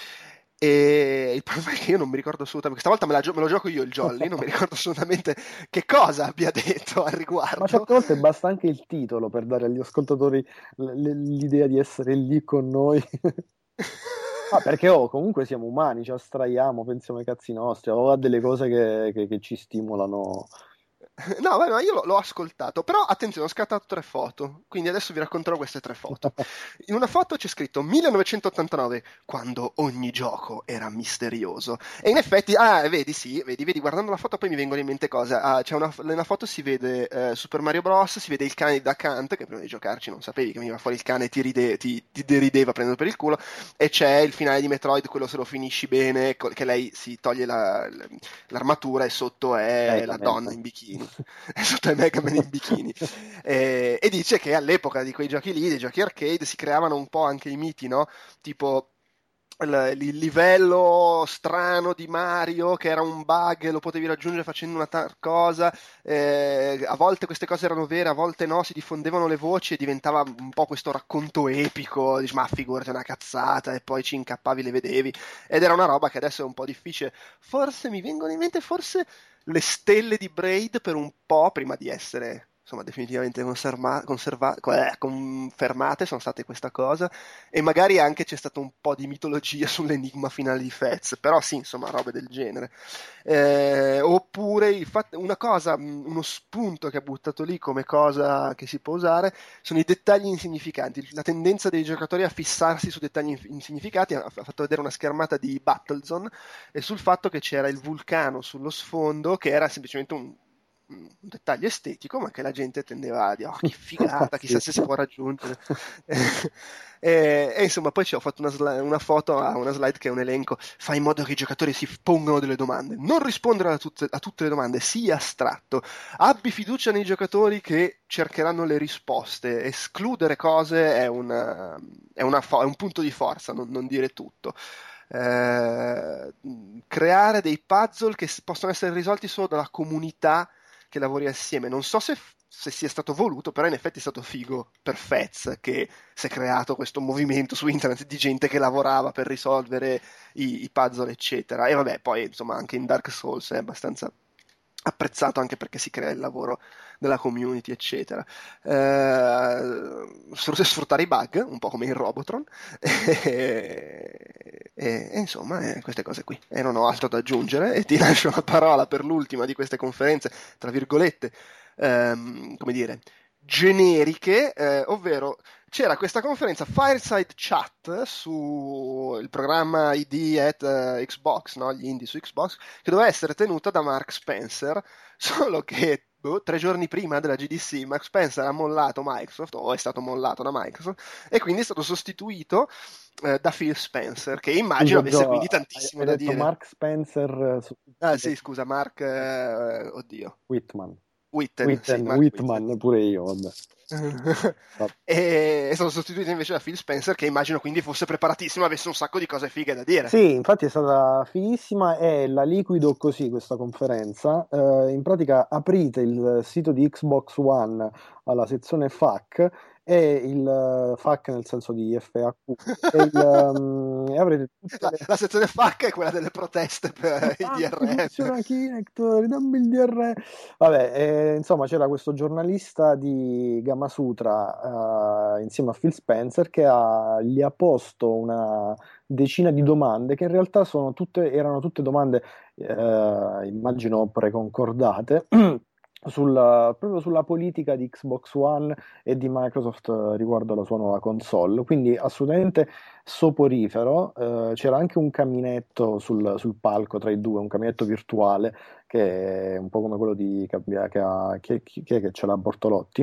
e il problema è che io non mi ricordo assolutamente, questa volta me, la gio- me lo gioco io il Jolly, non mi ricordo assolutamente che cosa abbia detto al Ma riguardo. certe volte basta anche il titolo per dare agli ascoltatori l- l- l'idea di essere lì con noi. Ah, perché oh, comunque siamo umani, ci astraiamo, pensiamo ai cazzi nostri, o a delle cose che, che- che ci stimolano. No, beh, ma io l'ho, l'ho ascoltato, però attenzione, ho scattato tre foto, quindi adesso vi racconterò queste tre foto. In una foto c'è scritto millenovecentottantanove, quando ogni gioco era misterioso. E in effetti, ah, vedi, sì, vedi, vedi, guardando la foto poi mi vengono in mente cose. Ah, c'è una, nella foto si vede eh, Super Mario Bros., si vede il cane di Duck Hunt, che prima di giocarci non sapevi che veniva fuori il cane e ti, ride- ti, ti derideva prendendo per il culo, e c'è il finale di Metroid, quello se lo finisci bene, col- che lei si toglie la- l'armatura e sotto è Mega la Man. donna in bikini. Sotto ai Mega Man in bikini. Eh, e dice che all'epoca di quei giochi lì, dei giochi arcade, si creavano un po' anche i miti, no? Tipo il, il livello strano di Mario che era un bug e lo potevi raggiungere facendo una tal cosa, eh, a volte queste cose erano vere, a volte no, si diffondevano le voci e diventava un po' questo racconto epico, dici ma figurati, è una cazzata, e poi ci incappavi, le vedevi, ed era una roba che adesso è un po' difficile. Forse mi vengono in mente, forse le stelle di Braid per un po' prima di essere insomma definitivamente conserva- conserva- eh, confermate sono state questa cosa, e magari anche c'è stato un po' di mitologia sull'enigma finale di Fez, però sì, insomma, robe del genere. Eh, oppure il fatto- una cosa, mh, uno spunto che ha buttato lì come cosa che si può usare sono i dettagli insignificanti, la tendenza dei giocatori a fissarsi su dettagli inf- insignificanti. Ha ha fatto vedere una schermata di Battlezone e sul fatto che c'era il vulcano sullo sfondo che era semplicemente un un dettaglio estetico, ma che la gente tendeva a dire, oh, che figata, chissà Sì. se si può raggiungere. e, e insomma, poi ci ho fatto una, sli- una foto a una slide che è un elenco, fa in modo che i giocatori si pongano delle domande, non rispondere a tutte, a tutte le domande, sii astratto, abbi fiducia nei giocatori che cercheranno le risposte, escludere cose è, una, è, una fo- è un punto di forza, non, non dire tutto. Eh, creare dei puzzle che s- possono essere risolti solo dalla comunità che lavori assieme. Non so se f- se sia stato voluto, però in effetti è stato figo per Fez che si è creato questo movimento su internet di gente che lavorava per risolvere i, i puzzle eccetera, e vabbè poi insomma anche in Dark Souls è abbastanza apprezzato anche perché si crea il lavoro della community eccetera. Eh, sfruttare i bug un po' come in Robotron e, e, e insomma eh, queste cose qui, e non ho altro da aggiungere e ti lascio la parola per l'ultima di queste conferenze tra virgolette ehm, come dire generiche, eh, ovvero c'era questa conferenza Fireside Chat su il programma I D at uh, Xbox, no? Gli indie su Xbox, che doveva essere tenuta da Mark Spencer, solo che boh, tre giorni prima della G D C Mark Spencer ha mollato Microsoft, o è stato mollato da Microsoft, e quindi è stato sostituito eh, da Phil Spencer, che immagino Scusa, avesse Gio, quindi hai, tantissimo hai da detto dire. Mark Spencer eh, su- Ah sì, scusa, Mark, eh, oddio, Whitman. Witten, Whitten, sì, Mark Whitman, Witten. pure io, vabbè. E è stato sostituito invece da Phil Spencer, che immagino quindi fosse preparatissimo, avesse un sacco di cose fighe da dire. Sì, infatti è stata fighissima e la liquido così questa conferenza. Eh, in pratica aprite il sito di Xbox One alla sezione F A Q e il uh, F A Q nel senso di F A Q e, il, um, e avrete tutte La, le... la sezione F A Q è quella delle proteste per i Ah, D non R M. funziona Kinect, ridammi il D R M. Vabbè, eh, insomma, c'era questo giornalista di Gamasutra eh, insieme a Phil Spencer che ha- gli ha posto una decina di domande che in realtà sono tutte, erano tutte domande, eh, immagino preconcordate. Sulla, proprio sulla politica di Xbox One e di Microsoft eh, riguardo alla sua nuova console, quindi assolutamente soporifero. Eh, c'era anche un caminetto sul, sul palco tra i due, un caminetto virtuale che è un po' come quello di che, abbia- che ha, chi, chi- chi è che ce l'ha Bortolotti?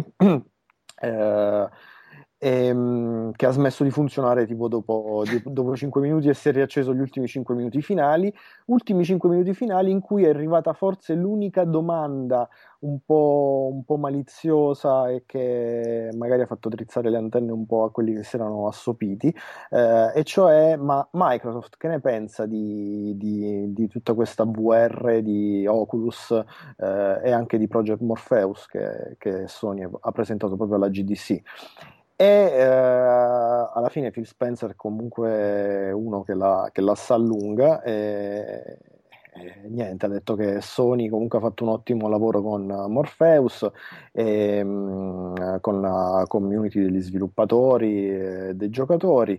Eh, ehm, che ha smesso di funzionare tipo dopo, di- dopo cinque minuti e si è riacceso gli ultimi cinque minuti finali, ultimi cinque minuti finali in cui è arrivata forse l'unica domanda un po', un po' maliziosa e che magari ha fatto drizzare le antenne un po' a quelli che si erano assopiti, eh, e cioè, ma Microsoft che ne pensa di, di- di tutta questa V R di Oculus eh, e anche di Project Morpheus che, che Sony ha presentato proprio alla G D C? E eh, alla fine Phil Spencer è comunque uno che la, che la sa lunga e, e niente, ha detto che Sony comunque ha fatto un ottimo lavoro con Morpheus e, mh, con la community degli sviluppatori e dei giocatori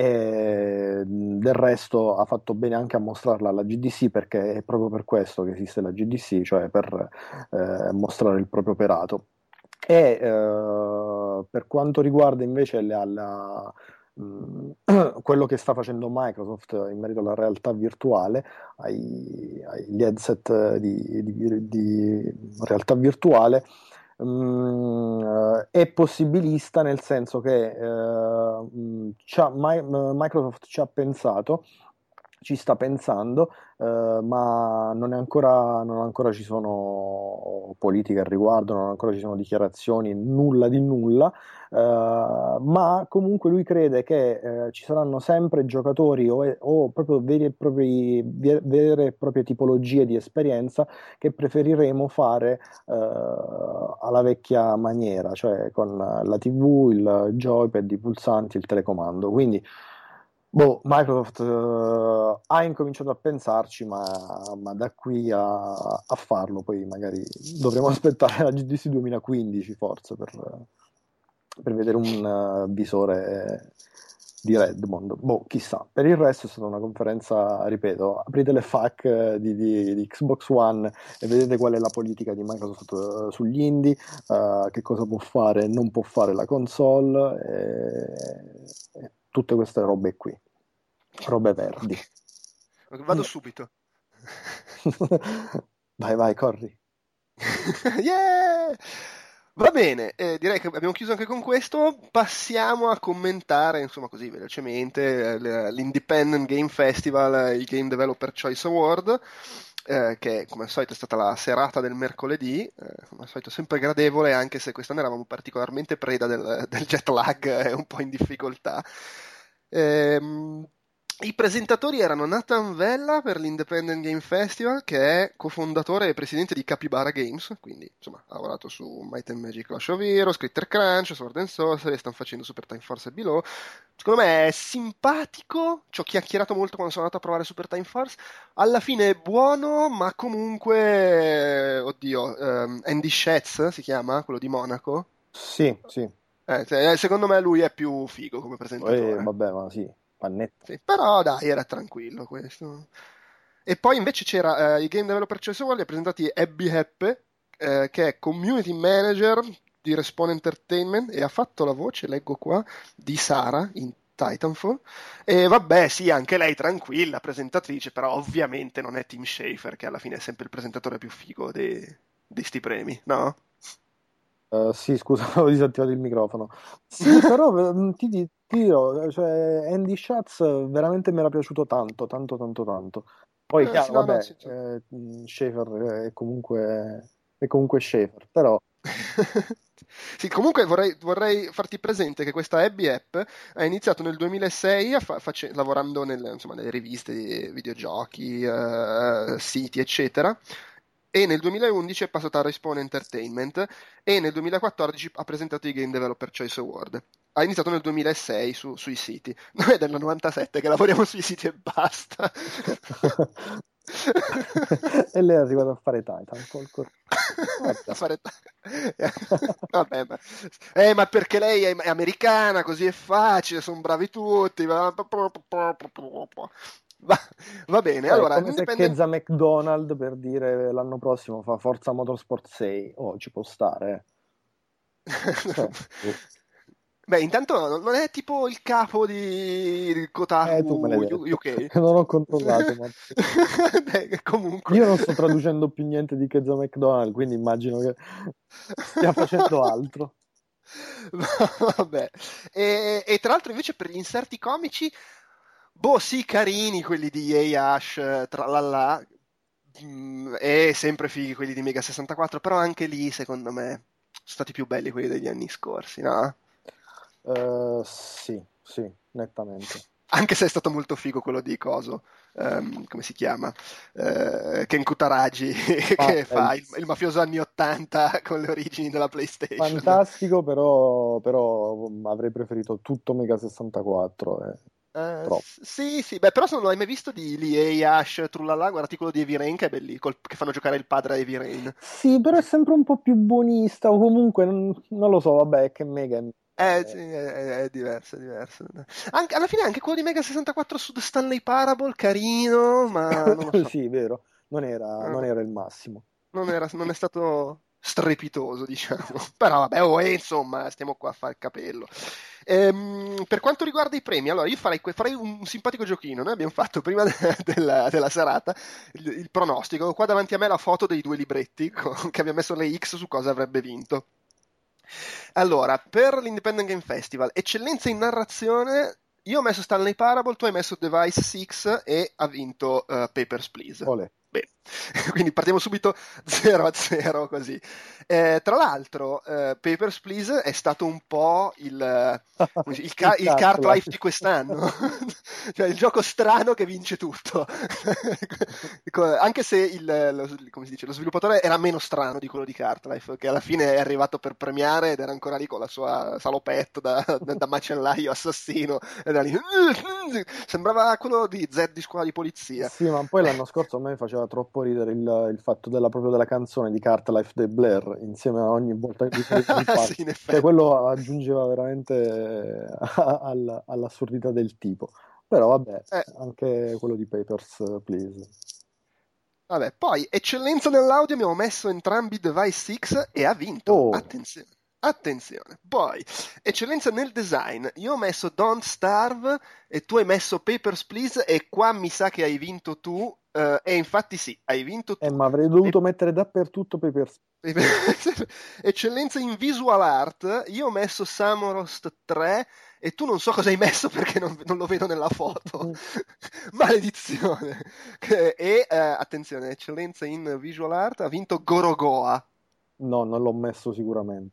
e del resto ha fatto bene anche a mostrarla alla G D C perché è proprio per questo che esiste la G D C, cioè per eh, mostrare il proprio operato. E eh, per quanto riguarda invece la, la, mh, quello che sta facendo Microsoft in merito alla realtà virtuale, ai, agli headset di, di- di realtà virtuale, mh, è possibilista nel senso che eh, mh, c'ha- Mi- Microsoft ci ha pensato, ci sta pensando, eh, ma non è ancora, non ancora ci sono politiche al riguardo, non ancora ci sono dichiarazioni, nulla di nulla, eh, ma comunque lui crede che eh, ci saranno sempre giocatori o, o proprio veri e propri, vie- vere e proprie tipologie di esperienza che preferiremo fare eh, alla vecchia maniera, cioè con la T V, il joypad, i pulsanti, il telecomando. Quindi boh, Microsoft eh, ha incominciato a pensarci, ma, ma da qui a, a farlo, poi magari dovremo aspettare la G D C duemilaquindici forse per, per vedere un eh, visore di Redmond. Boh, chissà. Per il resto è stata una conferenza, ripeto, aprite le F A Q di, di- di Xbox One e vedete qual è la politica di Microsoft eh, sugli indie, eh, che cosa può fare e non può fare la console, e, e tutte queste robe qui. Robe verdi. Ok. Vado subito. Vai, vai, corri. Yeah! Va bene, eh, direi che abbiamo chiuso anche con questo. Passiamo a commentare, insomma, così velocemente, eh, l- l'Independent Game Festival, eh, il Game Developer Choice Award, eh, che come al solito è stata la serata del mercoledì, eh, come al solito sempre gradevole, anche se quest'anno eravamo particolarmente preda del, del jet lag e un po' in difficoltà. Ehm, I presentatori erano Nathan Vella per l'Independent Game Festival, che è cofondatore e presidente di Capybara Games, quindi insomma ha lavorato su Might and Magic Clash of Heroes, Critter Crunch, Sword and Sorcery, stanno facendo Super Time Force e Below. Secondo me è simpatico, ci ho chiacchierato molto quando sono andato a provare Super Time Force, alla fine è buono, ma comunque, oddio, ehm, Andy Schetz si chiama, quello di Monaco? Sì, sì. Eh, cioè, secondo me lui è più figo come presentatore. Eh, vabbè, ma sì, pannetta. Sì, però dai, era tranquillo questo. E poi invece c'era eh, i Game Developer Choice Award, li ha presentati Abby Heppe, eh, che è Community Manager di Respawn Entertainment e ha fatto la voce, leggo qua, di Sara in Titanfall. E vabbè, sì, anche lei tranquilla, presentatrice, però ovviamente non è Tim Schafer, che alla fine è sempre il presentatore più figo di, di sti premi, no? Uh, sì, scusa, ho disattivato il microfono. Sì, però mm, ti, di- ti dirò, cioè, Andy Schatz veramente mi era piaciuto tanto, tanto, tanto, tanto. Poi, Eh, sì, chiaro, no, no, vabbè, sì, sì. eh, mm, Schaefer è comunque, è comunque Schaefer, però Sì, comunque vorrei, vorrei farti presente che questa Abby App ha iniziato nel duemilasei a fa- face- lavorando nel- insomma, nelle riviste di videogiochi, eh, siti, eccetera. E nel duemilaundici è passata a Respawn Entertainment e nel duemilaquattordici ha presentato i Game Developer Choice Award. Ha iniziato nel duemilasei su- sui siti. Noi è del novantasette che lavoriamo sui siti e basta. e lei è arrivata a fare Titanfall. cor- A Vabbè. fare... Vabbè, ma... Eh, ma perché lei è, è americana, così è facile, sono bravi tutti. Va, va, va bene, Cioè, è allora, come se Independent... Keza McDonald per dire l'anno prossimo fa Forza Motorsport sei. Oh, ci può stare. Cioè, boh. Beh, intanto non è tipo il capo di eh, tu me Kotaku l'hai U- detto. UK? Non ho controllato, ma Beh, comunque... io non sto traducendo più niente di Keza McDonald, quindi immagino che stia facendo altro. Vabbè. E, e tra l'altro invece per gli inserti comici, boh sì, carini quelli di Yay Ash, tralala, mm, e sempre fighi quelli di Mega sessantaquattro, però anche lì secondo me sono stati più belli quelli degli anni scorsi, no? Eh, sì, sì, nettamente. Anche se è stato molto figo quello di Coso, ehm, come si chiama? Eh, Ken Kutaragi, Ah, che è il- fa il, il mafioso anni ottanta con le origini della PlayStation. fantastico, però, però avrei preferito tutto Mega sessantaquattro. eh. Eh, Troppo. s- sì, sì, beh, però se non l'hai mai visto di Lee Ash, Trullala, guardati quello di Heavy Rain che è belli, col- che fanno giocare il padre a Heavy Rain. Sì, però è sempre un po' più buonista, o comunque non, non lo so, vabbè, è che Mega è... Eh, sì, è, è- è diverso, è diverso. Anche- alla fine anche quello di Mega sessantaquattro su The Stanley Parable, carino, ma non lo so. Sì, vero, non era, non Eh, era il massimo. non era- non è stato strepitoso, diciamo. Però vabbè, oh, eh, insomma, stiamo qua a fare il capello. Ehm, per quanto riguarda i premi, allora io farei, que- farei un simpatico giochino. Noi abbiamo fatto prima de- della, della serata il, il pronostico. Ho qua davanti a me la foto dei due libretti con- che abbiamo messo le X su cosa avrebbe vinto. Allora, per l'Independent Game Festival, eccellenza in narrazione, io ho messo Stanley Parable, tu hai messo Device sei e ha vinto uh, Papers, Please. Olè. Bene, quindi partiamo subito zero a zero così. Eh, tra l'altro, eh, Papers, Please è stato un po' il, eh, come si- il, ca- il Cart Life di quest'anno, cioè il gioco strano che vince tutto. Anche se il, lo, come si dice, lo sviluppatore era meno strano di quello di Cart Life, che alla fine è arrivato per premiare ed era ancora lì con la sua salopetto da, da, da macellaio assassino, ed era lì, sembrava quello di Z di scuola di polizia. Sì, ma poi l'anno scorso a me faceva troppo ridere il, il fatto della, proprio della canzone di Cart Life dei Blair, insieme a ogni volta che riferiva al parco. Sì, in effetti. Cioè, quello aggiungeva veramente all- all'assurdità del tipo. Però vabbè, Eh. anche quello di Papers, Please. Vabbè, poi eccellenza nell'audio abbiamo messo entrambi Device sei e ha vinto. Oh. Attenzione. Attenzione. Poi eccellenza nel design. Io ho messo Don't Starve e tu hai messo Papers, Please e qua mi sa che hai vinto tu. Uh, e infatti sì, hai vinto tu. Eh, ma avrei dovuto e... mettere dappertutto Papers. Eccellenza in visual art. Io ho messo Samorost tre e tu non so cosa hai messo perché non, non lo vedo nella foto. Maledizione. E uh, attenzione, eccellenza in visual art ha vinto Gorogoa. No, non l'ho messo sicuramente.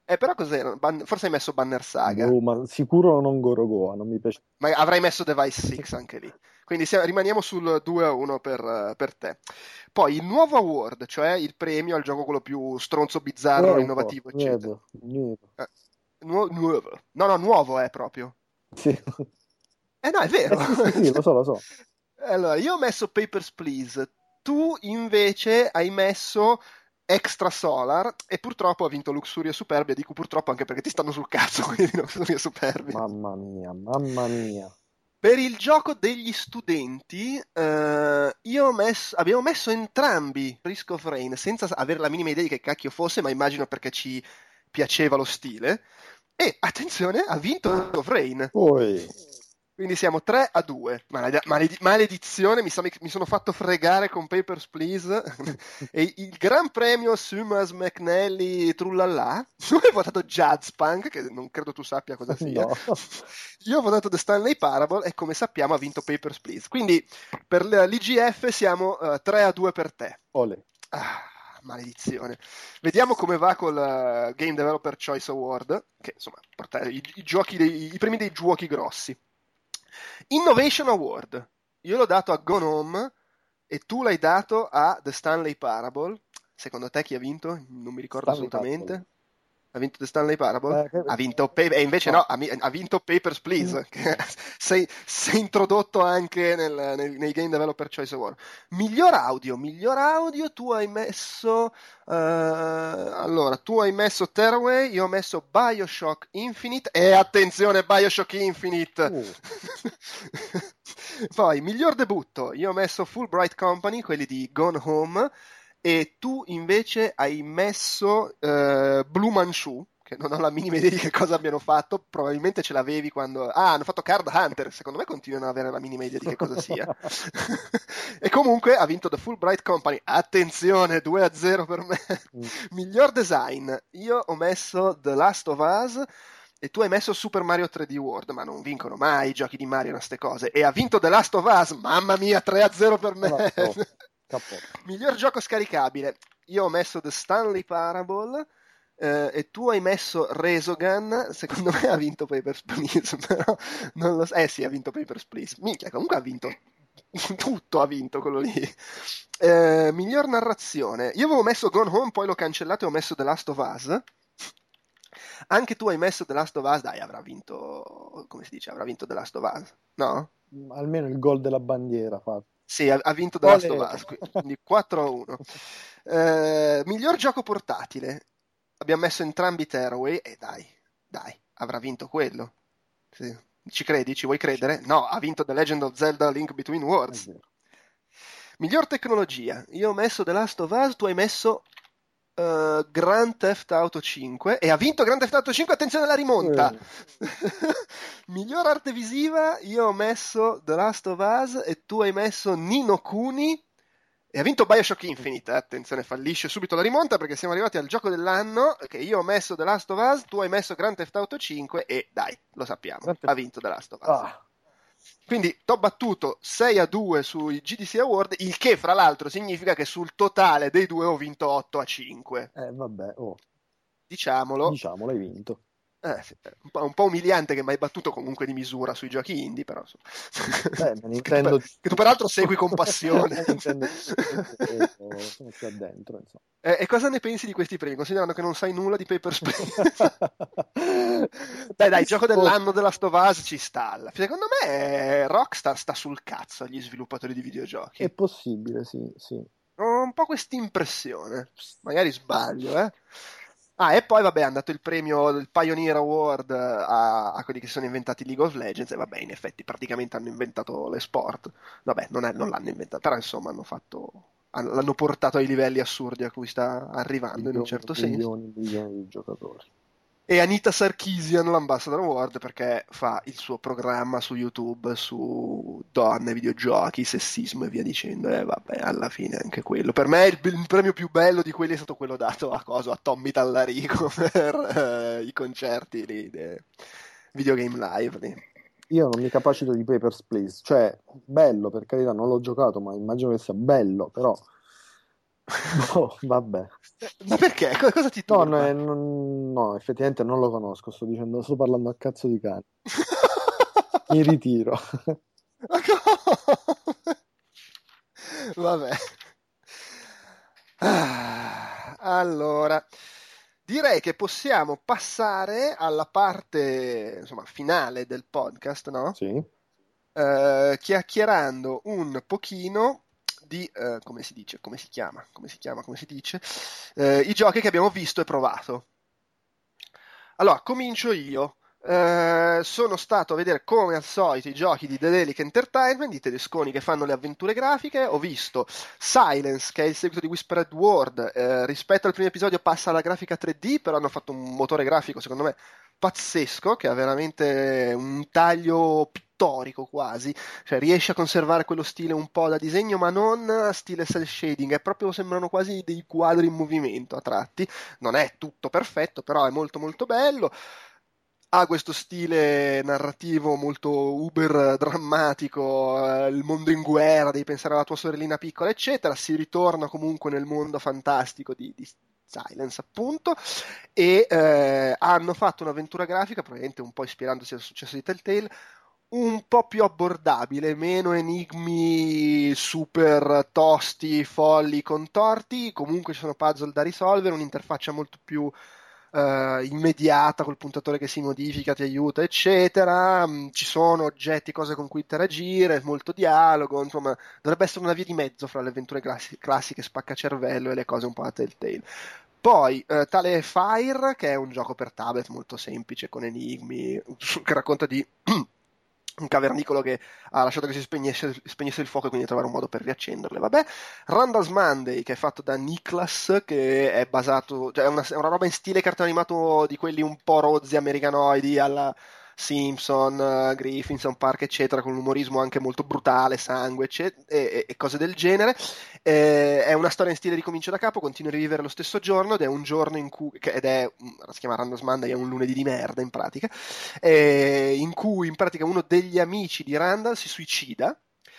Eh, però cos'era? Ban- Forse hai messo Banner Saga. Oh, ma sicuro non Gorogoa, non mi piace. Ma avrai messo Device sei anche lì. Quindi sia- rimaniamo sul due a uno per, eh, per te. Poi il nuovo award, cioè il premio al gioco quello più stronzo, bizzarro, Nuovo, innovativo, eccetera. nuovo, nuovo. Eh, nuo- nuovo. No, no, nuovo è proprio. Sì. Eh no, è vero. Eh, sì, sì, sì, lo so, lo so. Allora, io ho messo Papers, Please. Tu invece hai messo Extra Solar e purtroppo ha vinto Luxuria Superbia. Dico purtroppo anche perché ti stanno sul cazzo, quindi Luxuria Superbia. Mamma mia, mamma mia. Per il gioco degli studenti, eh, io ho messo, abbiamo messo entrambi Risk of Rain, senza avere la minima idea di che cacchio fosse, ma immagino perché ci piaceva lo stile. E attenzione, ha vinto Risk of Rain. Poi, Quindi siamo tre a due. Maled- maledi- maledizione, mi, sono- mi sono fatto fregare con Papers, Please. E il gran premio Sumas McNally Trullallà. Tu hai votato Jazz-Punk, che non credo tu sappia cosa sia. no. Io ho votato The Stanley Parable e come sappiamo ha vinto Papers, Please. Quindi per l'I G F siamo uh, tre a due per te. Ole. Ah, maledizione. Vediamo come va col uh, Game Developer Choice Award, che insomma porta i, i giochi dei, i premi dei giochi grossi. Innovation Award. Io l'ho dato a Gone Home e tu l'hai dato a The Stanley Parable. Secondo te chi ha vinto? Non mi ricordo Stanley assolutamente. Parable. Ha vinto The Stanley Parable? Eh, che- Ha vinto Pa- e invece no, ha, mi- ha vinto Papers, Please. Che sei, sei introdotto anche nel- nei, nei Game Developer Choice Award. Miglior audio, miglior audio, tu hai messo eh, allora, tu hai messo Tearaway, io ho messo BioShock Infinite e attenzione BioShock Infinite. Uh. Poi miglior debutto, io ho messo Fulbright Company, quelli di Gone Home, e tu invece hai messo eh, Blue Manchu, che non ho la minima idea di che cosa abbiano fatto, probabilmente ce l'avevi quando... Ah, hanno fatto Card Hunter, secondo me continuano ad avere la minima idea di che cosa sia. E comunque ha vinto The Fulbright Company, attenzione, due a zero per me. Miglior design, io ho messo The Last of Us e tu hai messo Super Mario tre D World, ma non vincono mai i giochi di Mario a queste cose, e ha vinto The Last of Us, mamma mia, tre a zero per me. Bravo. Miglior gioco scaricabile, io ho messo The Stanley Parable eh, e tu hai messo Resogun, secondo me ha vinto Papers, Please, però non lo so. Eh sì, ha vinto Papers, Please. Minchia, comunque ha vinto tutto, ha vinto quello lì. Eh, miglior narrazione, io avevo messo Gone Home, poi l'ho cancellato e ho messo The Last of Us. Anche tu hai messo The Last of Us, dai, avrà vinto, come si dice, avrà vinto The Last of Us, no? Almeno il gol della bandiera fatto. Sì, ha, ha vinto The Last of Us, quindi quattro a uno. Eh, miglior gioco portatile, abbiamo messo entrambi Tearaway e dai, dai, avrà vinto quello. Sì. Ci credi? Ci vuoi credere? No, ha vinto The Legend of Zelda Link Between Worlds. Miglior tecnologia, io ho messo The Last of Us, tu hai messo Uh, Grand Theft Auto cinque e ha vinto Grand Theft Auto cinque, attenzione alla rimonta. Eh. Miglior arte visiva, io ho messo The Last of Us e tu hai messo Nino Kuni e ha vinto BioShock Infinite. Attenzione, fallisce subito la rimonta perché siamo arrivati al gioco dell'anno, che io ho messo The Last of Us, tu hai messo Grand Theft Auto cinque e dai, lo sappiamo, ha vinto The Last of Us. Ah. Quindi t'ho battuto sei a due sui G D C Award, il che fra l'altro significa che sul totale dei due ho vinto otto a cinque. Eh vabbè, oh. Diciamolo. Diciamolo, hai vinto. Eh, sì, un, po', un po' umiliante che mi hai battuto comunque di misura sui giochi indie, però insomma. Beh, me ne intendo... che, tu, che tu peraltro segui con passione. me ne intendo... sono più addentro, insomma. Eh, e cosa ne pensi di questi premi, considerando che non sai nulla di Papers, Please? Dai, dai, il gioco dell'anno della Last of Us ci sta. Secondo me Rockstar sta sul cazzo agli sviluppatori di videogiochi. È possibile, sì, sì. Ho un po' questa impressione. Magari sbaglio, eh. Ah, e poi vabbè, è andato il premio del Pioneer Award a, a quelli che si sono inventati League of Legends e vabbè, in effetti praticamente hanno inventato l'esport. Vabbè, non, è, non l'hanno inventato, però insomma hanno fatto... l'hanno portato ai livelli assurdi a cui sta arrivando, milioni, in un certo milioni, senso. Milioni, milioni di giocatori. E Anita Sarkeesian l'Ambassador Award perché fa il suo programma su YouTube su donne, videogiochi, sessismo e via dicendo. E vabbè, alla fine anche quello. Per me il, il premio più bello di quelli è stato quello dato a cosa? A Tommy Tallarico per eh, i concerti lì, de Videogame Live lì. Io non mi capacito di Papers, Please. Cioè, bello, per carità, non l'ho giocato, ma immagino che sia bello, però Oh, vabbè. Ma perché? Co- Cosa ti No, turba? no, eh, non- no, effettivamente non lo conosco, sto dicendo, sto parlando a cazzo di cane. Mi ritiro. Ma come? Vabbè. Ah, allora, direi che possiamo passare alla parte, insomma, finale del podcast, no? Sì, Eh, chiacchierando un pochino di, eh, come si dice, come si chiama, come si chiama, come si dice, eh, i giochi che abbiamo visto e provato. Allora, comincio io. Eh, sono stato a vedere come al solito i giochi di Daedalic Entertainment, i tedesconi che fanno le avventure grafiche. Ho visto Silence, che è il seguito di Whispered World. Eh, rispetto al primo episodio passa alla grafica tre D, però hanno fatto un motore grafico secondo me pazzesco, che ha veramente un taglio pittorico quasi, cioè riesce a conservare quello stile un po' da disegno, ma non stile cel shading, è proprio, sembrano quasi dei quadri in movimento a tratti. Non è tutto perfetto, però è molto molto bello. Ha questo stile narrativo molto uber drammatico, eh, il mondo in guerra, devi pensare alla tua sorellina piccola, eccetera. Si ritorna comunque nel mondo fantastico di, di Silence, appunto, e eh, hanno fatto un'avventura grafica, probabilmente un po' ispirandosi al successo di Telltale, un po' più abbordabile, meno enigmi super tosti, folli, contorti. Comunque ci sono puzzle da risolvere, un'interfaccia molto più eh, immediata col puntatore che si modifica, ti aiuta, eccetera. Mm, Ci sono oggetti, cose con cui interagire, molto dialogo, insomma, dovrebbe essere una via di mezzo fra le avventure classi- classiche spaccacervello e le cose un po' a Telltale. Poi, eh, tale Fire, che è un gioco per tablet molto semplice, con enigmi, che racconta di un cavernicolo che ha lasciato che si spegnesse, spegnesse il fuoco e quindi trovare un modo per riaccenderle. Vabbè, Randall's Monday, che è fatto da Niklas, che è basato, cioè è una, è una roba in stile cartone animato di quelli un po' rozzi americanoidi alla Simpson, uh, Griffinson Park, eccetera, con un umorismo anche molto brutale, sangue, eccetera, e, e cose del genere. Eh, è una storia in stile ricomincio da capo, continua a rivivere lo stesso giorno ed è un giorno in cui, che- ed è, si chiama Randall's Monday, è un lunedì di merda in pratica, eh, in cui in pratica uno degli amici di Randall si suicida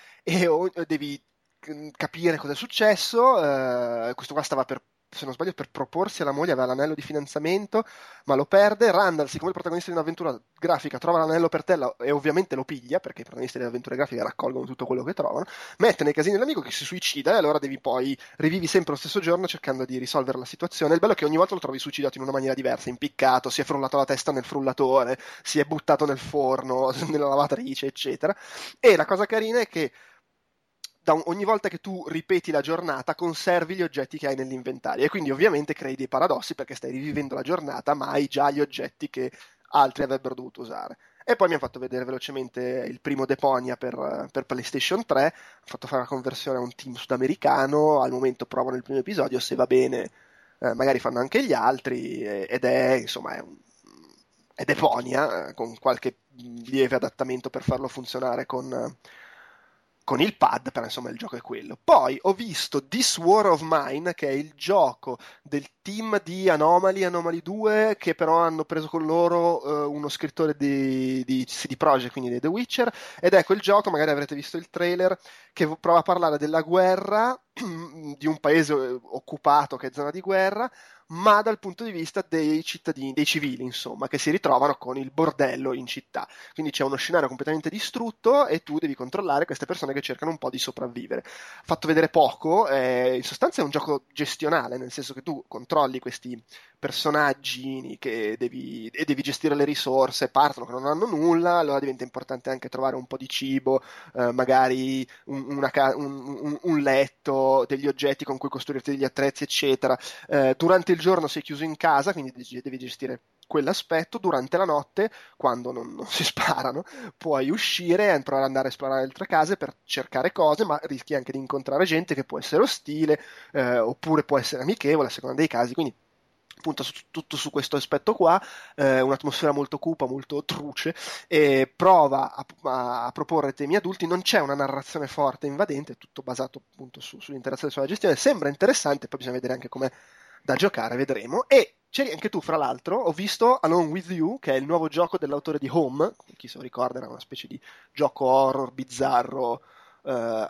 e o- devi mm, capire cosa è successo. Eh, questo qua stava per, se non sbaglio, per proporsi alla moglie, aveva l'anello di fidanzamento, ma lo perde. Randall, siccome il protagonista di un'avventura grafica, trova l'anello per terra e ovviamente lo piglia, perché i protagonisti delle avventure grafiche raccolgono tutto quello che trovano, mette nei casini l'amico che si suicida e allora devi poi rivivi sempre lo stesso giorno cercando di risolvere la situazione. Il bello è che ogni volta lo trovi suicidato in una maniera diversa, impiccato, si è frullato la testa nel frullatore, si è buttato nel forno, nella lavatrice, eccetera. E la cosa carina è che da un- ogni volta che tu ripeti la giornata conservi gli oggetti che hai nell'inventario e quindi ovviamente crei dei paradossi perché stai rivivendo la giornata ma hai già gli oggetti che altri avrebbero dovuto usare. E poi mi hanno fatto vedere velocemente il primo Deponia per, per PlayStation tre, hanno fatto fare la conversione a un team sudamericano, al momento provano il primo episodio, se va bene eh, magari fanno anche gli altri, e- ed è insomma è un, è Deponia, eh, con qualche lieve adattamento per farlo funzionare con, con il pad, però insomma il gioco è quello. Poi ho visto This War of Mine, che è il gioco del team di Anomaly, Anomaly due, che però hanno preso con loro eh, uno scrittore di, di C D Projekt, quindi di The Witcher, ed è quel gioco, magari avrete visto il trailer, che prova a parlare della guerra di un paese occupato che è zona di guerra, ma dal punto di vista dei cittadini, dei civili, insomma, che si ritrovano con il bordello in città. Quindi c'è uno scenario completamente distrutto e tu devi controllare queste persone che cercano un po' di sopravvivere. Fatto vedere poco, eh, in sostanza è un gioco gestionale, nel senso che tu controlli questi personaggi che devi, e devi gestire le risorse, partono che non hanno nulla, allora diventa importante anche trovare un po' di cibo, eh, magari un, una ca- un, un, un letto, degli oggetti con cui costruirti degli attrezzi, eccetera. Eh, durante il giorno sei chiuso in casa, quindi devi gestire quell'aspetto. Durante la notte, quando non, non si sparano, puoi uscire e provare ad andare a esplorare altre case per cercare cose, ma rischi anche di incontrare gente che può essere ostile, eh, oppure può essere amichevole a seconda dei casi, quindi punta su, tutto su questo aspetto qua, eh, un'atmosfera molto cupa, molto truce, e prova a, a, a proporre temi adulti. Non c'è una narrazione forte, invadente, è tutto basato appunto su, sull'interazione sulla gestione. Sembra interessante, poi bisogna vedere anche com'è da giocare, vedremo. E c'eri anche tu, fra l'altro, ho visto Alone With You, che è il nuovo gioco dell'autore di Home, chi se lo ricorda era una specie di gioco horror bizzarro, eh,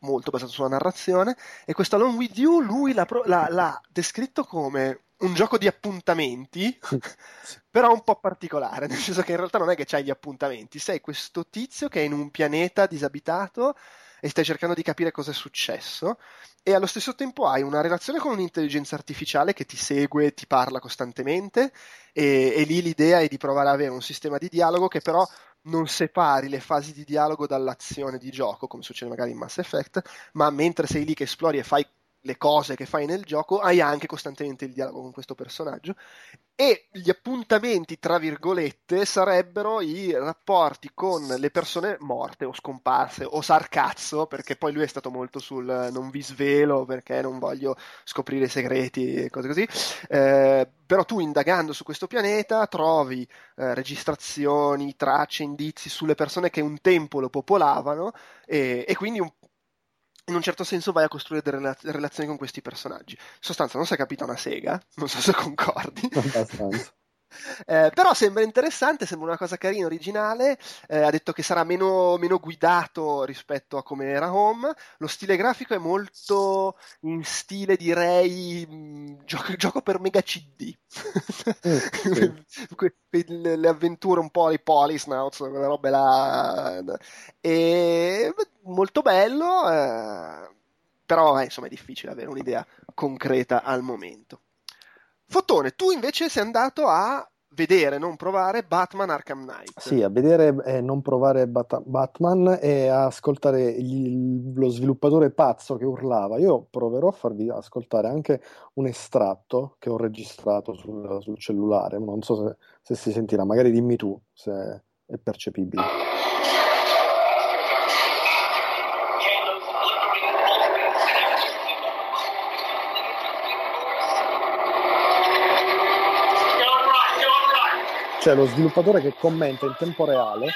molto basato sulla narrazione, e questo Alone With You lui l'ha, pro- l'ha- l'ha descritto come un gioco di appuntamenti, però un po' particolare, nel senso che in realtà non è che c'hai gli appuntamenti, sei questo tizio che è in un pianeta disabitato e stai cercando di capire cosa è successo, e allo stesso tempo hai una relazione con un'intelligenza artificiale che ti segue, ti parla costantemente, e, e lì l'idea è di provare ad avere un sistema di dialogo che però non separi le fasi di dialogo dall'azione di gioco, come succede magari in Mass Effect, ma mentre sei lì che esplori e fai le cose che fai nel gioco, hai anche costantemente il dialogo con questo personaggio, e gli appuntamenti, tra virgolette, sarebbero i rapporti con le persone morte o scomparse o sarcazzo, perché poi lui è stato molto sul non vi svelo perché non voglio scoprire i segreti e cose così, eh, però tu indagando su questo pianeta trovi eh, registrazioni, tracce, indizi sulle persone che un tempo lo popolavano, e, e quindi un in un certo senso vai a costruire delle rela- relazioni con questi personaggi. In sostanza non si è capita una sega, non so se concordi. Abbastanza. Eh, però sembra interessante, sembra una cosa carina, originale. Eh, ha detto che sarà meno, meno guidato rispetto a come era Home. Lo stile grafico è molto in stile, direi, mh, gioco, gioco per Mega C D. Mm, sì. Que- que- le, le avventure un po' i Polisnauts, quelle robe là. E molto bello, eh, però eh, insomma è difficile avere un'idea concreta al momento. Fotone, tu invece sei andato a vedere, non provare, Batman Arkham Knight. Sì, a vedere e non provare Bat- Batman e a ascoltare gli- lo sviluppatore pazzo che urlava. Io proverò a farvi ascoltare anche un estratto che ho registrato sul, sul cellulare, non so se, se si sentirà, magari dimmi tu se è percepibile. C'è lo sviluppatore che commenta in tempo reale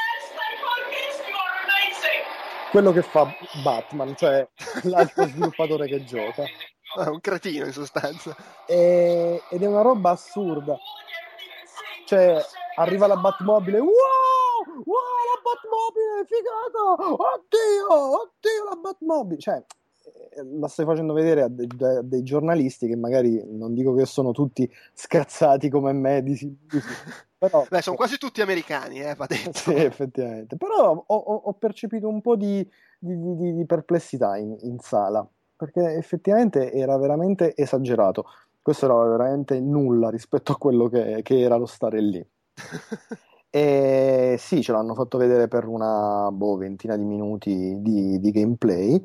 quello che fa Batman, cioè l'altro sviluppatore che gioca. Ah, un cretino in sostanza. E- ed è una roba assurda. Cioè, arriva la Batmobile, wow, wow, la Batmobile, figata, oddio, oddio, la Batmobile. Cioè, eh, la stai facendo vedere a, de- a dei giornalisti che magari, non dico che sono tutti scazzati come me, di, di- però... Beh, sono quasi tutti americani, eh, va detto. Sì, effettivamente. Però ho, ho- ho percepito un po' di, di- di- di perplessità in, in sala, perché effettivamente era veramente esagerato. Questo era veramente nulla rispetto a quello che, che era lo stare lì. E sì, ce l'hanno fatto vedere per una boh, ventina di minuti di, di gameplay,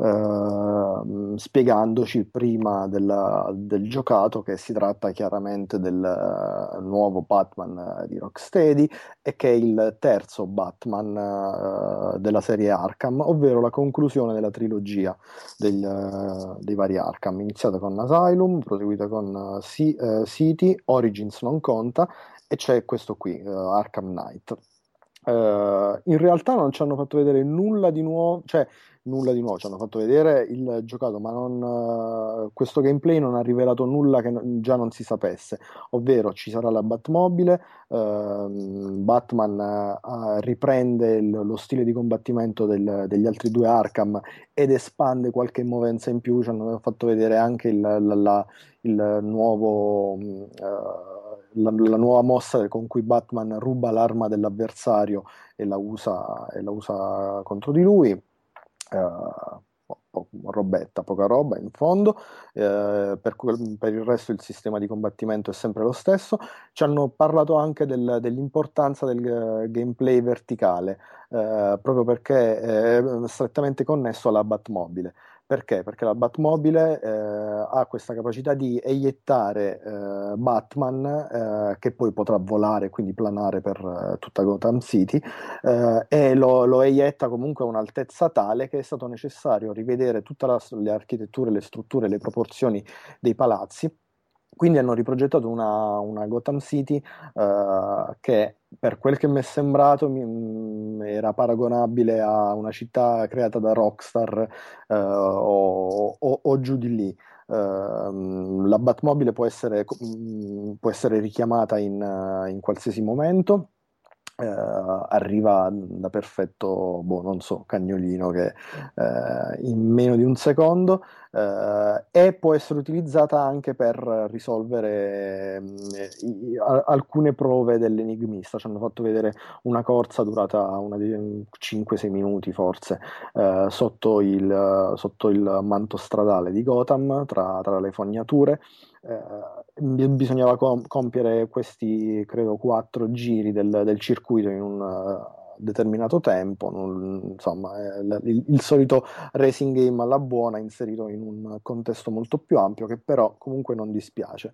eh, spiegandoci prima della- del giocato che si tratta chiaramente del eh, nuovo Batman eh, di Rocksteady e che è il terzo Batman eh, della serie Arkham, ovvero la conclusione della trilogia del, eh, dei vari Arkham, iniziata con Asylum, proseguita con eh, C- eh, City, Origins non conta, e c'è questo qui, eh, Arkham Knight. Eh, in realtà non ci hanno fatto vedere nulla di nuovo, cioè nulla di nuovo, ci hanno fatto vedere il giocato, ma non, eh, questo gameplay non ha rivelato nulla che non- già non si sapesse, ovvero ci sarà la Batmobile, ehm, Batman eh, riprende il- lo stile di combattimento del- degli altri due Arkham ed espande qualche movenza in più, ci hanno fatto vedere anche il, la- la- il nuovo, mh, eh, la, la nuova mossa con cui Batman ruba l'arma dell'avversario e la usa, e la usa contro di lui. Eh, po- po- robetta, poca roba in fondo. Eh, per, quel- per il resto il sistema di combattimento è sempre lo stesso. Ci hanno parlato anche del- dell'importanza del eh, gameplay verticale, eh, proprio perché è strettamente connesso alla Batmobile. Perché? Perché la Batmobile eh, ha questa capacità di eiettare eh, Batman, eh, che poi potrà volare, quindi planare per eh, tutta Gotham City, eh, e lo, lo eietta comunque a un'altezza tale che è stato necessario rivedere tutte le architetture, le strutture, le proporzioni dei palazzi. Quindi hanno riprogettato una, una Gotham City eh, che, per quel che mi è sembrato, mi- mh, era paragonabile a una città creata da Rockstar eh, o, o- o giù di lì. Ehm, la Batmobile può essere, mh, può essere richiamata in, eh, in qualsiasi momento. eh, arriva da perfetto, boh, non so, cagnolino che eh, in meno di un secondo, eh, e può essere utilizzata anche per risolvere mm, i- i- a- alcune prove dell'enigmista. Ci hanno fatto vedere una corsa durata una di cinque sei minuti forse, eh, sotto il, sotto il manto stradale di Gotham, tra, tra le fognature. Eh, bi- bisognava com- compiere questi, credo, quattro giri del, del circuito in un eh, determinato tempo. Non- insomma, è l- il, il solito racing game alla buona, inserito in un contesto molto più ampio, che però comunque non dispiace.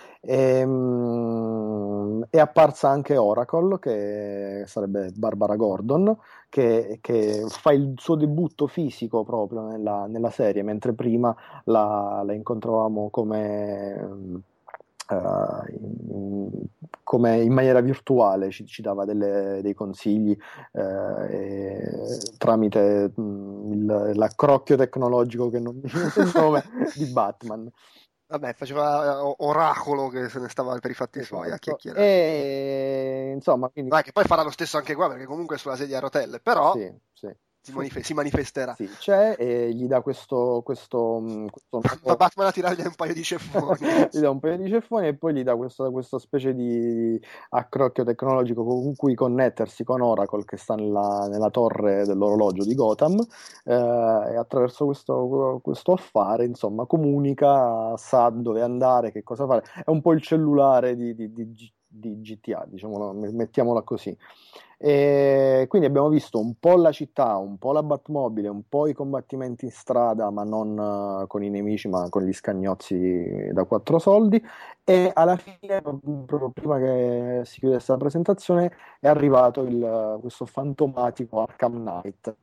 Ehm, è apparsa anche Oracle, che sarebbe Barbara Gordon, che, che fa il suo debutto fisico proprio nella, nella serie, mentre prima la, la incontravamo come, eh, in, come in maniera virtuale, ci, ci dava delle- dei consigli eh, e tramite mh, il- l'accrocchio tecnologico che non mi viene il nome di Batman. Vabbè, faceva eh, Oracolo che se ne stava per i fatti suoi a Esatto. chiacchierare. E insomma, quindi Vai, che poi farà lo stesso anche qua, perché comunque è sulla sedia a rotelle, però sì, sì. si, manife- si manifesterà. Sì, c'è e gli dà questo, questo, mh, questo Va nuovo- Batman a tirargli un paio di ceffoni. gli dà un paio di ceffoni e poi gli dà questa, questa specie di accrocchio tecnologico con cui connettersi con Oracle, che sta nella, nella torre dell'orologio di Gotham, eh, e attraverso questo, questo affare, insomma, comunica, sa dove andare, che cosa fare. È un po' il cellulare di, di, di G- di G T A, diciamolo, mettiamola così. E quindi abbiamo visto un po' la città, un po' la Batmobile, un po' i combattimenti in strada, ma non eh, con i nemici, ma con gli scagnozzi da quattro soldi. E alla fine, proprio prima che si chiudesse la presentazione, è arrivato il- questo fantomatico Arkham Knight.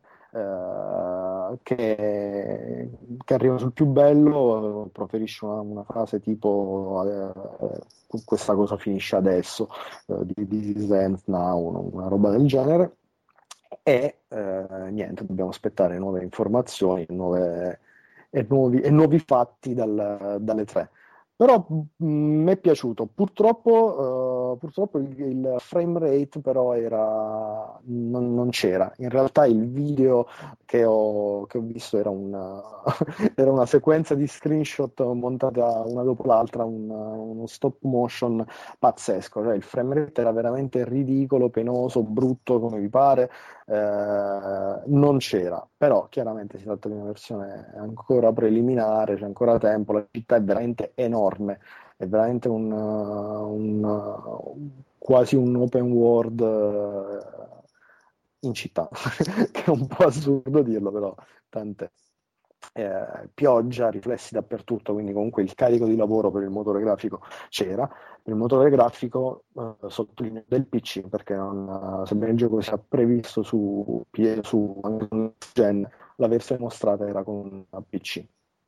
eh, che, che arriva sul più bello, proferisce una, una frase tipo eh, questa cosa finisce adesso, eh, di, di Ends Now, una roba del genere. E eh, niente, dobbiamo aspettare nuove informazioni, nuove, e, nuovi, e nuovi fatti dal- dalle tre. Però mh, mi è piaciuto. Purtroppo, eh, purtroppo il, il frame rate però era, non, non c'era. In realtà il video che ho, che ho visto era una, era una sequenza di screenshot montata una dopo l'altra, un- uno stop motion pazzesco. Cioè, il frame rate era veramente ridicolo, penoso, brutto, come vi pare. Eh, non c'era, però chiaramente si tratta di una versione ancora preliminare, c'è ancora tempo, la città è veramente enorme, è veramente un, uh, un, uh, quasi un open world uh, in città, che è un po' assurdo dirlo, però tant'è. Eh, pioggia, riflessi dappertutto, quindi comunque il carico di lavoro per il motore grafico c'era. Per il motore grafico, eh, sottolineo del P C, perché non, eh, sebbene il gioco sia previsto su, P- su Gen, la versione mostrata era con un P C.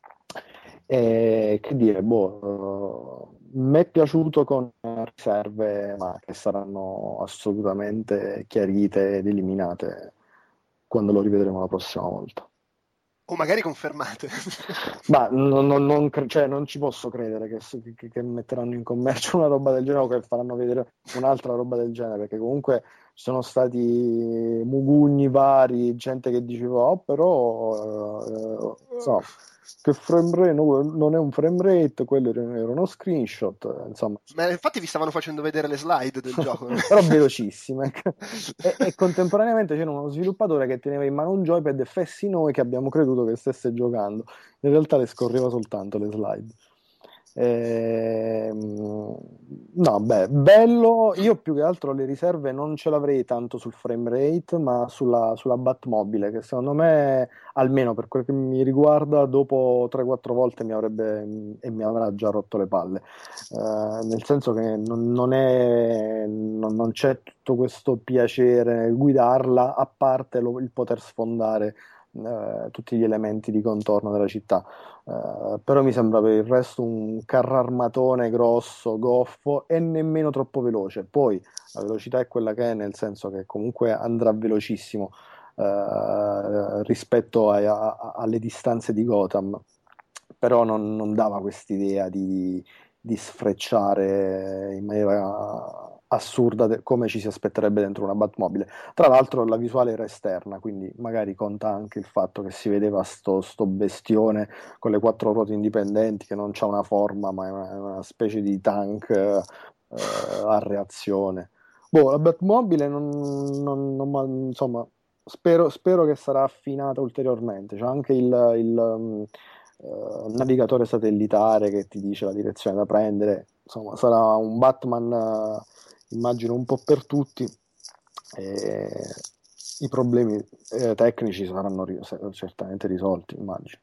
E che dire, boh, eh, mi è piaciuto con riserve, ma che saranno assolutamente chiarite ed eliminate quando lo rivedremo la prossima volta. O magari confermate. Ma non, non- non cre- cioè, non ci posso credere che, che- che metteranno in commercio una roba del genere o che faranno vedere un'altra roba del genere, perché comunque ci sono stati mugugni vari, gente che diceva, oh, però, eh, insomma, che frame rate, no, non è un frame rate, quello era, era uno screenshot, insomma. Ma infatti vi stavano facendo vedere le slide del gioco. Però velocissime. E, e contemporaneamente c'era uno sviluppatore che teneva in mano un joypad e fessi noi che abbiamo creduto che stesse giocando. In realtà le scorreva soltanto le slide. Ehm, No, beh, bello. Io più che altro le riserve non ce l'avrei tanto sul frame rate, ma sulla, sulla Batmobile, che secondo me, almeno per quel che mi riguarda, dopo tre quattro volte mi avrebbe e mi avrà già rotto le palle. Eh, nel senso che non, non è, non, non c'è tutto questo piacere nel guidarla, a parte lo- il poter sfondare eh, tutti gli elementi di contorno della città. Eh, però mi sembra per il resto un carro armatone grosso, goffo e nemmeno troppo veloce. Poi la velocità è quella che è, nel senso che comunque andrà velocissimo eh, rispetto a- a- alle distanze di Gotham, però non, non dava quest'idea di, di sfrecciare in maniera assurda de- come ci si aspetterebbe dentro una Batmobile. Tra l'altro la visuale era esterna, quindi magari conta anche il fatto che si vedeva sto, sto bestione con le quattro ruote indipendenti che non c'ha una forma, ma è una, è una specie di tank eh, a reazione. Boh, la Batmobile non, non- non ma- insomma, spero, spero che sarà affinata ulteriormente. C'è anche il, il, um, eh, navigatore satellitare che ti dice la direzione da prendere. Insomma, sarà un Batman, eh, immagino, un po' per tutti. E i problemi eh, tecnici saranno ri- certamente risolti, immagino.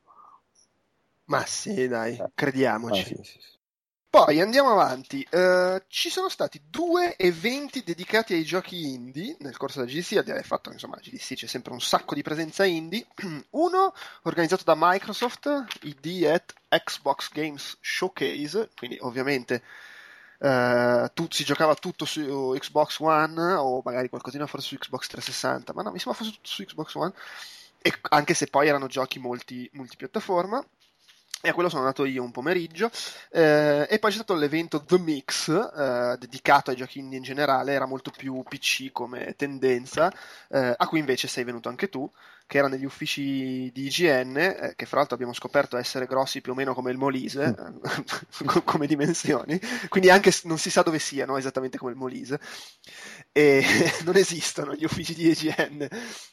Ma sì, dai, Eh, ah, crediamoci. sì, sì, sì. Poi andiamo avanti. Eh, ci sono stati due eventi dedicati ai giochi indie nel corso della G D C, al di là del fatto che insomma alla G D C c'è sempre un sacco di presenza indie. Uno organizzato da Microsoft, I D at Xbox Games Showcase, quindi ovviamente eh, tu, si giocava tutto su Xbox One o magari qualcosina forse su Xbox trecentosessanta, ma no, mi sembra fosse tutto su Xbox One, e anche se poi erano giochi multi, multipiattaforma. E a quello sono andato io un pomeriggio, eh, e poi c'è stato l'evento The Mix, eh, dedicato ai giochi indie in generale, era molto più P C come tendenza, eh, a cui invece sei venuto anche tu, che era negli uffici di I G N, eh, che fra l'altro abbiamo scoperto essere grossi più o meno come il Molise, eh, come dimensioni, quindi anche s- non si sa dove siano esattamente come il Molise, e non esistono gli uffici di I G N.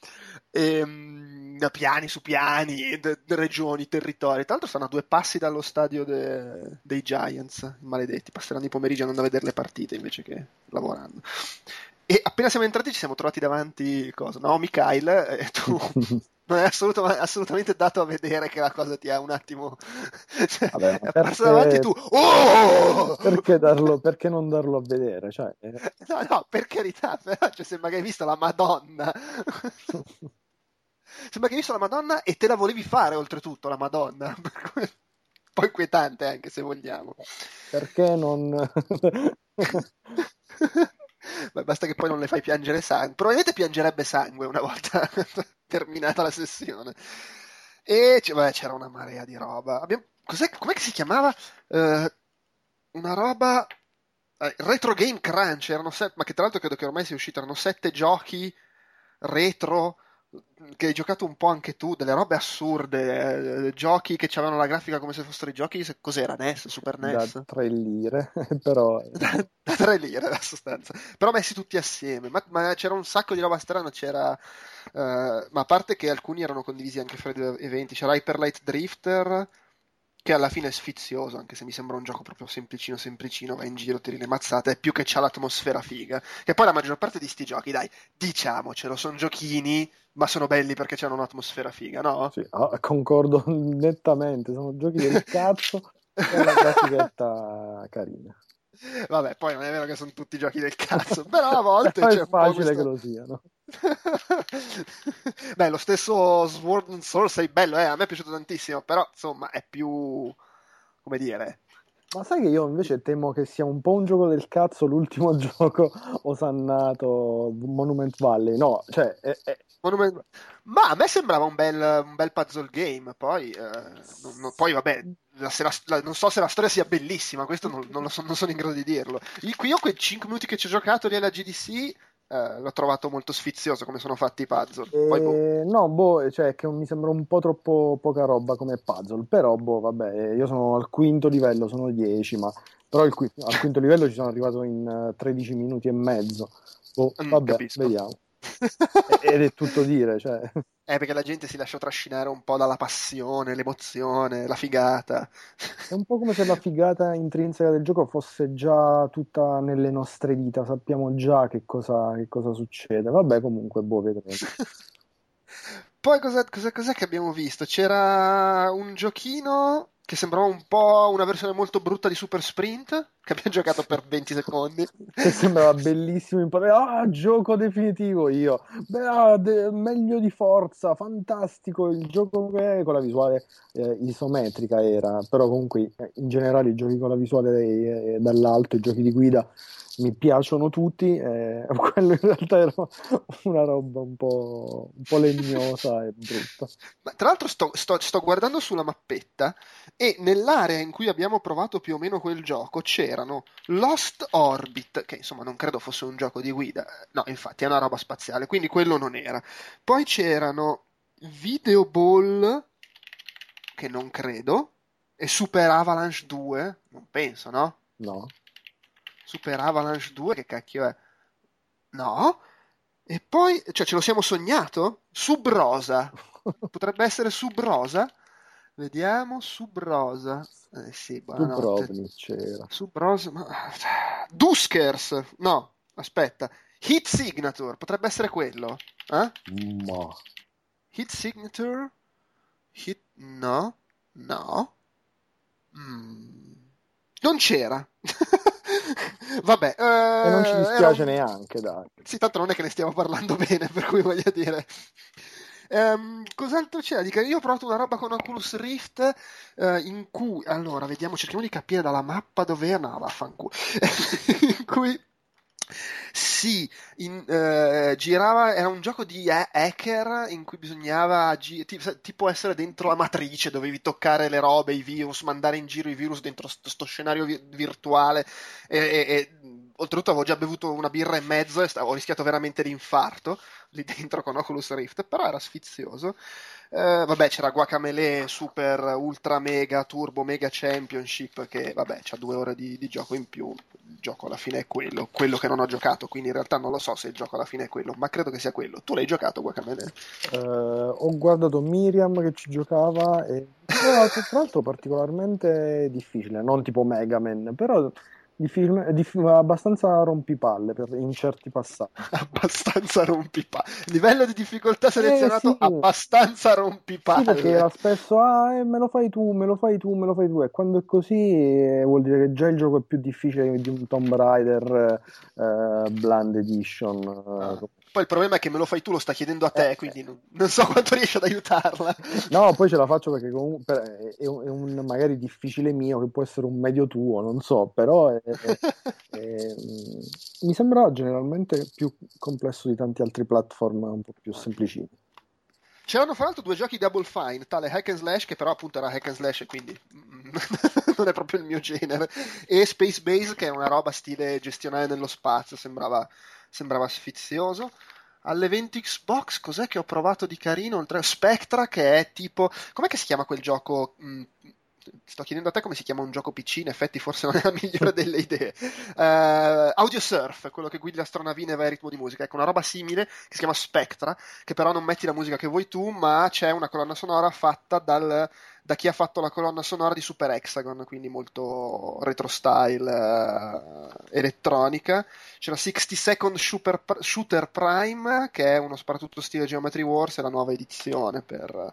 Ehm, da piani su piani, de- de- regioni, territori. Tra l'altro stanno a due passi dallo stadio de- dei Giants, i maledetti. Passeranno i pomeriggi andando a vedere le partite invece che lavorando. E appena siamo entrati ci siamo trovati davanti, cosa? Naomi Kyle, e tu non è assoluta- assolutamente dato a vedere che la cosa ti ha un attimo... cioè, Vabbè, è ma apparsa davanti e perché, tu... Oh! perché darlo, perché non darlo a vedere? Cioè, eh, No, no, per carità, però cioè, sembra che hai visto la Madonna. Sembra che hai visto la Madonna e te la volevi fare oltretutto, la Madonna. Un po' inquietante anche se vogliamo. perché non... Beh, basta che poi non le fai piangere sangue. Probabilmente piangerebbe sangue una volta terminata la sessione. E c- vabbè, c'era una marea di roba. Abbiamo... Cos'è... Com'è che si chiamava? Eh, una roba... eh, Retro Game Crunch, erano set... ma che tra l'altro credo che ormai sia uscito, erano sette giochi retro che hai giocato un po' anche tu, delle robe assurde, eh, giochi che avevano la grafica come se fossero i giochi, se- cos'era, N E S, Super da N E S? tre lire, però... Da, da tre lire la sostanza, però messi tutti assieme, ma, ma c'era un sacco di roba strana, c'era, eh, ma a parte che alcuni erano condivisi anche fra i due eventi, c'era Hyper Light Drifter, che alla fine è sfizioso, anche se mi sembra un gioco proprio semplicino semplicino, vai in giro, tiri le mazzate, è più che c'ha l'atmosfera figa, che poi la maggior parte di sti giochi, dai, diciamocelo, sono giochini, ma sono belli perché c'hanno un'atmosfera figa, no? Sì, ah, concordo nettamente, sono giochi del cazzo con la grafichetta carina. Vabbè, poi non è vero che sono tutti giochi del cazzo, però a volte Però è c'è un po' facile che questo... lo siano. Beh, lo stesso Sword and Source è bello, eh, a me è piaciuto tantissimo, però insomma è più, come dire... Ma sai che io invece temo che sia un po' un gioco del cazzo l'ultimo gioco osannato Monument Valley. No, cioè, è, è- Monument- Ma a me sembrava un bel, un bel puzzle game, poi, eh, non- non- poi vabbè, la- se la- la- non so se la storia sia bellissima, questo non, non lo so- non sono in grado di dirlo. Io, qui io quei cinque minuti che ci ho giocato lì alla G D C, eh, l'ho trovato molto sfizioso come sono fatti i puzzle. Poi boh. Eh, no, boh, cioè che mi sembra un po' troppo poca roba come puzzle, però boh, vabbè, io sono al quinto livello, sono dieci, ma però il qui- al quinto livello ci sono arrivato in eh, tredici minuti e mezzo. Boh, Mm, vabbè, capisco. vediamo. E- Ed è tutto dire, cioè. Eh, perché la gente si lascia trascinare un po' dalla passione, l'emozione, la figata. È un po' come se la figata intrinseca del gioco fosse già tutta nelle nostre dita, sappiamo già che cosa, che cosa succede. Vabbè, comunque, boh, vedremo. Poi cos'è, cos'è- cos'è che abbiamo visto? C'era un giochino che sembrava un po' una versione molto brutta di Super Sprint, che abbiamo giocato per venti secondi. Che sembrava bellissimo, impar- ah, gioco definitivo io. Beh, ah, de- meglio di Forza, fantastico il gioco che è con la visuale eh, isometrica era, però comunque eh, in generale i giochi con la visuale dei- eh, dall'alto, i giochi di guida mi piacciono tutti, eh, quello in realtà era una roba un po', un po' legnosa e brutta. Ma tra l'altro sto, sto- sto guardando sulla mappetta e nell'area in cui abbiamo provato più o meno quel gioco c'erano Lost Orbit, che insomma non credo fosse un gioco di guida, no, infatti è una roba spaziale, quindi quello non era. Poi c'erano Video Ball, che non credo, e Super Avalanche due, non penso, no? No? Super Avalanche due, che cacchio è? No? E poi, cioè, ce lo siamo sognato? Subrosa. Potrebbe essere Subrosa? Vediamo, Subrosa. Eh sì, buonanotte. Dubrovnik c'era. Subrosa, ma... Duskers. No, aspetta. Hit Signature, potrebbe essere quello. Eh? Ma... Hit Signature? Hit... No, no. Mm. Non c'era. Vabbè, eh, E non ci era dispiace un- neanche, dai. Sì, tanto non è che ne stiamo parlando bene, per cui voglio dire. Ehm, cos'altro c'era? Dica, io ho provato una roba con Oculus Rift eh, in cui, allora, vediamo, cerchiamo di capire dalla mappa dov'è. No, vaffanculo. In cui sì, in- eh, girava, era un gioco di ha- hacker in cui bisognava gi- ti- tipo essere dentro la matrice, dovevi toccare le robe, i virus, mandare in giro i virus dentro sto, sto scenario vi- virtuale e, e- e, oltretutto avevo già bevuto una birra e mezzo e sta- ho rischiato veramente l'infarto lì dentro con Oculus Rift, però era sfizioso. Eh, vabbè, c'era Guacamelee Super Ultra Mega Turbo Mega Championship che vabbè c'ha due ore di, di gioco in più. Il gioco alla fine è quello, quello che non ho giocato, quindi in realtà non lo so se il gioco alla fine è quello, ma credo che sia quello. Tu l'hai giocato Guacamelee? Eh, ho guardato Miriam che ci giocava e era tra l'altro particolarmente difficile, non tipo Mega Man, però difficile- diff- abbastanza rompipalle per, in certi passaggi. Abbastanza rompipalle. Livello di difficoltà selezionato Eh sì, abbastanza sì, rompipalle. perché era spesso, ah, eh, me lo fai tu, me lo fai tu, me lo fai tu, e quando è così eh, vuol dire che già il gioco è più difficile di un Tomb Raider eh, Blind Edition. Ah. eh. Poi il problema è che me lo fai tu, lo sta chiedendo a te, Eh, quindi non, non so quanto riesci ad aiutarla. No, poi ce la faccio perché comunque per- è un, è un magari difficile mio che può essere un medio tuo, non so, però è- è- è- mi sembra generalmente più complesso di tanti altri platform un po' più semplicini. C'erano fra l'altro due giochi Double Fine, tale Hack and Slash, che però appunto era Hack and Slash e quindi mm, non è proprio il mio genere, e Space Base, che è una roba stile gestionale nello spazio, sembrava, sembrava sfizioso. All'evento Xbox, cos'è che ho provato di carino? Oltre a Spectra, che è tipo... Com'è che si chiama quel gioco? Mm, sto chiedendo a te come si chiama un gioco P C, in effetti forse non è la migliore delle idee. Uh, Audio Surf, quello che guidi l'astronavina e vai a ritmo di musica. Ecco, una roba simile che si chiama Spectra, che però non metti la musica che vuoi tu, ma c'è una colonna sonora fatta dal, da chi ha fatto la colonna sonora di Super Hexagon, quindi molto retro style, uh, elettronica. C'era sixty second Shooter, Shooter Prime, che è uno sparatutto stile Geometry Wars, è la nuova edizione per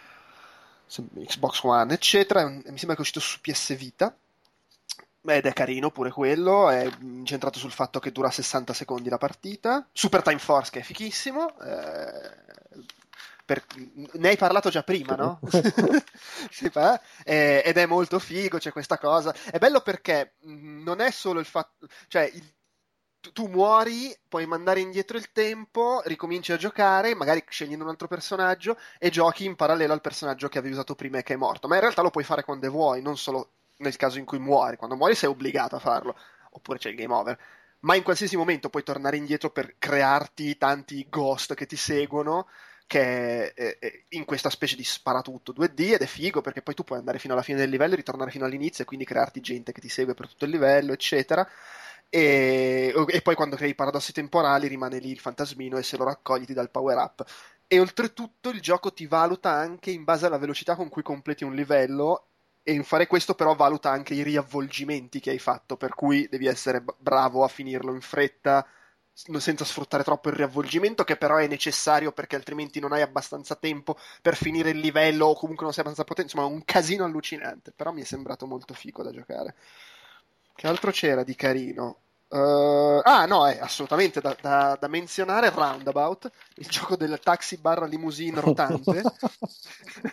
Xbox One, eccetera. Mi sembra che è uscito su P S Vita ed è carino pure quello, è incentrato sul fatto che dura sessanta secondi la partita. Super Time Force, che è fichissimo, eh, per... ne hai parlato già prima, no? Sì, eh, ed è molto figo, c'è questa cosa, è bello perché non è solo il fatto, cioè il tu muori, puoi mandare indietro il tempo, ricominci a giocare, magari scegliendo un altro personaggio e giochi in parallelo al personaggio che avevi usato prima e che è morto. Ma in realtà lo puoi fare quando vuoi, non solo nel caso in cui muori. Quando muori sei obbligato a farlo, oppure c'è il game over. Ma in qualsiasi momento puoi tornare indietro per crearti tanti ghost che ti seguono, che è, è in questa specie di sparatutto due D, ed è figo perché poi tu puoi andare fino alla fine del livello, ritornare fino all'inizio e quindi crearti gente che ti segue per tutto il livello, eccetera. E, e poi quando crei i paradossi temporali rimane lì il fantasmino e se lo raccogli ti dà il power up. E oltretutto il gioco ti valuta anche in base alla velocità con cui completi un livello, e in fare questo però valuta anche i riavvolgimenti che hai fatto, per cui devi essere bravo a finirlo in fretta senza sfruttare troppo il riavvolgimento, che però è necessario perché altrimenti non hai abbastanza tempo per finire il livello o comunque non sei abbastanza potente. Insomma, un casino allucinante, però mi è sembrato molto figo da giocare. Che altro c'era di carino? Uh, ah no, è assolutamente da, da, da menzionare Roundabout, il gioco del taxi barra limousine rotante.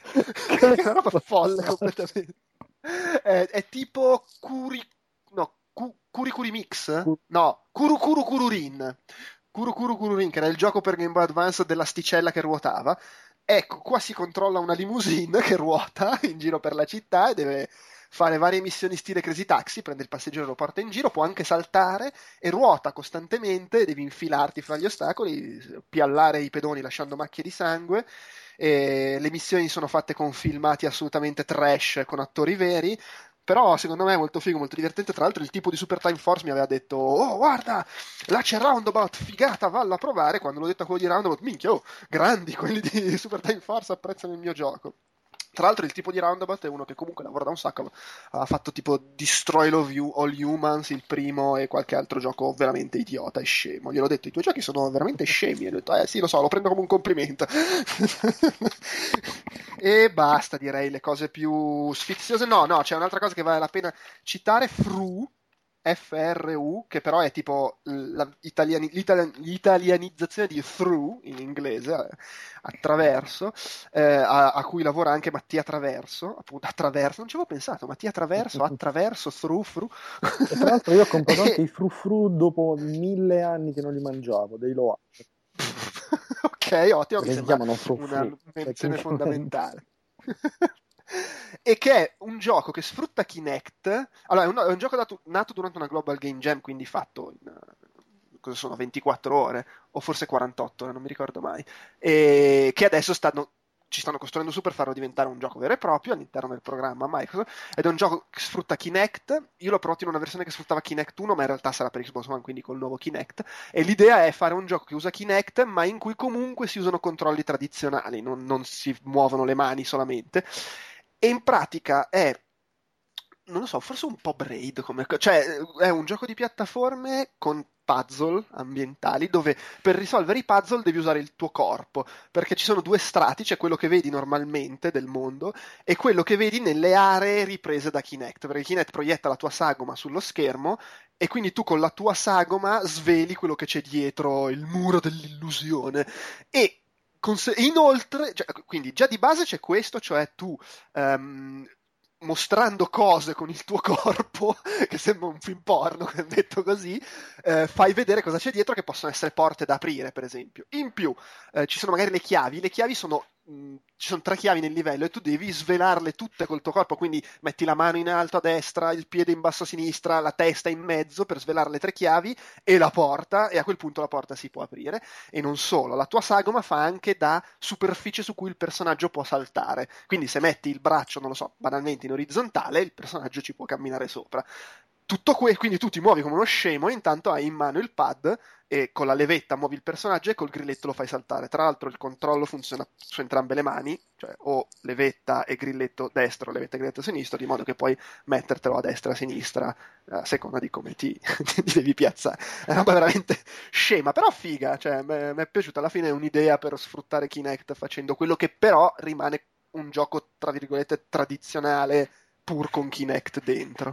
Che è una roba folle completamente. È, è tipo Curi... no, Ku- Kurikuri Mix? No, Kuru Kuru Kururin. Kuru Kuru Kururin, che era il gioco per Game Boy Advance dell'asticella che ruotava. Ecco, qua si controlla una limousine che ruota in giro per la città e deve fare varie missioni stile Crazy Taxi, prende il passeggero e lo porta in giro, può anche saltare e ruota costantemente, devi infilarti fra gli ostacoli, piallare i pedoni lasciando macchie di sangue. E le missioni sono fatte con filmati assolutamente trash, con attori veri, però secondo me è molto figo, molto divertente. Tra l'altro il tipo di Super Time Force mi aveva detto: oh guarda, là c'è Roundabout, figata, valla a provare. Quando l'ho detto a quello di Roundabout, minchia, oh, grandi, quelli di Super Time Force apprezzano il mio gioco. Tra l'altro il tipo di Roundabout è uno che comunque lavora da un sacco, ha fatto tipo Destroy All Humans, il primo, e qualche altro gioco veramente idiota e scemo. Gliel'ho detto, i tuoi giochi sono veramente scemi. E ho detto, eh sì, lo so, lo prendo come un complimento. E basta, direi, le cose più sfiziose. No, no, c'è un'altra cosa che vale la pena citare, Fru, F R U, che però è tipo la italiani- l'itali- l'italianizzazione di through in inglese, eh, attraverso, eh, a, a cui lavora anche Mattia Traverso, appunto attraverso, non ci avevo pensato, Mattia Traverso, attraverso, through, through. E tra l'altro io ho comprato E- anche i frufru dopo mille anni che non li mangiavo, dei Loa. Ok, ottimo, mi Perché si sembra chiamano frufru, una menzione tecnicamente. fondamentale. E che è un gioco che sfrutta Kinect. Allora, è un, è un gioco dato- nato durante una Global Game Jam, quindi fatto in eh, cosa sono, ventiquattro ore o forse quarantotto ore, non mi ricordo mai. E che adesso stanno, ci stanno costruendo su per farlo diventare un gioco vero e proprio all'interno del programma Microsoft. Ed è un gioco che sfrutta Kinect. Io l'ho provato in una versione che sfruttava Kinect uno, ma in realtà sarà per Xbox One, quindi col nuovo Kinect. E l'idea è fare un gioco che usa Kinect, ma in cui comunque si usano controlli tradizionali, non, non si muovono le mani solamente. E in pratica è, non lo so, forse un po' Braid, come, cioè è un gioco di piattaforme con puzzle ambientali dove per risolvere i puzzle devi usare il tuo corpo, perché ci sono due strati, c'è quello che vedi normalmente del mondo e quello che vedi nelle aree riprese da Kinect, perché Kinect proietta la tua sagoma sullo schermo e quindi tu con la tua sagoma sveli quello che c'è dietro il muro dell'illusione. E cons- inoltre, cioè, quindi già di base c'è questo, cioè tu ehm, mostrando cose con il tuo corpo, che sembra un film porno, detto così, eh, fai vedere cosa c'è dietro, che possono essere porte da aprire, per esempio. In più, eh, ci sono magari le chiavi, le chiavi sono, mh, ci sono tre chiavi nel livello e tu devi svelarle tutte col tuo corpo, quindi metti la mano in alto a destra, il piede in basso a sinistra, la testa in mezzo per svelare le tre chiavi e la porta, e a quel punto la porta si può aprire. E non solo, la tua sagoma fa anche da superficie su cui il personaggio può saltare, quindi se metti il braccio, non lo so, banalmente in orizzontale, il personaggio ci può camminare sopra. Tutto que- quindi tu ti muovi come uno scemo e intanto hai in mano il pad e con la levetta muovi il personaggio e col grilletto lo fai saltare. Tra l'altro il controllo funziona su entrambe le mani, cioè o levetta e grilletto destro, levetta e grilletto sinistro, di modo che puoi mettertelo a destra e a sinistra a seconda di come ti, ti devi piazzare. È una roba veramente scema, però figa, cioè mi è piaciuta. Alla fine è un'idea per sfruttare Kinect facendo quello che però rimane un gioco tra virgolette tradizionale pur con Kinect dentro.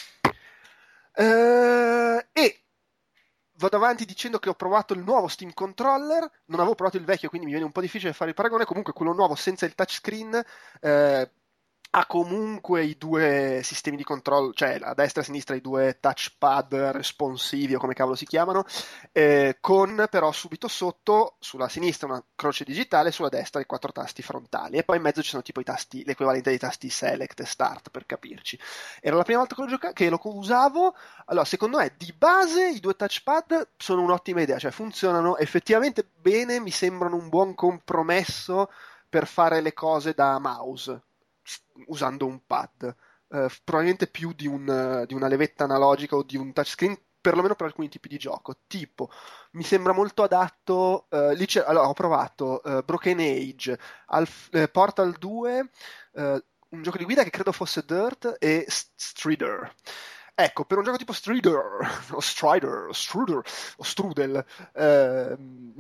Uh, e vado avanti dicendo che ho provato il nuovo Steam Controller, non avevo provato il vecchio, quindi mi viene un po' difficile fare il paragone. Comunque quello nuovo senza il touchscreen eh, ha comunque i due sistemi di controllo, cioè a destra e a sinistra i due touchpad responsivi o come cavolo si chiamano, eh, con però subito sotto, sulla sinistra una croce digitale, sulla destra i quattro tasti frontali e poi in mezzo ci sono tipo i tasti, l'equivalente dei tasti select e start, per capirci. Era la prima volta che lo, gioca- che lo usavo. Allora, secondo me di base i due touchpad sono un'ottima idea, cioè funzionano effettivamente bene, mi sembrano un buon compromesso per fare le cose da mouse usando un pad, uh, probabilmente più di, un, uh, di una levetta analogica o di un touchscreen, perlomeno per alcuni tipi di gioco. Tipo, mi sembra molto adatto. Uh, lì allora, ho provato uh, Broken Age, Alf- uh, Portal due, uh, un gioco di guida che credo fosse Dirt e Strider. Ecco, per un gioco tipo Strider o Strider o Struder o Strudel, ehm,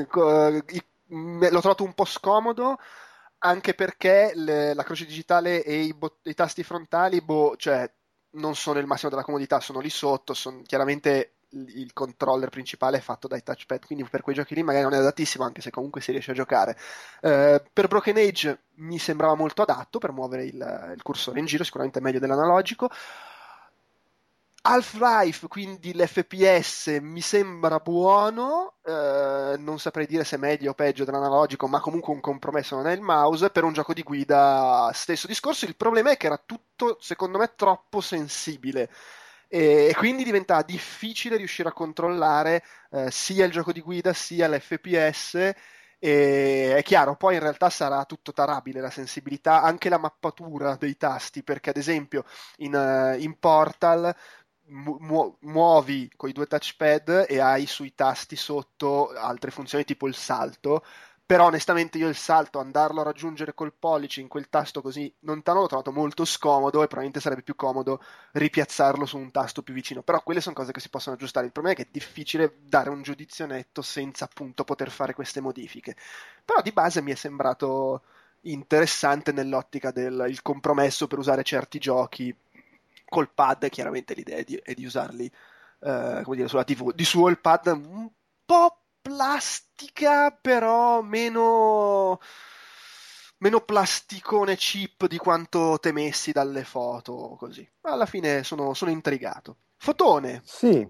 l'ho trovato un po' scomodo, anche perché le, la croce digitale e i, bot- i tasti frontali, boh, cioè, non sono il massimo della comodità, sono lì sotto, sono chiaramente il, il controller principale è fatto dai touchpad, quindi per quei giochi lì magari non è adattissimo, anche se comunque si riesce a giocare. Eh, per Broken Age mi sembrava molto adatto per muovere il, il cursore in giro, sicuramente meglio dell'analogico. Half-Life, quindi l'F P S mi sembra buono, eh, non saprei dire se è meglio o peggio dell'analogico, ma comunque un compromesso non è il mouse. Per un gioco di guida stesso discorso, il problema è che era tutto, secondo me, troppo sensibile e quindi diventa difficile riuscire a controllare eh, sia il gioco di guida sia l'F P S. E è chiaro, poi in realtà sarà tutto tarabile la sensibilità, anche la mappatura dei tasti, perché ad esempio in, uh, in Portal mu- muovi con i due touchpad e hai sui tasti sotto altre funzioni tipo il salto, però onestamente io il salto, andarlo a raggiungere col pollice in quel tasto così lontano, l'ho trovato molto scomodo e probabilmente sarebbe più comodo ripiazzarlo su un tasto più vicino, però quelle sono cose che si possono aggiustare. Il problema è che è difficile dare un giudizio netto senza appunto poter fare queste modifiche, però di base mi è sembrato interessante nell'ottica del il compromesso per usare certi giochi col pad. Chiaramente l'idea è di, è di usarli eh, come dire, sulla tivù. Di suo il pad un po' plastica, però meno meno plasticone cheap di quanto temessi dalle foto, così. Alla fine sono, sono intrigato. Fotone, Sì,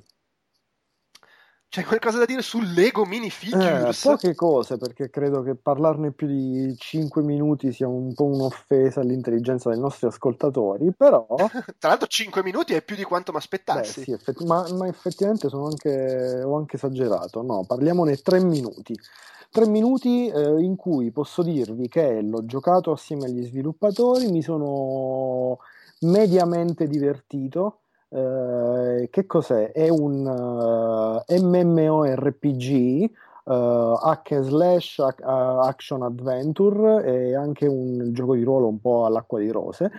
c'è qualcosa da dire sul Lego eh, minifigures? poche cose, perché credo che parlarne più di cinque minuti sia un po' un'offesa all'intelligenza dei nostri ascoltatori, però, Tra l'altro cinque minuti è più di quanto mi beh aspettassi. sì, effetti- ma, ma effettivamente sono anche, ho anche esagerato. No, parliamone tre minuti. Tre minuti eh, in cui posso dirvi che l'ho giocato assieme agli sviluppatori, mi sono mediamente divertito. Eh, che cos'è? È un eh, MMORPG, eh, hack and slash, ac- action adventure e anche un gioco di ruolo un po' all'acqua di rose.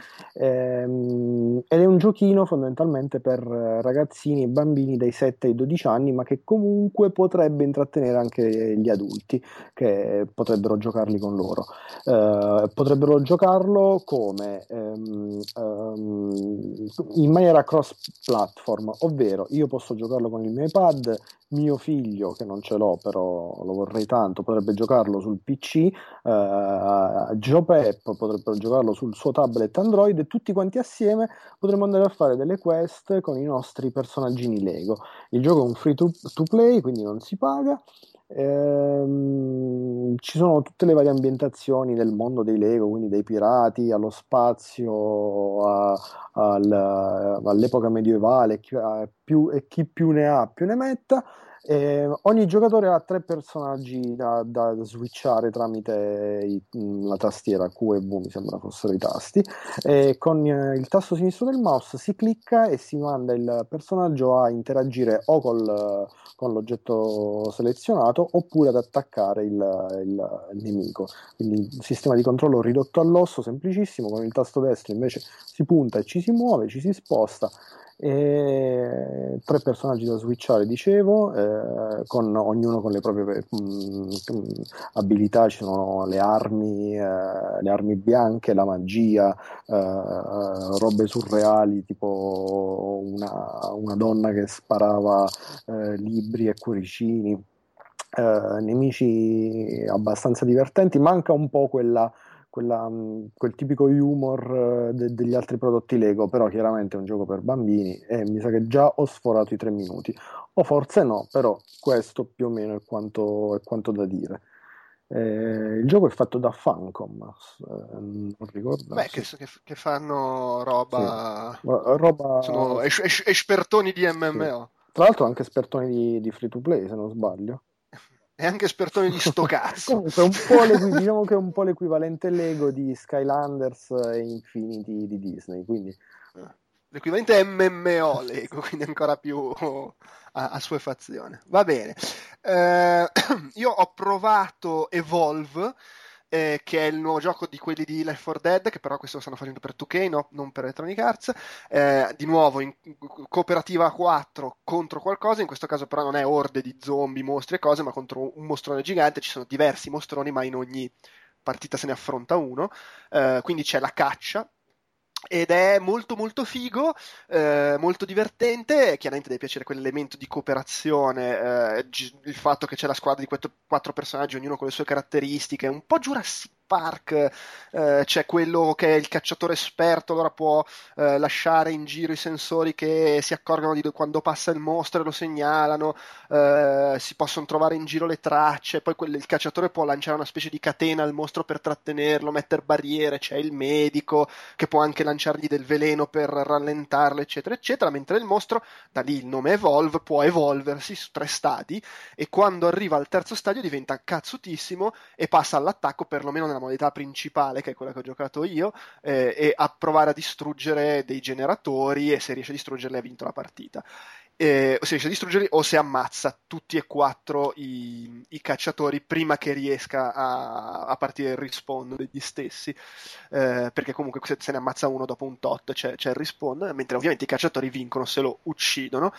Ehm, ed è un giochino fondamentalmente per eh, ragazzini e bambini dai sette ai dodici anni, ma che comunque potrebbe intrattenere anche gli adulti che potrebbero giocarli con loro. Eh, potrebbero giocarlo come ehm, ehm, in maniera cross platform, ovvero io posso giocarlo con il mio iPad, mio figlio che non ce l'ho però lo vorrei tanto potrebbe giocarlo sul P C, eh, Joe Pep potrebbero giocarlo sul suo tablet Android e tutti quanti assieme potremmo andare a fare delle quest con i nostri personaggini Lego. Il gioco è un free to, to play, quindi non si paga. Ehm, ci sono tutte le varie ambientazioni del mondo dei Lego, quindi dai pirati allo spazio, a- al- all'epoca medievale, chi, a- più, e chi più ne ha più ne metta. Eh, ogni giocatore ha tre personaggi da, da switchare tramite i- la tastiera Q e V, mi sembra fossero i tasti, e con eh, il tasto sinistro del mouse si clicca e si manda il personaggio a interagire o col, con l'oggetto selezionato oppure ad attaccare il, il- il nemico. Quindi il sistema di controllo ridotto all'osso, semplicissimo, con il tasto destro invece si punta e ci si muove, ci si sposta. E tre personaggi da switchare, dicevo, eh, con ognuno con le proprie mh, abilità. Ci sono le armi, eh, le armi bianche, la magia, eh, robe surreali, tipo una, una donna che sparava eh, libri e cuoricini, eh, nemici abbastanza divertenti. Manca un po' quella quella, mh, quel tipico humor eh, de- degli altri prodotti Lego, però chiaramente è un gioco per bambini e mi sa che già ho sforato i tre minuti, o forse no, però questo più o meno è quanto, è quanto da dire. Eh, il gioco è fatto da Funcom, eh, non ricordo, Beh, che, sì, che- che fanno sì. roba, Ro- roba, sono es- es- espertoni di sì. M M O Tra l'altro anche espertoni di, di free to play, se non sbaglio. e anche espertoni di sto cazzo. Comunque, un po' l'equi- diciamo che è un po' l'equivalente Lego di Skylanders e Infinity di Disney, quindi L'equivalente è M M O Lego, quindi ancora più a, a suefazione. Va bene. Eh, io ho provato Evolve, eh, che è il nuovo gioco di quelli di Left four Dead, che però questo lo stanno facendo per due K, no, non per Electronic Arts. Eh, di nuovo in cooperativa a quattro contro qualcosa, in questo caso però non è orde di zombie, mostri e cose, ma contro un mostrone gigante. Ci sono diversi mostroni, ma in ogni partita se ne affronta uno. Eh, quindi c'è la caccia. Ed è molto molto figo, eh, molto divertente. Chiaramente deve piacere quell'elemento di cooperazione, eh, gi- il fatto che c'è la squadra di quattro, quattro personaggi, ognuno con le sue caratteristiche, un po' Jurassic Park, eh, c'è quello che è il cacciatore esperto, allora può eh, lasciare in giro i sensori che si accorgono di quando passa il mostro e lo segnalano, eh, si possono trovare in giro le tracce, poi quel, il cacciatore può lanciare una specie di catena al mostro per trattenerlo, mettere barriere, c'è il medico che può anche lanciargli del veleno per rallentarlo, eccetera, eccetera, mentre il mostro, da lì il nome Evolve, può evolversi su tre stadi e quando arriva al terzo stadio diventa cazzutissimo e passa all'attacco, perlomeno nella modalità principale, che è quella che ho giocato io, eh, e a provare a distruggere dei generatori, e se riesce a distruggerli ha vinto la partita. Eh, o se riesce a distruggerli o se ammazza tutti e quattro i, i cacciatori prima che riesca a, a partire il respawn degli stessi, eh, perché comunque se, se ne ammazza uno dopo un tot c'è, c'è il respawn, mentre ovviamente i cacciatori vincono se lo uccidono.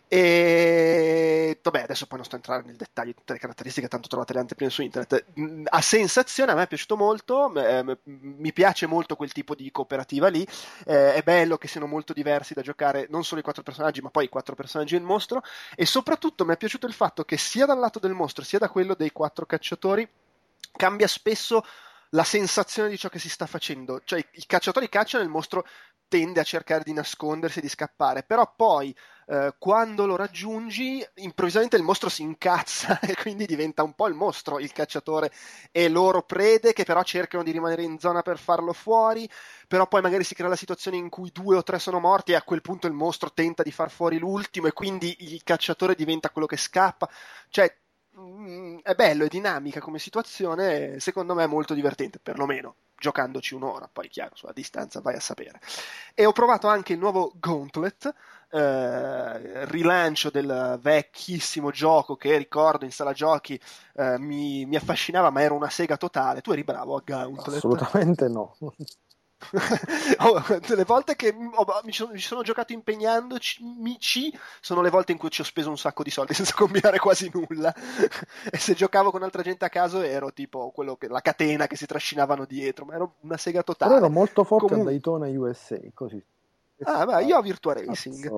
E vabbè, adesso poi non sto a entrare nel dettaglio di tutte le caratteristiche, tanto trovate le anteprime su internet. A sensazione a me è piaciuto molto, eh, mi piace molto quel tipo di cooperativa lì, eh, è bello che siano molto diversi da giocare, non solo i quattro personaggi ma poi i quattro personaggi e il mostro, e soprattutto mi è piaciuto il fatto che sia dal lato del mostro sia da quello dei quattro cacciatori cambia spesso la sensazione di ciò che si sta facendo, cioè i cacciatori cacciano e il mostro tende a cercare di nascondersi e di scappare, però poi eh, quando lo raggiungi improvvisamente il mostro si incazza e quindi diventa un po' il mostro il cacciatore e loro prede che però cercano di rimanere in zona per farlo fuori, però poi magari si crea la situazione in cui due o tre sono morti e a quel punto il mostro tenta di far fuori l'ultimo e quindi il cacciatore diventa quello che scappa, cioè mh, è bello, è dinamica come situazione, secondo me è molto divertente, perlomeno giocandoci un'ora, poi chiaro, sulla distanza vai a sapere. E ho provato anche il nuovo Gauntlet, eh, rilancio del vecchissimo gioco che ricordo in sala giochi eh, mi, mi affascinava, ma era una sega totale. Tu eri bravo a Gauntlet? Assolutamente no. Oh, le volte che oh, mi, sono, mi sono giocato impegnandoci sono le volte in cui ci ho speso un sacco di soldi senza combinare quasi nulla e se giocavo con altra gente a caso ero tipo quello che, la catena che si trascinavano dietro, ma ero una sega totale. Però ero molto forte Comun- a Daytona U S A, così. ah, ma io ho Virtua Racing.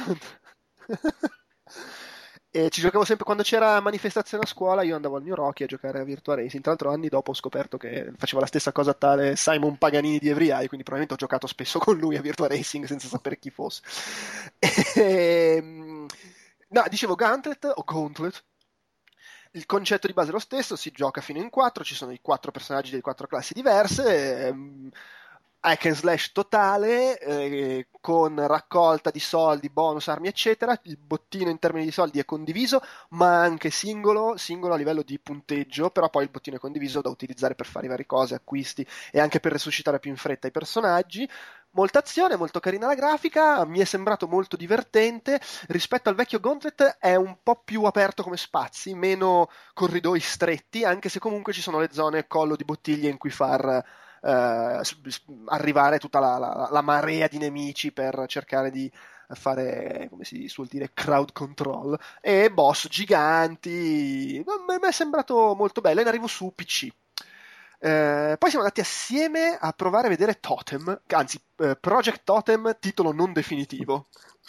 E ci giocavo sempre quando c'era manifestazione a scuola, io andavo al New Rocky a giocare a Virtua Racing. Tra l'altro anni dopo ho scoperto che faceva la stessa cosa tale Simon Paganini di Every Eye, quindi probabilmente ho giocato spesso con lui a Virtua Racing senza sapere chi fosse. E, no, dicevo Gauntlet o Gauntlet. Il concetto di base è lo stesso, si gioca fino in quattro, ci sono i quattro personaggi delle quattro classi diverse, ehm, hack and slash totale, eh, con raccolta di soldi, bonus, armi eccetera. Il bottino in termini di soldi è condiviso ma anche singolo, singolo a livello di punteggio, però poi il bottino è condiviso da utilizzare per fare varie cose, acquisti e anche per resuscitare più in fretta i personaggi. Molta azione, molto carina la grafica, mi è sembrato molto divertente. Rispetto al vecchio Gauntlet è un po' più aperto come spazi, meno corridoi stretti, anche se comunque ci sono le zone collo di bottiglia in cui far Uh, arrivare tutta la, la, la marea di nemici per cercare di fare, come si suol dire, crowd control, e boss giganti. Mi è sembrato molto bello. E ne arrivo su P C. Uh, poi siamo andati assieme a provare a vedere Totem, anzi uh, Project Totem, titolo non definitivo.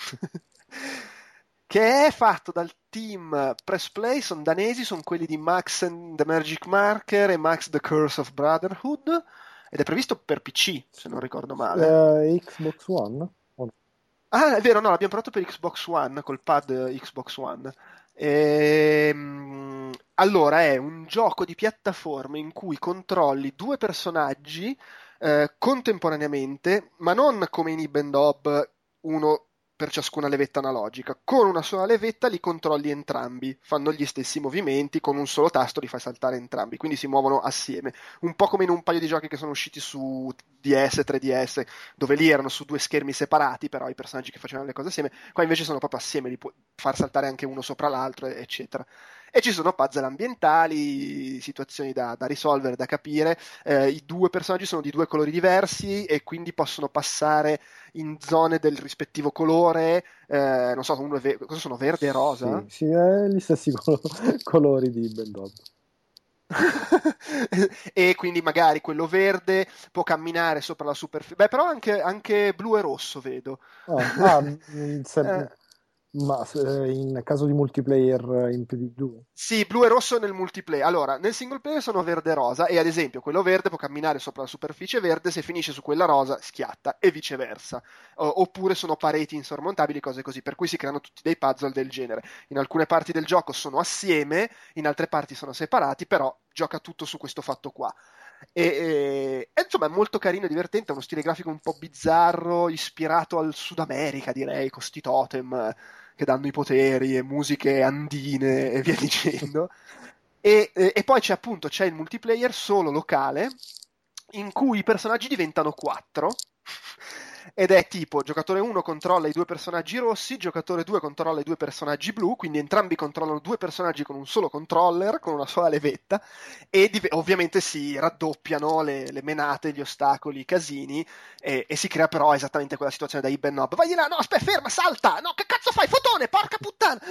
Che è fatto dal team Press Play, sono danesi, sono quelli di Max and the Magic Marker e Max the Curse of Brotherhood, ed è previsto per P C, se non ricordo male. Uh, Xbox One? Oh. Ah, è vero, no, l'abbiamo provato per Xbox One, col pad Xbox One. Ehm, allora, è un gioco di piattaforme in cui controlli due personaggi eh, contemporaneamente, ma non come in Nib and Hob, uno per ciascuna levetta analogica. Con una sola levetta li controlli entrambi, fanno gli stessi movimenti, con un solo tasto li fai saltare entrambi, quindi si muovono assieme. Un po' come in un paio di giochi che sono usciti su D S, tre D S, dove lì erano su due schermi separati, però i personaggi che facevano le cose assieme, qua invece sono proprio assieme, li puoi far saltare anche uno sopra l'altro, eccetera. E ci sono puzzle ambientali, situazioni da, da risolvere, da capire. Eh, i due personaggi sono di due colori diversi e quindi possono passare in zone del rispettivo colore. Eh, non so, uno è ve- cosa sono, verde e rosa? Sì, sì, è gli stessi col- colori di Bendop. E quindi magari quello verde può camminare sopra la superficie. Beh, però anche, anche blu e rosso vedo. Oh, ah, se... eh. Ma se- in caso di multiplayer in più di due? Sì, blu e rosso nel multiplayer. Allora, nel single player sono verde e rosa e ad esempio quello verde può camminare sopra la superficie verde, se finisce su quella rosa schiatta e viceversa. O- oppure sono pareti insormontabili, cose così, per cui si creano tutti dei puzzle del genere. In alcune parti del gioco sono assieme, in altre parti sono separati, però gioca tutto su questo fatto qua. E, e- e, insomma è molto carino e divertente, ha uno stile grafico un po' bizzarro, ispirato al Sud America, direi, con sti totem eh, che danno i poteri e musiche andine e via dicendo. E, e- e poi c'è appunto c'è il multiplayer solo locale in cui i personaggi diventano quattro ed è tipo giocatore uno controlla i due personaggi rossi, giocatore due controlla i due personaggi blu, quindi entrambi controllano due personaggi con un solo controller, con una sola levetta e div- ovviamente si raddoppiano le, le menate, gli ostacoli, i casini e, e si crea però esattamente quella situazione da Ibn Nob. Vai di là, no, aspetta, ferma, salta! No, che cazzo fai? Fotone, porca puttana!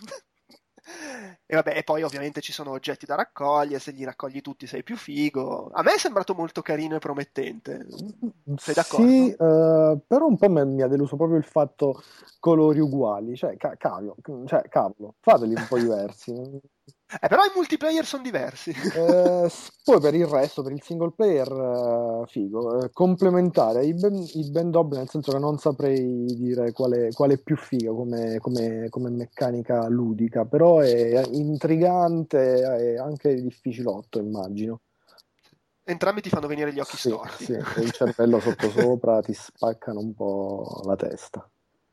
E vabbè, e poi ovviamente ci sono oggetti da raccogliere, se li raccogli tutti sei più figo. A me è sembrato molto carino e promettente. Sei Sì, d'accordo? eh, però un po' me- mi ha deluso proprio il fatto colori uguali, cioè, ca- cavolo, cioè, cavolo, fateli un po' diversi. Eh, però i multiplayer sono diversi. Eh, s- poi per il resto, per il single player, eh, figo, eh, complementare ai ben, i Ben Dob, nel senso che non saprei dire quale, quale è più figo come, come- come meccanica ludica, però è intrigante e anche difficilotto, immagino. Entrambi ti fanno venire gli occhi Sì, storti. sì, e il cervello sottosopra ti spaccano un po' la testa.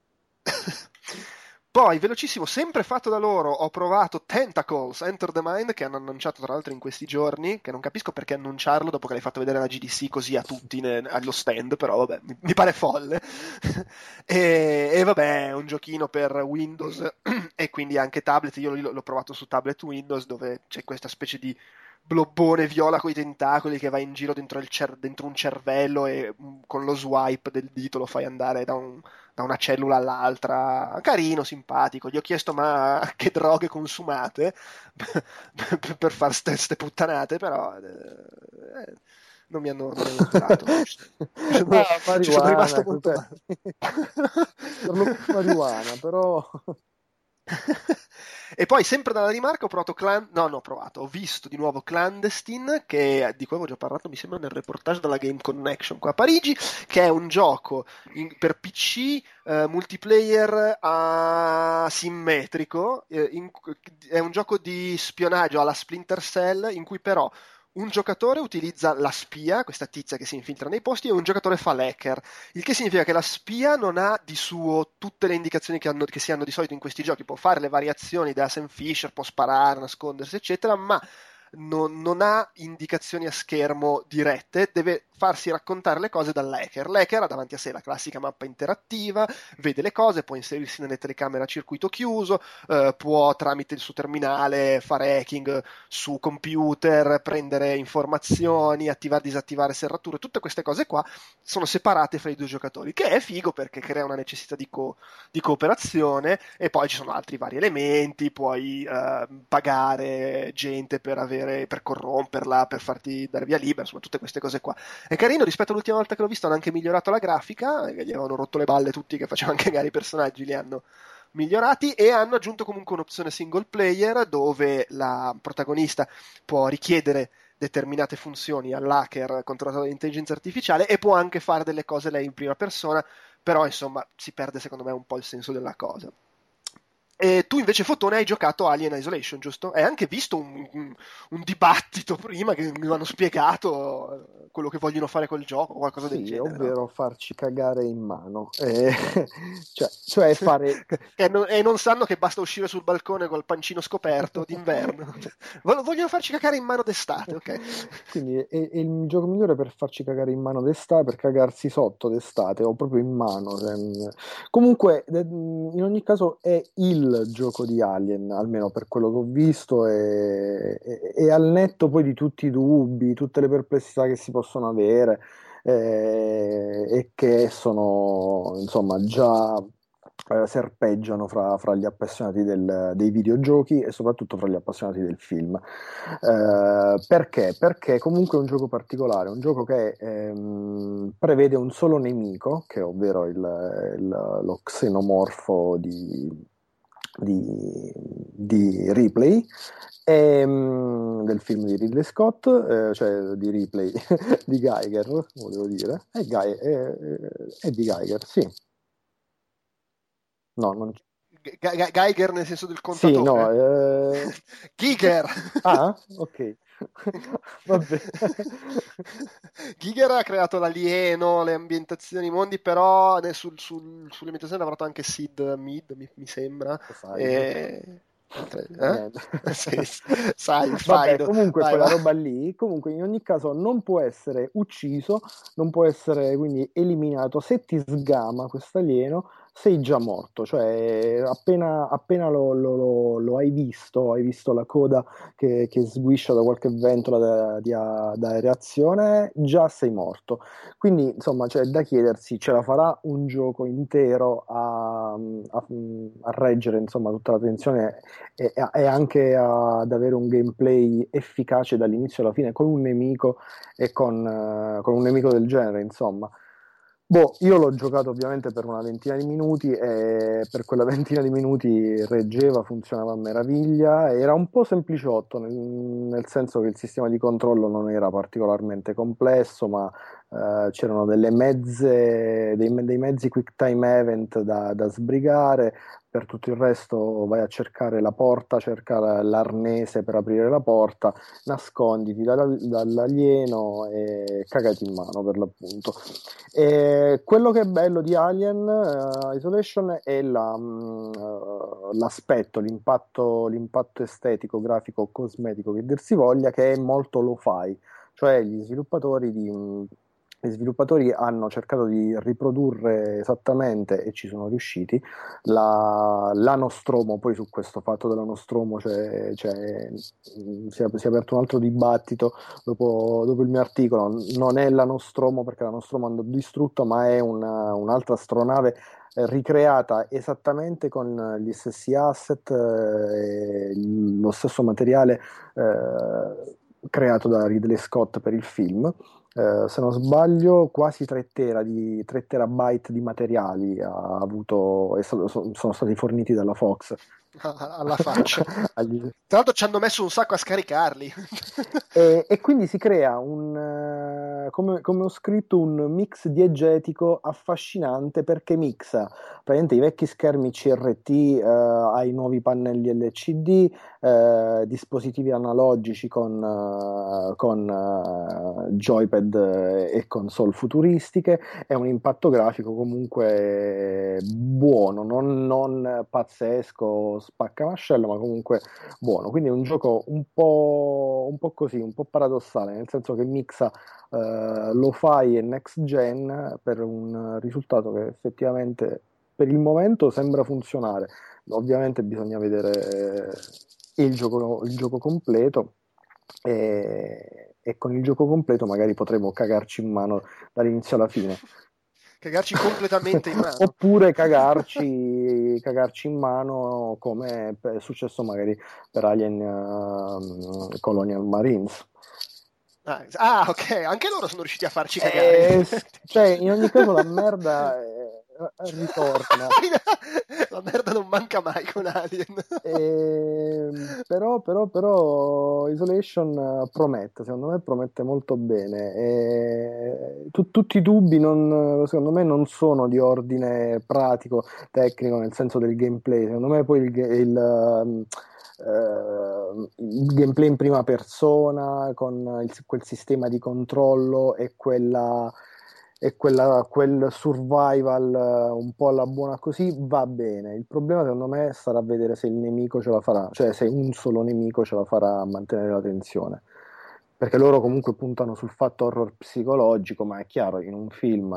Poi, velocissimo, sempre fatto da loro, ho provato Tentacles Enter the Mind, che hanno annunciato tra l'altro in questi giorni, che non capisco perché annunciarlo dopo che l'hai fatto vedere alla G D C così a tutti ne- allo stand, però vabbè, mi, mi pare folle. e, e vabbè, è un giochino per Windows e quindi anche tablet, io l'ho, l'ho provato su tablet Windows dove c'è questa specie di blobbone viola coi tentacoli che va in giro dentro, il cer- dentro un cervello e mm, con lo swipe del dito lo fai andare da un da una cellula all'altra, carino, simpatico. Gli ho chiesto ma che droghe consumate per, per fare ste puttanate, però eh, non mi hanno, non mi hanno turato. Ah, Ci sono rimasto marijuana, molto cioè, male. per lo più marijuana, però E poi sempre dalla rimarca ho provato Clan... no, no, ho provato, ho visto di nuovo Clandestine, che, di cui avevo già parlato, mi sembra, nel reportage della Game Connection qua a Parigi, che è un gioco in- per P C eh, multiplayer asimmetrico, eh, in- è un gioco di spionaggio alla Splinter Cell, in cui però un giocatore utilizza la spia, questa tizia che si infiltra nei posti, e un giocatore fa l'hacker. Il che significa che la spia non ha di suo tutte le indicazioni che, hanno- che si hanno di solito in questi giochi, può fare le variazioni da Sam Fisher, può sparare, nascondersi, eccetera, ma non, non ha indicazioni a schermo dirette, deve farsi raccontare le cose dall'hacker. L'hacker ha davanti a sé la classica mappa interattiva, vede le cose, può inserirsi nelle telecamere a circuito chiuso, eh, può tramite il suo terminale fare hacking su computer, prendere informazioni, attivare, disattivare serrature, tutte queste cose qua sono separate fra i due giocatori, che è figo perché crea una necessità di, co- di cooperazione e poi ci sono altri vari elementi, puoi eh, pagare gente per, avere, per corromperla, per farti dare via libera, insomma tutte queste cose qua. È carino, rispetto all'ultima volta che l'ho visto hanno anche migliorato la grafica, che gli avevano rotto le balle tutti che facevano cagare i personaggi, li hanno migliorati e hanno aggiunto comunque un'opzione single player dove la protagonista può richiedere determinate funzioni all'hacker controllato dall'intelligenza artificiale e può anche fare delle cose lei in prima persona, però insomma si perde secondo me un po' il senso della cosa. E tu invece, Fotone, hai giocato Alien Isolation, giusto? Hai anche visto un, un- un dibattito prima che mi hanno spiegato quello che vogliono fare col gioco, o qualcosa del sì, genere, no? ovvero farci cagare in mano. Eh, cioè, cioè fare... e, non, e non sanno che basta uscire sul balcone col pancino scoperto d'inverno. Vol- Vogliono farci cagare in mano d'estate, ok? Quindi è, è il gioco migliore per farci cagare in mano d'estate, per cagarsi sotto d'estate o proprio in mano. cioè, Comunque, de- in ogni caso è il gioco di Alien, almeno per quello che ho visto, e, e- e al netto poi di tutti i dubbi, tutte le perplessità che si possono avere, eh, e che sono insomma già eh, serpeggiano fra, fra gli appassionati del- dei videogiochi e soprattutto fra gli appassionati del film. Eh, perché? Perché comunque è un gioco particolare, un gioco che ehm, prevede un solo nemico, che è ovvero il, il- lo xenomorfo di, di, di Ripley, e, mh, del film di Ridley Scott, eh, cioè di Ripley, di Geiger, volevo dire, è, Ge- è, è di Geiger, sì. No, non c'è. Ge- Ge- Geiger nel senso del Sì, no, contatore? eh... Giger! Ah, ok. Vabbè. Giger ha creato l'alieno, le ambientazioni, i mondi, però ne- sul, sul, sulle ambientazioni ha lavorato anche Sid Mead, mi, mi sembra. Sai, E... Eh? niente. Sì, sai, Vabbè, fai, comunque vai, quella va. roba lì, comunque in ogni caso non può essere ucciso, non può essere quindi eliminato. Se ti sgama questo alieno, sei già morto, cioè appena, appena lo, lo- lo- lo hai visto, hai visto la coda che, che sguiscia da qualche ventola da, di a- da reazione, già sei morto. Quindi, insomma, c'è da chiedersi, ce la farà un gioco intero a, a- a reggere, insomma, tutta la tensione e, e anche ad avere un gameplay efficace dall'inizio alla fine con un nemico e con, eh, con un nemico del genere, insomma. Boh, io l'ho giocato ovviamente per una ventina di minuti e per quella ventina di minuti reggeva, funzionava a meraviglia, era un po' sempliciotto, nel, nel senso che il sistema di controllo non era particolarmente complesso, ma eh, c'erano delle mezze, dei, dei mezzi quick time event da, da sbrigare. Per tutto il resto vai a cercare la porta, cerca la- l'arnese per aprire la porta, nasconditi dalla- dall'alieno e cagati in mano per l'appunto. E quello che è bello di Alien eh, Isolation è la, mh, eh, l'aspetto, l'impatto, l'impatto estetico, grafico, cosmetico che dir si voglia, che è molto lo-fi, cioè gli sviluppatori di... mh, gli sviluppatori hanno cercato di riprodurre esattamente, e ci sono riusciti, la, la Nostromo. Poi su questo fatto della Nostromo c'è, c'è, mh, si è, si è aperto un altro dibattito dopo, dopo il mio articolo. Non è la Nostromo perché la Nostromo andò distrutta, ma è una- un'altra astronave eh, ricreata esattamente con gli stessi asset, eh, e lo stesso materiale eh, creato da Ridley Scott per il film. Eh, se non sbaglio, quasi tre tera di, tre terabyte di materiali ha avuto, e so- so- sono stati forniti dalla Fox. Alla faccia. Agli- Tra l'altro ci hanno messo un sacco a scaricarli. E, e quindi si crea un, eh, come, come ho scritto, un mix diegetico affascinante perché mixa praticamente i vecchi schermi C R T eh, ai nuovi pannelli L C D, eh, dispositivi analogici con, eh, con eh, joypad e console futuristiche, è un impatto grafico comunque buono, non, non pazzesco, spaccamascello, ma comunque buono. Quindi è un gioco un po', un po' così, un po' paradossale, nel senso che mixa eh, lo-fi e next gen per un risultato che effettivamente per il momento sembra funzionare. Ovviamente bisogna vedere il gioco, il gioco completo. E, e con il gioco completo magari potremo cagarci in mano dall'inizio alla fine. Cagarci completamente in mano. Oppure cagarci, cagarci in mano come è successo magari per Alien um, Colonial Marines. Ah, ah, ok, anche loro sono riusciti a farci cagare. Eh, s- cioè, in ogni caso la merda eh, ritorna. La merda non manca mai con Alien. Ehm, però, però, però Isolation eh, promette, secondo me promette molto bene. E tu- tutti i dubbi non, secondo me non sono di ordine pratico, tecnico, nel senso del gameplay. Secondo me poi il, ga- il, ehm, eh, il gameplay in prima persona con il- quel sistema di controllo e quella e quella- quel survival eh, un po' alla buona così va bene. Il problema secondo me sarà vedere se il nemico ce la farà, cioè se un solo nemico ce la farà a mantenere la tensione. Perché loro comunque puntano sul fatto horror psicologico, ma è chiaro, in un film,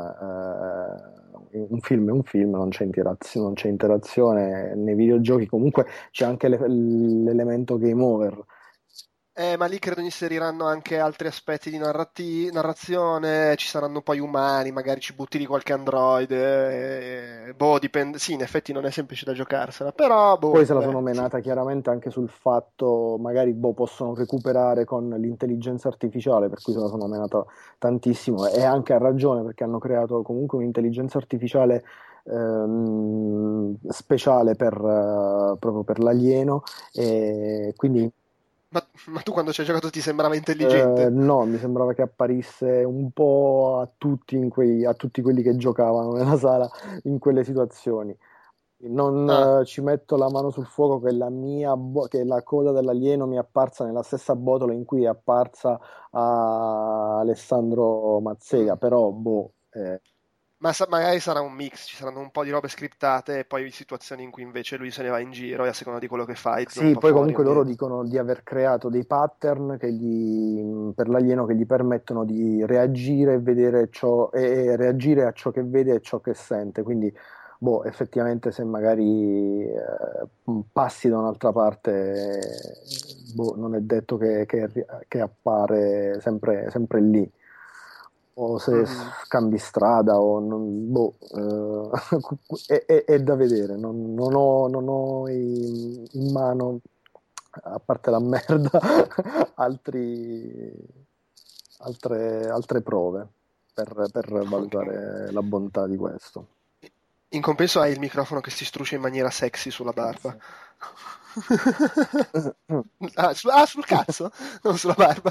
eh, un film è un film, non c'è interazione, non c'è interazione. Nei videogiochi comunque c'è anche l'e- l'elemento game over. Eh, ma lì credo inseriranno anche altri aspetti di narrati- narrazione, ci saranno poi umani, magari ci butti di qualche androide, eh, boh, dipende, sì, in effetti non è semplice da giocarsela, però, boh, Poi se la beh, sono sì. menata chiaramente anche sul fatto, magari boh, possono recuperare con l'intelligenza artificiale, per cui se la sono menata tantissimo, e anche a ragione perché hanno creato comunque un'intelligenza artificiale ehm, speciale per, eh, proprio per l'alieno, e quindi Ma, ma tu quando ci hai giocato ti sembrava eh, intelligente? no, mi sembrava che apparisse un po' a tutti, in quei, a tutti quelli che giocavano nella sala in quelle situazioni. Ah, Non eh, ci metto la mano sul fuoco che la mia bo- che la coda dell'alieno mi è apparsa nella stessa botola in cui è apparsa a Alessandro Mazzega, mm. però boh, eh, Ma sa- magari sarà un mix, ci saranno un po' di robe scriptate e poi situazioni in cui invece lui se ne va in giro e a seconda di quello che fai sì, zoppa poi fuori o comunque loro meno. dicono di aver creato dei pattern che gli, per l'alieno che gli permettono di reagire e vedere ciò, e e reagire a ciò che vede e ciò che sente. Quindi, boh, effettivamente se magari eh, passi da un'altra parte, boh, non è detto che, che- che appare sempre, sempre lì. O se Mhm. cambi strada o non, boh, eh, è, è- è da vedere. Non, non ho, non ho in, in mano, a parte la merda, altri, altre, altre prove per, per Ok. valutare la bontà di questo. In compenso hai il microfono che si struscia in maniera sexy sulla barba. Grazie. Ah, su- ah, sul cazzo? Non sulla barba.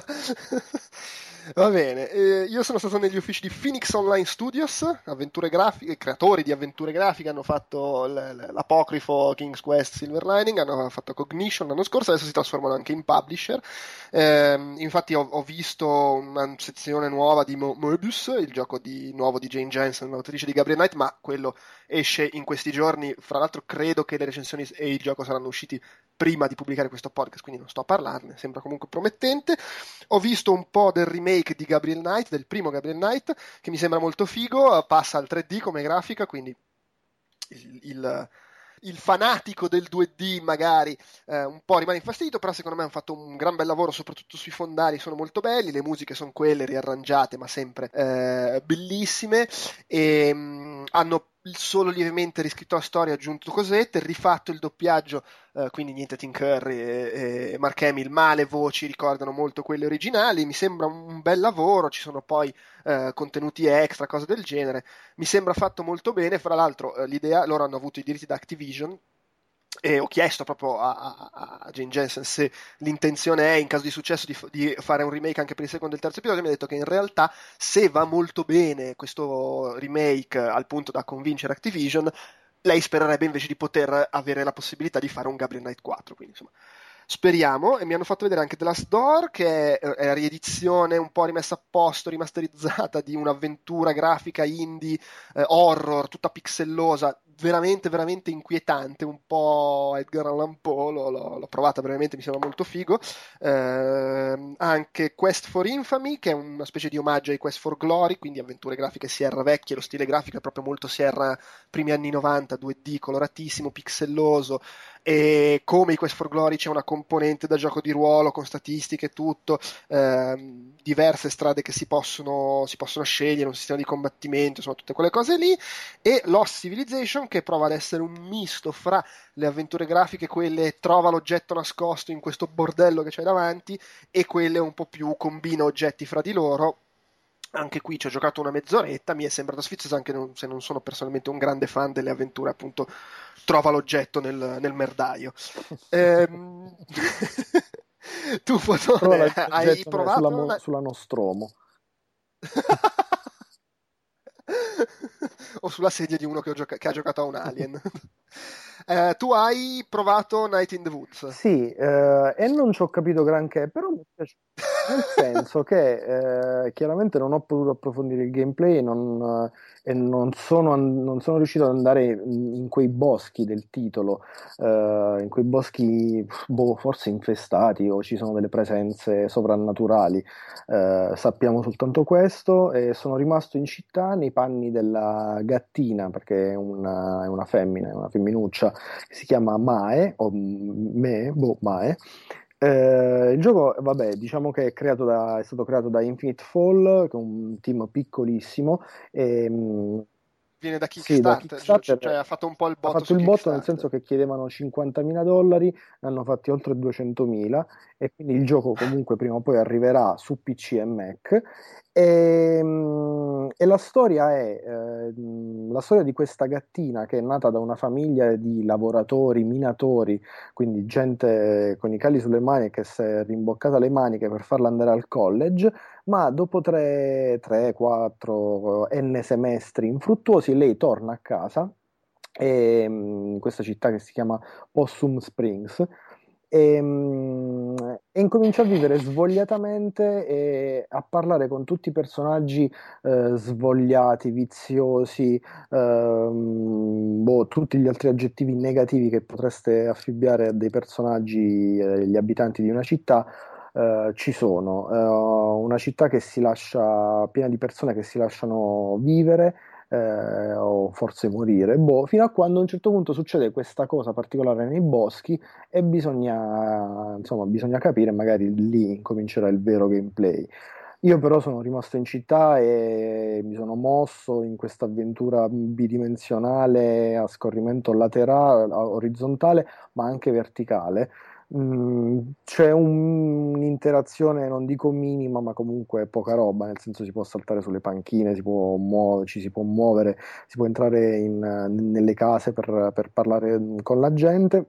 Va bene, eh, io sono stato negli uffici di Phoenix Online Studios, avventure grafiche, creatori di avventure grafiche, hanno fatto l- l- l'apocrifo King's Quest Silver Lining, hanno fatto Cognition l'anno scorso, adesso si trasformano anche in publisher. Ehm, infatti ho, ho visto una sezione nuova di Mo- Moebius, il gioco di- nuovo di Jane Jensen, l'autrice di Gabriel Knight, ma quello esce in questi giorni. Fra l'altro credo che le recensioni e il gioco saranno usciti prima di pubblicare questo podcast, quindi non sto a parlarne, sembra comunque promettente. Ho visto un po' del remake di Gabriel Knight, del primo Gabriel Knight, che mi sembra molto figo, passa al tre D come grafica, quindi il, il- il fanatico del due D magari eh, un po' rimane infastidito, però secondo me hanno fatto un gran bel lavoro, soprattutto sui fondali, sono molto belli, le musiche sono quelle riarrangiate, ma sempre eh, bellissime, e mh, hanno solo lievemente riscritto la storia, aggiunto cosette, rifatto il doppiaggio, eh, quindi niente Tim Curry e, e Mark Hamill, ma le voci ricordano molto quelle originali, mi sembra un bel lavoro, ci sono poi eh, contenuti extra, cose del genere, mi sembra fatto molto bene. Fra l'altro, eh, l'idea, loro hanno avuto i diritti da Activision e ho chiesto proprio a, a, a Jane Jensen se l'intenzione è, in caso di successo, di, di fare un remake anche per il secondo e il terzo episodio. Mi ha detto che in realtà, se va molto bene questo remake al punto da convincere Activision, lei spererebbe invece di poter avere la possibilità di fare un Gabriel Knight quattro. Quindi, insomma, speriamo. E mi hanno fatto vedere anche The Last Door, che è, è la riedizione un po' rimessa a posto, rimasterizzata di un'avventura grafica indie, eh, horror, tutta pixellosa, veramente, veramente inquietante, un po' Edgar Allan Poe, l'ho, l'ho, l'ho provata brevemente, mi sembra molto figo. Eh, anche Quest for Infamy, che è una specie di omaggio ai Quest for Glory, quindi avventure grafiche Sierra vecchie, lo stile grafico è proprio molto Sierra primi anni novanta, due D, coloratissimo, pixelloso, e come i Quest for Glory c'è una componente da gioco di ruolo con statistiche e tutto, ehm, diverse strade che si possono, si possono scegliere, un sistema di combattimento, insomma tutte quelle cose lì, e Lost Civilization che prova ad essere un misto fra le avventure grafiche, quelle trova l'oggetto nascosto in questo bordello che c'hai davanti, e quelle un po' più combina oggetti fra di loro. Anche qui ci ho giocato una mezz'oretta, mi è sembrato sfizioso, anche non- se non sono personalmente un grande fan delle avventure, appunto, trova l'oggetto nel, nel merdaio. Ehm, Tu, Trova Fotone, il hai progetto ne- sulla, provato? mo- sulla Nostromo. O sulla sedia di uno che, ho gioca- che ha giocato a un Alien. Eh, tu hai provato Night in the Woods? Sì, eh, e non ci ho capito granché, però mi piace, nel senso che eh, chiaramente non ho potuto approfondire il gameplay e non, eh, e non sono, an- non sono riuscito ad andare in, in quei boschi del titolo, eh, in quei boschi boh, forse infestati o ci sono delle presenze sovrannaturali. Eh, sappiamo soltanto questo e sono rimasto in città nei panni della gattina, perché è una, è una femmina, è una femminuccia che si chiama Mae, o Me, boh, Mae. Eh, il gioco, vabbè, diciamo che è, creato da, è stato creato da Infinite Fall, che è un team piccolissimo, e, mh, Viene da sì, da Kickstarter, gi- cioè Kickstarter ha fatto un po' il ha botto fatto su il botto nel senso Kickstarter. che chiedevano cinquantamila dollari, ne hanno fatti oltre duecentomila e quindi il gioco comunque prima o poi arriverà su P C e Mac E, e la storia è eh, la storia di questa gattina che è nata da una famiglia di lavoratori, minatori, quindi gente con i cali sulle mani che si è rimboccata le maniche per farla andare al college, ma dopo tre, tre, quattro n semestri infruttuosi lei torna a casa e, in questa città che si chiama Possum Springs e, mm, e incomincia a vivere svogliatamente e a parlare con tutti i personaggi eh, svogliati, viziosi, ehm, boh, tutti gli altri aggettivi negativi che potreste affibbiare a dei personaggi, eh, gli abitanti di una città. Eh, ci sono. Eh, una città che si lascia piena di persone che si lasciano vivere eh, o forse morire, boh, fino a quando a un certo punto succede questa cosa particolare nei boschi e bisogna, insomma, bisogna capire, magari lì incomincerà il vero gameplay. Io però sono rimasto in città e mi sono mosso in questa avventura bidimensionale a scorrimento laterale, orizzontale, ma anche verticale. Mm, c'è un- un'interazione, non dico minima, ma comunque poca roba, nel senso si può saltare sulle panchine, si può muo- ci si può muovere, si può entrare in- nelle case per, per parlare con la gente.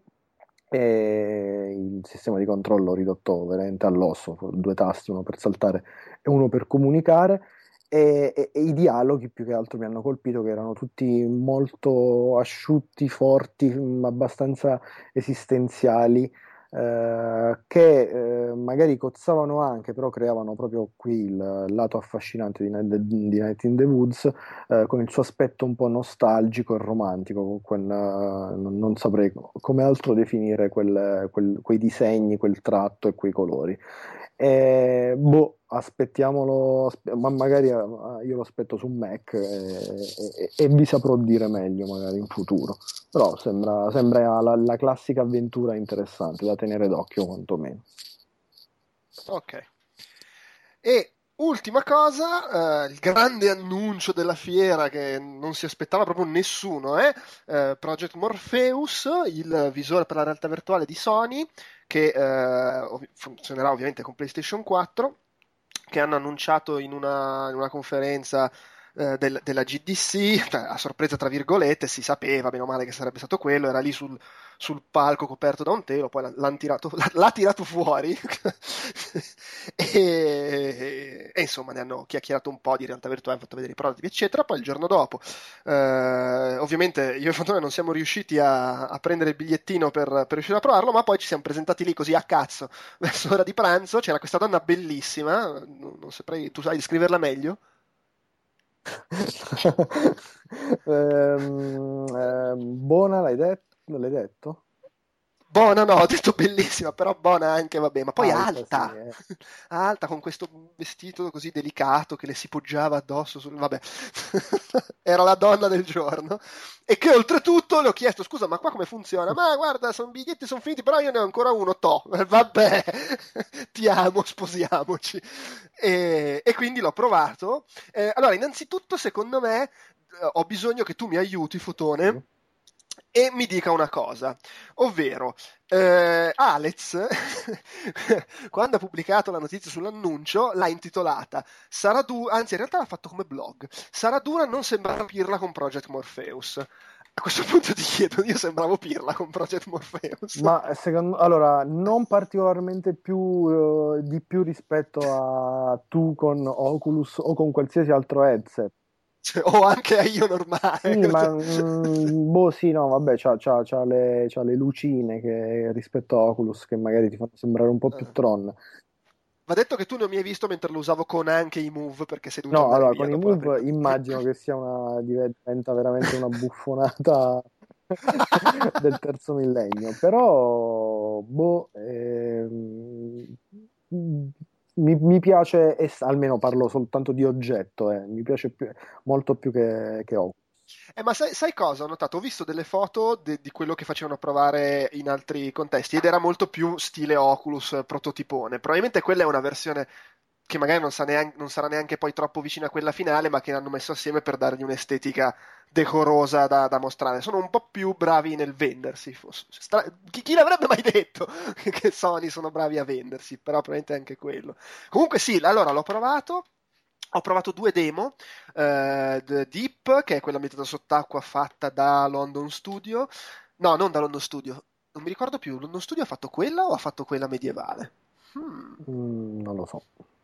E il sistema di controllo ridotto veramente all'osso, due tasti, uno per saltare e uno per comunicare. E, e- e i dialoghi più che altro mi hanno colpito, che erano tutti molto asciutti, forti, mh, abbastanza esistenziali, eh, che eh, magari cozzavano anche, però creavano proprio qui il lato affascinante di, Night- di Night in the Woods, eh, con il suo aspetto un po' nostalgico e romantico, con quel, eh, non, non saprei come altro definire quel- quel- quei disegni, quel tratto e quei colori. E, boh, aspettiamolo, aspe- ma magari eh, io lo aspetto su Mac e, e- e vi saprò dire meglio magari in futuro. Però sembra, sembra la, la classica avventura interessante da tenere d'occhio quantomeno. Ok. E ultima cosa, eh, il grande annuncio della fiera che non si aspettava proprio nessuno, eh? Eh, Project Morpheus, il visore per la realtà virtuale di Sony, che eh, ov- funzionerà ovviamente con PlayStation quattro, che hanno annunciato in una, in una conferenza eh, del- della G D C, cioè, a sorpresa tra virgolette, si sapeva bene o male che sarebbe stato quello, era lì sul, sul palco coperto da un telo, poi l'ha- l'han tirato, l'ha, l'ha tirato fuori e, e insomma ne hanno chiacchierato un po' di realtà virtuale, hanno fatto vedere i prototipi eccetera. Poi il giorno dopo eh, ovviamente io e Fantone non siamo riusciti a, a prendere il bigliettino per, per riuscire a provarlo, ma poi ci siamo presentati lì così a cazzo verso l'ora di pranzo. C'era questa donna bellissima, non, non saprei, tu sai descriverla meglio? Ehm, ehm, buona, l'hai detto? L'hai detto? Bona, no, ho detto bellissima, però buona anche, vabbè, ma poi Alta, sì. alta, eh. alta con questo vestito così delicato che le si poggiava addosso, sul... vabbè, era la donna del giorno, e che oltretutto le ho chiesto, scusa, ma qua come funziona? Ma guarda, sono biglietti, sono finiti, però io ne ho ancora uno, to, vabbè, ti amo, sposiamoci, e, e quindi l'ho provato. Eh, allora, innanzitutto, secondo me, eh, ho bisogno che tu mi aiuti, Sì. Fotone, e mi dica una cosa, ovvero eh, Alex, quando ha pubblicato la notizia sull'annuncio, l'ha intitolata Sarà du- anzi in realtà l'ha fatto come blog, Sarà dura non sembrare Pirla con Project Morpheus. A questo punto ti chiedo, io sembravo Pirla con Project Morpheus? Ma secondo allora non particolarmente più eh, di più rispetto a tu con Oculus o con qualsiasi altro headset. Cioè, o anche a io normale. Sì, ma mm, boh, sì, no, vabbè, c'ha, c'ha- c'ha le, c'ha le lucine che rispetto a Oculus che magari ti fanno sembrare un po' più Eh. Tron. Va detto che tu non mi hai visto mentre lo usavo con anche i Move, perché sei dovuto No, andare allora via con i dopo la Move prima. immagino che sia una, diventa veramente una buffonata del terzo millennio, però boh, ehm, mi, mi piace, es- almeno parlo soltanto di oggetto, eh, mi piace più- molto più che, che Oculus. Eh, ma sai, sai cosa? Ho notato, ho visto delle foto de- di quello che facevano provare in altri contesti ed era molto più stile Oculus, eh, prototipone. Probabilmente quella è una versione che magari non, sa nean- non sarà neanche poi troppo vicina a quella finale, ma che hanno messo assieme per dargli un'estetica decorosa da, da mostrare. Sono un po' più bravi nel vendersi. Forse. Stra- chi, chi l'avrebbe mai detto che Sony sono bravi a vendersi? Però probabilmente anche quello. Comunque sì, allora l'ho provato. ho provato due demo, eh, The Deep, che è quella ambientata sott'acqua fatta da London Studio, no, non da London Studio, non mi ricordo più, London Studio ha fatto quella o ha fatto quella medievale? Hmm. Mm, non lo so.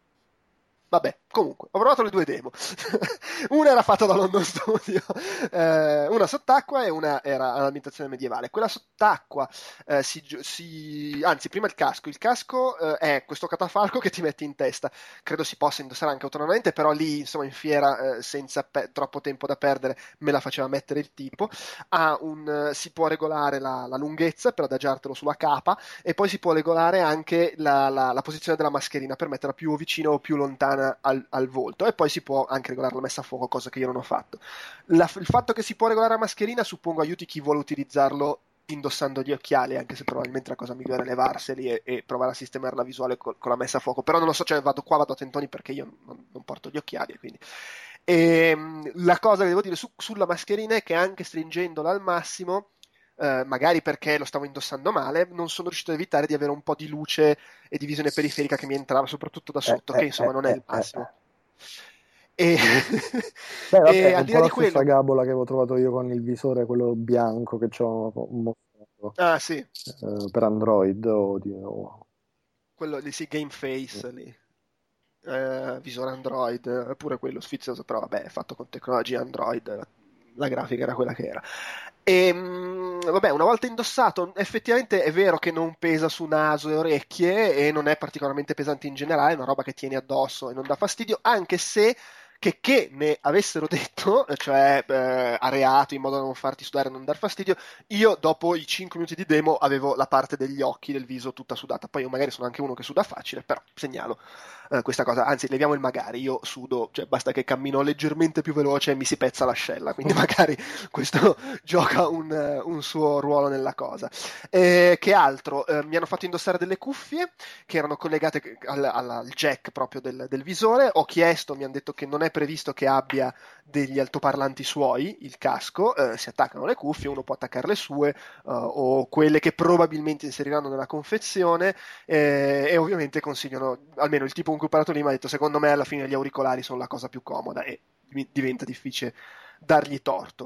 Vabbè, comunque, ho provato le due demo. Una era fatta da London Studio, eh, una sott'acqua e una era all'ambientazione medievale. Quella sott'acqua, eh, si, si, anzi, prima il casco. Il casco eh, è questo catafalco che ti metti in testa. Credo si possa indossare anche autonomamente, però lì, insomma, in fiera, eh, senza pe- troppo tempo da perdere, me la faceva mettere il tipo. Ha un, eh, si può regolare la, la lunghezza per adagiartelo sulla capa e poi si può regolare anche la, la, la posizione della mascherina per metterla più vicino o più lontana Al, al volto, e poi si può anche regolare la messa a fuoco, cosa che io non ho fatto. La, il fatto che si può regolare la mascherina suppongo aiuti chi vuole utilizzarlo indossando gli occhiali, anche se probabilmente la cosa migliore è levarseli e, e provare a sistemare la visuale con, con la messa a fuoco, però non lo so, cioè vado qua, vado a tentoni perché io non, non porto gli occhiali, quindi. E, la cosa che devo dire su, sulla mascherina è che anche stringendola al massimo, Uh, magari perché lo stavo indossando male, non sono riuscito ad evitare di avere un po' di luce e di visione periferica che mi entrava soprattutto da sotto, eh, che insomma eh, non è eh, il massimo. Eh, E, Beh, vabbè, e è al un di po' là la di quello... stessa gabola che avevo trovato io con il visore, quello bianco che ci ho mostrato Ah sì, eh, per Android o, di, o... quello lì sì, Game Face lì. Eh, visore Android, pure quello sfizioso, però vabbè, è fatto con tecnologia Android, la grafica era quella che era. E vabbè, una volta indossato, effettivamente è vero che non pesa su naso e orecchie e non è particolarmente pesante in generale, è una roba che tieni addosso e non dà fastidio, anche se che, che ne avessero detto, cioè eh, areato in modo da non farti sudare e non dar fastidio, io dopo i cinque minuti di demo avevo la parte degli occhi, del viso tutta sudata. Poi io magari sono anche uno che suda facile, però segnalo eh, questa cosa, anzi leviamo il magari, io sudo, cioè basta che cammino leggermente più veloce e mi si pezza l'ascella, quindi magari questo gioca un, un suo ruolo nella cosa. Eh, che altro? Eh, mi hanno fatto indossare delle cuffie che erano collegate al, al jack proprio del, del visore, ho chiesto, mi hanno detto che non è previsto che abbia degli altoparlanti suoi, il casco, eh, si attaccano le cuffie, uno può attaccare le sue uh, o quelle che probabilmente inseriranno nella confezione eh, e ovviamente consigliano, almeno il tipo con cui ho parlato lì mi ha detto secondo me alla fine gli auricolari sono la cosa più comoda e mi diventa difficile dargli torto.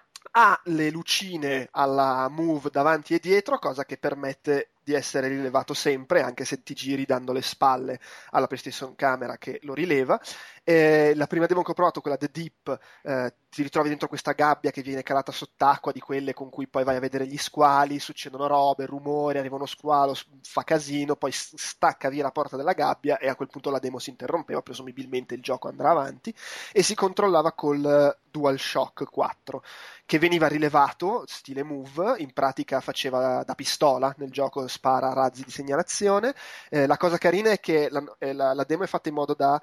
Ha le lucine alla Move davanti e dietro, cosa che permette di essere rilevato sempre, anche se ti giri dando le spalle alla PlayStation Camera che lo rileva. Eh, la prima demo che ho provato, quella The Deep, eh, ti ritrovi dentro questa gabbia che viene calata sott'acqua, di quelle con cui poi vai a vedere gli squali, succedono robe, rumori, arriva uno squalo, fa casino, poi stacca via la porta della gabbia e a quel punto la demo si interrompeva, presumibilmente il gioco andrà avanti, e si controllava col DualShock quattro, che veniva rilevato, stile Move, in pratica faceva da pistola nel gioco, spara razzi di segnalazione. Eh, la cosa carina è che la, la, la demo è fatta in modo da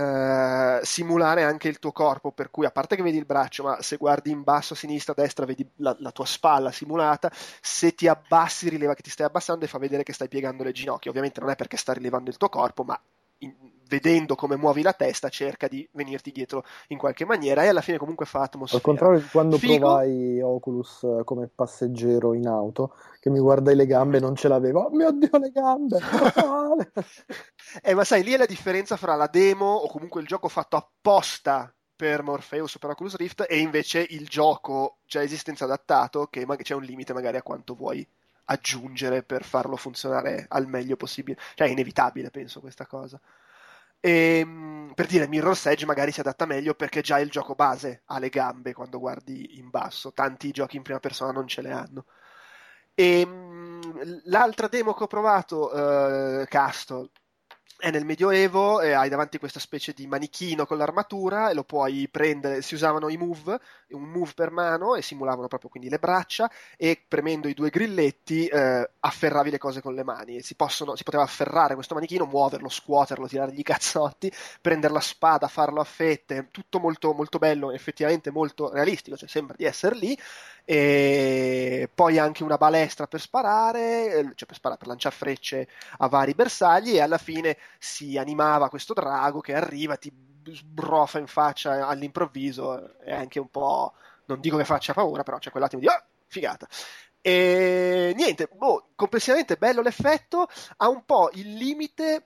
eh, simulare anche il tuo corpo, per cui a parte che vedi il braccio, ma se guardi in basso a sinistra, a destra, vedi la, la tua spalla simulata, se ti abbassi rileva che ti stai abbassando e fa vedere che stai piegando le ginocchia. Ovviamente non è perché sta rilevando il tuo corpo, ma in, vedendo come muovi la testa cerca di venirti dietro in qualche maniera e alla fine comunque fa atmosfera. Al contrario di quando Figo. provai Oculus come passeggero in auto, che mi guardai le gambe e non ce l'avevo. Oh mio Dio, le gambe! eh, ma sai, lì è la differenza fra la demo o comunque il gioco fatto apposta per Morpheus o per Oculus Rift e invece il gioco già esistente adattato, che ma- c'è un limite magari a quanto vuoi aggiungere per farlo funzionare al meglio possibile. Cioè è inevitabile, penso, questa cosa. E, per dire, Mirror's Edge magari si adatta meglio perché già il gioco base ha le gambe quando guardi in basso, tanti giochi in prima persona non ce le hanno. E l'altra demo che ho provato, uh, Castle, è nel Medioevo e hai davanti questa specie di manichino con l'armatura e lo puoi prendere, si usavano i move, un move per mano e simulavano proprio quindi le braccia e premendo i due grilletti eh, afferravi le cose con le mani e si, possono, si poteva afferrare questo manichino, muoverlo, scuoterlo, tirargli i cazzotti, prendere la spada, farlo a fette, tutto molto, molto bello, effettivamente molto realistico, cioè sembra di essere lì. E poi anche una balestra per sparare, cioè per sparare, per lanciare frecce a vari bersagli e alla fine si animava questo drago che arriva, ti sbrofa in faccia all'improvviso e anche un po', non dico che faccia paura, però c'è quell'attimo di oh, figata. E niente, boh, complessivamente bello l'effetto, ha un po' il limite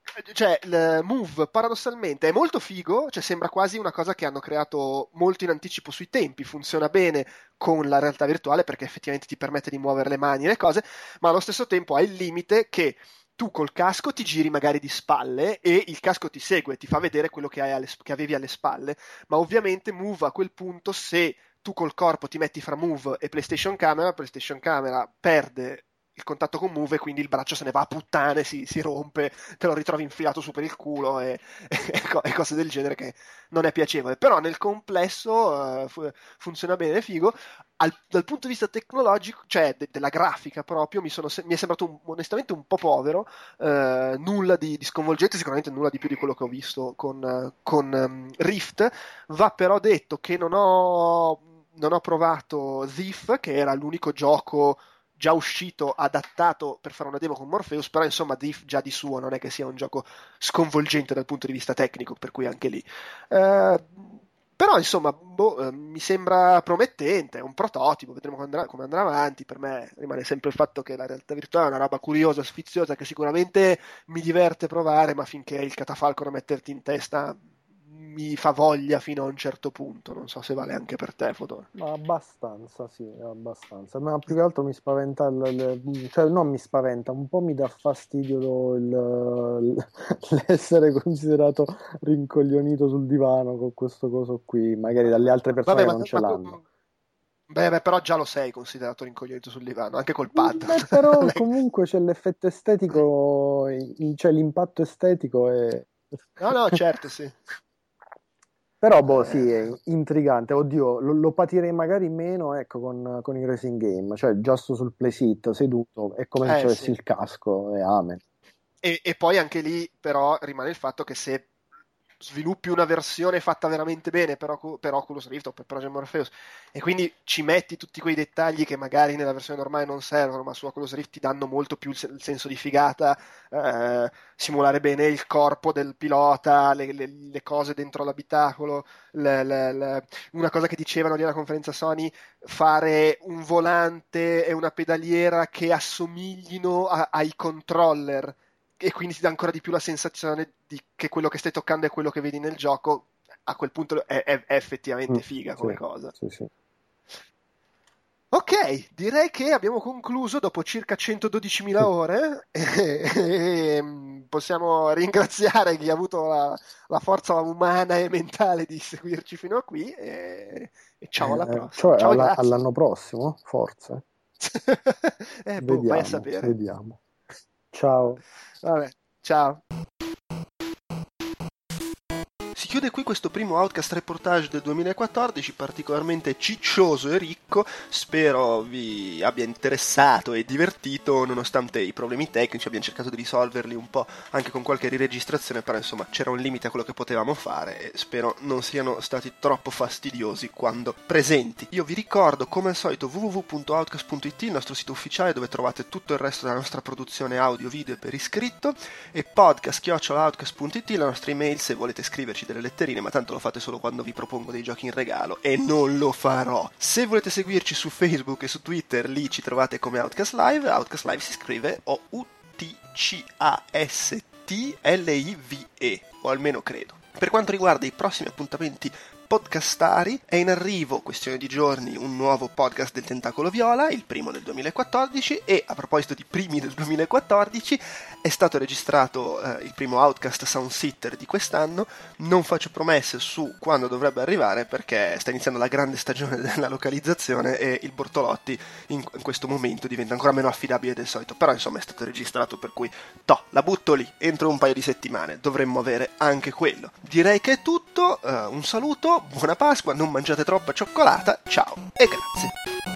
cioè il Move paradossalmente è molto figo, cioè sembra quasi una cosa che hanno creato molto in anticipo sui tempi, funziona bene con la realtà virtuale perché effettivamente ti permette di muovere le mani e le cose, ma allo stesso tempo hai il limite che tu col casco ti giri magari di spalle e il casco ti segue, ti fa vedere quello che, hai alle, che avevi alle spalle, ma ovviamente Move a quel punto, se tu col corpo ti metti fra Move e PlayStation Camera, PlayStation Camera perde il contatto con Move e quindi il braccio se ne va a puttane, si, si rompe, te lo ritrovi infilato su per il culo e, e, e cose del genere che non è piacevole, però nel complesso uh, fu- funziona bene, è figo. Al, dal punto di vista tecnologico, cioè de- della grafica proprio, mi, sono se- mi è sembrato un- onestamente un po' povero, eh, nulla di, di sconvolgente, sicuramente nulla di più di quello che ho visto con, eh, con um, Rift. Va però detto che non ho, non ho provato Thief, che era l'unico gioco già uscito adattato per fare una demo con Morpheus, però insomma Thief già di suo non è che sia un gioco sconvolgente dal punto di vista tecnico, per cui anche lì eh, però insomma boh, eh, mi sembra promettente, è un prototipo, vedremo come andrà, come andrà avanti. Per me rimane sempre il fatto che la realtà virtuale è una roba curiosa, sfiziosa, che sicuramente mi diverte provare, ma finché il catafalco da metterti in testa mi fa voglia fino a un certo punto. Non so se vale anche per te, Fodor. Ma abbastanza, sì, abbastanza. Ma più che altro mi spaventa, il, il- cioè non mi spaventa, un po' mi dà fastidio il- il- l'essere considerato rincoglionito sul divano con questo coso qui, magari dalle altre persone Vabbè, che ma, non ce ma- l'hanno. beh, beh, però già lo sei considerato rincoglionito sul divano, anche col pad. Beh, però comunque c'è l'effetto estetico, i- cioè l'impatto estetico è... No, no, certo, sì. Però, boh, sì, Eh, è intrigante. Oddio, lo, lo patirei magari meno, ecco, con, con i racing game. Cioè, già sto sul playseat, seduto, è come se eh, avessi sì. il casco e amen. E, e poi anche lì però rimane il fatto che se sviluppi una versione fatta veramente bene per, Ocu- per Oculus Rift o per Project Morpheus e quindi ci metti tutti quei dettagli che magari nella versione normale non servono, ma su Oculus Rift ti danno molto più il, se- il senso di figata, eh, simulare bene il corpo del pilota, le, le- le cose dentro l'abitacolo, le- le- le- una cosa che dicevano lì alla conferenza Sony, fare un volante e una pedaliera che assomiglino a- ai controller e quindi ti dà ancora di più la sensazione di che quello che stai toccando è quello che vedi nel gioco. A quel punto è, è- è Mm, effettivamente figa sì, come cosa. sì, sì. Ok, direi che abbiamo concluso dopo circa centododicimila ore e, e, mm, possiamo ringraziare chi ha avuto la, la forza umana e mentale di seguirci fino a qui e, e ciao alla Eh, prossima. cioè, Ciao e alla- grazie. all'anno prossimo, forse. Eh, boh, vai a Vediamo, sapere. vediamo. Ciao. Vabbè, ciao. Si chiude qui questo primo Outcast Reportage del duemilaquattordici, particolarmente ciccioso e ricco. Spero vi abbia interessato e divertito, nonostante i problemi tecnici. Abbiamo cercato di risolverli un po' anche con qualche riregistrazione, però insomma c'era un limite a quello che potevamo fare e spero non siano stati troppo fastidiosi quando presenti. Io vi ricordo come al solito w w w punto outcast punto i t, il nostro sito ufficiale dove trovate tutto il resto della nostra produzione audio video per iscritto, e podcast chiocciola outcast punto i t, la nostra email se volete scriverci delle letterine, ma tanto lo fate solo quando vi propongo dei giochi in regalo e non lo farò. Se volete seguirci su Facebook e su Twitter, lì ci trovate come Outcast Live. Outcast Live si scrive O U T C A S T L I V E, o almeno credo. Per quanto riguarda i prossimi appuntamenti podcastari, è in arrivo, questione di giorni, un nuovo podcast del Tentacolo Viola, il primo del duemilaquattordici, e a proposito di primi del duemilaquattordici è stato registrato eh, il primo Outcast Sound Sitter di quest'anno. Non faccio promesse su quando dovrebbe arrivare perché sta iniziando la grande stagione della localizzazione e il Bortolotti in, in questo momento diventa ancora meno affidabile del solito, però insomma è stato registrato, per cui toh, la butto lì, entro un paio di settimane dovremmo avere anche quello. Direi che è tutto, uh, un saluto, buona Pasqua, non mangiate troppa cioccolata, ciao e grazie.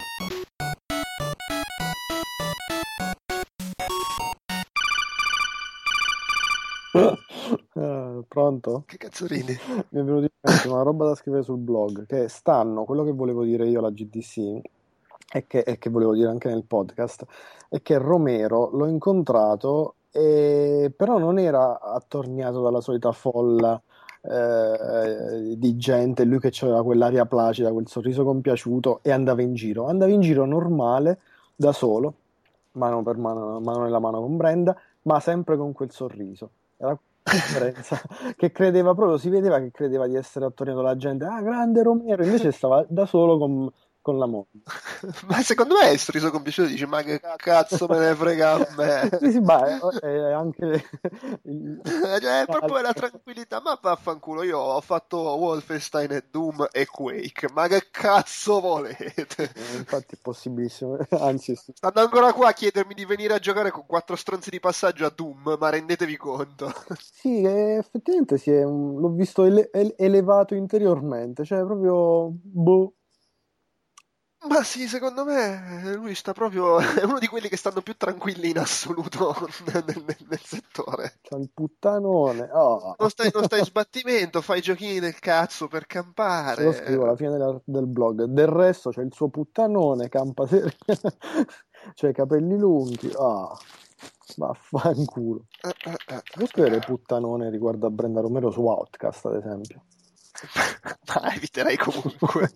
Eh, pronto? Che cazzo ridi? Mi è venuto in mente una roba da scrivere sul blog, che stanno, quello che volevo dire io alla G D C e che, e che volevo dire anche nel podcast, è che Romero l'ho incontrato, e, però non era attorniato dalla solita folla eh, di gente, lui che aveva quell'aria placida, quel sorriso compiaciuto e andava in giro, andava in giro normale, da solo, mano per mano, mano nella mano con Brenda, ma sempre con quel sorriso. Era la differenza, che credeva proprio, si vedeva che credeva di essere attorniato alla gente, ah grande Romero, invece stava da solo con, con la moglie. Ma secondo me è sorriso con piacere, dice ma che cazzo me ne frega a me. Sì, sì, ma è, è anche il- Cioè, è proprio la tranquillità, ma vaffanculo, io ho fatto Wolfenstein e Doom e Quake, ma che cazzo volete? eh, infatti è possibilissimo, anzi sì. Stanno ancora qua a chiedermi di venire a giocare con quattro stronzi di passaggio a Doom, ma rendetevi conto. Sì, eh, effettivamente si è un- l'ho visto ele- ele- elevato interiormente, cioè proprio boh. Ma sì, secondo me lui sta proprio, è uno di quelli che stanno più tranquilli in assoluto nel, nel- nel settore. C'ha il puttanone. Oh. Non stai, non stai in sbattimento, fai giochini del cazzo per Se lo scrivo alla campare. fine della- del blog. Del resto c'è il suo puttanone, campa serio, c'è i capelli lunghi. Ah, vaffanculo. Eh, eh, eh. Puoi scrivere puttanone riguardo a Brenda Romero su Outcast, ad esempio? Ma eviterei comunque.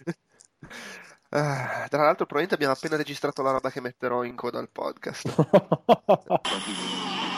Ah, tra l'altro, probabilmente abbiamo appena registrato la roba che metterò in coda al podcast.